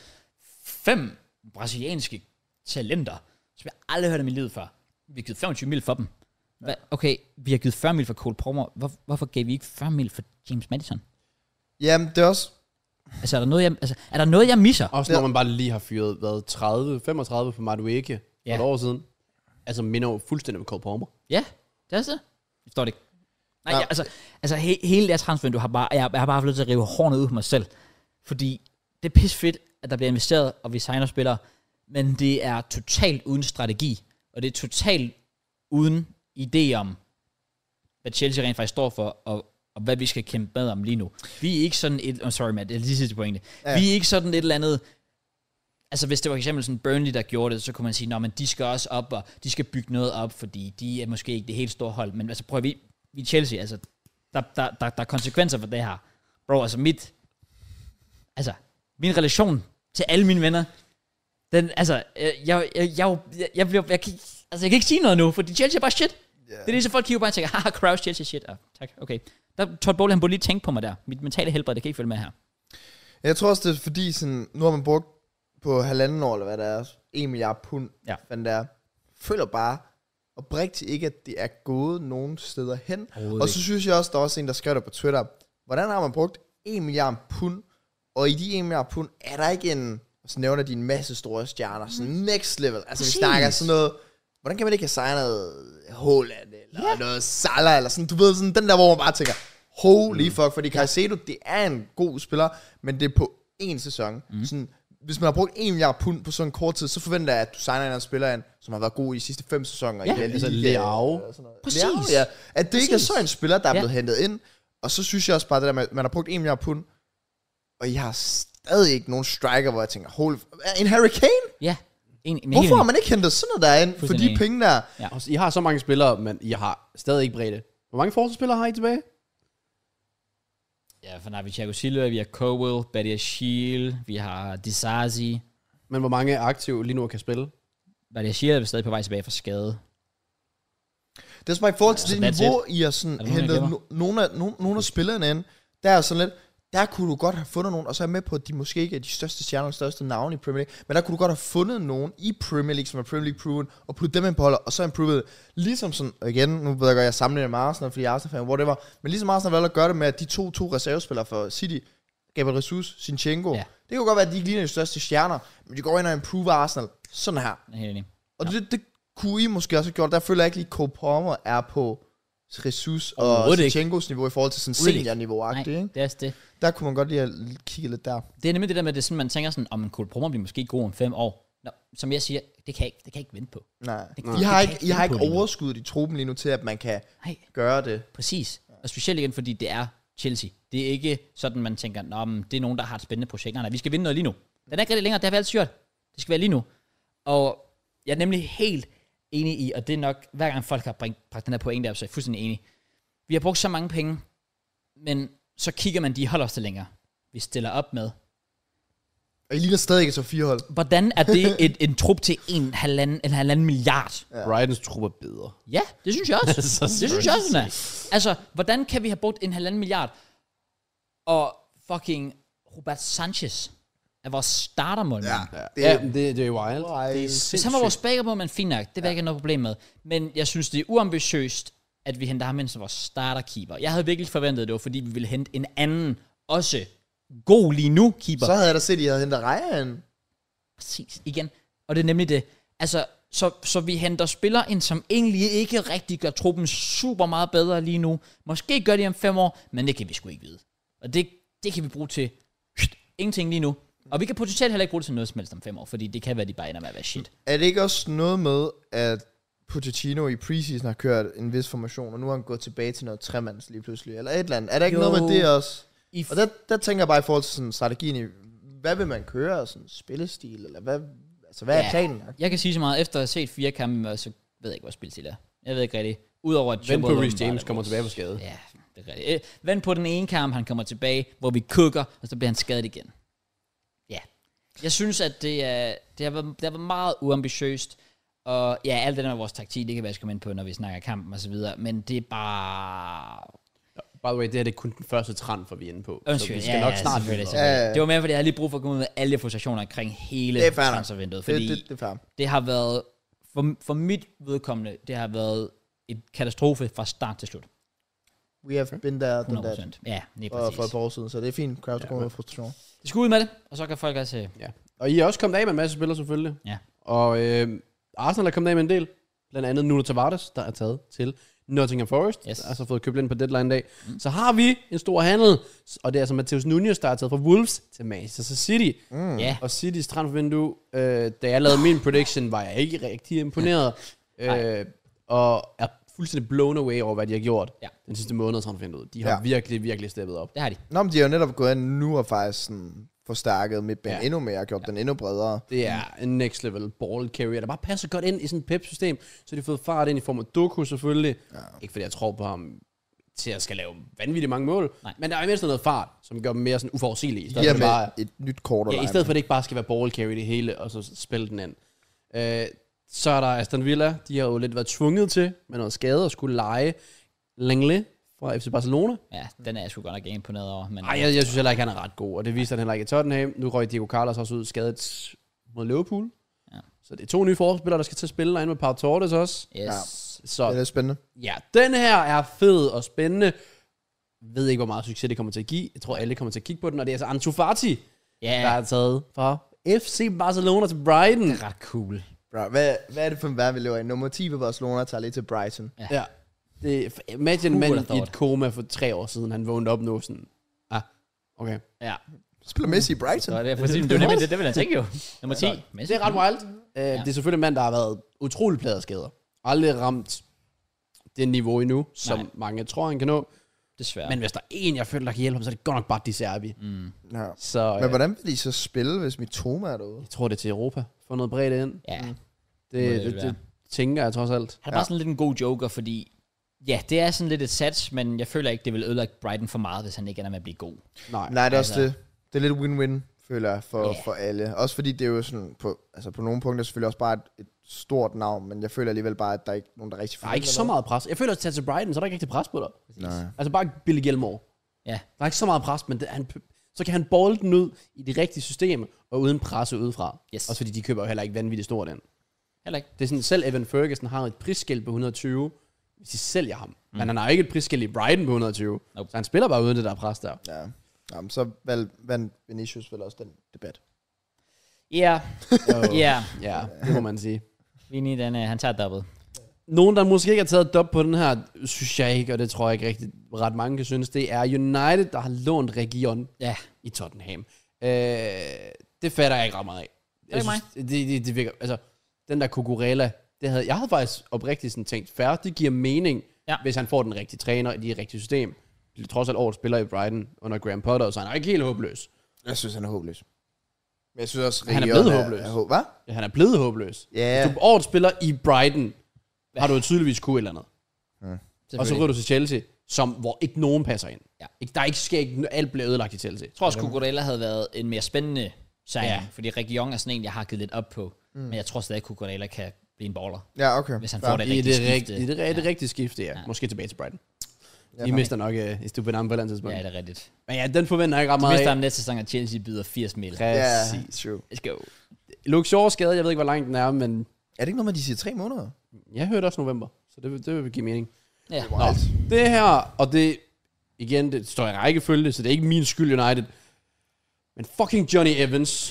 [SPEAKER 1] 5 brasilianske talenter, som jeg aldrig hørt om i livet før. Vi har givet 25 mil for dem. Okay, vi har givet 40 mil for Cole Palmer. Hvorfor gav vi ikke 40 mil for James Maddison?
[SPEAKER 2] Jamen, det er også...
[SPEAKER 1] Altså, er der noget, jeg misser?
[SPEAKER 3] Også når man bare lige har fyret, 35 på Madueke for et år siden. Altså, minder jo fuldstændig om Cole Palmer.
[SPEAKER 1] Ja, det er det. Jeg forstår det ikke. Nej, altså hele det transfer, jeg har bare fået til at rive hårene ud på mig selv. Fordi det er pisse fedt, at der bliver investeret, og vi signer spillere, men det er totalt uden strategi, og det er totalt uden idé om, hvad Chelsea rent faktisk står for, og hvad vi skal kæmpe med om lige nu. Vi er ikke sådan et... sorry, Matt, det er lige sidste pointe. Ja. Vi er ikke sådan et eller andet... Altså, hvis det var for eksempel sådan Burnley, der gjorde det, så kunne man sige, men de skal også op, og de skal bygge noget op, fordi de er måske ikke det helt store hold. Men altså, prøv at vi er Chelsea, altså, der er konsekvenser for det her. Bro, altså min relation til alle mine venner, den, altså, jeg kan ikke sige noget nu, fordi Chelsea er bare shit. Yeah. Det er lige så folk kigger bare og tænker, haha, Kraus, Chelsea shit. Tak, okay. Todd Bowley, han burde lige tænke på mig der. Mit mentale helbred, det kan ikke følge med her.
[SPEAKER 2] Jeg tror også, det er fordi, sådan, nu har man brugt på 1,5 år, eller hvad det er, 1 milliard pund, men der føler bare oprigtigt ikke, at det er gået nogen steder hen. Og så synes jeg også, der er også en, der skrev der på Twitter, hvordan har man brugt 1 milliard pund, og i de 1 milliard pund, er der ikke en, så nævner de en masse store stjerner, sådan next level, altså vi snakker sådan noget, hvordan kan man ikke have signet Haaland, eller noget Salah, eller sådan, du ved, sådan den der, hvor man bare tænker, holy fuck, fordi Caicedo, det er en god spiller, men det er på en sæson, sådan, hvis man har brugt 1 milliard pund på sådan en kort tid, så forventer jeg, at du signer en anden spiller ind, som har været god i de sidste 5 sæsoner.
[SPEAKER 3] Ja, altså Leao.
[SPEAKER 1] Præcis.
[SPEAKER 2] Ja. At det ikke er så en spiller, der er blevet hentet ind. Og så synes jeg også bare, det der med, at man har brugt 1 milliard pund, og jeg har stadig ikke nogen striker, hvor jeg tænker, en Harry Kane?
[SPEAKER 1] Ja.
[SPEAKER 2] Hvorfor har man ikke hentet sådan noget derind, for de penge der?
[SPEAKER 3] Ja. I har så mange spillere, men I har stadig ikke bredde. Hvor mange forsvarsspillere har I tilbage?
[SPEAKER 1] Ja, for vi Thiago Silva, vi har Cowell, Badiashile, vi har Disasi.
[SPEAKER 3] Men hvor mange er aktive lige nu kan spille?
[SPEAKER 1] Badiashile er stadig på vej tilbage fra skade.
[SPEAKER 2] Det er så bare i forhold til det niveau, I har sådan hentet nogle af spillerne ind. Der er sådan lidt, der kunne du godt have fundet nogen, og så er jeg med på, at de måske ikke er de største stjerner, største navne i Premier League, men der kunne du godt have fundet nogen i Premier League, som er Premier League proven, og putte dem ind på holdet, og så improve det. Ligesom sådan, igen, nu ved jeg godt, jeg sammenligner med Arsenal, fordi Arsenal-fan, whatever, men ligesom Arsenal valgte at gøre det med, at de to reservespillere for City, Gabriel Jesus, Zinchenko, det kunne godt være, at de ikke ligner de største stjerner, men de går ind og improve Arsenal, sådan her. Og det kunne I måske også have gjort, der føler jeg ikke lige, at Cole Palmer er på Jesus og Zinchenkos niveau i forhold til sådan senior-niveau-agtigt, ikke?
[SPEAKER 1] Det er det.
[SPEAKER 2] Der kunne man godt lige have kigget lidt der.
[SPEAKER 1] Det er nemlig det der med, det sådan, man tænker sådan, om en Cole Palmer bliver måske god om 5 år. Nå, som jeg siger, det kan jeg ikke vente på.
[SPEAKER 2] Nej. I har ikke overskud i truppen lige nu til, at man kan gøre det.
[SPEAKER 1] Præcis. Og specielt igen, fordi det er Chelsea. Det er ikke sådan, man tænker, det er nogen, der har et spændende projekt. Nej, vi skal vinde noget lige nu. Den er ikke rigtig længere, det har vi altid gjort. Det skal være lige nu. Og jeg er nemlig helt enig i, og det er nok, hver gang folk har bragt den her pointe op, så er jeg fuldstændig enig. Vi har brugt så mange penge, men så kigger man de holdopstillinger, vi stiller op med.
[SPEAKER 2] Og I ligner stadig ikke så 4 hold.
[SPEAKER 1] Hvordan er det en trup til en halvanden milliard?
[SPEAKER 3] Ja. Brightons trup er bedre.
[SPEAKER 1] Ja, det synes jeg også. Det synes jeg også, den er. Altså, hvordan kan vi have brugt en 1,5 milliard, og fucking Robert Sanchez er vores startermål?
[SPEAKER 3] Ja, det er wild.
[SPEAKER 1] Hvis han var vores backup, men fint nok. Det var ikke noget problem med. Men jeg synes, det er uambitiøst, at vi henter ham ind som vores starterkeeper. Jeg havde virkelig forventet det, fordi vi ville hente en anden, også god lige nu keeper.
[SPEAKER 2] Så havde jeg da set, at I havde hentet Ryan.
[SPEAKER 1] Præcis, igen. Og det er nemlig det. Altså, så vi henter spillere ind, som egentlig ikke rigtig gør truppen super meget bedre lige nu. Måske gør de om 5 år, men det kan vi sgu ikke vide. Og det kan vi bruge til ingenting lige nu. Og vi kan potentielt heller ikke bruge det til noget som helst om 5 år, fordi det kan være, de bare ender med at være shit.
[SPEAKER 2] Er det ikke også noget med, at Pochettino i preseason har kørt en vis formation, og nu har han gået tilbage til noget tremands lige pludselig, eller et eller andet? Er der ikke noget med det også? Og der tænker jeg bare i forhold til sådan strategien i, hvad vil man køre, sådan spillestil, eller hvad er planen?
[SPEAKER 1] Jeg kan sige så meget, efter at have set 4 kampe, så ved jeg ikke, hvad spilstil er. Jeg ved ikke rigtigt. Udover at
[SPEAKER 3] vent på Reece James kommer tilbage på skade.
[SPEAKER 1] Ja, det er rigtigt. Vent på den ene kamp, han kommer tilbage, hvor vi kukker, og så bliver han skadet igen. Ja. Jeg synes, at det har været meget uambitiøst, og ja, alt det der med vores taktik, det kan vi også komme ind på, når vi snakker kampen og så videre, men det er bare...
[SPEAKER 3] By the way, det her det er kun den første transfer, vi er inde på.
[SPEAKER 1] Undskyld,
[SPEAKER 3] så vi skal nok snart
[SPEAKER 1] videre. Det var mere, fordi jeg havde lige brug for at gå ud med alle frustrationer omkring hele transfervinduet. Fordi det har været, for mit vedkommende, det har været et katastrofe fra start til slut.
[SPEAKER 2] We have been there, done that.
[SPEAKER 1] Ja, lige præcis.
[SPEAKER 2] For et par år siden, så det er fint. Kraft går med frustration.
[SPEAKER 1] Det skal ud med det, og så kan folk også...
[SPEAKER 3] Ja. Og I er også kommet af med en masse spillere, selvfølgelig.
[SPEAKER 1] Ja.
[SPEAKER 3] Og Arsenal er kommet af med en del. Blandt andet Nuno Tavares, der er taget til Nottingham Forest, altså fået købt ind på deadline-dag. Så har vi en stor handel, og det er altså Matheus Nunes, der er taget fra Wolves til Manchester City. Og Citys transfervindue, da jeg lavede min prediction, var jeg ikke rigtig imponeret. Og er fuldstændig blown away over, hvad de har gjort den sidste måned transfervinduet. De har virkelig, virkelig steppet op.
[SPEAKER 1] Det har de.
[SPEAKER 2] Nå, men de har jo netop gået ind nu og faktisk sådan forstærket midtbanen endnu mere, og gjort den endnu bredere.
[SPEAKER 3] Det er en next level ball carrier, der bare passer godt ind i sådan et Pep-system, så de har fået fart ind i form af Doku selvfølgelig. Ja. Ikke fordi jeg tror på ham til at skal lave vanvittigt mange mål, men der er mindst noget fart, som gør dem mere sådan uforudsigelige.
[SPEAKER 2] Ja, med bare et nyt kort.
[SPEAKER 3] Ja, i stedet for at det ikke bare skal være ball carry det hele, og så spille den ind. Så er der Aston Villa, de har jo lidt været tvunget til med noget skade og skulle lege Langley fra FC Barcelona.
[SPEAKER 1] Ja, den er jeg sgu godt nok imponeret over. Men
[SPEAKER 3] jeg synes heller ikke, han er ret god, og det viste han heller ikke i Tottenham. Nu røg Diego Carlos også ud skadet mod Liverpool. Ja. Så det er 2 nye forspillere, der skal til at spille, og en med Pau Torres også.
[SPEAKER 1] Yes.
[SPEAKER 2] Ja, så, det er spændende.
[SPEAKER 3] Ja, den her er fed og spændende. Jeg ved ikke, hvor meget succes det kommer til at give. Jeg tror, alle kommer til at kigge på den, og det er altså Ansu Fati, der er taget fra FC Barcelona til Brighton.
[SPEAKER 1] Det er ret cool.
[SPEAKER 2] Bro, hvad er det for en verden, vi lever i? Nummer 10 på Barcelona tager lige til Brighton.
[SPEAKER 3] Ja. Imagine man i et koma for 3 år siden, han vågnede op nu sådan, okay.
[SPEAKER 1] Ja.
[SPEAKER 2] Spiller Messi i Brighton.
[SPEAKER 1] Så det er præcis, det vil jeg tænke jo. Nummer 10, Messi.
[SPEAKER 3] Det er ret wild. Det er selvfølgelig en mand, der har været utrolig plaget af skader. Aldrig ramt det niveau endnu, som mange tror, han kan nå.
[SPEAKER 1] Desværre.
[SPEAKER 3] Men hvis der er en, jeg føler, der kan hjælpe ham, så er det godt nok bare De Serbi.
[SPEAKER 2] Ja. Så, men hvordan vil de så spille, hvis Mitoma er derude?
[SPEAKER 3] Jeg tror, det er til Europa. Få noget bredt ind.
[SPEAKER 1] Ja.
[SPEAKER 3] Det tænker jeg trods alt.
[SPEAKER 1] Han er bare sådan lidt en god joker, fordi ja, det er sådan lidt et sats, men jeg føler ikke, det vil ødelægge Brighton for meget, hvis han ikke ender med at blive god.
[SPEAKER 2] Nej, det er også det. Det er lidt win-win, føler jeg, for alle. Også fordi det er jo sådan, på nogle punkter selvfølgelig også bare et stort navn, men jeg føler alligevel bare, at der er ikke nogen, der rigtig
[SPEAKER 3] føler. Der er ikke så meget pres. Jeg føler, at til Brighton, så er der ikke rigtig pres på dig.
[SPEAKER 2] Nej.
[SPEAKER 3] Altså bare Billy Gilmore.
[SPEAKER 1] Ja.
[SPEAKER 3] Der er ikke så meget pres, men så kan han bolle den ud i det rigtige system, og uden presse udefra.
[SPEAKER 1] Yes.
[SPEAKER 3] Også fordi de køber jo heller ikke vanvittigt stort ind.
[SPEAKER 1] Heller ikke.
[SPEAKER 3] Det er sådan, selv Evan Ferguson har et prisskilt på 120, hvis de sælger ham. Men han har ikke et prisskilt i Brighton på 120. Nope. Så han spiller bare uden det der pres der.
[SPEAKER 2] Ja. Jamen, så vandt Vinicius vel også den debat.
[SPEAKER 1] Ja.
[SPEAKER 3] Ja, det må man sige.
[SPEAKER 1] Vini, han tager dobbelt.
[SPEAKER 3] Nogen, der måske ikke har taget dop på den her, synes jeg ikke, og det tror jeg ikke rigtig ret mange kan synes, det er United, der har lånt Region i Tottenham. Det fatter jeg ikke ret meget af. Det virker, altså, den der Cucurella, jeg havde faktisk oprigtigt sådan tænkt, fair, det giver mening, hvis han får den rigtige træner i det rigtige system. trods alt året spiller i Brighton under Graham Potter, så han er ikke helt håbløs.
[SPEAKER 2] Jeg synes, han er håbløs. Men jeg synes også,
[SPEAKER 3] han er blevet håbløs.
[SPEAKER 2] Hvad?
[SPEAKER 3] Ja, han er blevet håbløs.
[SPEAKER 2] Yeah.
[SPEAKER 3] Hvis du året spiller i Brighton, har du jo tydeligvis kunne et eller andet. Og så ryger du til Chelsea, hvor ikke nogen passer ind.
[SPEAKER 1] Ja.
[SPEAKER 3] Der er ikke alt bliver ødelagt i Chelsea.
[SPEAKER 1] Jeg tror også, Cucurella havde været en mere spændende signing, fordi Reguilon er sådan en, jeg har givet lidt op på. Men jeg tror stadig, at Cucurella kan blive en baller.
[SPEAKER 2] Ja, okay.
[SPEAKER 1] Hvis han får det rigtige skifte.
[SPEAKER 3] I det rigtige skifte, ja. Måske tilbage til Brighton. I mister nok Estupiñán på et andet tidspunkt.
[SPEAKER 1] Ja, det er rigtigt.
[SPEAKER 3] Men ja, den forventer jeg ikke ret
[SPEAKER 1] De
[SPEAKER 3] meget af.
[SPEAKER 1] mister ham næste sæson, at Chelsea byder 80 mil.
[SPEAKER 3] Præcis.
[SPEAKER 2] True.
[SPEAKER 1] Let's go.
[SPEAKER 3] Luke Shaw skade, jeg ved ikke, hvor langt den er, men...
[SPEAKER 2] Er det ikke noget med, de siger 3 måneder?
[SPEAKER 3] Jeg hørte også november, så det vil give mening.
[SPEAKER 1] Ja.
[SPEAKER 3] Nå, det her, og det... Igen, det står i rækkefølge, så det er ikke min skyld, United. Men fucking Johnny Evans.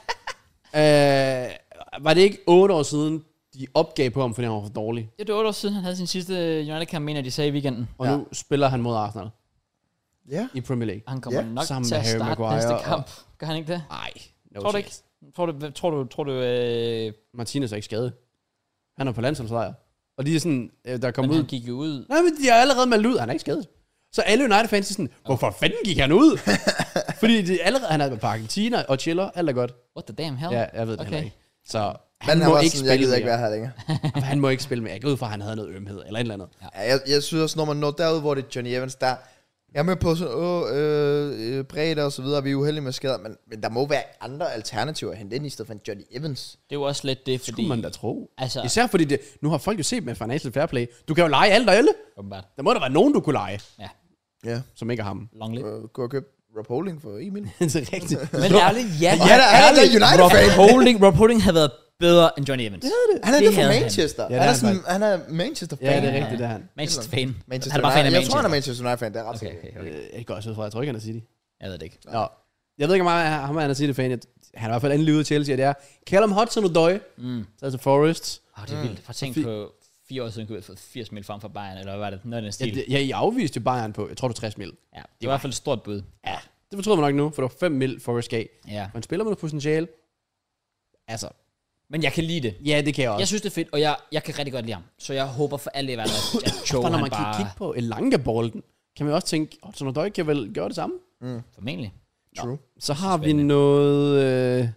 [SPEAKER 3] Var det ikke 8 år siden, de opgav på ham, fordi han var for dårlig?
[SPEAKER 1] Det var 8 år siden, han havde sin sidste United-kamp, mener de sagde i weekenden.
[SPEAKER 3] Og nu spiller han mod Arsenal.
[SPEAKER 2] Ja.
[SPEAKER 3] I Premier League.
[SPEAKER 1] Han kommer nok
[SPEAKER 3] sammen
[SPEAKER 1] til
[SPEAKER 3] med
[SPEAKER 1] at
[SPEAKER 3] Harry
[SPEAKER 1] starte
[SPEAKER 3] Maguire
[SPEAKER 1] næste
[SPEAKER 3] og-
[SPEAKER 1] kamp. Gør han ikke det?
[SPEAKER 3] Nej, no
[SPEAKER 1] Tror du ikke? Tror du
[SPEAKER 3] Martinez er ikke skadet. Han er på landsholdslejr. Og de er sådan, der kom
[SPEAKER 1] men
[SPEAKER 3] ud...
[SPEAKER 1] han gik jo ud.
[SPEAKER 3] Nej, men de har allerede meldt ud, han er ikke skadet. Så alle United-fans er sådan, hvorfor fanden gik han ud? Fordi han er på Argentina og chiller, alt er godt.
[SPEAKER 1] What the damn hell?
[SPEAKER 3] Ja, jeg ved det heller ikke. Så
[SPEAKER 2] Han
[SPEAKER 3] han må
[SPEAKER 2] var
[SPEAKER 3] ikke
[SPEAKER 2] sådan, jeg
[SPEAKER 3] spille
[SPEAKER 2] gider ikke
[SPEAKER 3] mere.
[SPEAKER 2] være her længere.
[SPEAKER 3] Han må ikke spille mere. Jeg går ud fra, at han havde noget ømhed, eller et eller andet.
[SPEAKER 2] Ja, jeg synes også, når man når derud, hvor det er Johnny Evans, der... Jeg er med på sådan, bredde og så videre, vi er uheldige med skader, men der må være andre alternativer at hente ind, i stedet for en Johnny Evans.
[SPEAKER 1] Det er jo også lidt det, fordi...
[SPEAKER 3] Skulle man da tro.
[SPEAKER 1] Altså,
[SPEAKER 3] Især fordi nu har folk jo set med Financial Fair Play. Du kan jo lege alt og alle.
[SPEAKER 1] åbenbart.
[SPEAKER 3] Der må der være nogen, du kunne lege,
[SPEAKER 2] Ja.
[SPEAKER 3] som ikke er ham.
[SPEAKER 1] Long live.
[SPEAKER 2] Gå og købe Rob Holding for Emil.
[SPEAKER 3] Det er rigtigt.
[SPEAKER 1] Men ærligt, ja.
[SPEAKER 2] Og han er United-fan.
[SPEAKER 1] Rob Holding havde været bedre end Johnny Evans.
[SPEAKER 2] Han er
[SPEAKER 1] Det
[SPEAKER 2] det for
[SPEAKER 1] havde
[SPEAKER 2] Manchester.
[SPEAKER 3] han. Ja,
[SPEAKER 2] Han er Manchester-fan.
[SPEAKER 3] Ja, det er rigtigt, det er han.
[SPEAKER 1] Manchester-fan.
[SPEAKER 2] Manchester
[SPEAKER 1] Han er bare fan af
[SPEAKER 2] United. Jeg tror, han er
[SPEAKER 1] Manchester.
[SPEAKER 2] Manchester United-fan. Det er ret
[SPEAKER 1] Okay,
[SPEAKER 2] sikkert.
[SPEAKER 1] okay, okay.
[SPEAKER 3] Jeg går også ud fra, jeg tror ikke, han er City.
[SPEAKER 1] Jeg ved det ikke.
[SPEAKER 3] Nå. Jeg ved ikke, om ham er City-fan. Han er i hvert fald endelig ude af Chelsea, og det er Callum Hudson-Odoi. Så til Forest.
[SPEAKER 1] Det er vildt. For tænk på 4 år siden, kunne vi have fået 80 mil frem for Bayern, eller hvad var det? Noget af den stil.
[SPEAKER 3] Ja, I afviste Bayern på, jeg tror, det var 60 mil.
[SPEAKER 1] Ja, det var i hvert fald et stort bud.
[SPEAKER 3] Ja, det fortryder man nok nu, for det var 5 mil Forest gav.
[SPEAKER 1] Ja.
[SPEAKER 3] Man spiller med noget potentiale. Altså,
[SPEAKER 1] Men jeg kan lide det.
[SPEAKER 3] ja, det kan jeg også.
[SPEAKER 1] Jeg synes, det er fedt, og jeg kan rigtig godt lide ham. Så jeg håber for alle i verden, at Joe,
[SPEAKER 3] når
[SPEAKER 1] han
[SPEAKER 3] man kan
[SPEAKER 1] bare...
[SPEAKER 3] kigge på Elanga-bolden, kan man også tænke, så når Odoi kan vel gøre det samme.
[SPEAKER 1] Formentlig.
[SPEAKER 2] True.
[SPEAKER 3] Så har vi noget...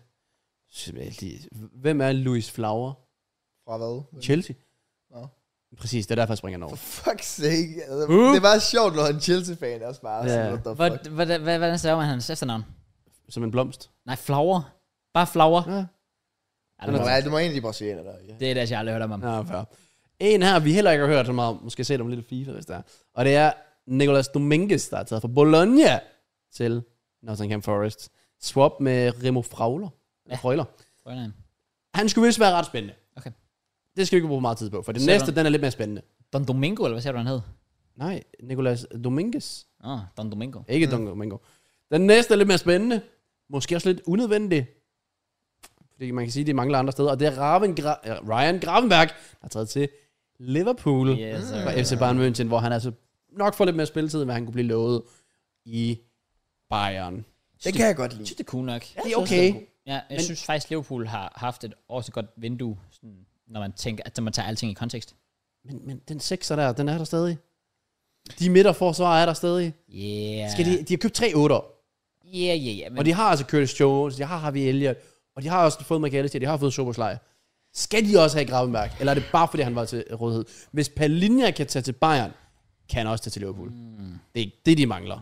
[SPEAKER 3] hvem er Luis Flower?
[SPEAKER 2] Fra hvad?
[SPEAKER 3] Chelsea.
[SPEAKER 2] Nå.
[SPEAKER 3] Præcis, det er derfor, jeg springer den over.
[SPEAKER 2] For fuck's sake. Altså, det er bare sjovt, når en Chelsea-fan også bare
[SPEAKER 3] Ja.
[SPEAKER 2] sådan, what the fuck.
[SPEAKER 1] Hvordan staver man hans efternavn?
[SPEAKER 3] Som en blomst.
[SPEAKER 1] Nej, Flower. Bare Flower.
[SPEAKER 3] Ja.
[SPEAKER 2] Det må egentlig brasilianer der. Ja.
[SPEAKER 1] Det er det, jeg aldrig hørt om.
[SPEAKER 3] Ja, fair. En her, vi heller ikke har hørt så meget, måske set om lidt FIFA, hvis der er. Og det er Nicolas Dominguez, der er taget fra Bologna til Nottingham Forest. Swap med Remo Freuler.
[SPEAKER 1] Ja.
[SPEAKER 3] Freuler.
[SPEAKER 1] Hvordan?
[SPEAKER 3] Han skulle vist være ret spændende.
[SPEAKER 1] Okay.
[SPEAKER 3] Det skal vi ikke bruge meget tid på, for det
[SPEAKER 1] Ser
[SPEAKER 3] næste,
[SPEAKER 1] du-
[SPEAKER 3] den er lidt mere spændende.
[SPEAKER 1] Don Domingo, eller hvad siger du, han hed?
[SPEAKER 3] Nej, Nicolas Dominguez.
[SPEAKER 1] Don Domingo.
[SPEAKER 3] Ikke Don Domingo. Den næste er lidt mere spændende. Måske også lidt unødvendig. Fordi man kan sige, at de mangler andre steder. Og det er Ryan Gravenberg, der er taget til Liverpool.
[SPEAKER 1] Yes, sir.
[SPEAKER 3] Fra FC Bayern München, hvor han altså nok får lidt mere spilletid, end hvad han kunne blive lovet i Bayern.
[SPEAKER 2] Det kan jeg godt
[SPEAKER 1] Jeg
[SPEAKER 2] lide.
[SPEAKER 1] synes, det er cool nok.
[SPEAKER 3] Det er okay.
[SPEAKER 1] Ja, jeg synes faktisk, Liverpool har haft et også godt vindue, sådan, når man tænker, at man tager alting i kontekst.
[SPEAKER 3] Men den 6'er der, den er der stadig. De midterforsvar er der stadig.
[SPEAKER 1] Yeah.
[SPEAKER 3] Skal de har købt 3 8'er.
[SPEAKER 1] Ja. Men
[SPEAKER 3] Og de har altså Curtis Jones, de har Harvey Elliott, og de har også fået McAllister, de har fået Soboslej. Skal de også have Gravenberg? Eller er det bare fordi, han var til rådighed? Hvis Palinja kan tage til Bayern, kan han også tage til Liverpool. Det er det, de mangler.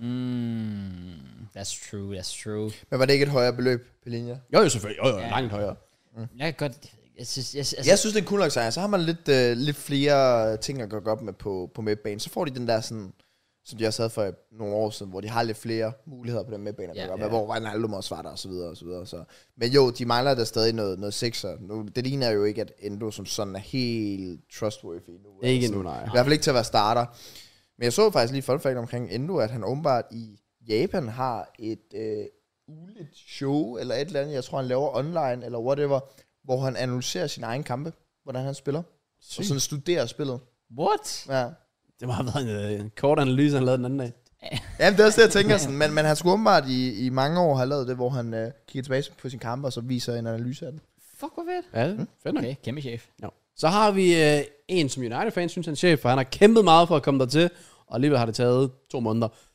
[SPEAKER 1] That's true.
[SPEAKER 2] Men var det ikke et højere beløb, Pelinja?
[SPEAKER 3] Jo, selvfølgelig. Jo, langt højere.
[SPEAKER 1] Jeg kan godt... Jeg synes,
[SPEAKER 2] Jeg synes, det er en cool nok sejr. Så har man lidt flere ting at gå op med på midtbanen. Så får de den der sådan, som de også havde for nogle år siden, hvor de har lidt flere muligheder på den midtbane, at gå op med, hvor Wijnaldum også var der, og så videre, og så videre. Så. Men jo, de mangler der stadig noget sekser. Nu, det ligner jo ikke, at Endo som sådan er helt trustworthy nu.
[SPEAKER 3] Ikke
[SPEAKER 2] altså,
[SPEAKER 3] nu, nej.
[SPEAKER 2] I hvert fald ikke til at være starter. Men jeg så faktisk lige fun fact omkring Endo, at han åbenbart i Japan har et uligt show, eller et eller andet, jeg tror han laver online, eller whatever, hvor han analyserer sine egne kampe, hvordan han spiller, og sådan studerer spillet.
[SPEAKER 1] What?
[SPEAKER 2] Ja.
[SPEAKER 3] Det må have været en kort analyse, han lavede den anden dag.
[SPEAKER 2] Ja, det er også det, jeg tænker sådan, men han skulle åbenbart i mange år have lavet det, hvor han kigger tilbage på sine kampe, og så viser en analyse af den.
[SPEAKER 1] Fuck, hvor fedt.
[SPEAKER 3] Ja, fedt nok.
[SPEAKER 1] Okay, kæmpe chef.
[SPEAKER 3] No. Så har vi en, som United-fan synes han er chef, for han har kæmpet meget for at komme dertil, og alligevel har det taget 2 måneder.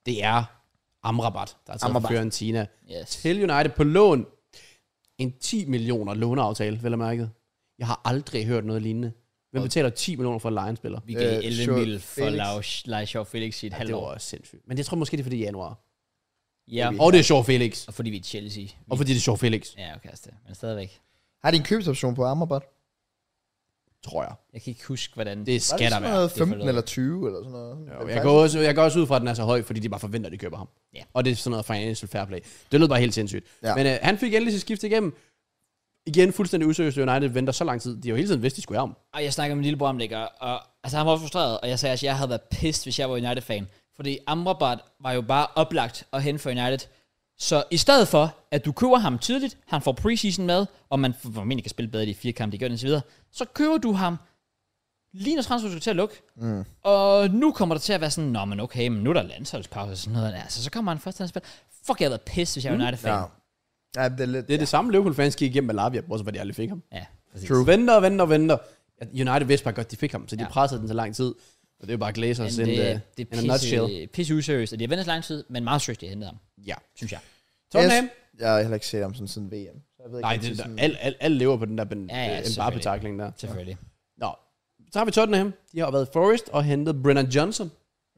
[SPEAKER 3] det er Amrabat, der er taget fra Fiorentina til United på lån. En 10 millioner låneaftale, vel at mærke. Jeg har aldrig hørt noget lignende. Hvem betaler 10 millioner for en Lions-spiller?
[SPEAKER 1] Vi gav 11 mil for Lars Shaw Felix i et halvt år.
[SPEAKER 3] Det var sindssygt. Men jeg tror måske, det er fordi januar.
[SPEAKER 1] Ja.
[SPEAKER 3] Og det er Shaw Felix.
[SPEAKER 1] Og fordi vi er Chelsea.
[SPEAKER 3] Og fordi det er Shaw Felix.
[SPEAKER 1] Ja, okay, men stadigvæk.
[SPEAKER 2] Har de en købsoption på Amrabat?
[SPEAKER 3] Tror jeg.
[SPEAKER 1] Jeg kan ikke huske, hvordan...
[SPEAKER 3] Det skal der være.
[SPEAKER 2] Var det 15 eller 20 eller sådan noget?
[SPEAKER 3] Jo, jeg går også ud fra, at den er så høj, fordi de bare forventer, at de køber ham.
[SPEAKER 1] Ja.
[SPEAKER 3] Og det er sådan noget financial fair play. Det lød bare helt sindssygt. Ja. Men han fik endelig sit skifte igennem. Igen fuldstændig useriøst, United venter så lang tid. De har jo hele tiden vidst, de skulle have ham. Og
[SPEAKER 1] jeg snakker med min lillebror om det, og altså, han var frustreret, og jeg sagde, at jeg havde været pissed, hvis jeg var United-fan. Fordi Amrabat var jo bare oplagt at hente for United. Så i stedet for, at du køber ham tidligt, han får preseason med, og man formentlig kan spille bedre i de 4 kampe, de gør den så videre, så køber du ham lige når transfer skal til at lukke. Og nu kommer der til at være sådan, nå, men okay, men nu er der landsholdspause og sådan noget. Altså, så kommer han først til at spille. Fuck, jeg havde været pissed, hvis jeg var United-fan.
[SPEAKER 2] Ja. Ja, det er
[SPEAKER 3] det samme Liverpool-fans gik igennem med Lavia, bortset fra de aldrig fik ham.
[SPEAKER 1] Ja, præcis.
[SPEAKER 3] True. Venter. United vidste bare godt, de fik ham, så de pressede den så lang tid. Og det er jo bare Glazers
[SPEAKER 1] det er pisse useriøst, og de har ventet så lang tid, men meget seriøst, de har hentet ham.
[SPEAKER 3] Ja.
[SPEAKER 1] Synes jeg.
[SPEAKER 2] Tottenham? Jeg har heller ikke set ham siden VM. Så jeg ved
[SPEAKER 3] nej,
[SPEAKER 2] ikke,
[SPEAKER 3] sådan... alle lever på den der Mbappé-tackling der.
[SPEAKER 1] Selvfølgelig.
[SPEAKER 3] Nå, så har vi Tottenham. De har været i Forest og hentet Brennan Johnson.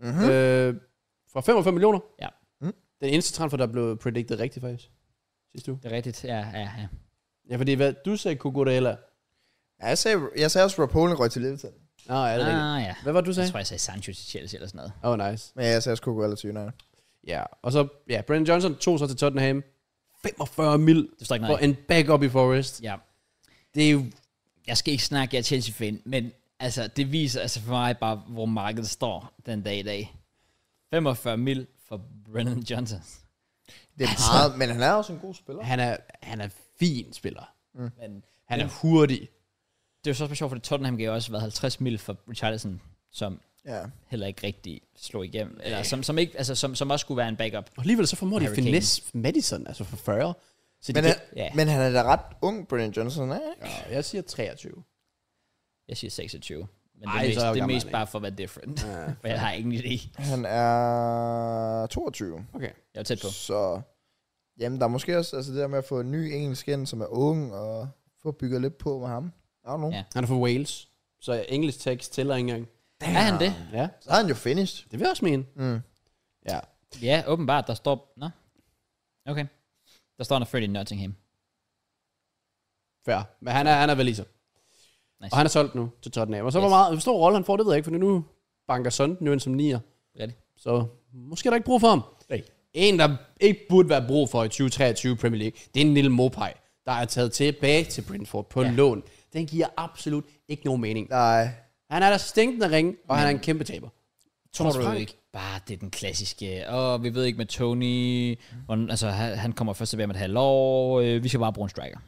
[SPEAKER 3] For 45 millioner.
[SPEAKER 1] Ja.
[SPEAKER 3] Den eneste transfer, der blev predicted rigtigt faktisk. Sidste uge.
[SPEAKER 1] Det er rigtigt, ja.
[SPEAKER 3] Ja, fordi hvad, du sagde Cucurella.
[SPEAKER 2] Ja, jeg sagde også, at Polen røg til Liverpool.
[SPEAKER 3] Nå, er det rigtigt?
[SPEAKER 1] Ja.
[SPEAKER 3] Hvad var du sagde?
[SPEAKER 1] Jeg tror, jeg sagde Sancho til Chelsea eller sådan
[SPEAKER 3] Oh,
[SPEAKER 1] noget.
[SPEAKER 3] nice.
[SPEAKER 2] Men jeg sagde også Cucurella til United.
[SPEAKER 3] Ja, og så, Brennan Johnson tog så til Tottenham. 45 mil for en backup i Forest.
[SPEAKER 1] Ja.
[SPEAKER 3] Det er jo...
[SPEAKER 1] Jeg skal ikke snakke, jeg er Chelsea-fan, men altså, det viser altså for mig bare, hvor markedet står den dag i dag. 45 mil for Brennan Johnson.
[SPEAKER 2] Det er meget, men han er også en god spiller.
[SPEAKER 3] Han er fin spiller. Men han er hurtig.
[SPEAKER 1] Det er jo så også sjovt, fordi Tottenham gav også været 50 mil for Richarlison, som heller ikke rigtig slog igennem. Eller som ikke, altså som også skulle være en backup.
[SPEAKER 3] Og alligevel så formår de finesse Madison, altså for 40. Så
[SPEAKER 2] men han er da ret ung, Brennan Johnson, ikke?
[SPEAKER 3] Ja, jeg siger 23.
[SPEAKER 1] Jeg siger 26. Men det er mest bare for at være different. For jeg har ingen idé.
[SPEAKER 2] Han er 22.
[SPEAKER 3] Okay.
[SPEAKER 1] Jeg er tæt på.
[SPEAKER 2] Så jamen, der er måske også altså det der med at få en ny engelsk ind, som er ung, og få bygget lidt på med ham. Ja.
[SPEAKER 3] Han er fra Wales, så engelsk tekst tæller ikke engang.
[SPEAKER 1] Er han det?
[SPEAKER 2] Ja. Så er han jo finished.
[SPEAKER 3] Det vil jeg også mene.
[SPEAKER 2] Ja.
[SPEAKER 1] Ja, åbenbart. Der står... Nå. Okay. Der står, han er født i Nottingham.
[SPEAKER 3] Fair. Men han er vel lige så. Nice. Og han er solgt nu til Tottenham. Og så hvor stor rolle han får, det ved jeg ikke, for nu banker Son nu ind som 9'er.
[SPEAKER 1] Rigtigt.
[SPEAKER 3] Så måske er der ikke brug for ham. Nej. En, der ikke burde være brug for i 2023 Premier League, det er en lille Mopai, der er taget tilbage til Brentford på lån. Den giver absolut ikke nogen mening.
[SPEAKER 2] Nej.
[SPEAKER 3] Han er der stinkende ring, og han er en kæmpe taber.
[SPEAKER 1] Tror du ikke bare, det er den klassiske, vi ved ikke med Tony, altså han kommer først tilbage med et halvt år, vi skal bare bruge en striker.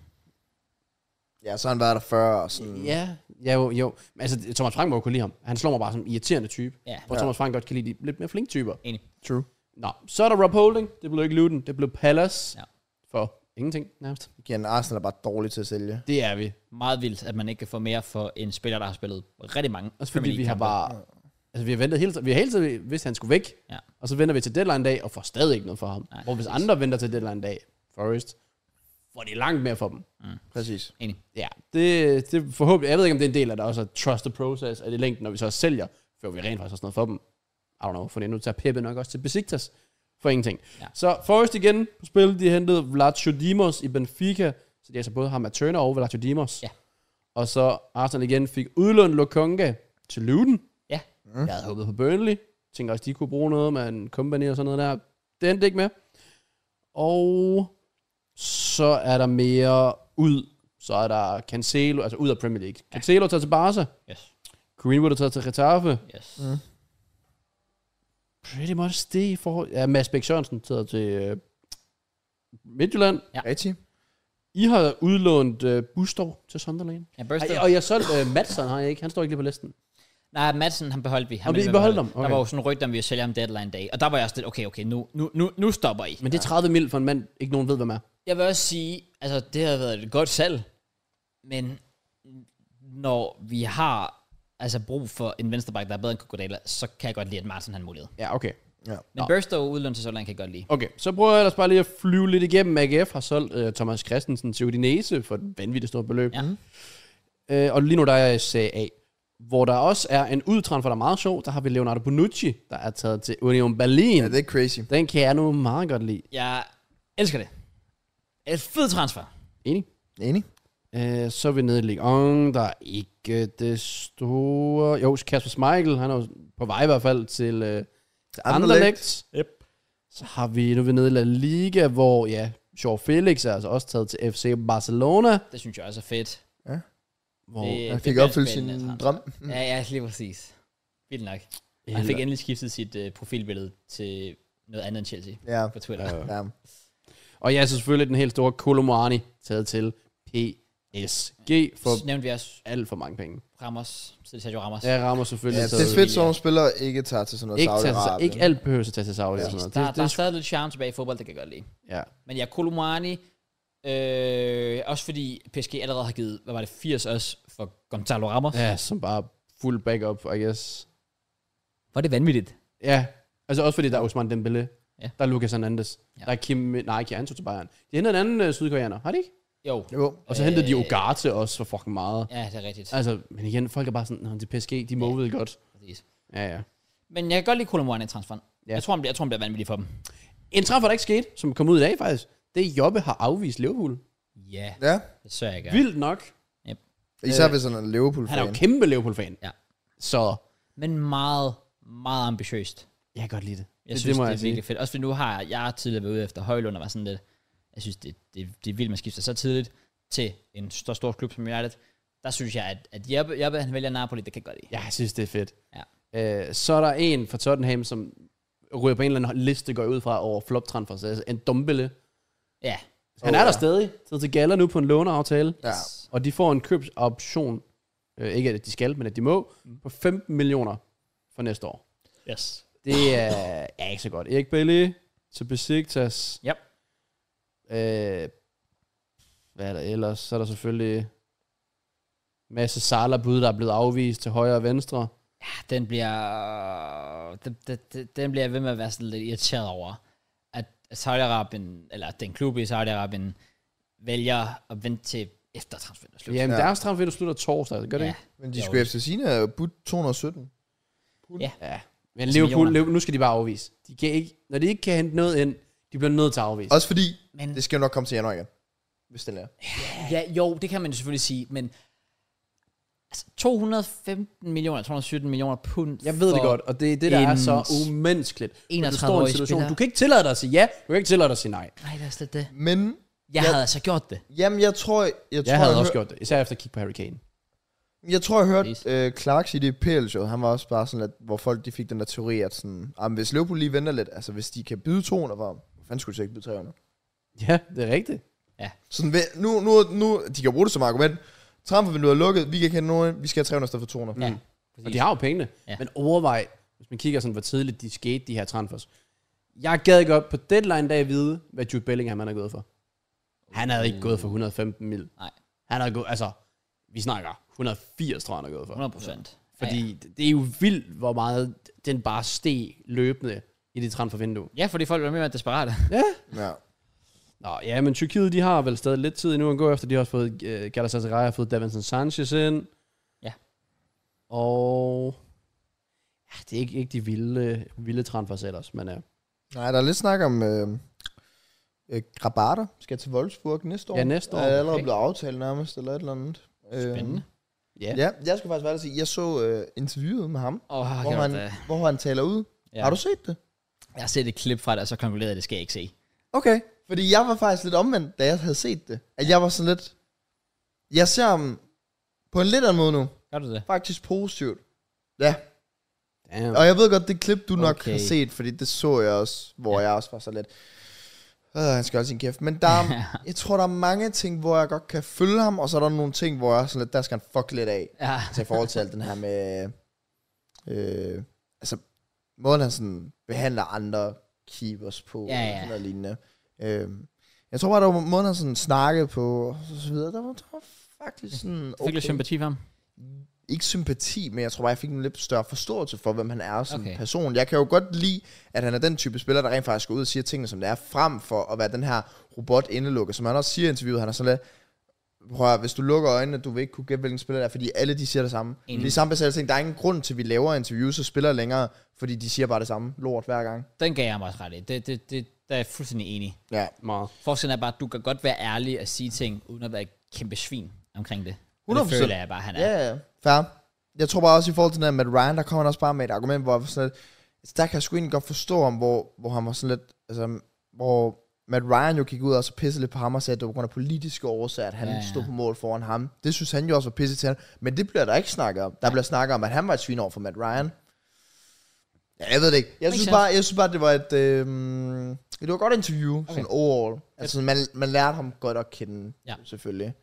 [SPEAKER 2] Ja, så har han været der før. Og sådan.
[SPEAKER 3] Ja, jo. Altså, Thomas Frank må jo kunne lide ham. Han slår mig bare som en irriterende type. Ja. Hvor Thomas Frank godt kan lide de lidt mere flinke typer.
[SPEAKER 1] Enig.
[SPEAKER 2] True.
[SPEAKER 3] Nå, så er der Rob Holding. Det blev ikke Luton. Det blev Palace. Ja. For ingenting nærmest.
[SPEAKER 2] Igen, Arsenal er bare dårlig til at sælge.
[SPEAKER 3] Det er vi.
[SPEAKER 1] Meget vildt, at man ikke kan få mere for en spiller, der har spillet rigtig mange.
[SPEAKER 3] Også fordi vi har bare... Altså, vi har ventet hele tiden. Vi har hele tiden vidst, at han skulle væk. Ja. Og så venter vi til deadline-dag, og får stadig ikke noget for ham. Nej, hvor hvis andre venter til deadline-dag, Forest, får de langt mere for dem.
[SPEAKER 2] Præcis.
[SPEAKER 1] Enig.
[SPEAKER 3] Ja, det forhåbentlig... Jeg ved ikke, om det er en del af, der også er trust the process, at det længden, når vi så sælger, før vi rent faktisk også noget for dem. I don't know, for nu tager Pepe nok også til Besiktas for ingenting. Ja. Så Forest igen på spil, de hentede Vlacho Dimos i Benfica, så de altså både har Matt Turner og Vlacho Dimos. Ja. Og så Arsenal igen fik udlånt Lokonga til Luton.
[SPEAKER 1] Ja.
[SPEAKER 3] Jeg havde håbet på Burnley. Tænker også, de kunne bruge noget med en company og sådan noget der. Det endte ikke med. Og så er der mere ud. Så er der Cancelo, altså ud af Premier League. Ja. Cancelo tager til Barca.
[SPEAKER 1] Yes.
[SPEAKER 3] Greenwood er taget til Getafe.
[SPEAKER 1] Yes.
[SPEAKER 3] Pretty much det i forhold... Ja, Mads Bæk Sørensen tager til Midtjylland.
[SPEAKER 2] Ja. Rigtig.
[SPEAKER 3] I har udlånt Bustor til Sunderland.
[SPEAKER 1] Ja, Burster.
[SPEAKER 3] Og jeg solgte Madsen, har jeg ikke. Han står ikke lige på listen.
[SPEAKER 1] Nej, Madsen, han beholdt vi.
[SPEAKER 3] Og vi beholdt ham?
[SPEAKER 1] Okay. Der var jo sådan rygter, om vi ville sælge ham deadline day. Og der var jeg også lidt, okay, nu stopper I.
[SPEAKER 3] Men det er 30 mil for en mand, ikke nogen ved, hvad med.
[SPEAKER 1] Jeg vil også sige, altså det har været et godt salg. Men når vi har altså brug for en venstreback, der er bedre end Cucurella, så kan jeg godt lide, at Martin har en mulighed.
[SPEAKER 3] Ja, okay.
[SPEAKER 2] Ja.
[SPEAKER 1] Men Burstow udlån til Sunderland kan jeg godt lide.
[SPEAKER 3] Okay, så prøver jeg ellers bare lige at flyve lidt igennem. AGF har solgt Thomas Christensen til Udinese for et vanvittigt stort beløb.
[SPEAKER 1] Ja.
[SPEAKER 3] Og lige nu der er jeg Serie A, hvor der også er en udtransfer, der er meget sjov. Der har vi Leonardo Bonucci, der er taget til Union Berlin.
[SPEAKER 2] Ja, det er crazy.
[SPEAKER 3] Den kan jeg nu meget godt lide.
[SPEAKER 1] Jeg elsker det. Et fed transfer.
[SPEAKER 3] Enig?
[SPEAKER 2] Enig?
[SPEAKER 3] Så er vi nede i Ligue 1. Der er ikke det store... Jo, Kasper Schmeichel, han er jo på vej i hvert fald til Anderlecht.
[SPEAKER 1] Yep.
[SPEAKER 3] Så har vi, nu er vi nede i La Liga, hvor Joao Felix er altså også taget til FC Barcelona.
[SPEAKER 1] Det synes jeg også er fedt.
[SPEAKER 2] Ja.
[SPEAKER 3] Hvor
[SPEAKER 2] Han fik opfyldt sin drøm.
[SPEAKER 1] Ja, lige præcis. Vildt nok. Han fik endelig skiftet sit profilbillede til noget andet end Chelsea på Twitter.
[SPEAKER 2] Ja.
[SPEAKER 3] Og ja, så selvfølgelig den helt store Kolo Muani taget til PSG for
[SPEAKER 1] nævnte vi også
[SPEAKER 3] alt for mange penge.
[SPEAKER 1] Ramos. Så det Sergio Ramos.
[SPEAKER 3] Ja, Ramos selvfølgelig.
[SPEAKER 2] Ja, det er fedt, så nogle spillere ikke tager til sådan noget Saudi-Arabien.
[SPEAKER 3] Ikke alt behøver at tage til Saudi.
[SPEAKER 1] Ja. Der er stadig lidt charme tilbage i fodbold, det kan jeg godt lide.
[SPEAKER 3] Ja.
[SPEAKER 1] Men ja, Kolo Muani, også fordi PSG allerede har givet, hvad var det, 80 også for Gonzalo Ramos.
[SPEAKER 3] Ja, som bare fuld backup, I guess.
[SPEAKER 1] Var det vanvittigt?
[SPEAKER 3] Ja, altså også fordi der er Ousmane Dembélé.
[SPEAKER 1] Ja.
[SPEAKER 3] Der er Lucas Hernandez. Ja. Der er Kim Anto til Bayern. De hentede en anden sydkoreaner, har de ikke?
[SPEAKER 1] Jo.
[SPEAKER 3] Og så hentede de Ugarte også for fucking meget.
[SPEAKER 1] Ja, det er rigtigt.
[SPEAKER 3] Altså, men igen, folk er bare sådan, det er PSG, de må vel godt.
[SPEAKER 1] Præcis.
[SPEAKER 3] Ja.
[SPEAKER 1] Men jeg kan godt lide Kolo Muani transferen.
[SPEAKER 3] Ja.
[SPEAKER 1] Jeg tror, han bliver vanvittig for dem.
[SPEAKER 3] En transfer, der ikke skete, som kom ud i dag faktisk, det er Jobbe har afvist Liverpool.
[SPEAKER 1] Ja.
[SPEAKER 2] Ja.
[SPEAKER 1] Det sørger jeg gør.
[SPEAKER 3] Vildt nok.
[SPEAKER 1] Yep.
[SPEAKER 2] Især hvis han er en Liverpool-fan.
[SPEAKER 3] Han er jo kæmpe Liverpool-fan.
[SPEAKER 1] Ja.
[SPEAKER 3] Så
[SPEAKER 1] Men meget, meget ambitiøst.
[SPEAKER 3] jeg kan godt lide det.
[SPEAKER 1] Jeg synes, det er virkelig fedt. Også fordi nu har jeg tidligere været ude efter Højlund og var sådan lidt, jeg synes, det er vildt, man skifter så tidligt til en stor klub som United. Der synes jeg, at Jeppe han vælger Napoli, det kan jeg godt lide.
[SPEAKER 3] Ja, jeg synes, det er fedt.
[SPEAKER 1] Ja.
[SPEAKER 3] Så er der en fra Tottenham, som ryger på en eller anden liste, går ud fra over flop-transfers. Altså en Dumbele.
[SPEAKER 1] Ja.
[SPEAKER 3] Han er der stadig. Sidder til Gala nu på en låneaftale.
[SPEAKER 2] Ja.
[SPEAKER 3] Og de får en købsoption. Ikke at de skal, men at de må. På 15 millioner for næste år.
[SPEAKER 1] Yes.
[SPEAKER 3] Det er ikke så godt. Erik Bailly til Besiktas.
[SPEAKER 1] Yep.
[SPEAKER 3] Hvad er der ellers? Så er der selvfølgelig masse Salah-bud, der er blevet afvist til højre og venstre.
[SPEAKER 1] Ja, den bliver jeg ved med at være sådan lidt irriteret over, at Saudi-Arabien, eller den klub i Saudi-Arabien, vælger at vente til efter transfervinduet slutter.
[SPEAKER 3] Jamen, deres transfervindue slutter torsdag, gør det ikke?
[SPEAKER 2] Men de skulle efter sine budt 217.
[SPEAKER 1] Ja.
[SPEAKER 3] Men Liverpool, nu skal de bare afvise. De kan ikke, når de ikke kan hente noget ind, de bliver nødt til at afvise.
[SPEAKER 2] Også fordi, det skal jo nok komme til januar igen. Hvis den er.
[SPEAKER 1] Ja, jo, det kan man selvfølgelig sige, men altså, 215 millioner, 217 millioner pund.
[SPEAKER 3] Jeg ved det godt, og det er det, der er så umenneskeligt.
[SPEAKER 1] 31-årige spiller.
[SPEAKER 3] Du kan ikke tillade dig at sige ja, du kan ikke tillade dig at sige nej.
[SPEAKER 1] Nej, det er slet det.
[SPEAKER 2] Men
[SPEAKER 1] jeg havde altså gjort det.
[SPEAKER 2] Jamen, jeg tror,
[SPEAKER 3] jeg havde også gjort det, især efter at kigge på Harry Kane.
[SPEAKER 2] Jeg tror, jeg hørte Clark sige det i PL-showet. Han var også bare sådan lidt, hvor folk de fik den der teori, at sådan, hvis Liverpool lige venter lidt, altså hvis de kan byde 200 for ham, hvor fanden skulle de så ikke byde 300?
[SPEAKER 3] Ja, det er rigtigt.
[SPEAKER 1] Ja.
[SPEAKER 2] Sådan, nu, de kan bruge det som argument. Transfervinduet er lukket, vi kan ikke hente nogen, vi skal have 300 stedet for 200.
[SPEAKER 1] Ja,
[SPEAKER 3] og de har jo pengene.
[SPEAKER 1] Ja.
[SPEAKER 3] Men overvej, hvis man kigger sådan, hvor tidligt de skete, de her transfers. Jeg gad godt på deadline dag at vide, hvad Jude Bellingham han er gået for. Han havde ikke gået for 115 mil.
[SPEAKER 1] Nej.
[SPEAKER 3] Han havde gået, altså, vi snakker 180, tror jeg, han er gået for.
[SPEAKER 1] 100%.
[SPEAKER 3] Fordi det er jo vildt, hvor meget den bare steg løbende i det transfervindue.
[SPEAKER 1] Ja, fordi folk er mere desperate.
[SPEAKER 2] Ja.
[SPEAKER 3] Nå, ja, men Tyrkiet, de har vel stadig lidt tid endnu at gå efter. De har også fået Galatasaray, har fået Davinson Sanchez ind. Ja. Og det er ikke de vilde transfers ellers, men
[SPEAKER 2] Nej, der er lidt snak om Grabater skal til Wolfsburg næste år.
[SPEAKER 3] Ja, næste år.
[SPEAKER 2] Er allerede blevet aftalt nærmest, eller et eller andet.
[SPEAKER 1] Spændende.
[SPEAKER 2] Ja, jeg skal faktisk være at sige, jeg så interviewet med ham, hvor han taler ud. Ja. Har du set det?
[SPEAKER 1] Jeg har set et klip fra det, og så konkluderede, at det skal jeg ikke se.
[SPEAKER 2] Okay, fordi jeg var faktisk lidt omvendt, da jeg havde set det. At jeg var sådan lidt... Jeg ser ham på en lidt anden måde nu.
[SPEAKER 1] Gør du det?
[SPEAKER 2] Faktisk positivt. Ja.
[SPEAKER 3] Damn.
[SPEAKER 2] Og jeg ved godt, det klip, du nok har set, fordi det så jeg også, hvor jeg også var så lidt... han skal også sin kæft. Men der er, jeg tror, der er mange ting, hvor jeg godt kan følge ham, og så er der nogle ting, hvor jeg sådan lidt, der skal han fuck lidt af.
[SPEAKER 1] Ja.
[SPEAKER 2] Altså i forhold til alt den her med... altså, måden han sådan behandler andre keepers på, og sådan noget lignende. Jeg tror bare, der var måden han sådan snakkede på, og så videre. Der var faktisk sådan...
[SPEAKER 1] Okay. Fik lidt sympati for ham?
[SPEAKER 2] ikke sympati, men jeg tror bare, jeg fik en lidt større forståelse for, hvem han er som person. Jeg kan jo godt lide, at han er den type spiller, der rent faktisk går ud og siger tingene, som det er, frem for at være den her robot indelukket, som han også siger i interviewet. Han er sådan lidt, prøv at, hvis du lukker øjnene, du vil ikke kunne gætte, hvilken spiller det er, fordi alle de siger det samme. Det er samme basale ting. Der er ingen grund til, at vi laver interviews og spiller længere, fordi de siger bare det samme lort hver gang.
[SPEAKER 1] Den gav jeg mig også ret i. Der er jeg fuldstændig enig.
[SPEAKER 2] Ja,
[SPEAKER 3] meget.
[SPEAKER 1] Forskellen er bare, at du kan godt være ærlig og sige ting, uden at være et kæmpe svin omkring det.
[SPEAKER 2] 100%.
[SPEAKER 1] Det føler jeg bare, han er.
[SPEAKER 2] Ja, fair. Jeg tror bare også i forhold til den her Matt Ryan, der kommer han også bare med et argument, hvor sådan lidt, der kan jeg sgu egentlig godt forstå om, hvor han var sådan lidt, altså, hvor Matt Ryan jo gik ud og så pissede lidt på ham og sagde, at det var på grund af politiske årsager, at han stod på mål foran ham. Det synes han jo også var pisse til, men det bliver der ikke snakket om. Der bliver snakket om, at han var et svin over for Matt Ryan. Ja, jeg ved det ikke. Jeg synes bare, det var et, det var et godt interview, sådan overall. Altså, man lærte ham godt at kende, selvfølgelig.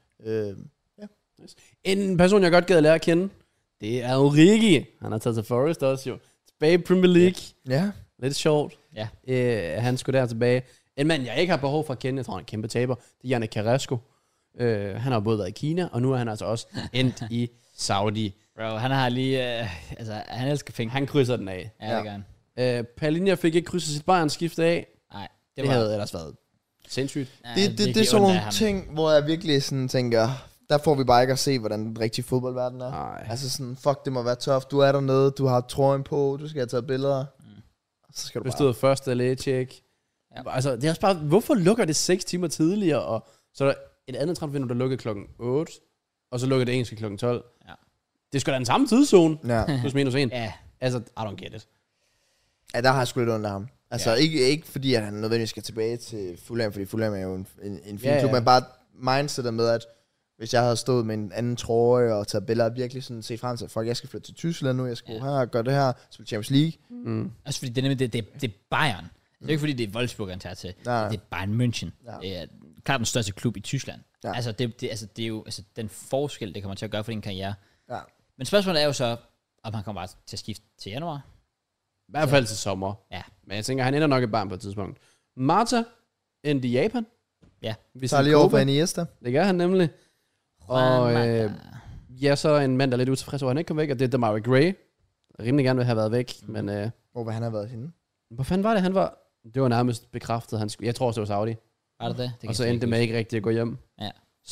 [SPEAKER 3] En person, jeg godt gad at lære at kende, det er Origi. Han har taget til Forest også jo. Tilbage i Premier League.
[SPEAKER 2] Ja.
[SPEAKER 3] Lidt sjovt.
[SPEAKER 1] Ja.
[SPEAKER 3] Han skulle der tilbage. En mand, jeg ikke har behov for at kende, jeg tror, han er en kæmpe taber, det er Yannick Carrasco. Han har både været i Kina, og nu er han altså også endt i Saudi.
[SPEAKER 1] Bro, han har lige, han elsker penge.
[SPEAKER 3] Han krydser den af.
[SPEAKER 1] Ja, det gør han.
[SPEAKER 3] Palinja fik ikke krydset sit Bayern-skifte af.
[SPEAKER 1] Nej,
[SPEAKER 3] det havde ellers været sindssygt.
[SPEAKER 2] Det er sådan nogle ting, hvor jeg virkelig sådan tænker, der får vi bare ikke at se, hvordan den rigtige fodboldverden er.
[SPEAKER 3] Ej.
[SPEAKER 2] Altså sådan, fuck, det må være tough. Du er dernede, du har trøjen på, du skal have taget billeder. Så skal du bare...
[SPEAKER 3] Bestod første læge-check. Ja. Altså, det er også bare, hvorfor lukker det 6 timer tidligere, og så er der et andet transfervindue, der lukkede klokken 8, og så lukker det engelske klokken 12. Ja. Det er sgu da den samme tidszone. Ja. Plus minus 1. Ja. Altså, I don't get it.
[SPEAKER 2] Ja, der har jeg sgu lidt under ham. Altså, ikke fordi, at han nødvendigvis skal tilbage til Fulham, fordi Fulham er jo en fin klub, men bare mindsetet med, at hvis jeg havde stået med en anden trøje og taget billeder, virkelig sådan set frem til, fuck, jeg skal flytte til Tyskland nu, jeg skal her gøre det her, spille Champions League.
[SPEAKER 1] Altså, fordi det er nemlig, det er Bayern. Det er ikke fordi, det er Wolfsburg, han tager til. Nej. Det er Bayern München. Ja. Det er klart den største klub i Tyskland. Ja. Altså, det er jo den forskel, det kommer til at gøre for din karriere. Ja. Men spørgsmålet er jo så, om han kommer bare til at skifte til januar.
[SPEAKER 3] I hvert fald til sommer. Ja. Men jeg tænker, han ender nok i Bayern på et tidspunkt. Marta endte i Japan.
[SPEAKER 2] Ja. Vi tager lige over på Iniesta.
[SPEAKER 3] Det gør han nemlig. Og så er en mand, der er lidt utilfreds over, han ikke kom væk, og det er Demarai Gray. Rimelig gerne vil have været væk, men...
[SPEAKER 2] Hvor han har været henne?
[SPEAKER 3] Hvor fanden var det, han var? Det var nærmest bekræftet, han skulle... Jeg tror også, det var Saudi.
[SPEAKER 1] Var det?
[SPEAKER 3] Og så endte det med ikke rigtigt at gå hjem. Ja.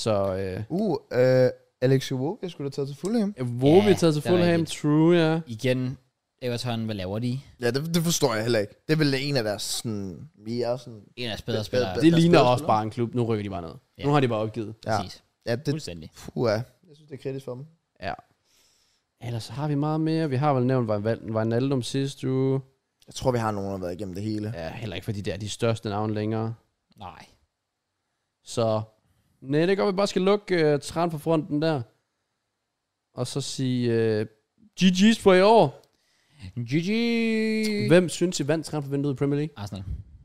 [SPEAKER 3] Så...
[SPEAKER 2] Alex Iwobi skulle da tage til Fulham.
[SPEAKER 3] Iwobi taget til Fulham, true, ja.
[SPEAKER 1] Igen, Everton, hvad laver de?
[SPEAKER 2] Ja, det forstår jeg heller ikke. Det er vel en af deres sådan... mere sådan...
[SPEAKER 1] En af bedre spillere.
[SPEAKER 3] Det ligner også bare en klub. Nu rykker de bare ned. Ja. Nu har de bare opgivet.
[SPEAKER 2] Ja. Præcis. Ja, det... Fuldstændig. Jeg synes, det er kritisk for dem.
[SPEAKER 3] Ja. Ellers har vi meget mere. Vi har vel nævnt Wijnaldum sidste uge.
[SPEAKER 2] Jeg tror, vi har nogen, der har været igennem det hele.
[SPEAKER 3] Ja, heller ikke, fordi det er de største navne længere.
[SPEAKER 1] Nej.
[SPEAKER 3] Så, nej, det går, vi bare skal lukke transferfronten der. Og så sige GG's for i år.
[SPEAKER 1] GG.
[SPEAKER 3] Hvem synes I vandt transfervinduet i Premier League?
[SPEAKER 1] Arsenal.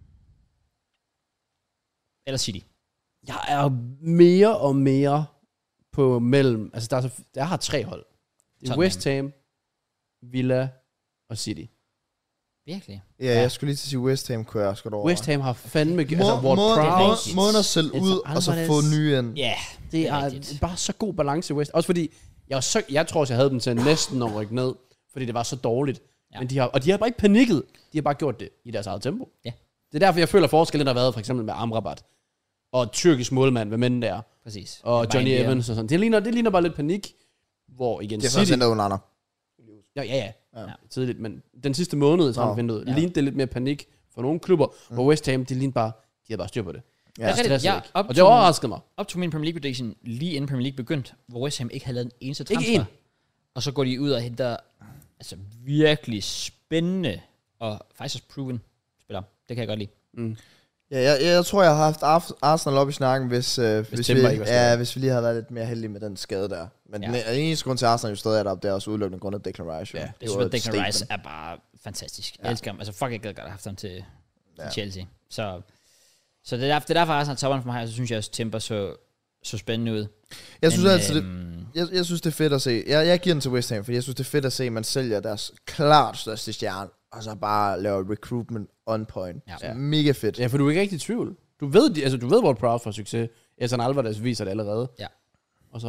[SPEAKER 1] Eller City.
[SPEAKER 3] Jeg er mere og mere på mellem... Altså, jeg har 3 hold. Det er West Ham, Villa og City.
[SPEAKER 1] Virkelig?
[SPEAKER 2] Ja, jeg skulle lige til at sige, West Ham kunne jeg også godt over.
[SPEAKER 3] West Ham har fandme...
[SPEAKER 2] Måden at sælge ud, og så få nye ind.
[SPEAKER 3] Ja, det er bare så god balance i West. Også fordi, jeg tror også, jeg havde dem til næsten at rykke ned, fordi det var så dårligt. Ja. Men de har bare ikke panikket. De har bare gjort det i deres eget tempo. Ja. Det er derfor, jeg føler forskellen, der har været for eksempel med Amrabat. Og tyrkisk målmand, hvad mænd der.
[SPEAKER 1] Præcis.
[SPEAKER 3] Og Johnny Evans og sådan. Det ligner bare lidt panik. Hvor igen
[SPEAKER 2] det er faktisk under andre.
[SPEAKER 3] Ja. Tidligt, men den sidste måned i transfervinduet lignede det lidt mere panik for nogle klubber, hvor West Ham, de havde bare styr på det.
[SPEAKER 1] Ja.
[SPEAKER 3] Og det overraskede mig.
[SPEAKER 1] Op til min Premier League prediction, lige inden Premier League begyndte, hvor West Ham ikke havde lavet en eneste transfer. Og så går de ud og henter virkelig spændende og faktisk også proven spiller. Det kan jeg godt lide.
[SPEAKER 2] Ja, jeg tror, jeg har haft Arsenal op i snakken, hvis vi lige havde været lidt mere heldige med den skade der. Men den eneste grund til Arsenal jo stadig er deroppe, det er også udelukkende grund af Declan Rice.
[SPEAKER 1] Ja, jeg synes, at Declan Rice er bare fantastisk. Jeg elsker ham. Altså, fuck, jeg gad godt have haft ham til Chelsea. Så det er derfor Arsenal topperen for mig, og så synes jeg også, Timber så spændende ud.
[SPEAKER 2] Jeg synes altid, jeg synes, det er fedt at se. Jeg giver den til West Ham, fordi jeg synes, det er fedt at se, at man sælger deres klart største stjerne, og så bare laver recruitment on point. Ja. Mega fedt.
[SPEAKER 3] Ja, for du er ikke rigtig i tvivl. Du ved, hvor Proud for succes. Edson Alvarez viser det allerede. Ja. Og så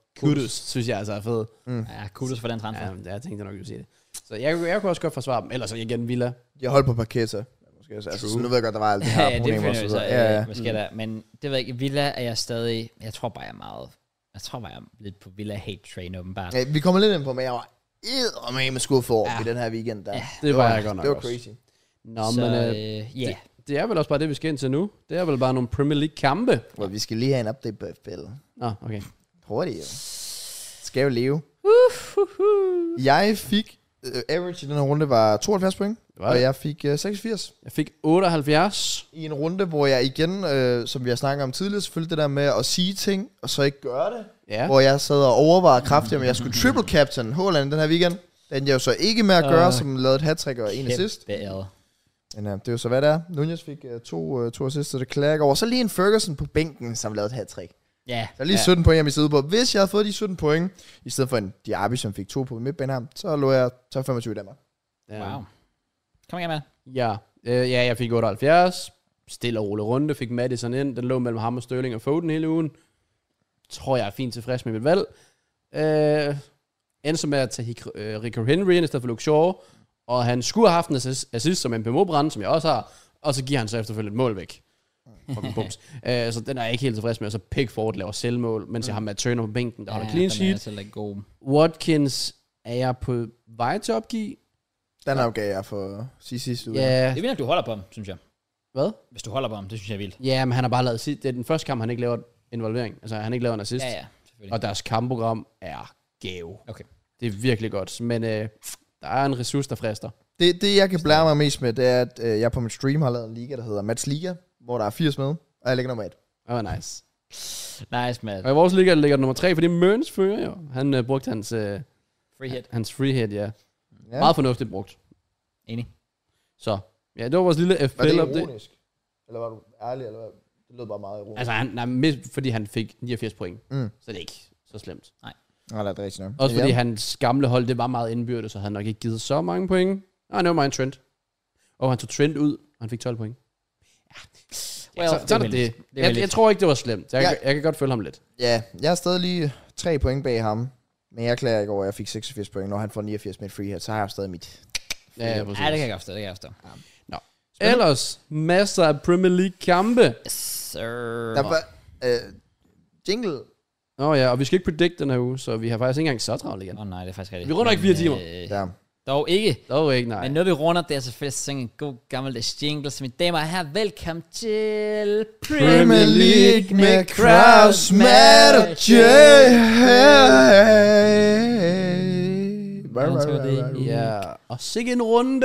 [SPEAKER 3] Kudus, synes jeg altså er fed.
[SPEAKER 1] Ja, Kudus for den transfer.
[SPEAKER 3] Ja, jeg tænkte nok, at sige det. Så jeg kunne også godt forsvare dem. Ellers igen, Villa.
[SPEAKER 2] Jeg holdt på Paqueta. Altså, nu ved jeg godt, der var alt det her problemer og så videre.
[SPEAKER 1] Ja. Hvad sker der? Men det ved jeg ikke. Villa er jeg stadig... Jeg tror bare, jeg er lidt på Villa hate train åbenbart.
[SPEAKER 2] Ja, vi kommer lidt ind på, men jeg var med skuffet over i den her weekend. Der.
[SPEAKER 3] Ja, det var jeg godt nok
[SPEAKER 2] Det var
[SPEAKER 3] også.
[SPEAKER 2] crazy.
[SPEAKER 3] Nå, men det er vel også bare det, vi skal ind til nu. Det er vel bare nogle Premier League-kampe.
[SPEAKER 2] Well, vi skal lige have en update på FPL.
[SPEAKER 3] Okay.
[SPEAKER 2] Hurtigt, jo. Skal jo leve. Jeg fik... average i den her runde var 72 point, og jeg fik 86.
[SPEAKER 3] Jeg fik 78.
[SPEAKER 2] I en runde, hvor jeg igen, som vi har snakket om tidligere, selvfølgelig det der med at sige ting, og så ikke gøre det.
[SPEAKER 3] Ja.
[SPEAKER 2] Hvor jeg sad og overvejede kraftigt, om jeg skulle triple captain Haaland den her weekend. Den jeg jo så ikke med at gøre, som lavede et hat-trick og en assist. Men det er jo så, hvad det er. Nunez fik to assists, så det klager ikke over. Så lige en Ferguson på bænken, som lavede et hat-trick.
[SPEAKER 1] Ja.
[SPEAKER 2] Så lige 17 point, jeg mistede på. Hvis jeg havde fået de 17 point, i stedet for en Diaby, som fik 2 på midtbanen her, så lå jeg top 25 i Danmark.
[SPEAKER 1] Wow. Kom igen, med.
[SPEAKER 3] Ja. Jeg fik 78. Stille og rolig runde. Fik Madison ind. Den lå mellem ham og Sterling og Foden hele ugen. Tror jeg er fint tilfreds med mit valg. Endte så med at tage Rico Henry ind i stedet for Luke Shaw. Og han skulle have haft en assist som MPMO-brand, som jeg også har. Og så giver han så efterfølgende et mål væk. Så den er jeg ikke helt tilfreds med. Og så Pickford laver selvmål, mens jeg har Matt Turner på bænken, der holder clean sheet. Watkins er jeg på vej til at opgive.
[SPEAKER 2] Den opgav jeg for sidste uge.
[SPEAKER 1] Det er vildt, at du holder på ham, synes jeg.
[SPEAKER 3] Hvad?
[SPEAKER 1] Hvis du holder på ham, det synes jeg er vildt.
[SPEAKER 3] Ja, men han har bare lavet det er den første kamp, han ikke laver involvering. Altså, han ikke laver en assist.
[SPEAKER 1] Ja, selvfølgelig.
[SPEAKER 3] Og deres kampprogram er gave.
[SPEAKER 1] Okay.
[SPEAKER 3] Det er virkelig godt. Men der er en ressource, der frister.
[SPEAKER 2] Det jeg kan blære mig mest med, det er, at jeg på min stream har lavet en liga, der hedder Mats Liga, hvor der er 80 med, og jeg ligger nummer 1.
[SPEAKER 3] Nice.
[SPEAKER 1] Nice, Matt.
[SPEAKER 3] Og i vores liga ligger nummer 3, fordi Mørns fører jo. Han brugte hans...
[SPEAKER 1] free hit.
[SPEAKER 3] Hans free hit, ja. Meget fornuftigt brugt.
[SPEAKER 1] Enig.
[SPEAKER 3] Så, ja, det var vores lille FPL
[SPEAKER 2] update. Var det ironisk? Eller var du ærlig, eller hvad? Det lød bare meget ironisk.
[SPEAKER 3] Altså, fordi han fik 89 point. Så det er ikke så slemt.
[SPEAKER 1] Nej.
[SPEAKER 2] Nej, det er rigtigt nok.
[SPEAKER 3] Også fordi hans gamle hold, det var meget indbyrdes, så han nok ikke givet så mange point. Nej, det var en Trent. Og han tog Trent ud, og han fik 12 point. Jeg tror ikke, det var slemt. Jeg kan godt følge ham lidt.
[SPEAKER 2] Ja, jeg er stadig lige 3 point bag ham. Men jeg klager ikke over, at jeg fik 86 point. Når han får 89 med et free hit, så har jeg stadig mit...
[SPEAKER 1] Ja, det kan jeg godt forstå.
[SPEAKER 3] Nå. Ellers, masser af Premier League-kampe.
[SPEAKER 1] Yes, sir.
[SPEAKER 2] Der var... jingle.
[SPEAKER 3] Ja, og vi skal ikke predict den her uge, så vi har faktisk ikke engang så travlt igen.
[SPEAKER 1] Nej, det er faktisk rigtigt.
[SPEAKER 3] Vi runder ikke 4 timer.
[SPEAKER 2] Ja.
[SPEAKER 1] Dog ikke,
[SPEAKER 3] nej.
[SPEAKER 1] Men når vi runder, det er selvfølgelig sådan en god gammeldags jingle. Så mine damer og herrer, velkommen til
[SPEAKER 2] Premier League med Kraus, Matt og Jay.
[SPEAKER 3] Ja, og sikke en runde.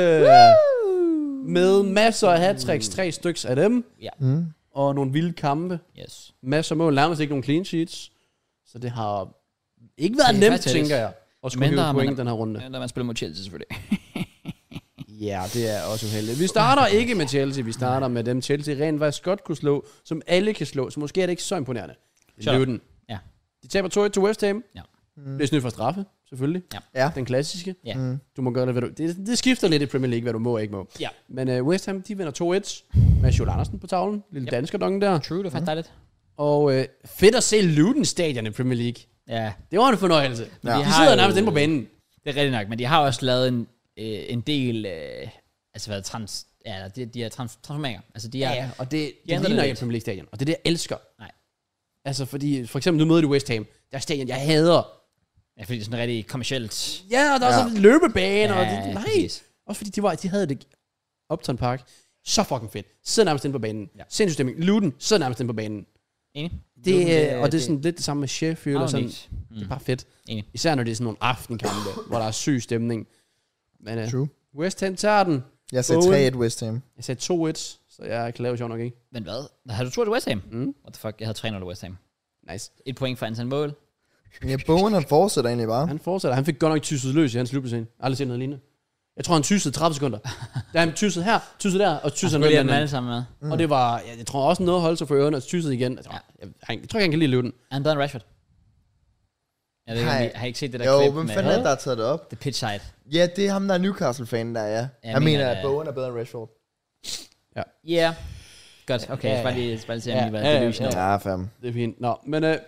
[SPEAKER 3] Med masser af hat-tricks, 3 styks af dem.
[SPEAKER 1] Ja.
[SPEAKER 3] Og nogle vilde kampe.
[SPEAKER 1] Yes.
[SPEAKER 3] Masser af mål, nærmest ikke nogen clean sheets. Så det har ikke været nemt, tænker jeg. Og skulle hive point den her runde.
[SPEAKER 1] Når man spiller mod Chelsea, selvfølgelig.
[SPEAKER 3] Ja, det er også uheldigt. Vi starter ikke med Chelsea. Vi starter med dem, Chelsea rent faktisk godt kunne slå, som alle kan slå. Så måske er det ikke så imponerende. Luton. Ja. De taber 2-1 til West Ham. Ja. Det er snydt for straffe, selvfølgelig.
[SPEAKER 2] Ja.
[SPEAKER 3] Den klassiske.
[SPEAKER 1] Ja.
[SPEAKER 3] Du må gøre det, hvad du... Det skifter lidt i Premier League, hvad du må og ikke må.
[SPEAKER 1] Ja.
[SPEAKER 3] Men West Ham, de vinder 2-1 med Joel Andersen på tavlen. Lille danskerdongen der.
[SPEAKER 1] True, det er faktisk dejligt.
[SPEAKER 3] Og fedt at se Luton stadion i Premier League.
[SPEAKER 1] Ja.
[SPEAKER 3] Det var en fornøjelse.
[SPEAKER 1] Ja.
[SPEAKER 3] De sidder nærmest inde på banen.
[SPEAKER 1] Det er rigtigt nok, men de har også lavet en del... altså været de er transformeringer. Altså de er...
[SPEAKER 3] Ja, og det ligner ikke Premier League stadion. Og det er det, jeg elsker. Nej. Altså fordi, for eksempel, nu møder du West Ham. Der er stadion, jeg hader.
[SPEAKER 1] Ja, fordi det er sådan rigtig kommercielt.
[SPEAKER 3] Ja, og der er sådan løbebane.
[SPEAKER 1] Ja,
[SPEAKER 3] og det, nej. Præcis. Også fordi de havde det Upton Park. Så fucking fedt. Sidder nærmest inde på banen. Ja. Sindssygt stemning. Luton, sidder nærmest inde på banen.
[SPEAKER 1] Enig.
[SPEAKER 3] Og det er sådan lidt det samme med Sheffield. Og sådan. Det er bare fedt.
[SPEAKER 1] Enig.
[SPEAKER 3] Især når det er sådan nogle aftenkampe, hvor der er syg stemning. Men
[SPEAKER 2] True.
[SPEAKER 3] West Ham tager den.
[SPEAKER 2] Jeg sagde 3-1 West Ham.
[SPEAKER 3] Jeg sagde 2-1, så jeg kan lave sjov nok ikke.
[SPEAKER 1] Men hvad? Har du 2-1 West Ham? What the fuck? Jeg havde 3-0 West Ham.
[SPEAKER 3] Nice.
[SPEAKER 1] 1 point for antal mål.
[SPEAKER 2] Ja, Bowen han fortsætter egentlig bare.
[SPEAKER 3] Han fortsætter. Han fik godt nok tysset løs i hans slutbescene. Aldrig set noget lignende. Jeg tror, han tyssede 30 sekunder. Da han tyssede her, tyssede der, og tyssede noget
[SPEAKER 1] dem alle sammen med.
[SPEAKER 3] Og det var, jeg tror også noget at holde sig for ørerne, og tyssede igen. Jeg tror ikke, han kan lide Luton.
[SPEAKER 1] Han bedre end Rashford. Jeg ved ikke, jeg har ikke set det der klip
[SPEAKER 2] med... Jo, hvem fanden er der taget det op?
[SPEAKER 1] The pitch side.
[SPEAKER 2] Ja, det er ham, der er Newcastle-fan, der er. Jeg mener, at Bowen er bedre end Rashford.
[SPEAKER 1] Ja. Ja. Godt, okay. Bare lige se, om I var delusional.
[SPEAKER 2] Ja, fam.
[SPEAKER 3] Det er fint. Nå, men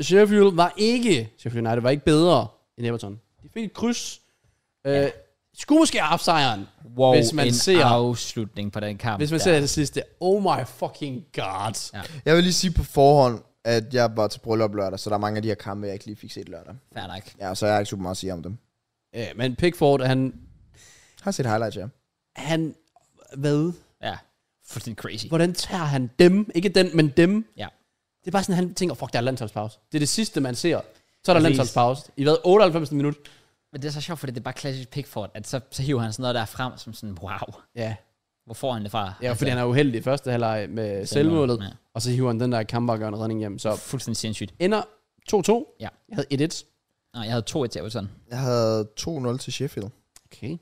[SPEAKER 3] Sheffield United var ikke bedre end Everton. De fik et kryds. Skulle måske have haft sejren.
[SPEAKER 1] Wow,
[SPEAKER 3] hvis man ser
[SPEAKER 1] afslutning på den kamp.
[SPEAKER 3] Hvis man ser det sidste. Oh my fucking god.
[SPEAKER 2] Ja. Jeg vil lige sige på forhånd, at jeg var til bryllup lørdag, så der er mange af de her kampe, jeg ikke lige fik set lørdag.
[SPEAKER 1] Fair nok.
[SPEAKER 2] Ja, så jeg har ikke super meget at sige om dem.
[SPEAKER 3] Men Pickford, han
[SPEAKER 2] har set highlights, ja.
[SPEAKER 3] Han, hvad?
[SPEAKER 1] Ja, fuldstændig crazy.
[SPEAKER 3] Hvordan tager han dem? Ikke den, men dem.
[SPEAKER 1] Ja.
[SPEAKER 3] Det er bare sådan, han tænker, fuck, der er landsholdspause. Det er det sidste, man ser. Så er der landsholdspause. I hvad? 98. minut.
[SPEAKER 1] Men det er så sjovt, fordi det er bare klassisk Pickford, at så hiver han sådan noget der frem, som sådan, wow.
[SPEAKER 3] Ja.
[SPEAKER 1] Hvor får han det fra?
[SPEAKER 3] Ja, fordi han er uheldig i første halvleg med selvmålet, ja. Og så hiver han den der kampafgørende redning hjem. Så
[SPEAKER 1] fuldstændig sindssygt.
[SPEAKER 3] Ender 2-2.
[SPEAKER 1] Ja.
[SPEAKER 3] Jeg havde 1-1.
[SPEAKER 1] Nej, jeg havde 2-1 til Everton.
[SPEAKER 2] Jeg havde 2-0 til Sheffield.
[SPEAKER 3] Okay.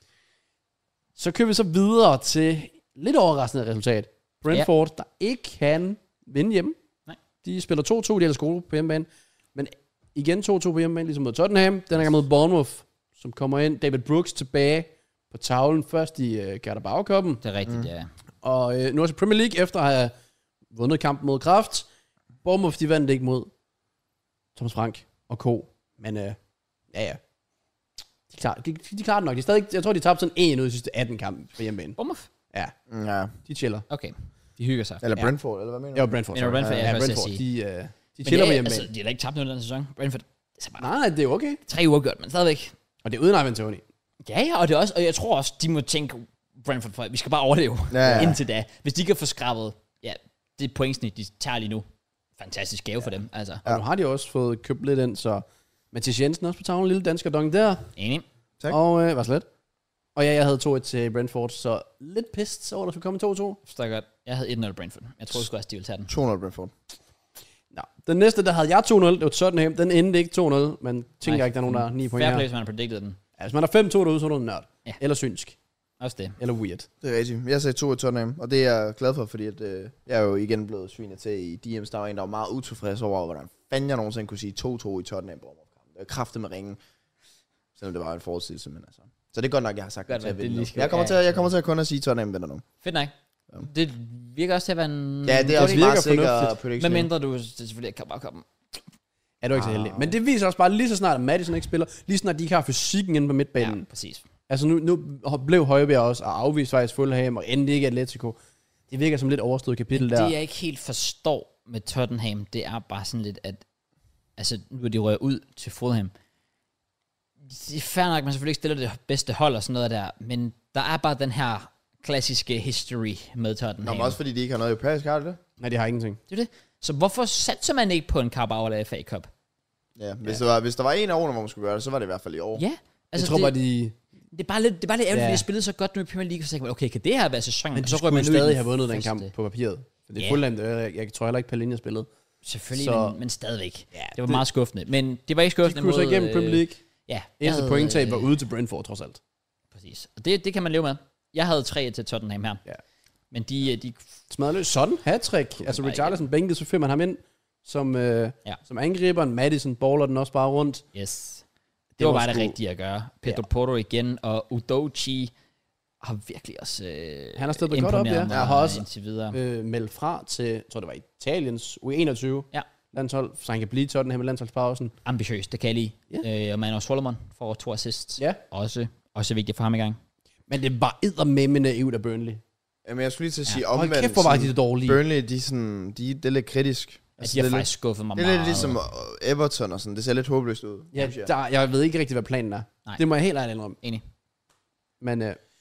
[SPEAKER 3] Så kører vi så videre til lidt overraskende resultat. Brentford, der ikke kan vinde hjemme.
[SPEAKER 1] Nej.
[SPEAKER 3] De spiller 2-2, de ellers gode på hjemmebane. Men igen 2-2 på hjemmebane, ligesom mod Tottenham. Den er gang mod Bournemouth, som kommer ind. David Brooks tilbage på tavlen. Først i Carabao-cupen.
[SPEAKER 1] Det er rigtigt, ja.
[SPEAKER 3] Og nu også i Premier League, efter at have vundet kampen mod Kraft. Bournemouth, de vandt ikke mod Thomas Frank og Co. Men ja. De klarer det nok. Jeg tror, de tabte sådan en ud i de sidste 18 kampe på hjemmebane.
[SPEAKER 1] Bournemouth?
[SPEAKER 3] Ja. De chiller.
[SPEAKER 1] Okay. De hygger sig.
[SPEAKER 2] Eller Brentford, eller hvad mener du?
[SPEAKER 3] Ja, Brentford.
[SPEAKER 1] Ja,
[SPEAKER 3] Brentford. De chiller på hjemmebane.
[SPEAKER 1] Altså, de har da ikke tabt noget den sæson. Brentford.
[SPEAKER 3] Nej, det er okay.
[SPEAKER 1] 3 uafgjort, men stadigvæk.
[SPEAKER 3] Og det er uden Ivan Toney.
[SPEAKER 1] Ja, og det er også, og jeg tror også, de må tænke, Brentford, for vi skal bare overleve indtil da. Hvis de kan få skrabet, det pointsnit, de tager lige nu. Fantastisk gave for dem, altså.
[SPEAKER 3] Og nu har de også fået købt lidt ind, så Mathias Jensen også på tavlen, lille dansker dong der.
[SPEAKER 1] Enig.
[SPEAKER 2] Tak.
[SPEAKER 3] Og var slet. Og jeg havde 2-1 til Brentford, så lidt pissed over, der skulle komme 2-2.
[SPEAKER 1] Forstår godt. Jeg havde 1-0 Brentford. Jeg tror sgu også, de ville tage den.
[SPEAKER 2] 2-0 Brentford.
[SPEAKER 3] Nå. Den næste, der havde jeg 2-0, det var Tottenham. Den endte ikke 2-0, men tænker ikke, der er nogen, der er 9 point her.
[SPEAKER 1] Fair play, hvis man har predicted den.
[SPEAKER 3] Ja, hvis man har 5-2 derude, så er du en nørd. Ja. Eller synsk.
[SPEAKER 1] Også det.
[SPEAKER 3] Eller weird.
[SPEAKER 2] Det er rigtigt. Jeg sagde 2 i Tottenham, og det er jeg glad for, fordi at, jeg er jo igen blevet svinet til i DM's. Der var en, der var meget utilfreds over, hvordan fanden jeg nogensinde kunne sige 2-2 i Tottenham. Det er kraftigt med ringen, selvom det var en forudsigelse, men altså. Så det er godt nok, jeg har sagt, at jeg kommer til at kun at sige, at Tottenham vinder nu.
[SPEAKER 1] Fedt nok. Ja. Det virker også til at være en...
[SPEAKER 2] Ja, det er også meget sikker prediction.
[SPEAKER 1] Med mindre du selvfølgelig kan bare komme.
[SPEAKER 3] Er du ikke så heldig. Men det viser også bare, lige så snart at Madison ikke spiller, lige snart de ikke har fysikken inde på midtbanen.
[SPEAKER 1] Ja, præcis.
[SPEAKER 3] Altså nu blev Højbjerg også og afvist faktisk Fulham og endte ikke Atletico. Det virker som lidt overstået kapitel der.
[SPEAKER 1] Det jeg ikke helt forstår med Tottenham, det er bare sådan lidt, at altså nu er de røget ud til Fulham. Det er fair nok, at man selvfølgelig ikke stiller det bedste hold og sådan noget der, men der er bare den her klassiske history med Tottenham.
[SPEAKER 2] Nå, men også fordi de ikke har noget europæisk, har det?
[SPEAKER 3] Nej, de har ingenting.
[SPEAKER 1] Det er det. Så hvorfor satser man ikke på en Carabao eller FA Cup?
[SPEAKER 2] Ja, hvis der var en af årene, hvor man skulle gøre det, så var det i hvert fald i år.
[SPEAKER 1] Ja. Altså
[SPEAKER 3] jeg tror bare, det
[SPEAKER 1] er bare lidt ærgerligt, fordi de spillede så godt nu i Premier League, så tænker man, okay, kan det her være sæsonen?
[SPEAKER 3] Men så skulle stadig have vundet den kamp på papiret. For det er Fulham, jeg tror heller ikke, Palinja spillede.
[SPEAKER 1] Selvfølgelig, men stadigvæk. Ja, det var meget skuffende. Men det var ikke skuffende
[SPEAKER 3] mod... De kunne så igennem Premier League.
[SPEAKER 1] Ja.
[SPEAKER 3] Eneste pointtab var ude til Brentford, trods alt.
[SPEAKER 1] Præcis. Og det kan man leve med. Jeg havde 3 til Tottenham her. Ja. Men de
[SPEAKER 3] smadrede løs. Sådan, hat-trick. Altså Richarlison bænkede, så fører man ham ind som angriberen. Madison baller den også bare rundt.
[SPEAKER 1] Yes. Det var bare det rigtige at gøre. Pedro Porro igen, og Udochi har virkelig også
[SPEAKER 3] han har stedet godt op, ja. Jeg har også
[SPEAKER 1] meldt
[SPEAKER 3] fra til, jeg tror det var Italiens U21 landshold, så han kan blive Tottenham i landsholdspausen.
[SPEAKER 1] Ambitiøst, det kan jeg lide. Og Manuel Solomon får 2 assists. Ja. Også vigtigt for ham i gang.
[SPEAKER 3] Men det var eddermame naivt af Burnley.
[SPEAKER 2] Jamen jeg skulle lige til at sige omvendt.
[SPEAKER 3] Kæft, hvor var de dårlige.
[SPEAKER 2] Burnley, det er lidt kritisk.
[SPEAKER 1] Altså, de har faktisk skuffet mig
[SPEAKER 2] meget. Det er lidt ligesom Everton og sådan. Det ser lidt håbløst ud.
[SPEAKER 3] Ja, jeg ved ikke rigtig, hvad planen er. Nej. Det må jeg helt ærligt indrømme.
[SPEAKER 1] Enig.
[SPEAKER 3] Men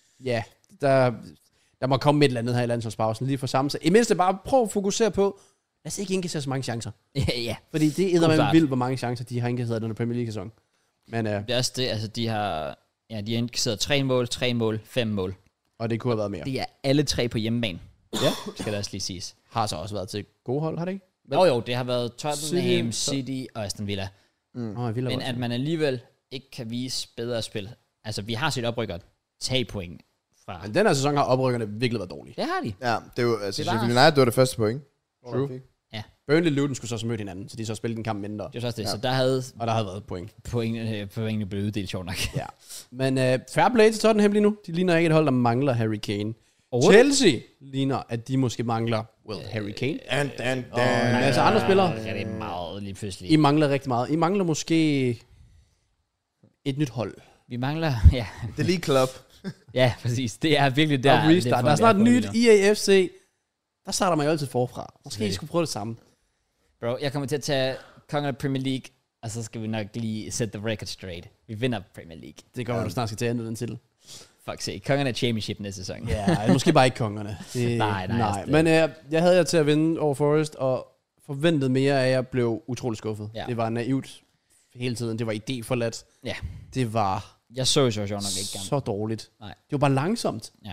[SPEAKER 3] der må komme et eller andet her i landsholdspausen, lige for samme. I mindste bare prøv at fokusere på, lad os ikke indkassere så mange chancer.
[SPEAKER 1] Ja.
[SPEAKER 3] Fordi det er eddermame vildt, hvor mange chancer de har indkasseret den Premier League-sæson. Men
[SPEAKER 1] det er også det, altså de har indkasseret 3 mål, 5 mål.
[SPEAKER 3] Og det kunne have været mere.
[SPEAKER 1] Det er alle 3 på hjemmebane.
[SPEAKER 3] Ja.
[SPEAKER 1] Skal det også lige siges.
[SPEAKER 3] Har så også været til gode hold, har det ikke?
[SPEAKER 1] Jo, det har været Tottenham, City og Aston Villa. Men at man alligevel ikke kan vise bedre spil. Altså, vi har set oprykkere tage point fra...
[SPEAKER 3] Men den her sæson har oprykkerne virkelig været dårlige.
[SPEAKER 1] Det har de.
[SPEAKER 2] Ja, det er jo... Altså, Sheffield United, det var det første point.
[SPEAKER 3] True. Ja. Burnley Luton skulle så møde hinanden, så de så spillede en kamp mindre.
[SPEAKER 1] Det var også det, så der havde...
[SPEAKER 3] Og der havde været point.
[SPEAKER 1] Pointene blev uddelt, sjovt nok.
[SPEAKER 3] Ja. Men fair play til Tottenham lige nu. De ligner ikke et hold, der mangler Harry Kane. Chelsea ligner, at de måske mangler, Harry Kane.
[SPEAKER 2] And
[SPEAKER 3] en masse andre spillere.
[SPEAKER 1] Rigtig meget lige pludselig.
[SPEAKER 3] I mangler rigtig meget. I mangler måske et nyt hold.
[SPEAKER 1] Vi mangler, ja.
[SPEAKER 2] Det er lige klub.
[SPEAKER 1] Ja, præcis. Det er virkelig der.
[SPEAKER 3] Og restart. Der er snart nyt EAFC. Der starter man jo altid forfra. Måske I skulle prøve det samme.
[SPEAKER 1] Bro, jeg kommer til at tage kongen af Premier League, og så skal vi nok lige set the record straight. Vi vinder Premier League.
[SPEAKER 3] Det går, du snart skal til at ændre den til.
[SPEAKER 1] Fuck se, kongerne er championship næste sæson.
[SPEAKER 3] Ja, måske bare ikke kongerne. Nej. Men jeg havde jer til at vinde over Forest, og forventede mere af, at jeg blev utrolig skuffet. Ja. Det var naivt hele tiden. Det var idéforladt.
[SPEAKER 1] Ja.
[SPEAKER 3] Det var...
[SPEAKER 1] Jeg så nok ikke gerne.
[SPEAKER 3] Så dårligt.
[SPEAKER 1] Nej.
[SPEAKER 3] Det var bare langsomt.
[SPEAKER 1] Ja.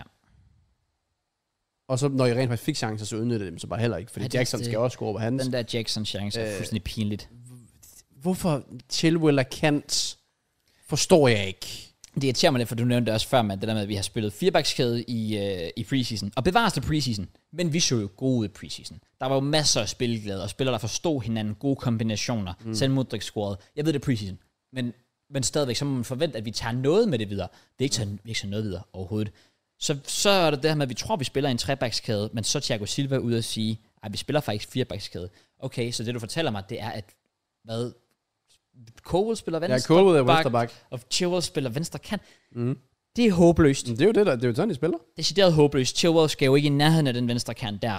[SPEAKER 3] Og så når I rent faktisk fik chancer, så udnyttede dem så bare heller ikke. Fordi Jackson skal også score på hans.
[SPEAKER 1] Den der Jackson-chance er fuldstændig pinligt.
[SPEAKER 3] Hvorfor Chilwell og Kant forstår jeg ikke.
[SPEAKER 1] Det irriterer mig lidt, for du nævnte det også før, man, det der med, at vi har spillet firebackskæde i preseason. Og bevares til preseason. Men vi så jo gode ud i preseason. Der var jo masser af spilglæde, og spillere, der forstod hinanden, gode kombinationer. Selv Mudryk scorede. Jeg ved det preseason. Men stadigvæk, så må man forvente, at vi tager noget med det videre. Det er ikke tager noget videre overhovedet. Så er det her med, at vi tror, vi spiller en trebackskæde, men så Thiago Silva ud og sige, at vi spiller faktisk firebackskæde. Okay, så det du fortæller mig, det er, at Cole spiller venstre
[SPEAKER 3] Cole er venstre back,
[SPEAKER 1] og Chilwell spiller venstre kant. Det er håbløst.
[SPEAKER 3] Det er jo det er jo sådan, de spiller.
[SPEAKER 1] Det er decideret håbløst. Chilwell skal jo ikke i nærheden af den venstre kant der.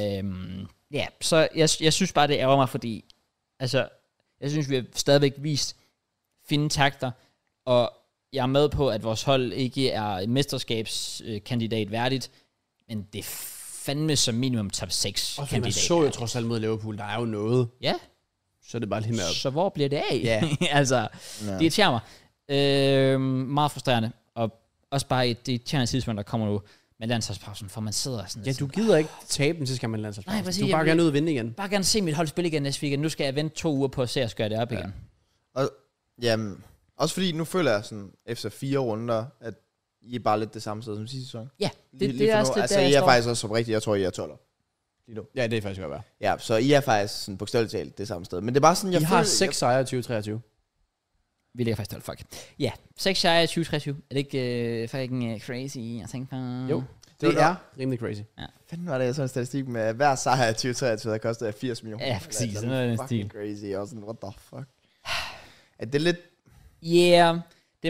[SPEAKER 1] Så jeg synes bare, det ærger mig, fordi altså, jeg synes, vi har stadigvæk vist fine takter, og jeg er med på, at vores hold ikke er mesterskabskandidat værdigt, men det er fandme som minimum top 6
[SPEAKER 3] kandidat. Og man så jo trods alt mod Liverpool, der er jo noget.
[SPEAKER 1] Ja.
[SPEAKER 3] Så er det bare lige med op.
[SPEAKER 1] Så hvor bliver det af?
[SPEAKER 3] Ja.
[SPEAKER 1] Altså, det irriterer mig. Meget frustrerende. Og også bare det irriterende tidspunkt, der kommer nu med landsholdspausen, for man sidder sådan...
[SPEAKER 3] Ja, du gider ikke tabe den, så skal man landsholdspausen.
[SPEAKER 1] Nej, præcis,
[SPEAKER 3] du bare gerne ud og vinde igen.
[SPEAKER 1] Bare gerne se mit hold spille igen næste weekend. Nu skal jeg vente 2 uger på at se os gøre det op igen.
[SPEAKER 2] Og jamen, også fordi nu føler jeg sådan, efter 4 runder, at I er bare lidt det samme sted som sidste sæson.
[SPEAKER 1] Ja, det er også det,
[SPEAKER 2] altså, I er faktisk også som rigtigt, jeg tror, I er 12'er.
[SPEAKER 3] Ja, det er faktisk godt være.
[SPEAKER 2] Ja, så I er faktisk sådan bogstaveligt talt det samme sted. Men det er bare sådan, jeg
[SPEAKER 3] I har 6 sejre i 2023.
[SPEAKER 1] Vi ligger faktisk 12, fuck. Ja, 6 sejre i 2023. Er det ikke fucking crazy, jeg tænker på?
[SPEAKER 3] Jo, det er rimelig crazy.
[SPEAKER 2] Ja. Fanden var det, jeg så en statistik med, hver sejr i 2023, der kostede 80 millioner.
[SPEAKER 1] Ja, præcis. Sådan noget den stil.
[SPEAKER 2] Crazy, og sådan, what the fuck. Er det lidt...
[SPEAKER 1] Yeah, det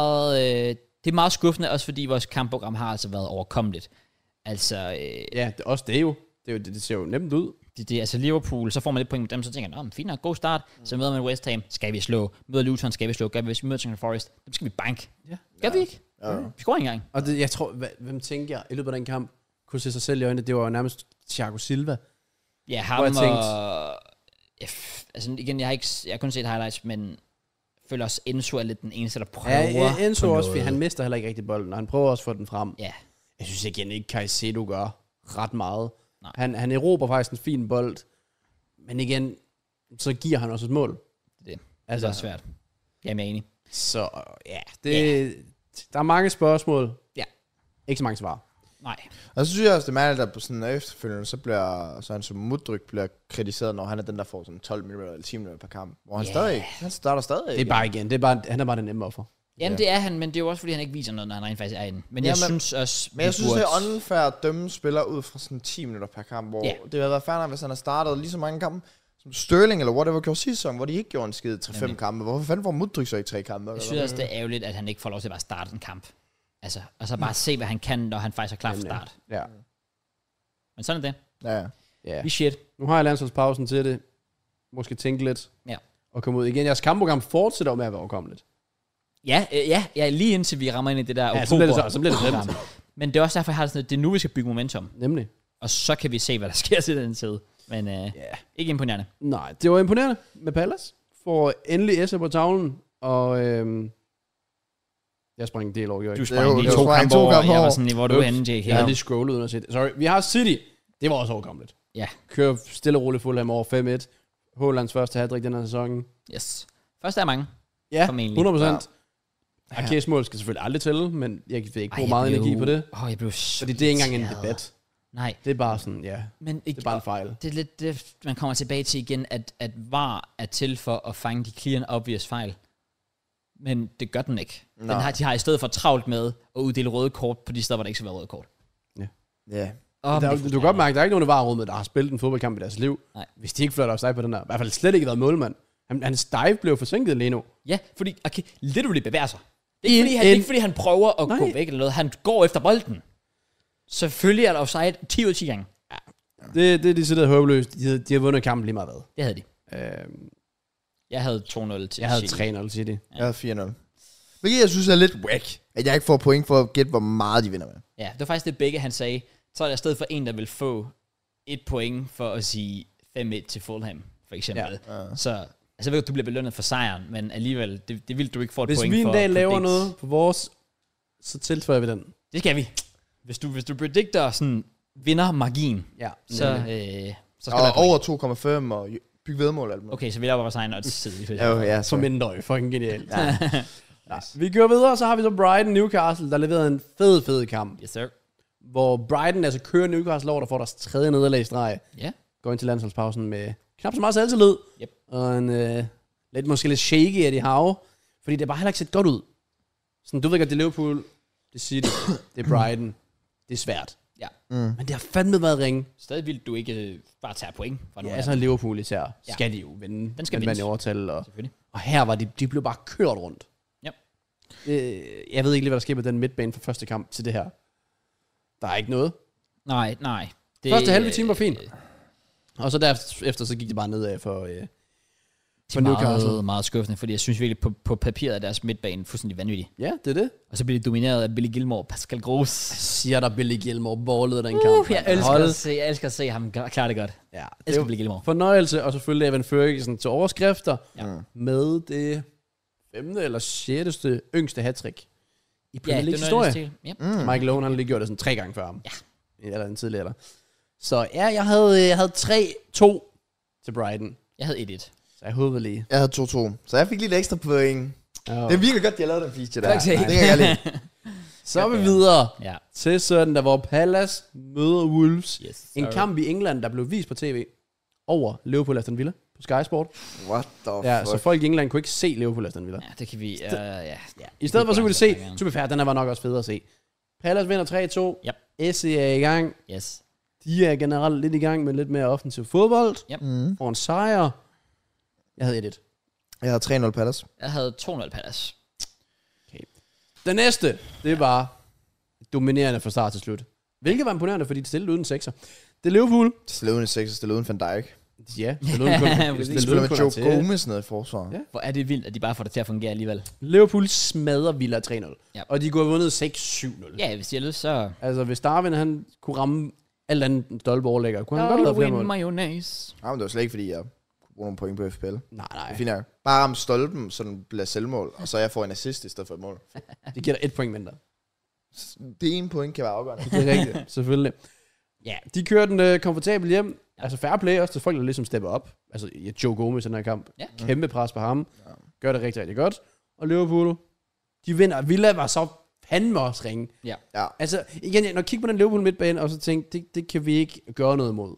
[SPEAKER 1] er meget skuffende, også fordi vores kampprogram har altså været overkommeligt. Altså...
[SPEAKER 3] ja, også det er jo. Det ser jo nemt ud.
[SPEAKER 1] Det altså Liverpool, så får man lidt point med dem, så tænker man, fint nok, god start. Så møder man West Ham, skal vi slå. Møder Luton, skal vi slå. Hvis vi møder Nottingham Forest, dem skal vi bank. Ja. Gør vi ikke? Ja. Vi scorer ikke engang.
[SPEAKER 3] Og det, jeg tror, hvem tænker jeg i løbet af den kamp, kunne se sig selv i øjnene, det var jo nærmest Thiago Silva.
[SPEAKER 1] Ja, ham og... altså igen, jeg har kun set highlights, men føler også, Enzo er lidt den eneste, der prøver.
[SPEAKER 3] Ja, Enzo også, fordi han mister heller ikke rigtig bolden, og han prøver også at få den frem.
[SPEAKER 1] Ja.
[SPEAKER 3] Jeg synes igen ikke, Caicedo gør ret meget. Han erobrer faktisk en fin bold, men igen, så giver han også et mål.
[SPEAKER 1] Det er også svært. Jamen, jeg er enig.
[SPEAKER 3] Så ja, der er mange spørgsmål. Ja. Ikke så mange svar.
[SPEAKER 1] Nej.
[SPEAKER 2] Og så synes jeg også, det er mærkeligt, at på sådan en efterfølgende, så han som Mudryk bliver kritiseret, når han er den, der får sådan 12 minutter eller 10 minutter per kamp. Hvor han starter stadig.
[SPEAKER 3] Det er bare igen. Han er bare den nemme offer.
[SPEAKER 1] Jamen, det er han, men det er jo også, fordi han ikke viser noget, når han rent faktisk er inde. Men jeg synes også...
[SPEAKER 2] Men jeg synes, det er unfair at dømme spillere ud fra sådan 10 minutter per kamp, hvor det havde været fair, hvis han har startet lige så mange kampe som Sterling, eller whatever, gjorde sidste sæson, hvor de ikke gjorde en skid til 5 kampe. Hvorfor fanden får Mudryk så i 3 kampe?
[SPEAKER 1] Jeg synes også, det er ærgerligt, at han ikke får lov til at bare starte en kamp. Altså, og så bare se, hvad han kan, når han faktisk er klar for start.
[SPEAKER 3] Ja.
[SPEAKER 1] Men sådan er det.
[SPEAKER 3] Ja.
[SPEAKER 1] Vi shit.
[SPEAKER 3] Nu har jeg landsholdspausen til det. Måske tænke lidt. Ja. Og komme ud igen. Jeres kampprogram fortsætter med at være overkommeligt.
[SPEAKER 1] Ja, lige indtil vi rammer ind i det der oktober.
[SPEAKER 3] Så bliver det nemt.
[SPEAKER 1] Men det er også derfor, jeg har sådan, at det er nu, vi skal bygge momentum.
[SPEAKER 3] Nemlig.
[SPEAKER 1] Og så kan vi se, hvad der sker til den side. Men ikke imponerende.
[SPEAKER 3] Nej, det var imponerende med Palace. For endelig S'er på tavlen. Og jeg sprang en del over, Jørgen.
[SPEAKER 1] Du sprang lige 2 kampe over. Jeg var sådan, hvor du er henne, Jake.
[SPEAKER 3] Jeg havde lige scrollet uden at se det. Sorry. Vi har City. Det var også overkommeligt.
[SPEAKER 1] Ja.
[SPEAKER 3] Kører stille og roligt Fulham over 5-1. Haalands første hattrick den her sæson.
[SPEAKER 1] Yes. Første er mange.
[SPEAKER 3] Ja, 100%. Arkes mål skal selvfølgelig aldrig tælle, men jeg vil ikke bruge meget energi på det.
[SPEAKER 1] Jeg blev
[SPEAKER 3] fordi det er ikke engang en debat.
[SPEAKER 1] Nej.
[SPEAKER 3] Det er bare sådan,
[SPEAKER 1] men
[SPEAKER 3] det er bare en fejl.
[SPEAKER 1] Det er lidt det, man kommer tilbage til igen, at VAR er til for at fange de clear obvious fejl. Men det gør den ikke. De har i stedet for travlt med at uddele røde kort på de steder, hvor der ikke skal være røde kort.
[SPEAKER 3] Ja.
[SPEAKER 2] Ja.
[SPEAKER 3] Du kan godt mærke, at der er ikke nogen, der var rummet, der har spillet en fodboldkamp i deres liv.
[SPEAKER 1] Nej.
[SPEAKER 3] Hvis de ikke fløjter offside på den her. I hvert fald slet ikke været målmand. Hans dive blev forsinket lige nu.
[SPEAKER 1] Ja, fordi okay, literally bevæger sig. Det er ikke, fordi han prøver at gå væk eller noget. Han går efter bolden. Selvfølgelig er der offside 10 ud af 10 gange.
[SPEAKER 3] Ja. Det er decideret håbløst. De har vundet kampen lige meget hvad.
[SPEAKER 1] Det havde de. Jeg havde 2-0 til
[SPEAKER 3] Jeg havde 3-0 til det.
[SPEAKER 2] Jeg havde 4-0. Hvilket jeg synes er lidt whack, at jeg ikke får point for at gætte, hvor meget de vinder med.
[SPEAKER 1] Ja, det var faktisk det begge, han sagde. Så er der i stedet for en, der vil få 1 point for at sige 5-1 til Fulham, for eksempel. Ja. Så altså, jeg ved at du bliver belønnet for sejren, men alligevel, det vil du ikke få et point for.
[SPEAKER 3] Hvis vi en dag laver noget på vores, så tilføjer vi den.
[SPEAKER 1] Det skal vi. Hvis du predicter sådan vinder margin, så skal der
[SPEAKER 2] over 2,5 og bygge vedmål og alt muligt.
[SPEAKER 1] Okay, så vi laver vores egen odds-side.
[SPEAKER 2] Ja,
[SPEAKER 3] for mindre. Fucking genialt. Ja. Nice. Vi går videre, så har vi så Brighton Newcastle, der leverede en fed kamp.
[SPEAKER 1] Yes, sir.
[SPEAKER 3] Hvor Brighton altså kører Newcastle over, der får deres 3. nederlag i streg.
[SPEAKER 1] Ja.
[SPEAKER 3] Går ind til landsholdspausen med knap så meget selvtillid.
[SPEAKER 1] Yep.
[SPEAKER 3] Og en måske lidt shaky af de have. Fordi det bare heller ikke set godt ud. Sådan, du ved godt, det er Liverpool, det City, det er Brighton. Det er svært.
[SPEAKER 1] Ja.
[SPEAKER 3] Men det har fandme været ringe.
[SPEAKER 1] Stadig vil du ikke bare tage point fra
[SPEAKER 3] nogen. Ja, så Liverpool især. Skal de jo vinde.
[SPEAKER 1] Den skal vinde.
[SPEAKER 3] I overtal. Og her var de blev bare kørt rundt.
[SPEAKER 1] Ja.
[SPEAKER 3] Jeg ved ikke lige, hvad der sker med den midtbane fra første kamp til det her. Der er ikke noget.
[SPEAKER 1] Nej.
[SPEAKER 3] Første halve time var fint. Og så derefter så gik det bare nedad for
[SPEAKER 1] Newcastle. Meget skuffende, fordi jeg synes virkelig på papiret er deres midtbane fuldstændig vanvittig.
[SPEAKER 3] Ja, det er det.
[SPEAKER 1] Og så bliver de domineret af Billy Gilmore og Pascal Gross.
[SPEAKER 3] Siger der Billy Gilmore ballede den kamp.
[SPEAKER 1] Jeg elsker at se ham klare det godt.
[SPEAKER 3] Ja,
[SPEAKER 1] det er Billy Gilmore.
[SPEAKER 3] Fornøjelse, og selvfølgelig Evan Ferguson til overskrifter med det 5. eller 6. yngste hattrick i Premier League historie. Michael Owen har lige gjort det sådan 3 gange før ham. Ja. Eller den tidligere. Så ja, jeg havde 3-2 til Brighton.
[SPEAKER 1] Jeg havde 1-1.
[SPEAKER 3] Så jeg håbede lige.
[SPEAKER 2] Jeg havde 2-2. Så jeg fik lidt ekstra point. Det er virkelig godt, de har lavet den feature der.
[SPEAKER 1] Okay.
[SPEAKER 2] Det kan jeg lide.
[SPEAKER 3] Så er vi videre til søndag, hvor Palace møder Wolves.
[SPEAKER 1] Yes,
[SPEAKER 3] en kamp i England, der blev vist på tv over Liverpool Aston Villa på Sky Sport.
[SPEAKER 2] What the fuck?
[SPEAKER 3] Ja, så folk i England kunne ikke se Liverpool Aston Villa.
[SPEAKER 1] Ja, det kan vi...
[SPEAKER 3] I stedet for så kunne de se, to be fair, den var nok også federe at se. Palace vinder 3-2. Essie er i gang.
[SPEAKER 1] Yes.
[SPEAKER 3] De er generelt lidt i gang med lidt mere offensiv fodbold.
[SPEAKER 1] Yep.
[SPEAKER 3] For en sejr. Jeg havde 1-1.
[SPEAKER 2] Jeg havde 3-0 Palace.
[SPEAKER 1] Jeg havde 2-0 Palace.
[SPEAKER 3] Okay. Den næste, det var dominerende fra start til slut. Hvilket var imponerende, fordi de stillede uden 6'er. Det er Liverpool.
[SPEAKER 2] De stillede uden 6'er, stillede uden Van Dijk.
[SPEAKER 3] Ja, de
[SPEAKER 2] spiller med Joe Gomez nede i forsvaret.
[SPEAKER 3] Ja.
[SPEAKER 1] Hvor er det vildt, at de bare får det til at fungere alligevel.
[SPEAKER 3] Liverpool smadrer Villa 3-0.
[SPEAKER 1] Ja.
[SPEAKER 3] Og de kunne have vundet 6-7-0.
[SPEAKER 1] Ja, hvis de har lyst, så...
[SPEAKER 3] Altså, hvis Darwin han kunne ramme alt andet stolpe overlægger, kunne han godt lave flere mål.
[SPEAKER 1] Mayonnaise.
[SPEAKER 2] Ja, men det var slet ikke, fordi jeg kunne bruge nogle point på FPL.
[SPEAKER 3] Nej.
[SPEAKER 2] Det er fint nok. Bare ramme stolpen, så den bliver selvmål, og så jeg får en assist i stedet for et mål.
[SPEAKER 3] Det giver dig 1 point mindre.
[SPEAKER 2] Det ene point kan være afgørende.
[SPEAKER 3] Det er rigtigt, selvfølgelig. Ja, de kører den komfortabelt hjem. Altså fair play også til folk, der ligesom stepper op. Altså Joe Gomez i den her kamp.
[SPEAKER 1] Ja.
[SPEAKER 3] Kæmpe pres på ham. Ja. Gør det rigtig, rigtig godt. Og Liverpool, de vinder. Villa var så fandme også ringe.
[SPEAKER 2] Ja.
[SPEAKER 3] Altså igen, når jeg kigger på den Liverpool midtbane, og så tænkte, det kan vi ikke gøre noget imod.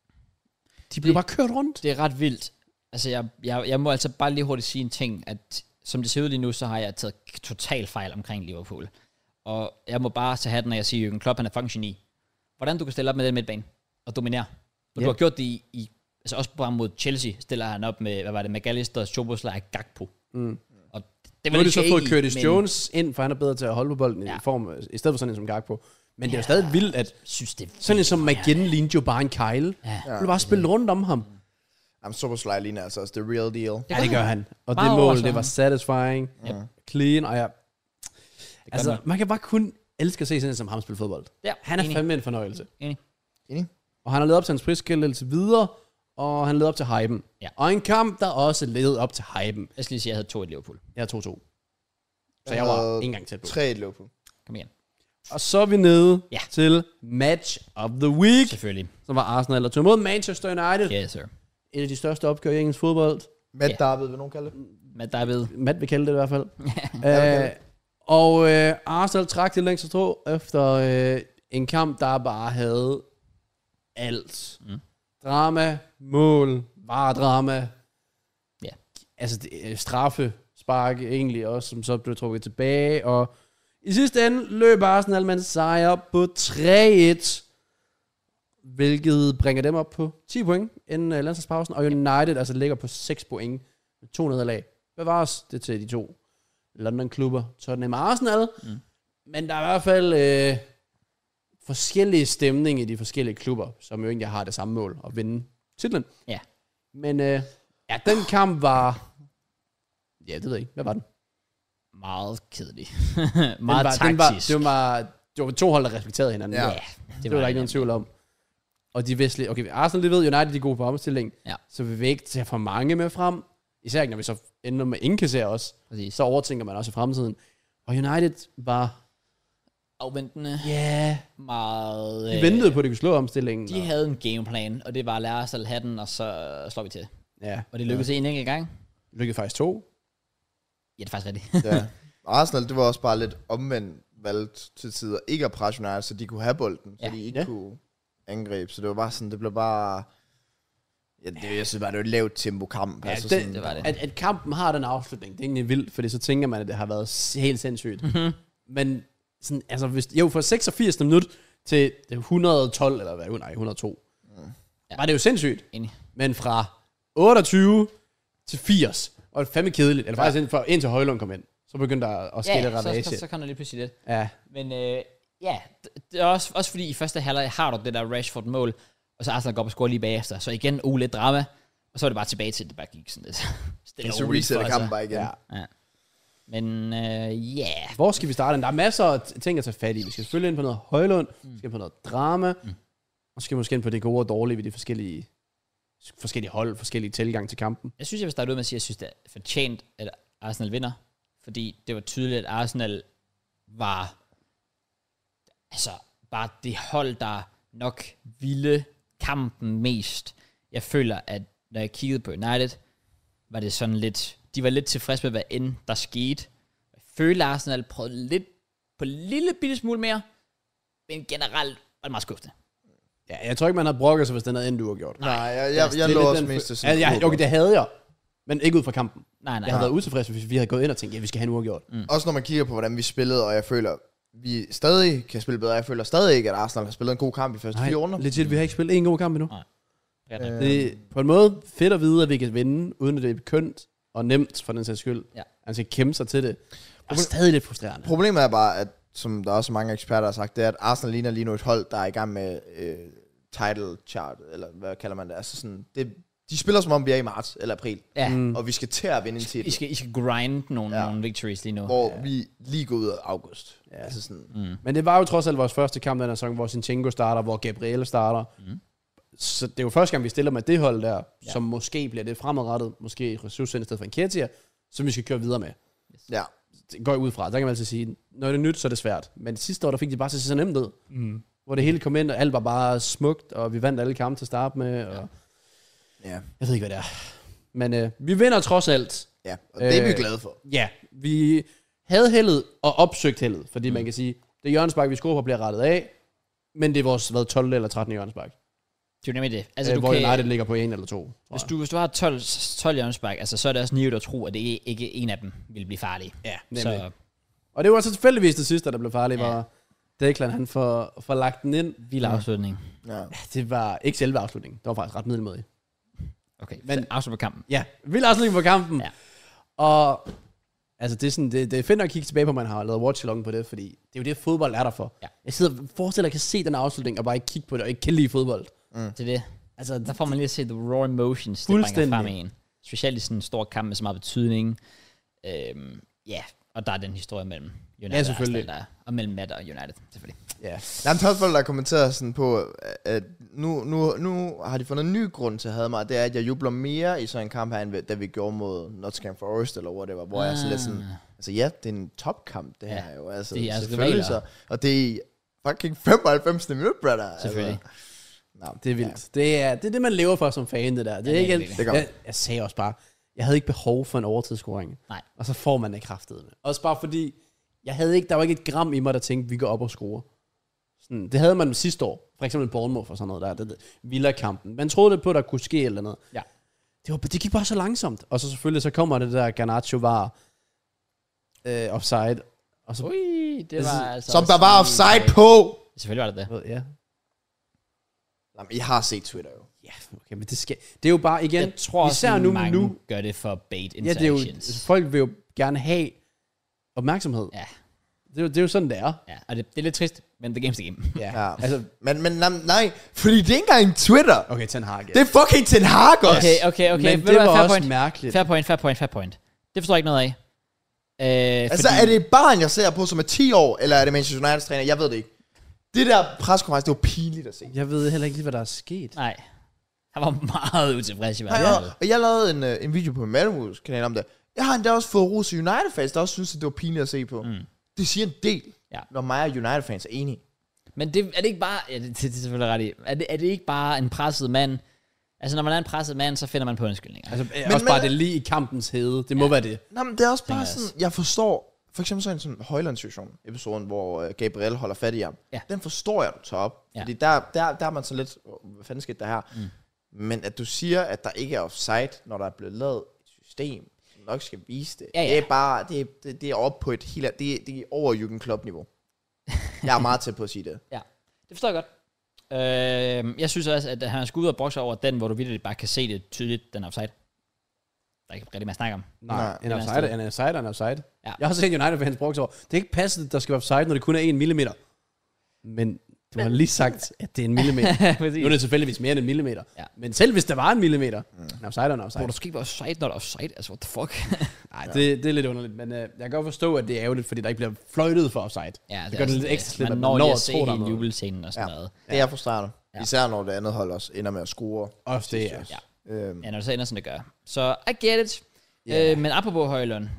[SPEAKER 3] De blev bare kørt rundt.
[SPEAKER 1] Det er ret vildt. Altså jeg må altså bare lige hurtigt sige en ting, at som det ser ud lige nu, så har jeg taget total fejl omkring Liverpool. Og jeg må bare tage hatten, når jeg siger, Jürgen Klopp han er function i. Hvordan du kan stille op med den midtbane og dominere. Og du har gjort det i altså også bare mod Chelsea, stiller han op med, hvad var det, McAllister, Szoboszlai, Gakpo. Og det var
[SPEAKER 3] nu har de så fået Curtis Jones ind, for han er bedre til at holde på bolden i form, i stedet for sådan en som Gakpo. Men det er jo stadig vildt, at sådan en som McGinn lignede jo bare en Kyle. Du vil bare spille rundt om ham.
[SPEAKER 2] Jamen, Szoboszlai ligner altså også the real deal.
[SPEAKER 3] Ja, det gør han. Og det mål, det var satisfying, clean, og altså, man kan bare kun elske at se sådan en som ham spille fodbold.
[SPEAKER 1] Ja,
[SPEAKER 3] han er fandme en fornøjelse.
[SPEAKER 2] Enig.
[SPEAKER 3] Og han har levet op til hans prisskildelse videre, og han leder op til hypen.
[SPEAKER 1] Ja.
[SPEAKER 3] Og en kamp, der også leder op til hypen.
[SPEAKER 1] Jeg skal lige sige, at jeg havde 2-1 Liverpool.
[SPEAKER 3] Jeg havde 2-2. Så jeg var ikke engang tæt på.
[SPEAKER 2] 3-1 Liverpool.
[SPEAKER 1] Kom igen.
[SPEAKER 3] Og så er vi nede til Match of the Week.
[SPEAKER 1] Selvfølgelig.
[SPEAKER 3] Som var Arsenal, der tog imod Manchester United.
[SPEAKER 1] Yes, sir.
[SPEAKER 3] Et af de største opgør i engelsk fodbold.
[SPEAKER 2] Matt Darby, vil nogen kalde det?
[SPEAKER 1] Matt
[SPEAKER 3] vil kalde det i hvert fald. Og Arsenal trak det længste strå efter en kamp, der bare havde alt. Drama, mål, drama.
[SPEAKER 1] Ja.
[SPEAKER 3] Altså straffe, spark egentlig også, som så blev trukket tilbage. Og i sidste ende løb Arsenal med en sejr på 3-1 hvilket bringer dem op på 10 point inden landsholdspausen, og United altså ligger på 6 point med 2 nederlag. Bevares det til de 2 London-klubber, Tottenham og Arsenal. Men der er i hvert fald forskellige stemning i de forskellige klubber, som jo egentlig har det samme mål, at vinde titlen.
[SPEAKER 1] Ja.
[SPEAKER 3] Men den kamp var... Ja, det ved jeg ikke. Hvad var den?
[SPEAKER 1] Meget kedelig. Meget taktisk.
[SPEAKER 3] Det var 2 hold, der respekterede hinanden.
[SPEAKER 1] Ja,
[SPEAKER 3] det var der ikke nogen tvivl om. Og de vestlige... Okay, Arsenal, de ved, United, de er gode på omstilling.
[SPEAKER 1] Ja.
[SPEAKER 3] Så vi vil ikke tage for mange med frem. Især ikke, når vi så ender med indkasserer os.
[SPEAKER 1] Præcis.
[SPEAKER 3] Så overtænker man også i fremtiden. Og United var...
[SPEAKER 1] afventende.
[SPEAKER 3] Ja.
[SPEAKER 1] Meget...
[SPEAKER 3] De ventede på, at de kunne slå omstillingen.
[SPEAKER 1] De havde en gameplan, og det var at lære os at have den, og så slår vi til.
[SPEAKER 3] Ja.
[SPEAKER 1] Og det lykkedes en enkelt gang.
[SPEAKER 3] Det lykkedes faktisk 2.
[SPEAKER 1] Ja, det er faktisk rigtigt.
[SPEAKER 2] Ja. Arsenal, det var også bare lidt omvendt valgt til tider. Ikke at presse United, så de kunne have bolden, så de ikke kunne angribe. Så det var bare sådan, det blev bare... Ja, jeg synes bare, det var et lavt tempo-kamp.
[SPEAKER 3] Ja,
[SPEAKER 2] altså
[SPEAKER 1] det var det.
[SPEAKER 3] At kampen har den afslutning, det er egentlig vildt, fordi så tænker man, at det har været helt sindssygt. Men sådan, altså, hvis, fra 86. minut til 112, eller hvad, nej, 102, var det jo sindssygt.
[SPEAKER 1] Enig.
[SPEAKER 3] Men fra 28 til 80, og det er fandme kedeligt, eller faktisk indtil Højlund kom ind, så begyndte der at ske lidt ravage.
[SPEAKER 1] Så kan der lige pludselig lidt.
[SPEAKER 3] Ja.
[SPEAKER 1] Men det er også fordi i første halvleg har du det der Rashford-mål, og så Arsenal går op og scorer lige bagefter. Så igen, lidt drama, og så er det bare tilbage til, det bare gik sådan lidt.
[SPEAKER 2] Så resetter kampen bare igen.
[SPEAKER 1] Ja. Men
[SPEAKER 3] Hvor skal vi starte? Der er masser af ting at tage fat i. Vi skal selvfølgelig ind på noget Højlund, vi skal på noget drama, og så skal vi måske ind på det gode og dårlige ved de forskellige hold, forskellige tilgang til kampen.
[SPEAKER 1] Jeg synes, jeg vil starte ud med at sige, at jeg synes, det er fortjent, at Arsenal vinder. Fordi det var tydeligt, at Arsenal var altså bare det hold, der nok ville kampen mest. Jeg føler, at når jeg kiggede på United, var det sådan lidt... De var lidt tilfredse med, hvad end der skete. Jeg føler, at Arsenal prøvede lidt på en lille bitte smule mere, men generelt var det meget skuffende.
[SPEAKER 3] Ja, jeg tror ikke, man havde brokket sig, hvis den havde endt uafgjort.
[SPEAKER 2] Nej, jeg lå også mest til sådan.
[SPEAKER 3] Okay, det havde jeg, men ikke ud fra kampen.
[SPEAKER 1] Nej.
[SPEAKER 3] Jeg havde været utilfreds, hvis vi havde gået ind og tænkt, ja, vi skal have en uafgjort.
[SPEAKER 2] Også når man kigger på, hvordan vi spillede, og jeg føler, vi stadig kan spille bedre. Jeg føler stadig ikke, at Arsenal har spillet en god kamp i første 4 runder.
[SPEAKER 3] Legit, vi har ikke spillet en god kamp endnu.
[SPEAKER 1] Nej.
[SPEAKER 3] Det er på en måde fedt at vide, at vi kan vinde, uden at det er kønt og nemt for den sags skyld.
[SPEAKER 1] Ja.
[SPEAKER 3] Han skal kæmpe sig til det. Og stadig lidt frustrerende.
[SPEAKER 2] Problemet er bare, at som der også mange eksperter har sagt, det er, at Arsenal ligner lige nu et hold, der er i gang med title chart, eller hvad kalder man det? Altså sådan, de spiller som om vi er i marts eller april, og vi skal til at vinde en titel.
[SPEAKER 1] I skal grind nogle victories lige nu.
[SPEAKER 2] Hvor vi lige går ud af august. Ja. Altså sådan.
[SPEAKER 3] Men det var jo trods alt vores første kamp den her sæson, hvor Zinchenko starter, hvor Gabriel starter. Så det er jo første gang, vi stiller med det hold der, som måske bliver det fremadrettet, måske ressourcen i stedet for en Ketia, som vi skal køre videre med.
[SPEAKER 2] Ja.
[SPEAKER 3] Det går jeg ud fra. Der kan man altid sige, når det er nyt, så er det svært. Men sidste år, der fik de bare til så nemt ud. Hvor det hele kom ind, og alt var bare smukt, og vi vandt alle kampe til at starte med. Og jeg ved ikke, hvad det er. Men vi vinder trods alt.
[SPEAKER 2] Ja, og det er vi glade for.
[SPEAKER 3] Ja, vi havde heldet og opsøgt heldet, fordi man kan sige, det hjørnespark, vi scorer på, bliver rettet af, men det er vores 12 eller 13 hjørnespark.
[SPEAKER 1] Det er jo nemlig det. Altså,
[SPEAKER 3] hvor United ligger på 1 eller 2.
[SPEAKER 1] Hvis du har 12 hjørnespark, altså, så er det også nivet at tro, at det ikke en af dem vil blive farlig.
[SPEAKER 3] Ja, nemlig. Og det var så tilfældigvis det sidste, der blev farligt, var Declan, han får lagt den ind.
[SPEAKER 1] Vild afslutning.
[SPEAKER 2] Ja.
[SPEAKER 3] Det var ikke selve afslutningen. Det var faktisk ret middelmådigt.
[SPEAKER 1] Okay, men afslut på kampen.
[SPEAKER 3] Ja, vild afslutning på kampen.
[SPEAKER 1] Ja.
[SPEAKER 3] Og altså, det er sådan, det er fedt at kigge tilbage på, at man har lavet watch-along på det, fordi det er jo det, fodbold er der for. Ja. Jeg sidder og forestiller, at jeg kan se den afslutning, og bare ikke kigge på det, og ikke kan lide fodbold.
[SPEAKER 1] Det er det. Altså, der får man lige at se the raw emotions, det bringer frem i en. Specielt i sådan en stor kamp med så meget betydning. Og der er den historie mellem United
[SPEAKER 3] selvfølgelig.
[SPEAKER 1] og mellem Matt og United, selvfølgelig.
[SPEAKER 3] Ja.
[SPEAKER 2] Der er en folk, der kommenterer sådan på, at nu har de fundet en ny grund til at have mig, det er, at jeg jubler mere i sådan en kamp her, end da vi gjorde mod Nottingham Forest, eller whatever, hvor jeg er lidt sådan, altså ja, det er en topkamp, det her jo, altså
[SPEAKER 1] det er
[SPEAKER 2] selvfølgelig så, og det er fucking 95. minut, brother.
[SPEAKER 1] Selvfølgelig.
[SPEAKER 3] Altså. Det er vildt. Ja. Det er det, man lever for som fan, det der. Det er ikke jeg sagde også bare, jeg havde ikke behov for en overtidsscoring.
[SPEAKER 1] Nej.
[SPEAKER 3] Og så får man det kraftet med. Også bare fordi, der var ikke et gram i mig, der tænkte, vi går op og score. Sådan, det havde man sidste år. For eksempel Bournemouth og sådan noget der. Det Villa-kampen. Man troede det på, der kunne ske eller noget.
[SPEAKER 1] Ja.
[SPEAKER 3] Det gik bare så langsomt. Og så selvfølgelig, så kommer det der Garnacho var offside. Og så,
[SPEAKER 1] det var altså
[SPEAKER 2] som der var offside på!
[SPEAKER 1] Selvfølgelig var det det.
[SPEAKER 3] Ja.
[SPEAKER 2] Jamen, I har set Twitter jo.
[SPEAKER 3] Ja, okay, men det er jo bare igen...
[SPEAKER 1] Jeg tror
[SPEAKER 3] især
[SPEAKER 1] også,
[SPEAKER 3] nu,
[SPEAKER 1] mange gør det for bait interactions.
[SPEAKER 3] Ja, det er jo, folk vil jo gerne have opmærksomhed.
[SPEAKER 1] Ja.
[SPEAKER 3] Det er jo sådan, det er.
[SPEAKER 1] Ja, og det er lidt trist, men the game's the game.
[SPEAKER 2] Ja. Altså, men nej, fordi det er ikke engang Twitter.
[SPEAKER 3] Okay, Ten Hag.
[SPEAKER 2] Det er fucking Ten Hag også.
[SPEAKER 1] Okay.
[SPEAKER 3] Men det var også mærkeligt.
[SPEAKER 1] Fair point. Det forstår jeg ikke noget af.
[SPEAKER 2] Altså, er det et barn, jeg ser på, som er 10 år, eller er det Manchester Uniteds træner? Jeg ved det ikke. Det der preskonference, det var pinligt at se.
[SPEAKER 3] Jeg ved heller ikke lige, hvad der er sket.
[SPEAKER 1] Nej. Han var meget utilfreds i hvert fald.
[SPEAKER 2] Og jeg lavede en video på min Malmøs kanal om det. Jeg har endda også fået ros i United-fans, der også synes, at det var pinligt at se på. Det siger en del, når mig og United-fans er enige.
[SPEAKER 1] Men det, er det ikke bare... Ja, det er selvfølgelig ret i. Er det ikke bare en presset mand? Altså, når man er en presset mand, så finder man på undskyldninger.
[SPEAKER 3] Altså, også bare det lige i kampens hede. Det må være det.
[SPEAKER 2] Nej, men det er også bare sådan... Jeg forstår... For eksempel sådan en sådan Højland-situation, episoden, hvor Gabriel holder fat i ham. Ja. Den forstår jeg, du tager op. Ja. Fordi der er man så lidt... Hvad fanden skete der her? Men at du siger, at der ikke er offside, når der er blevet lavet et system, som nok skal vise det. Ja. Det er bare... Det er oppe på et helt... Det er over Jürgen Klopp-niveau. Jeg er meget tæt på at sige det.
[SPEAKER 1] Ja, det forstår jeg godt. Jeg synes også, at han skal ud og bokse over den, hvor du virkelig bare kan se det tydeligt, den er offside. Der er ikke rigtig mere at snakke om.
[SPEAKER 3] Nej, en offside. Ja. Jeg har også set United-fans bokse over. Det er ikke passet, at der skal være offside, når det kun er 1 millimeter. Men du har lige sagt, at det er 1 millimeter. Nu er det selvfølgelig mere end 1 millimeter. Ja. Men selv hvis der var 1 millimeter, en offside er en offside.
[SPEAKER 1] Hvor du skal ikke være offside, når der er offside. Altså, what the fuck?
[SPEAKER 3] Nej, det er lidt underligt. Men jeg kan godt forstå, at det er ærgerligt, fordi der ikke bliver fløjtet for offside.
[SPEAKER 1] Ja,
[SPEAKER 3] det gør det lidt ekstra slemt,
[SPEAKER 1] man når lige at se hele jubelscenen og sådan noget.
[SPEAKER 2] Det er frustrerende. Ja. Især når det andet hold også ender med at score.
[SPEAKER 3] Også det,
[SPEAKER 1] ja. Når det så ender, som det gør. Så I get it. Yeah. Men apropos Højlund,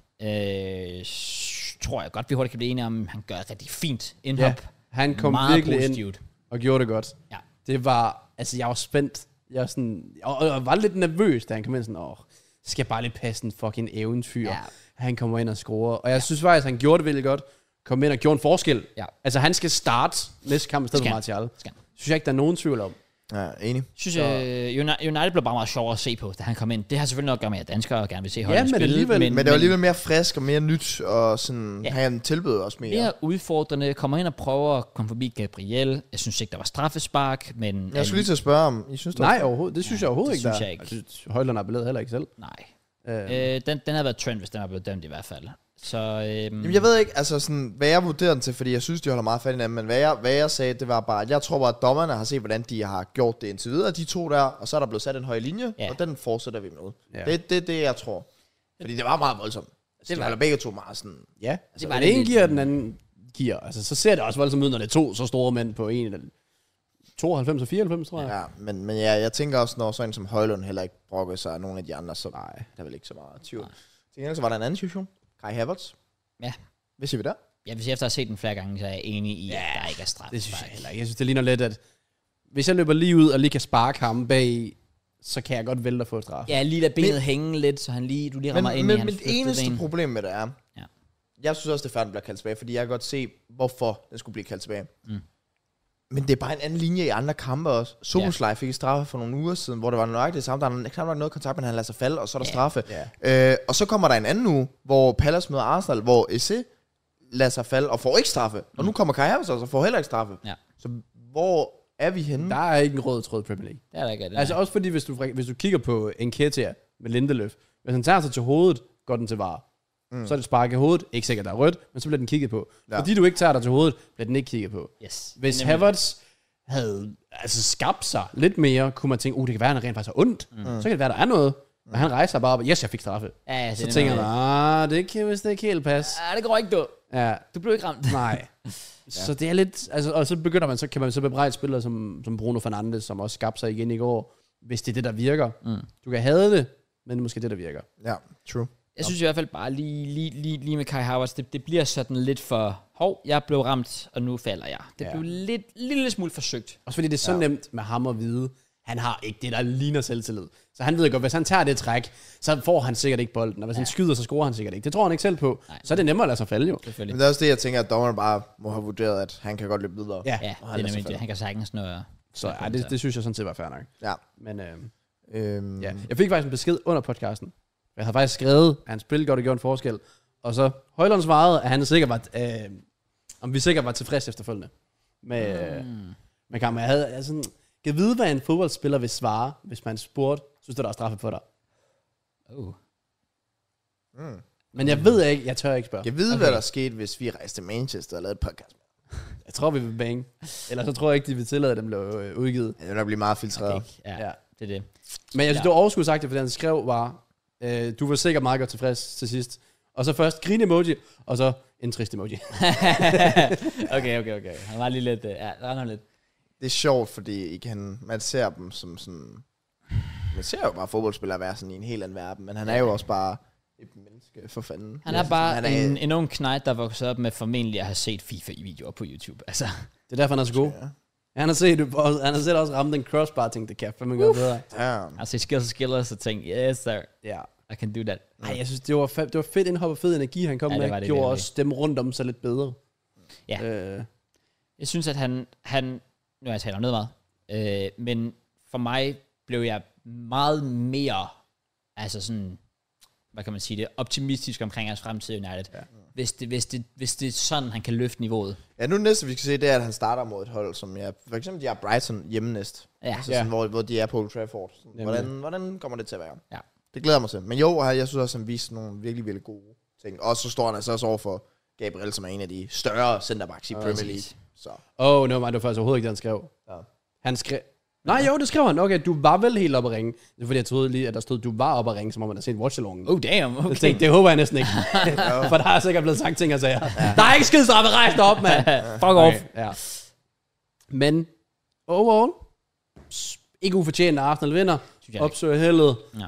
[SPEAKER 1] tror jeg godt, vi hurtigt kan blive enige om, han gør et rigtig fint indhop.
[SPEAKER 3] Yeah. Han kom virkelig ind og gjorde det godt. Ja. Det var, altså jeg var spændt. Jeg var sådan, og var lidt nervøs, da han kom ind sådan, skal bare lige passe en fucking eventyr. Ja. Han kommer ind og scorer. Og jeg synes faktisk, han gjorde det virkelig godt. Kom ind og gjorde en forskel. Ja. Altså han skal starte næste kamp i stedet for Martial. Synes jeg ikke, der er nogen tvivl om.
[SPEAKER 2] Ja, enig.
[SPEAKER 1] Synes United blev bare meget sjovere at se på, da han kom ind. Det har selvfølgelig noget at gøre med, at danskere gerne vil se Højlund spille.
[SPEAKER 2] Men det var alligevel mere frisk og mere nyt, og sådan, han tilbød også mere.
[SPEAKER 1] Mere udfordrende, kommer ind og prøver at komme forbi Gabriel. Jeg synes ikke, der var straffespark, men...
[SPEAKER 2] Jeg skulle lige til at spørge om, I synes det?
[SPEAKER 3] Nej, overhovedet. Det synes jeg overhovedet ikke,
[SPEAKER 1] der. Jeg
[SPEAKER 3] synes, Højlund er blevet heller ikke selv.
[SPEAKER 1] Nej. Den havde været trend, hvis den var blevet dømt i hvert fald. Så,
[SPEAKER 2] Jamen, jeg ved ikke, altså sådan, hvad jeg vurderer den til, fordi jeg synes, de holder meget fat i hinanden, men hvad jeg sagde, det var bare, jeg tror bare, at dommerne har set, hvordan de har gjort det indtil videre, de to der, og så er der blevet sat en høj linje, og den fortsætter vi med. Ja. Det er det, jeg tror. Fordi det var meget voldsomt. Altså, de holder begge to meget sådan...
[SPEAKER 3] Ja, altså, det var den ene giver, den anden giver. Altså, så ser det også voldsomt ud, når det er to så store mænd på en eller 92 og 94, tror jeg.
[SPEAKER 2] Ja, men jeg tænker også, når sådan som Højlund heller ikke brokker sig af nogle af de andre, så nej, der er vel ikke så meget tvivl. Så var der en anden situation. Kai Havertz.
[SPEAKER 1] Ja.
[SPEAKER 2] Hvad siger vi der?
[SPEAKER 1] Ja, hvis jeg efter at have set den flere gange, så er jeg enig i, at der ikke er straf.
[SPEAKER 3] Det synes jeg heller ikke. Jeg synes, det ligner lidt, at hvis jeg løber lige ud og lige kan sparke ham bag, så kan jeg godt vælge at få straf.
[SPEAKER 1] Ja, lige lade benet hænge lidt, så du lige rammer ind i hans
[SPEAKER 2] Men det eneste problem med det er, jeg synes også, det er færdigt, bliver kaldt tilbage, fordi jeg kan godt se, hvorfor den skulle blive kaldt tilbage. Men det er bare en anden linje i andre kampe også. Soboslaj fik straffe for nogle uger siden, hvor det var nøjagtigt det samme. Der var noget kontakt, men han lader sig falde, og så er der straffe. Og så kommer der en anden uge, hvor Palace møder Arsenal, hvor Eze lader sig falde og får ikke straffe. Og nu kommer Kai Havertz og får heller ikke straffe. Ja. Så hvor er vi henne?
[SPEAKER 3] Der er ikke en rød tråd i Premier League.
[SPEAKER 1] Det er der ikke.
[SPEAKER 3] Altså også fordi, hvis du kigger på Nketiah med Lindeløf, hvis han tager sig til hovedet, går den til VAR. Så er det spark i hovedet. Ikke sikkert, der er rødt, men så bliver den kigget på. Ja. Fordi du ikke tager dig til hovedet, bliver den ikke kigget på.
[SPEAKER 1] Yes.
[SPEAKER 3] Hvis Havertz havde skabt sig lidt mere, kunne man tænke, det kan være, han rent faktisk har ondt. Så kan det være, der er noget. Men han rejser bare op, jeg fik straffe. Ja, så tænker man, det kan vist ikke helt passe.
[SPEAKER 1] Ja, det går ikke, du.
[SPEAKER 3] Ja.
[SPEAKER 1] Du blev ikke ramt.
[SPEAKER 3] Nej. Så det er lidt, altså, og så begynder man, så kan man så bebrejde spillere som Bruno Fernandes, som også skabte sig igen i går, hvis det er det, der virker. Du kan have det, men det er måske det, der virker.
[SPEAKER 2] Ja, true.
[SPEAKER 1] Jeg synes i hvert fald bare lige med Kai Havertz, det bliver sådan lidt for, jeg blev ramt, og nu falder jeg. Det blev lille smule forsøgt.
[SPEAKER 3] Også fordi det er så nemt med ham at vide, han har ikke det, der ligner selvtillid. Så han ved godt, hvis han tager det træk, så får han sikkert ikke bolden. Og hvis han skyder, så scorer han sikkert ikke. Det tror han ikke selv på. Nej. Så er det nemmere at lade sig falde jo.
[SPEAKER 2] Men det er også det, jeg tænker, at dommeren bare må have vurderet, at han kan godt løbe videre.
[SPEAKER 1] Ja, det er nemlig det. Han kan sagtens noget.
[SPEAKER 3] Så det synes jeg sådan set var fair nok.
[SPEAKER 2] Ja.
[SPEAKER 3] Men jeg fik faktisk en besked under podcasten. Jeg havde faktisk skrevet, at han spillede godt og gjorde en forskel. Og så Højlund svarede, at han sikkert var, om vi sikkert var tilfreds efterfølgende med kampen. Kan vide, hvad en fodboldspiller vil svare, hvis man spurgte, synes du, der er straffe på dig? Men jeg ved ikke, jeg tør ikke spørge.
[SPEAKER 2] Jeg ved, hvad der skete, hvis vi rejste til Manchester og lavede et podcast.
[SPEAKER 3] Jeg tror, vi vil bange. Ellers så tror jeg ikke, de vil tillade, at dem blev udgivet.
[SPEAKER 2] Ja, det vil nok blive meget filtreret.
[SPEAKER 1] Okay. Ja, det er det.
[SPEAKER 3] Men jeg synes, det var overskud sagt det, fordi han skrev bare, du var sikkert meget godt tilfreds til sidst. Og så først grin emoji, og så en trist emoji.
[SPEAKER 1] Okay. Han var lige lidt, der er noget lidt.
[SPEAKER 2] Det er sjovt, fordi man ser dem som sådan... Man ser jo bare fodboldspillere være sådan i en helt anden verden, men han er jo også bare et menneske for fanden.
[SPEAKER 1] Han er bare en ung knægt, der voksede op med formentlig at have set FIFA i videoer på YouTube. Altså.
[SPEAKER 3] Det er derfor, han er så god. Ja. Han har set også ramme den crossbar, tænkte det kan fandme godt bedre.
[SPEAKER 2] Ja.
[SPEAKER 1] Altså skillers og tænkte, yes sir, I can do that.
[SPEAKER 3] Ej, jeg synes, det var fedt indhop og fed energi, han kom med. Det gjorde også dem rundt om sig lidt bedre.
[SPEAKER 1] Ja. Jeg synes, at han nu har jeg talt om noget meget, men for mig blev jeg meget mere, altså sådan, hvad kan man sige det, optimistisk omkring hans fremtid i United. Ja. Hvis det er sådan, han kan løfte niveauet.
[SPEAKER 2] Ja, nu næste, vi skal se, det er, at han starter mod et hold, som for eksempel, de har Brighton hjemme næst. Ja. Altså sådan, hvor de er på Old Trafford. Hvordan kommer det til at være? Ja. Det glæder mig til. Men jo, jeg synes også, han viste nogle virkelig, virkelig gode ting. Og så står han altså også over for Gabriel, som er en af de større centerbacks i Premier League. Så.
[SPEAKER 3] No, det var faktisk overhovedet ikke det, han skrev. Ja. Han skrev... Nej, jo, det skrev han. Okay, du var vel helt oppe at ringe. Det er fordi, jeg troede lige, at der stod, du var oppe at ringe, som om man havde set watchalongen.
[SPEAKER 1] Oh, damn. Okay.
[SPEAKER 3] Jeg tænkte, det håber jeg næsten ikke. For der er sikkert blevet sagt ting og sager. Ja. Der er ikke skidsstraffe, rejs dig op, mand.
[SPEAKER 1] Fuck off.
[SPEAKER 3] Ja. Men overall, ikke ufortjent, at Arsenal vinder. Opsøger heldet. Ja.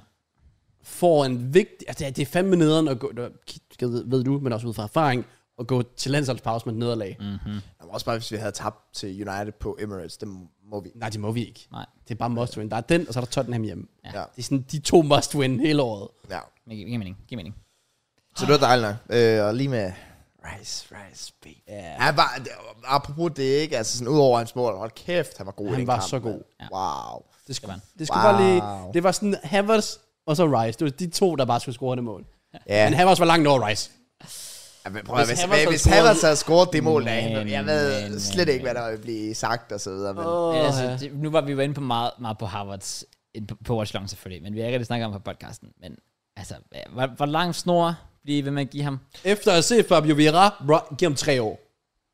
[SPEAKER 3] Får en vigtig... Altså, det er fandme nederen at gå... Ved du, men også ud fra erfaring, at gå til landsholdspause med et nederlag.
[SPEAKER 2] Mm-hmm. Også bare, hvis vi havde tabt til United på Emirates, det må vi.
[SPEAKER 3] Nej, det må vi ikke. Nej. Det er bare must win. Der er den, og så er der Tottenham hjemme. Ja. Det er sådan de 2 must win hele året.
[SPEAKER 2] Ja.
[SPEAKER 1] Giv mening.
[SPEAKER 2] Så det var dejligt nok. Og lige med Rice, baby. Ja, apropos det ikke, altså sådan udover hans mål, hold kæft, han var god i den kamp.
[SPEAKER 3] Han var så god.
[SPEAKER 2] Ja. Wow.
[SPEAKER 3] Det skulle bare lige... Det var sådan Havertz og så Rice. Det var de 2, der bare skulle score det mål. Ja. Men Havertz var langt over Rice.
[SPEAKER 2] Ja, men hvis Havertz havde scoret det mål der, jeg ved slet ikke, hvad der vil blive sagt og så videre. Men.
[SPEAKER 1] Altså, nu var vi jo inde på meget på Havertz på Watchlong selvfølgelig, men vi har ikke rigtig snakket om på podcasten. Men altså, hvor lang snor bliver ved med at give ham?
[SPEAKER 3] Efter at have set Fabio Vieira, giv ham 3 år.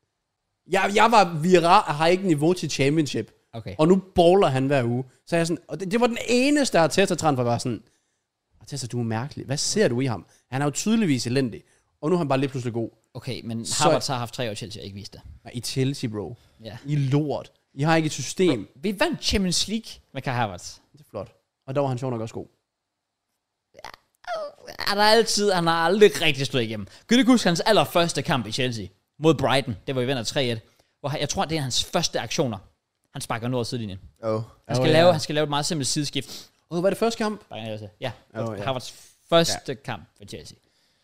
[SPEAKER 3] Jeg var Vieira, har ikke niveau til championship. Okay. Og nu bowler han hver uge. Så jeg sådan, og det var den eneste Arteta-transfer, var sådan, Arteta, du er mærkelig. Hvad ser du i ham? Han er jo tydeligvis elendig. Og nu er han bare lige pludselig god.
[SPEAKER 1] Okay, men Havertz har haft 3 år i Chelsea, og ikke vist det.
[SPEAKER 3] Nej, i Chelsea, bro. Ja. I lort. I har ikke et system.
[SPEAKER 1] Bro, vi vandt Champions League med Kai Havertz.
[SPEAKER 3] Det er flot. Og der var han sjov nok også god.
[SPEAKER 1] Ja, han har aldrig rigtig stået igennem. Kan du huske hans allerførste kamp i Chelsea mod Brighton? Det var vi vinder 3-1. Hvor jeg tror, det er hans første aktioner. Han sparker ned over sidelinjen. Han skal lave et meget simpelt sideskift.
[SPEAKER 3] Var det første kamp?
[SPEAKER 1] Ja. Havertz første kamp for Chelsea.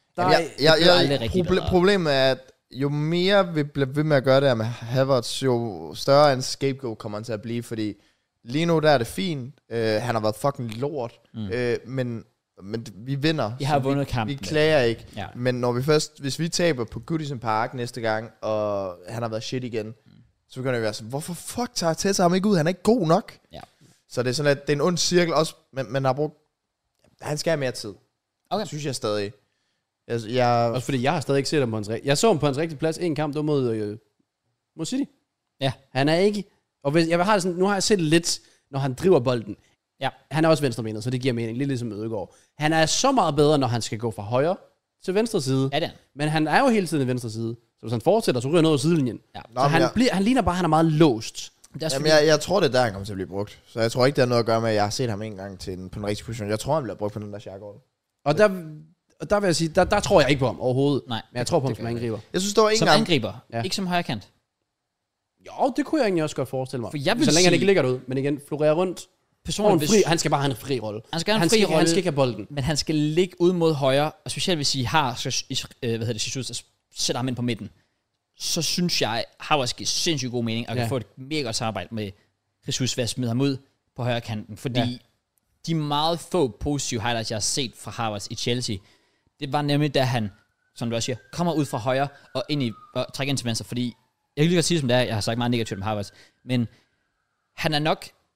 [SPEAKER 2] Problemet er, at jo mere vi bliver ved med at gøre det her med Havertz, jo større en scapegoat kommer han til at blive, fordi lige nu der er det fint. Han har været fucking lort, men vi vinder.
[SPEAKER 1] Vi har vundet kampen.
[SPEAKER 2] Vi klager ikke. Ja. Men når vi hvis vi taber på Goodison Park næste gang, og han har været shit igen, så begynder vi være sådan, hvorfor fuck tager Tessa ham ikke ud? Han er ikke god nok. Ja. Så det er sådan, at det er en ond cirkel også, men har brugt... Han skal have mere tid. Okay. Det synes jeg stadig.
[SPEAKER 3] Også fordi jeg har stadig ikke set ham på hans jeg så ham på hans rigtige plads en kamp, der mod City. Ja. Han er ikke... Og hvis, jeg har det sådan, nu har jeg set lidt, når han driver bolden. Ja. Han er også venstrebenet, så det giver mening. Lidt ligesom Ødegaard. Han er så meget bedre, når han skal gå fra højre til venstre side. Ja, det er. Men han er jo hele tiden i venstre side. Så hvis han fortsætter, så ryger noget over sidelinjen. Ja. Så han ligner bare, han er meget låst.
[SPEAKER 2] Jamen, jeg tror, det er der, han kommer til at blive brugt. Så jeg tror ikke, det har noget at gøre med, at jeg har set ham en gang på en rigtig position. Jeg tror, han bliver brugt på den der Xhaka.
[SPEAKER 3] Og der vil jeg sige, der tror jeg ikke på ham overhovedet. Nej, men jeg tror på ham som angriber.
[SPEAKER 2] Jeg synes, det var
[SPEAKER 1] som angriber, ikke som højrekant.
[SPEAKER 3] Jo, det kunne jeg egentlig også godt forestille mig. For jeg vil så længe han ikke ligger derude, men igen, florerer rundt. Han skal bare have en fri rolle. Han skal ikke have bolden.
[SPEAKER 1] Men han skal ligge ud mod højre, og specielt hvis I har Jesus, sætter ham ind på midten, så synes jeg, Havertz giver sindssygt god mening, og kan få et mega godt samarbejde med Jesus ved at smide ham ud på højre kanten, fordi de meget få positive highlights, jeg har set fra Havertz i Chelsea, det var nemlig, da han, som du også siger, kommer ud fra højre og trækker ind til venstre, fordi, jeg kan lige godt sige som det er, jeg har sagt meget negativt om Havertz, men han er nok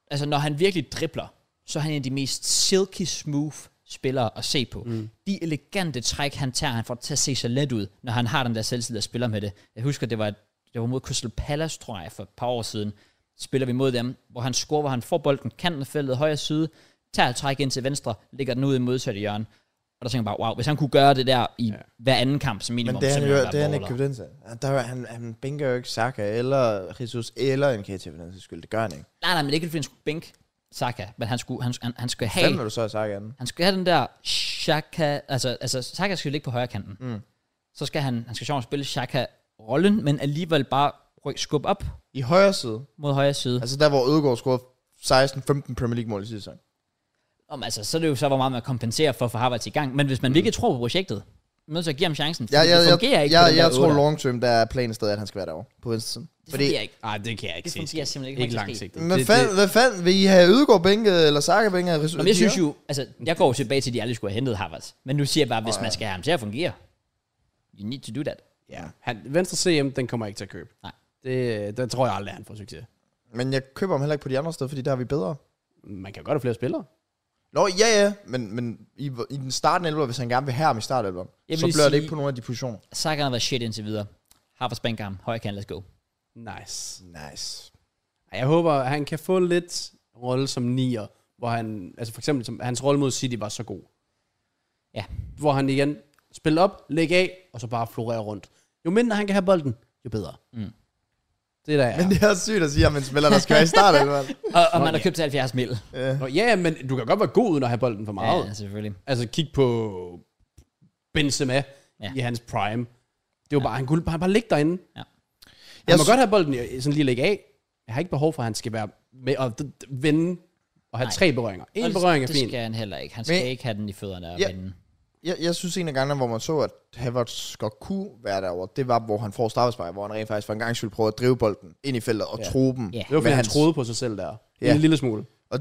[SPEAKER 1] altså når han virkelig dribler, så er han en af de mest silky smooth spillere at se på. De elegante træk, han tager, han får til at se så let ud, når han har den der selvtillid, der spiller med det. Jeg husker, det var mod Crystal Palace, tror jeg, for et par år siden. Spiller vi mod dem, hvor han scorer, hvor han får bolden, kanten af feltet, højre side, tager et træk ind til venstre, lægger den ud i modsatte hjørne. Og der tænker jeg bare, wow, hvis han kunne gøre det der i hver anden kamp som minimum.
[SPEAKER 2] Men det er han ikke købt ind til. Han bænker jo ikke Saka, eller Jesus, eller en KT for den skyld. Det gør han ikke.
[SPEAKER 1] Nej, men det er ikke, fordi han skulle bænke Saka, men han skulle have...
[SPEAKER 2] Hvem vil du så have Saka anden?
[SPEAKER 1] Han skal have den der Xhaka, altså Saka skal ligge på højre kanten. Så skal han skal sjovt spille Xhaka-rollen, men alligevel bare skubbe op.
[SPEAKER 2] I højre side?
[SPEAKER 1] Mod højre side.
[SPEAKER 2] Altså der, hvor Ødegaard scorede 16-15 Premier League-mål i sidste sæson.
[SPEAKER 1] Altså, så er det jo så, hvor meget man kompenserer for at få Havertz i gang. Men hvis man virkelig tror på projektet, så så give ham chancen.
[SPEAKER 2] Det
[SPEAKER 1] fungerer ikke.
[SPEAKER 2] Jeg tror long term, der er planen stadig, at han skal være derovre på venstre siden.
[SPEAKER 1] Det fungerer ikke.
[SPEAKER 3] Nej, det kan jeg ikke
[SPEAKER 1] se. Det fungerer simpelthen
[SPEAKER 3] ikke langsigtet.
[SPEAKER 2] Hvad fanden? Vil I have Ødegaard bænket, eller Saka bænket?
[SPEAKER 1] Jeg synes jo, altså, jeg går jo tilbage til, at de aldrig skulle have hentet Havertz. Men nu siger jeg bare, hvis man skal have ham til at fungere, you need to do that.
[SPEAKER 3] Ja, venstre CM, den kommer ikke til at købe.
[SPEAKER 1] Nej.
[SPEAKER 3] Det tror jeg aldrig, han får succes.
[SPEAKER 2] Men jeg køber ham heller ikke på de andre steder, fordi der har vi bedre.
[SPEAKER 3] Man kan godt have flere spillere.
[SPEAKER 2] Nå, ja, men i den starten 11, hvis han gerne vil have ham i starten, så bliver det ikke på nogle af de positioner.
[SPEAKER 1] Saka har været shit indtil videre. Havertz bænker ham. Højre kan, let's go.
[SPEAKER 2] Nice.
[SPEAKER 3] Jeg håber, at han kan få lidt rolle som nier, hvor han, altså for eksempel, som, hans rolle mod City var så god.
[SPEAKER 1] Ja.
[SPEAKER 3] Hvor han igen spiller op, lægger af, og så bare florerer rundt. Jo mindre han kan have bolden, jo bedre. Det der
[SPEAKER 2] Men det er sygt at sige, om en spiller, der skal være i starten.
[SPEAKER 1] og man har købt til 70 mil.
[SPEAKER 3] Ja, men du kan godt være god uden at have bolden for meget.
[SPEAKER 1] Ja, selvfølgelig.
[SPEAKER 3] Altså kig på Benzema i hans prime. Det var bare, han kunne bare ligge derinde. Ja. Han må godt have bolden sådan lige lægge af. Jeg har ikke behov for, at han skal være med og vende og have 3 berøringer. En berøring er fint.
[SPEAKER 1] Det skal han heller ikke. Han skal ikke have den i fødderne og vende.
[SPEAKER 2] Jeg synes en af gangene, hvor man så, at Havertz godt kunne være derovre, det var, hvor han får straffespark, hvor han rent faktisk for en gang skulle prøve at drive bolden ind i feltet og tro dem.
[SPEAKER 3] Det var fordi, han troede på sig selv der. En lille smule.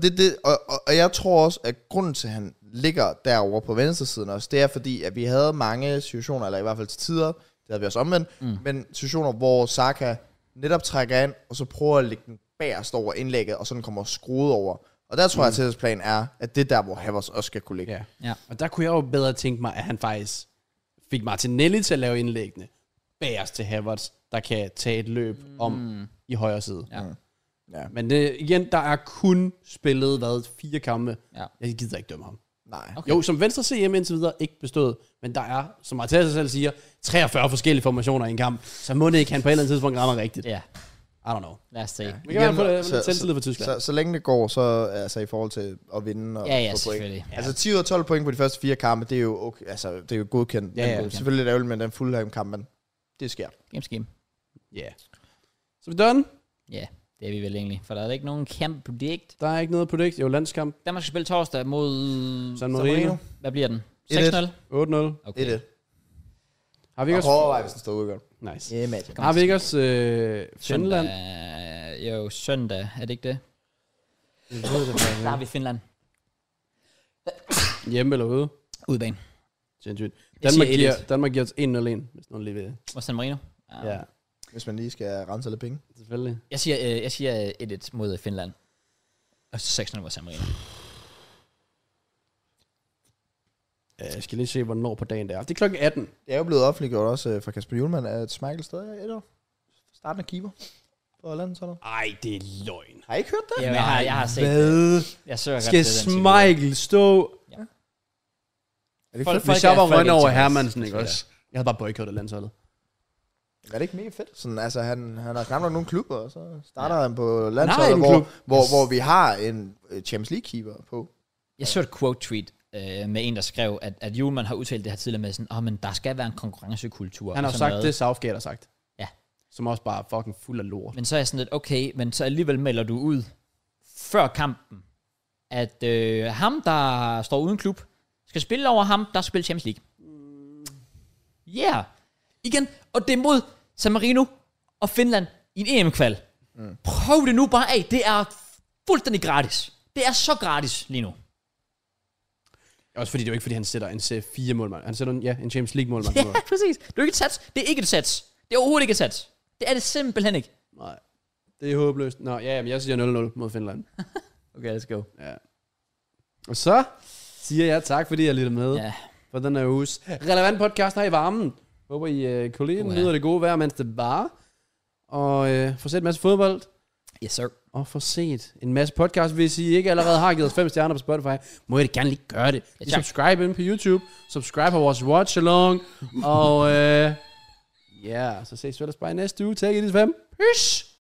[SPEAKER 2] Og jeg tror også, at grunden til, at han ligger derovre på venstresiden også, det er fordi, at vi havde mange situationer, eller i hvert fald til tider, det havde vi også omvendt, men situationer, hvor Saka netop trækker ind, og så prøver at lægge den bagerst over indlægget, og så den kommer skruet over. Og der tror jeg, at Tættes plan er, at det er der, hvor Havertz også skal kunne ligge.
[SPEAKER 3] Ja. Og der kunne jeg jo bedre tænke mig, at han faktisk fik Martinelli til at lave indlæggene bagerst til Havertz, der kan tage et løb om i højre side. Ja. Men igen, der er kun spillet, 4 kampe. Ja. Jeg gider ikke dømme ham.
[SPEAKER 2] Nej.
[SPEAKER 3] Okay. Jo, som venstre CM indtil videre ikke bestået, men der er, som Arteta selv siger, 43 forskellige formationer i en kamp, så må det ikke han på et eller andet tidspunkt rammer rigtigt.
[SPEAKER 1] Ja.
[SPEAKER 3] I don't know.
[SPEAKER 1] Lad os se.
[SPEAKER 3] Vi kan være på selvtillid for Tyskland.
[SPEAKER 2] Så længe det går, så altså i forhold til at vinde og få point. Ja. Altså 10 ud af 12 point på de første 4 kampe, det er jo okay, altså det er jo godkendt. Ja. Selvfølgelig er det ærgerligt med den Fulham-kamp, men det sker.
[SPEAKER 1] Game.
[SPEAKER 3] Ja. Yeah. Så er vi done?
[SPEAKER 1] Ja, det er vi vel egentlig, for der er ikke nogen kamp predict.
[SPEAKER 3] Der er ikke noget predict, jo landskamp.
[SPEAKER 1] Danmark skal spille torsdag mod
[SPEAKER 3] San Marino.
[SPEAKER 1] Hvad bliver den? 6-0?
[SPEAKER 3] 8-0.
[SPEAKER 1] Okay.
[SPEAKER 2] 1-1. Har vi ikke også... Overvej, hvis den står udgør.
[SPEAKER 3] Nice.
[SPEAKER 2] Yeah,
[SPEAKER 3] har vi ikke også Finland?
[SPEAKER 1] Jo, søndag. Er det ikke det? Der har vi Finland.
[SPEAKER 3] Hjemme eller ude?
[SPEAKER 1] Udebane.
[SPEAKER 3] Sindssygt. Danmark giver os 1-0-1, hvis nogen lige vil.
[SPEAKER 1] Og San Marino?
[SPEAKER 2] Ja. Hvis man lige skal rense lidt penge.
[SPEAKER 3] Selvfølgelig.
[SPEAKER 1] Jeg siger 1-1 mod Finland. Og 6-0 mod San Marino.
[SPEAKER 3] Jeg skal lige se, hvornår på dagen det er. Det er klokken 18.
[SPEAKER 2] Det er jo blevet offentliggjort også fra Kasper Hjulmand, at Schmeichel stadig er 1 år. Startende keeper for landsholdet.
[SPEAKER 3] Ej, det er løgn.
[SPEAKER 2] Har I ikke hørt det?
[SPEAKER 1] Ja, jeg har set
[SPEAKER 3] det.
[SPEAKER 1] Jeg søger
[SPEAKER 3] skal Schmeichel stå... Ja. Hvis jeg var rønne over Hermansen, ikke også? Jeg havde bare boykottet landsholdet.
[SPEAKER 2] Er det ikke mega fedt? Sådan, altså, han har knap nok nogle klubber, og så starter han på landsholdet, hvor vi har en Champions League keeper på.
[SPEAKER 1] Jeg så et quote tweet med en, der skrev, at Hjulmand har udtalt det her tidligere med sådan, men der skal være en konkurrencekultur.
[SPEAKER 3] Han har sagt noget. Det, Southgate har sagt.
[SPEAKER 1] Ja.
[SPEAKER 3] Som også bare fucking fuld af lort.
[SPEAKER 1] Men så er jeg sådan lidt, okay, men så alligevel melder du ud før kampen, at ham, der står uden klub, skal spille over ham, der spiller Champions League. Yeah. Igen, og det er mod San Marino og Finland i en EM-kval. Prøv det nu bare af. Det er fuldstændig gratis. Det er så gratis lige nu.
[SPEAKER 3] Også fordi det er jo ikke, fordi han sætter en C4-målmand. Han sætter en Champions League-målmand.
[SPEAKER 1] Ja, præcis. Det er ikke et sats. Det er ikke et sats. Det er overhovedet ikke et sats. Det er det simpelthen ikke.
[SPEAKER 3] Nej. Det er håbløst. Nå, ja, men jeg siger 0-0 mod Finland.
[SPEAKER 2] Okay, let's go.
[SPEAKER 3] Ja. Og så siger jeg tak, fordi jeg lyttede med for den her uges relevant podcast her i varmen. Håber I kunne lide den, nyder det gode vejr, mens det var. Og få set en masse fodbold.
[SPEAKER 1] Yes, sir.
[SPEAKER 3] Og få set en masse podcast, hvis I ikke allerede har givet os 5 stjerner på Spotify. Må I det gerne lige gøre det. I subscribe ind på YouTube. Subscribe på vores watch along. Og så ses vi ellers bare i næste uge. Take it, 5. Peace.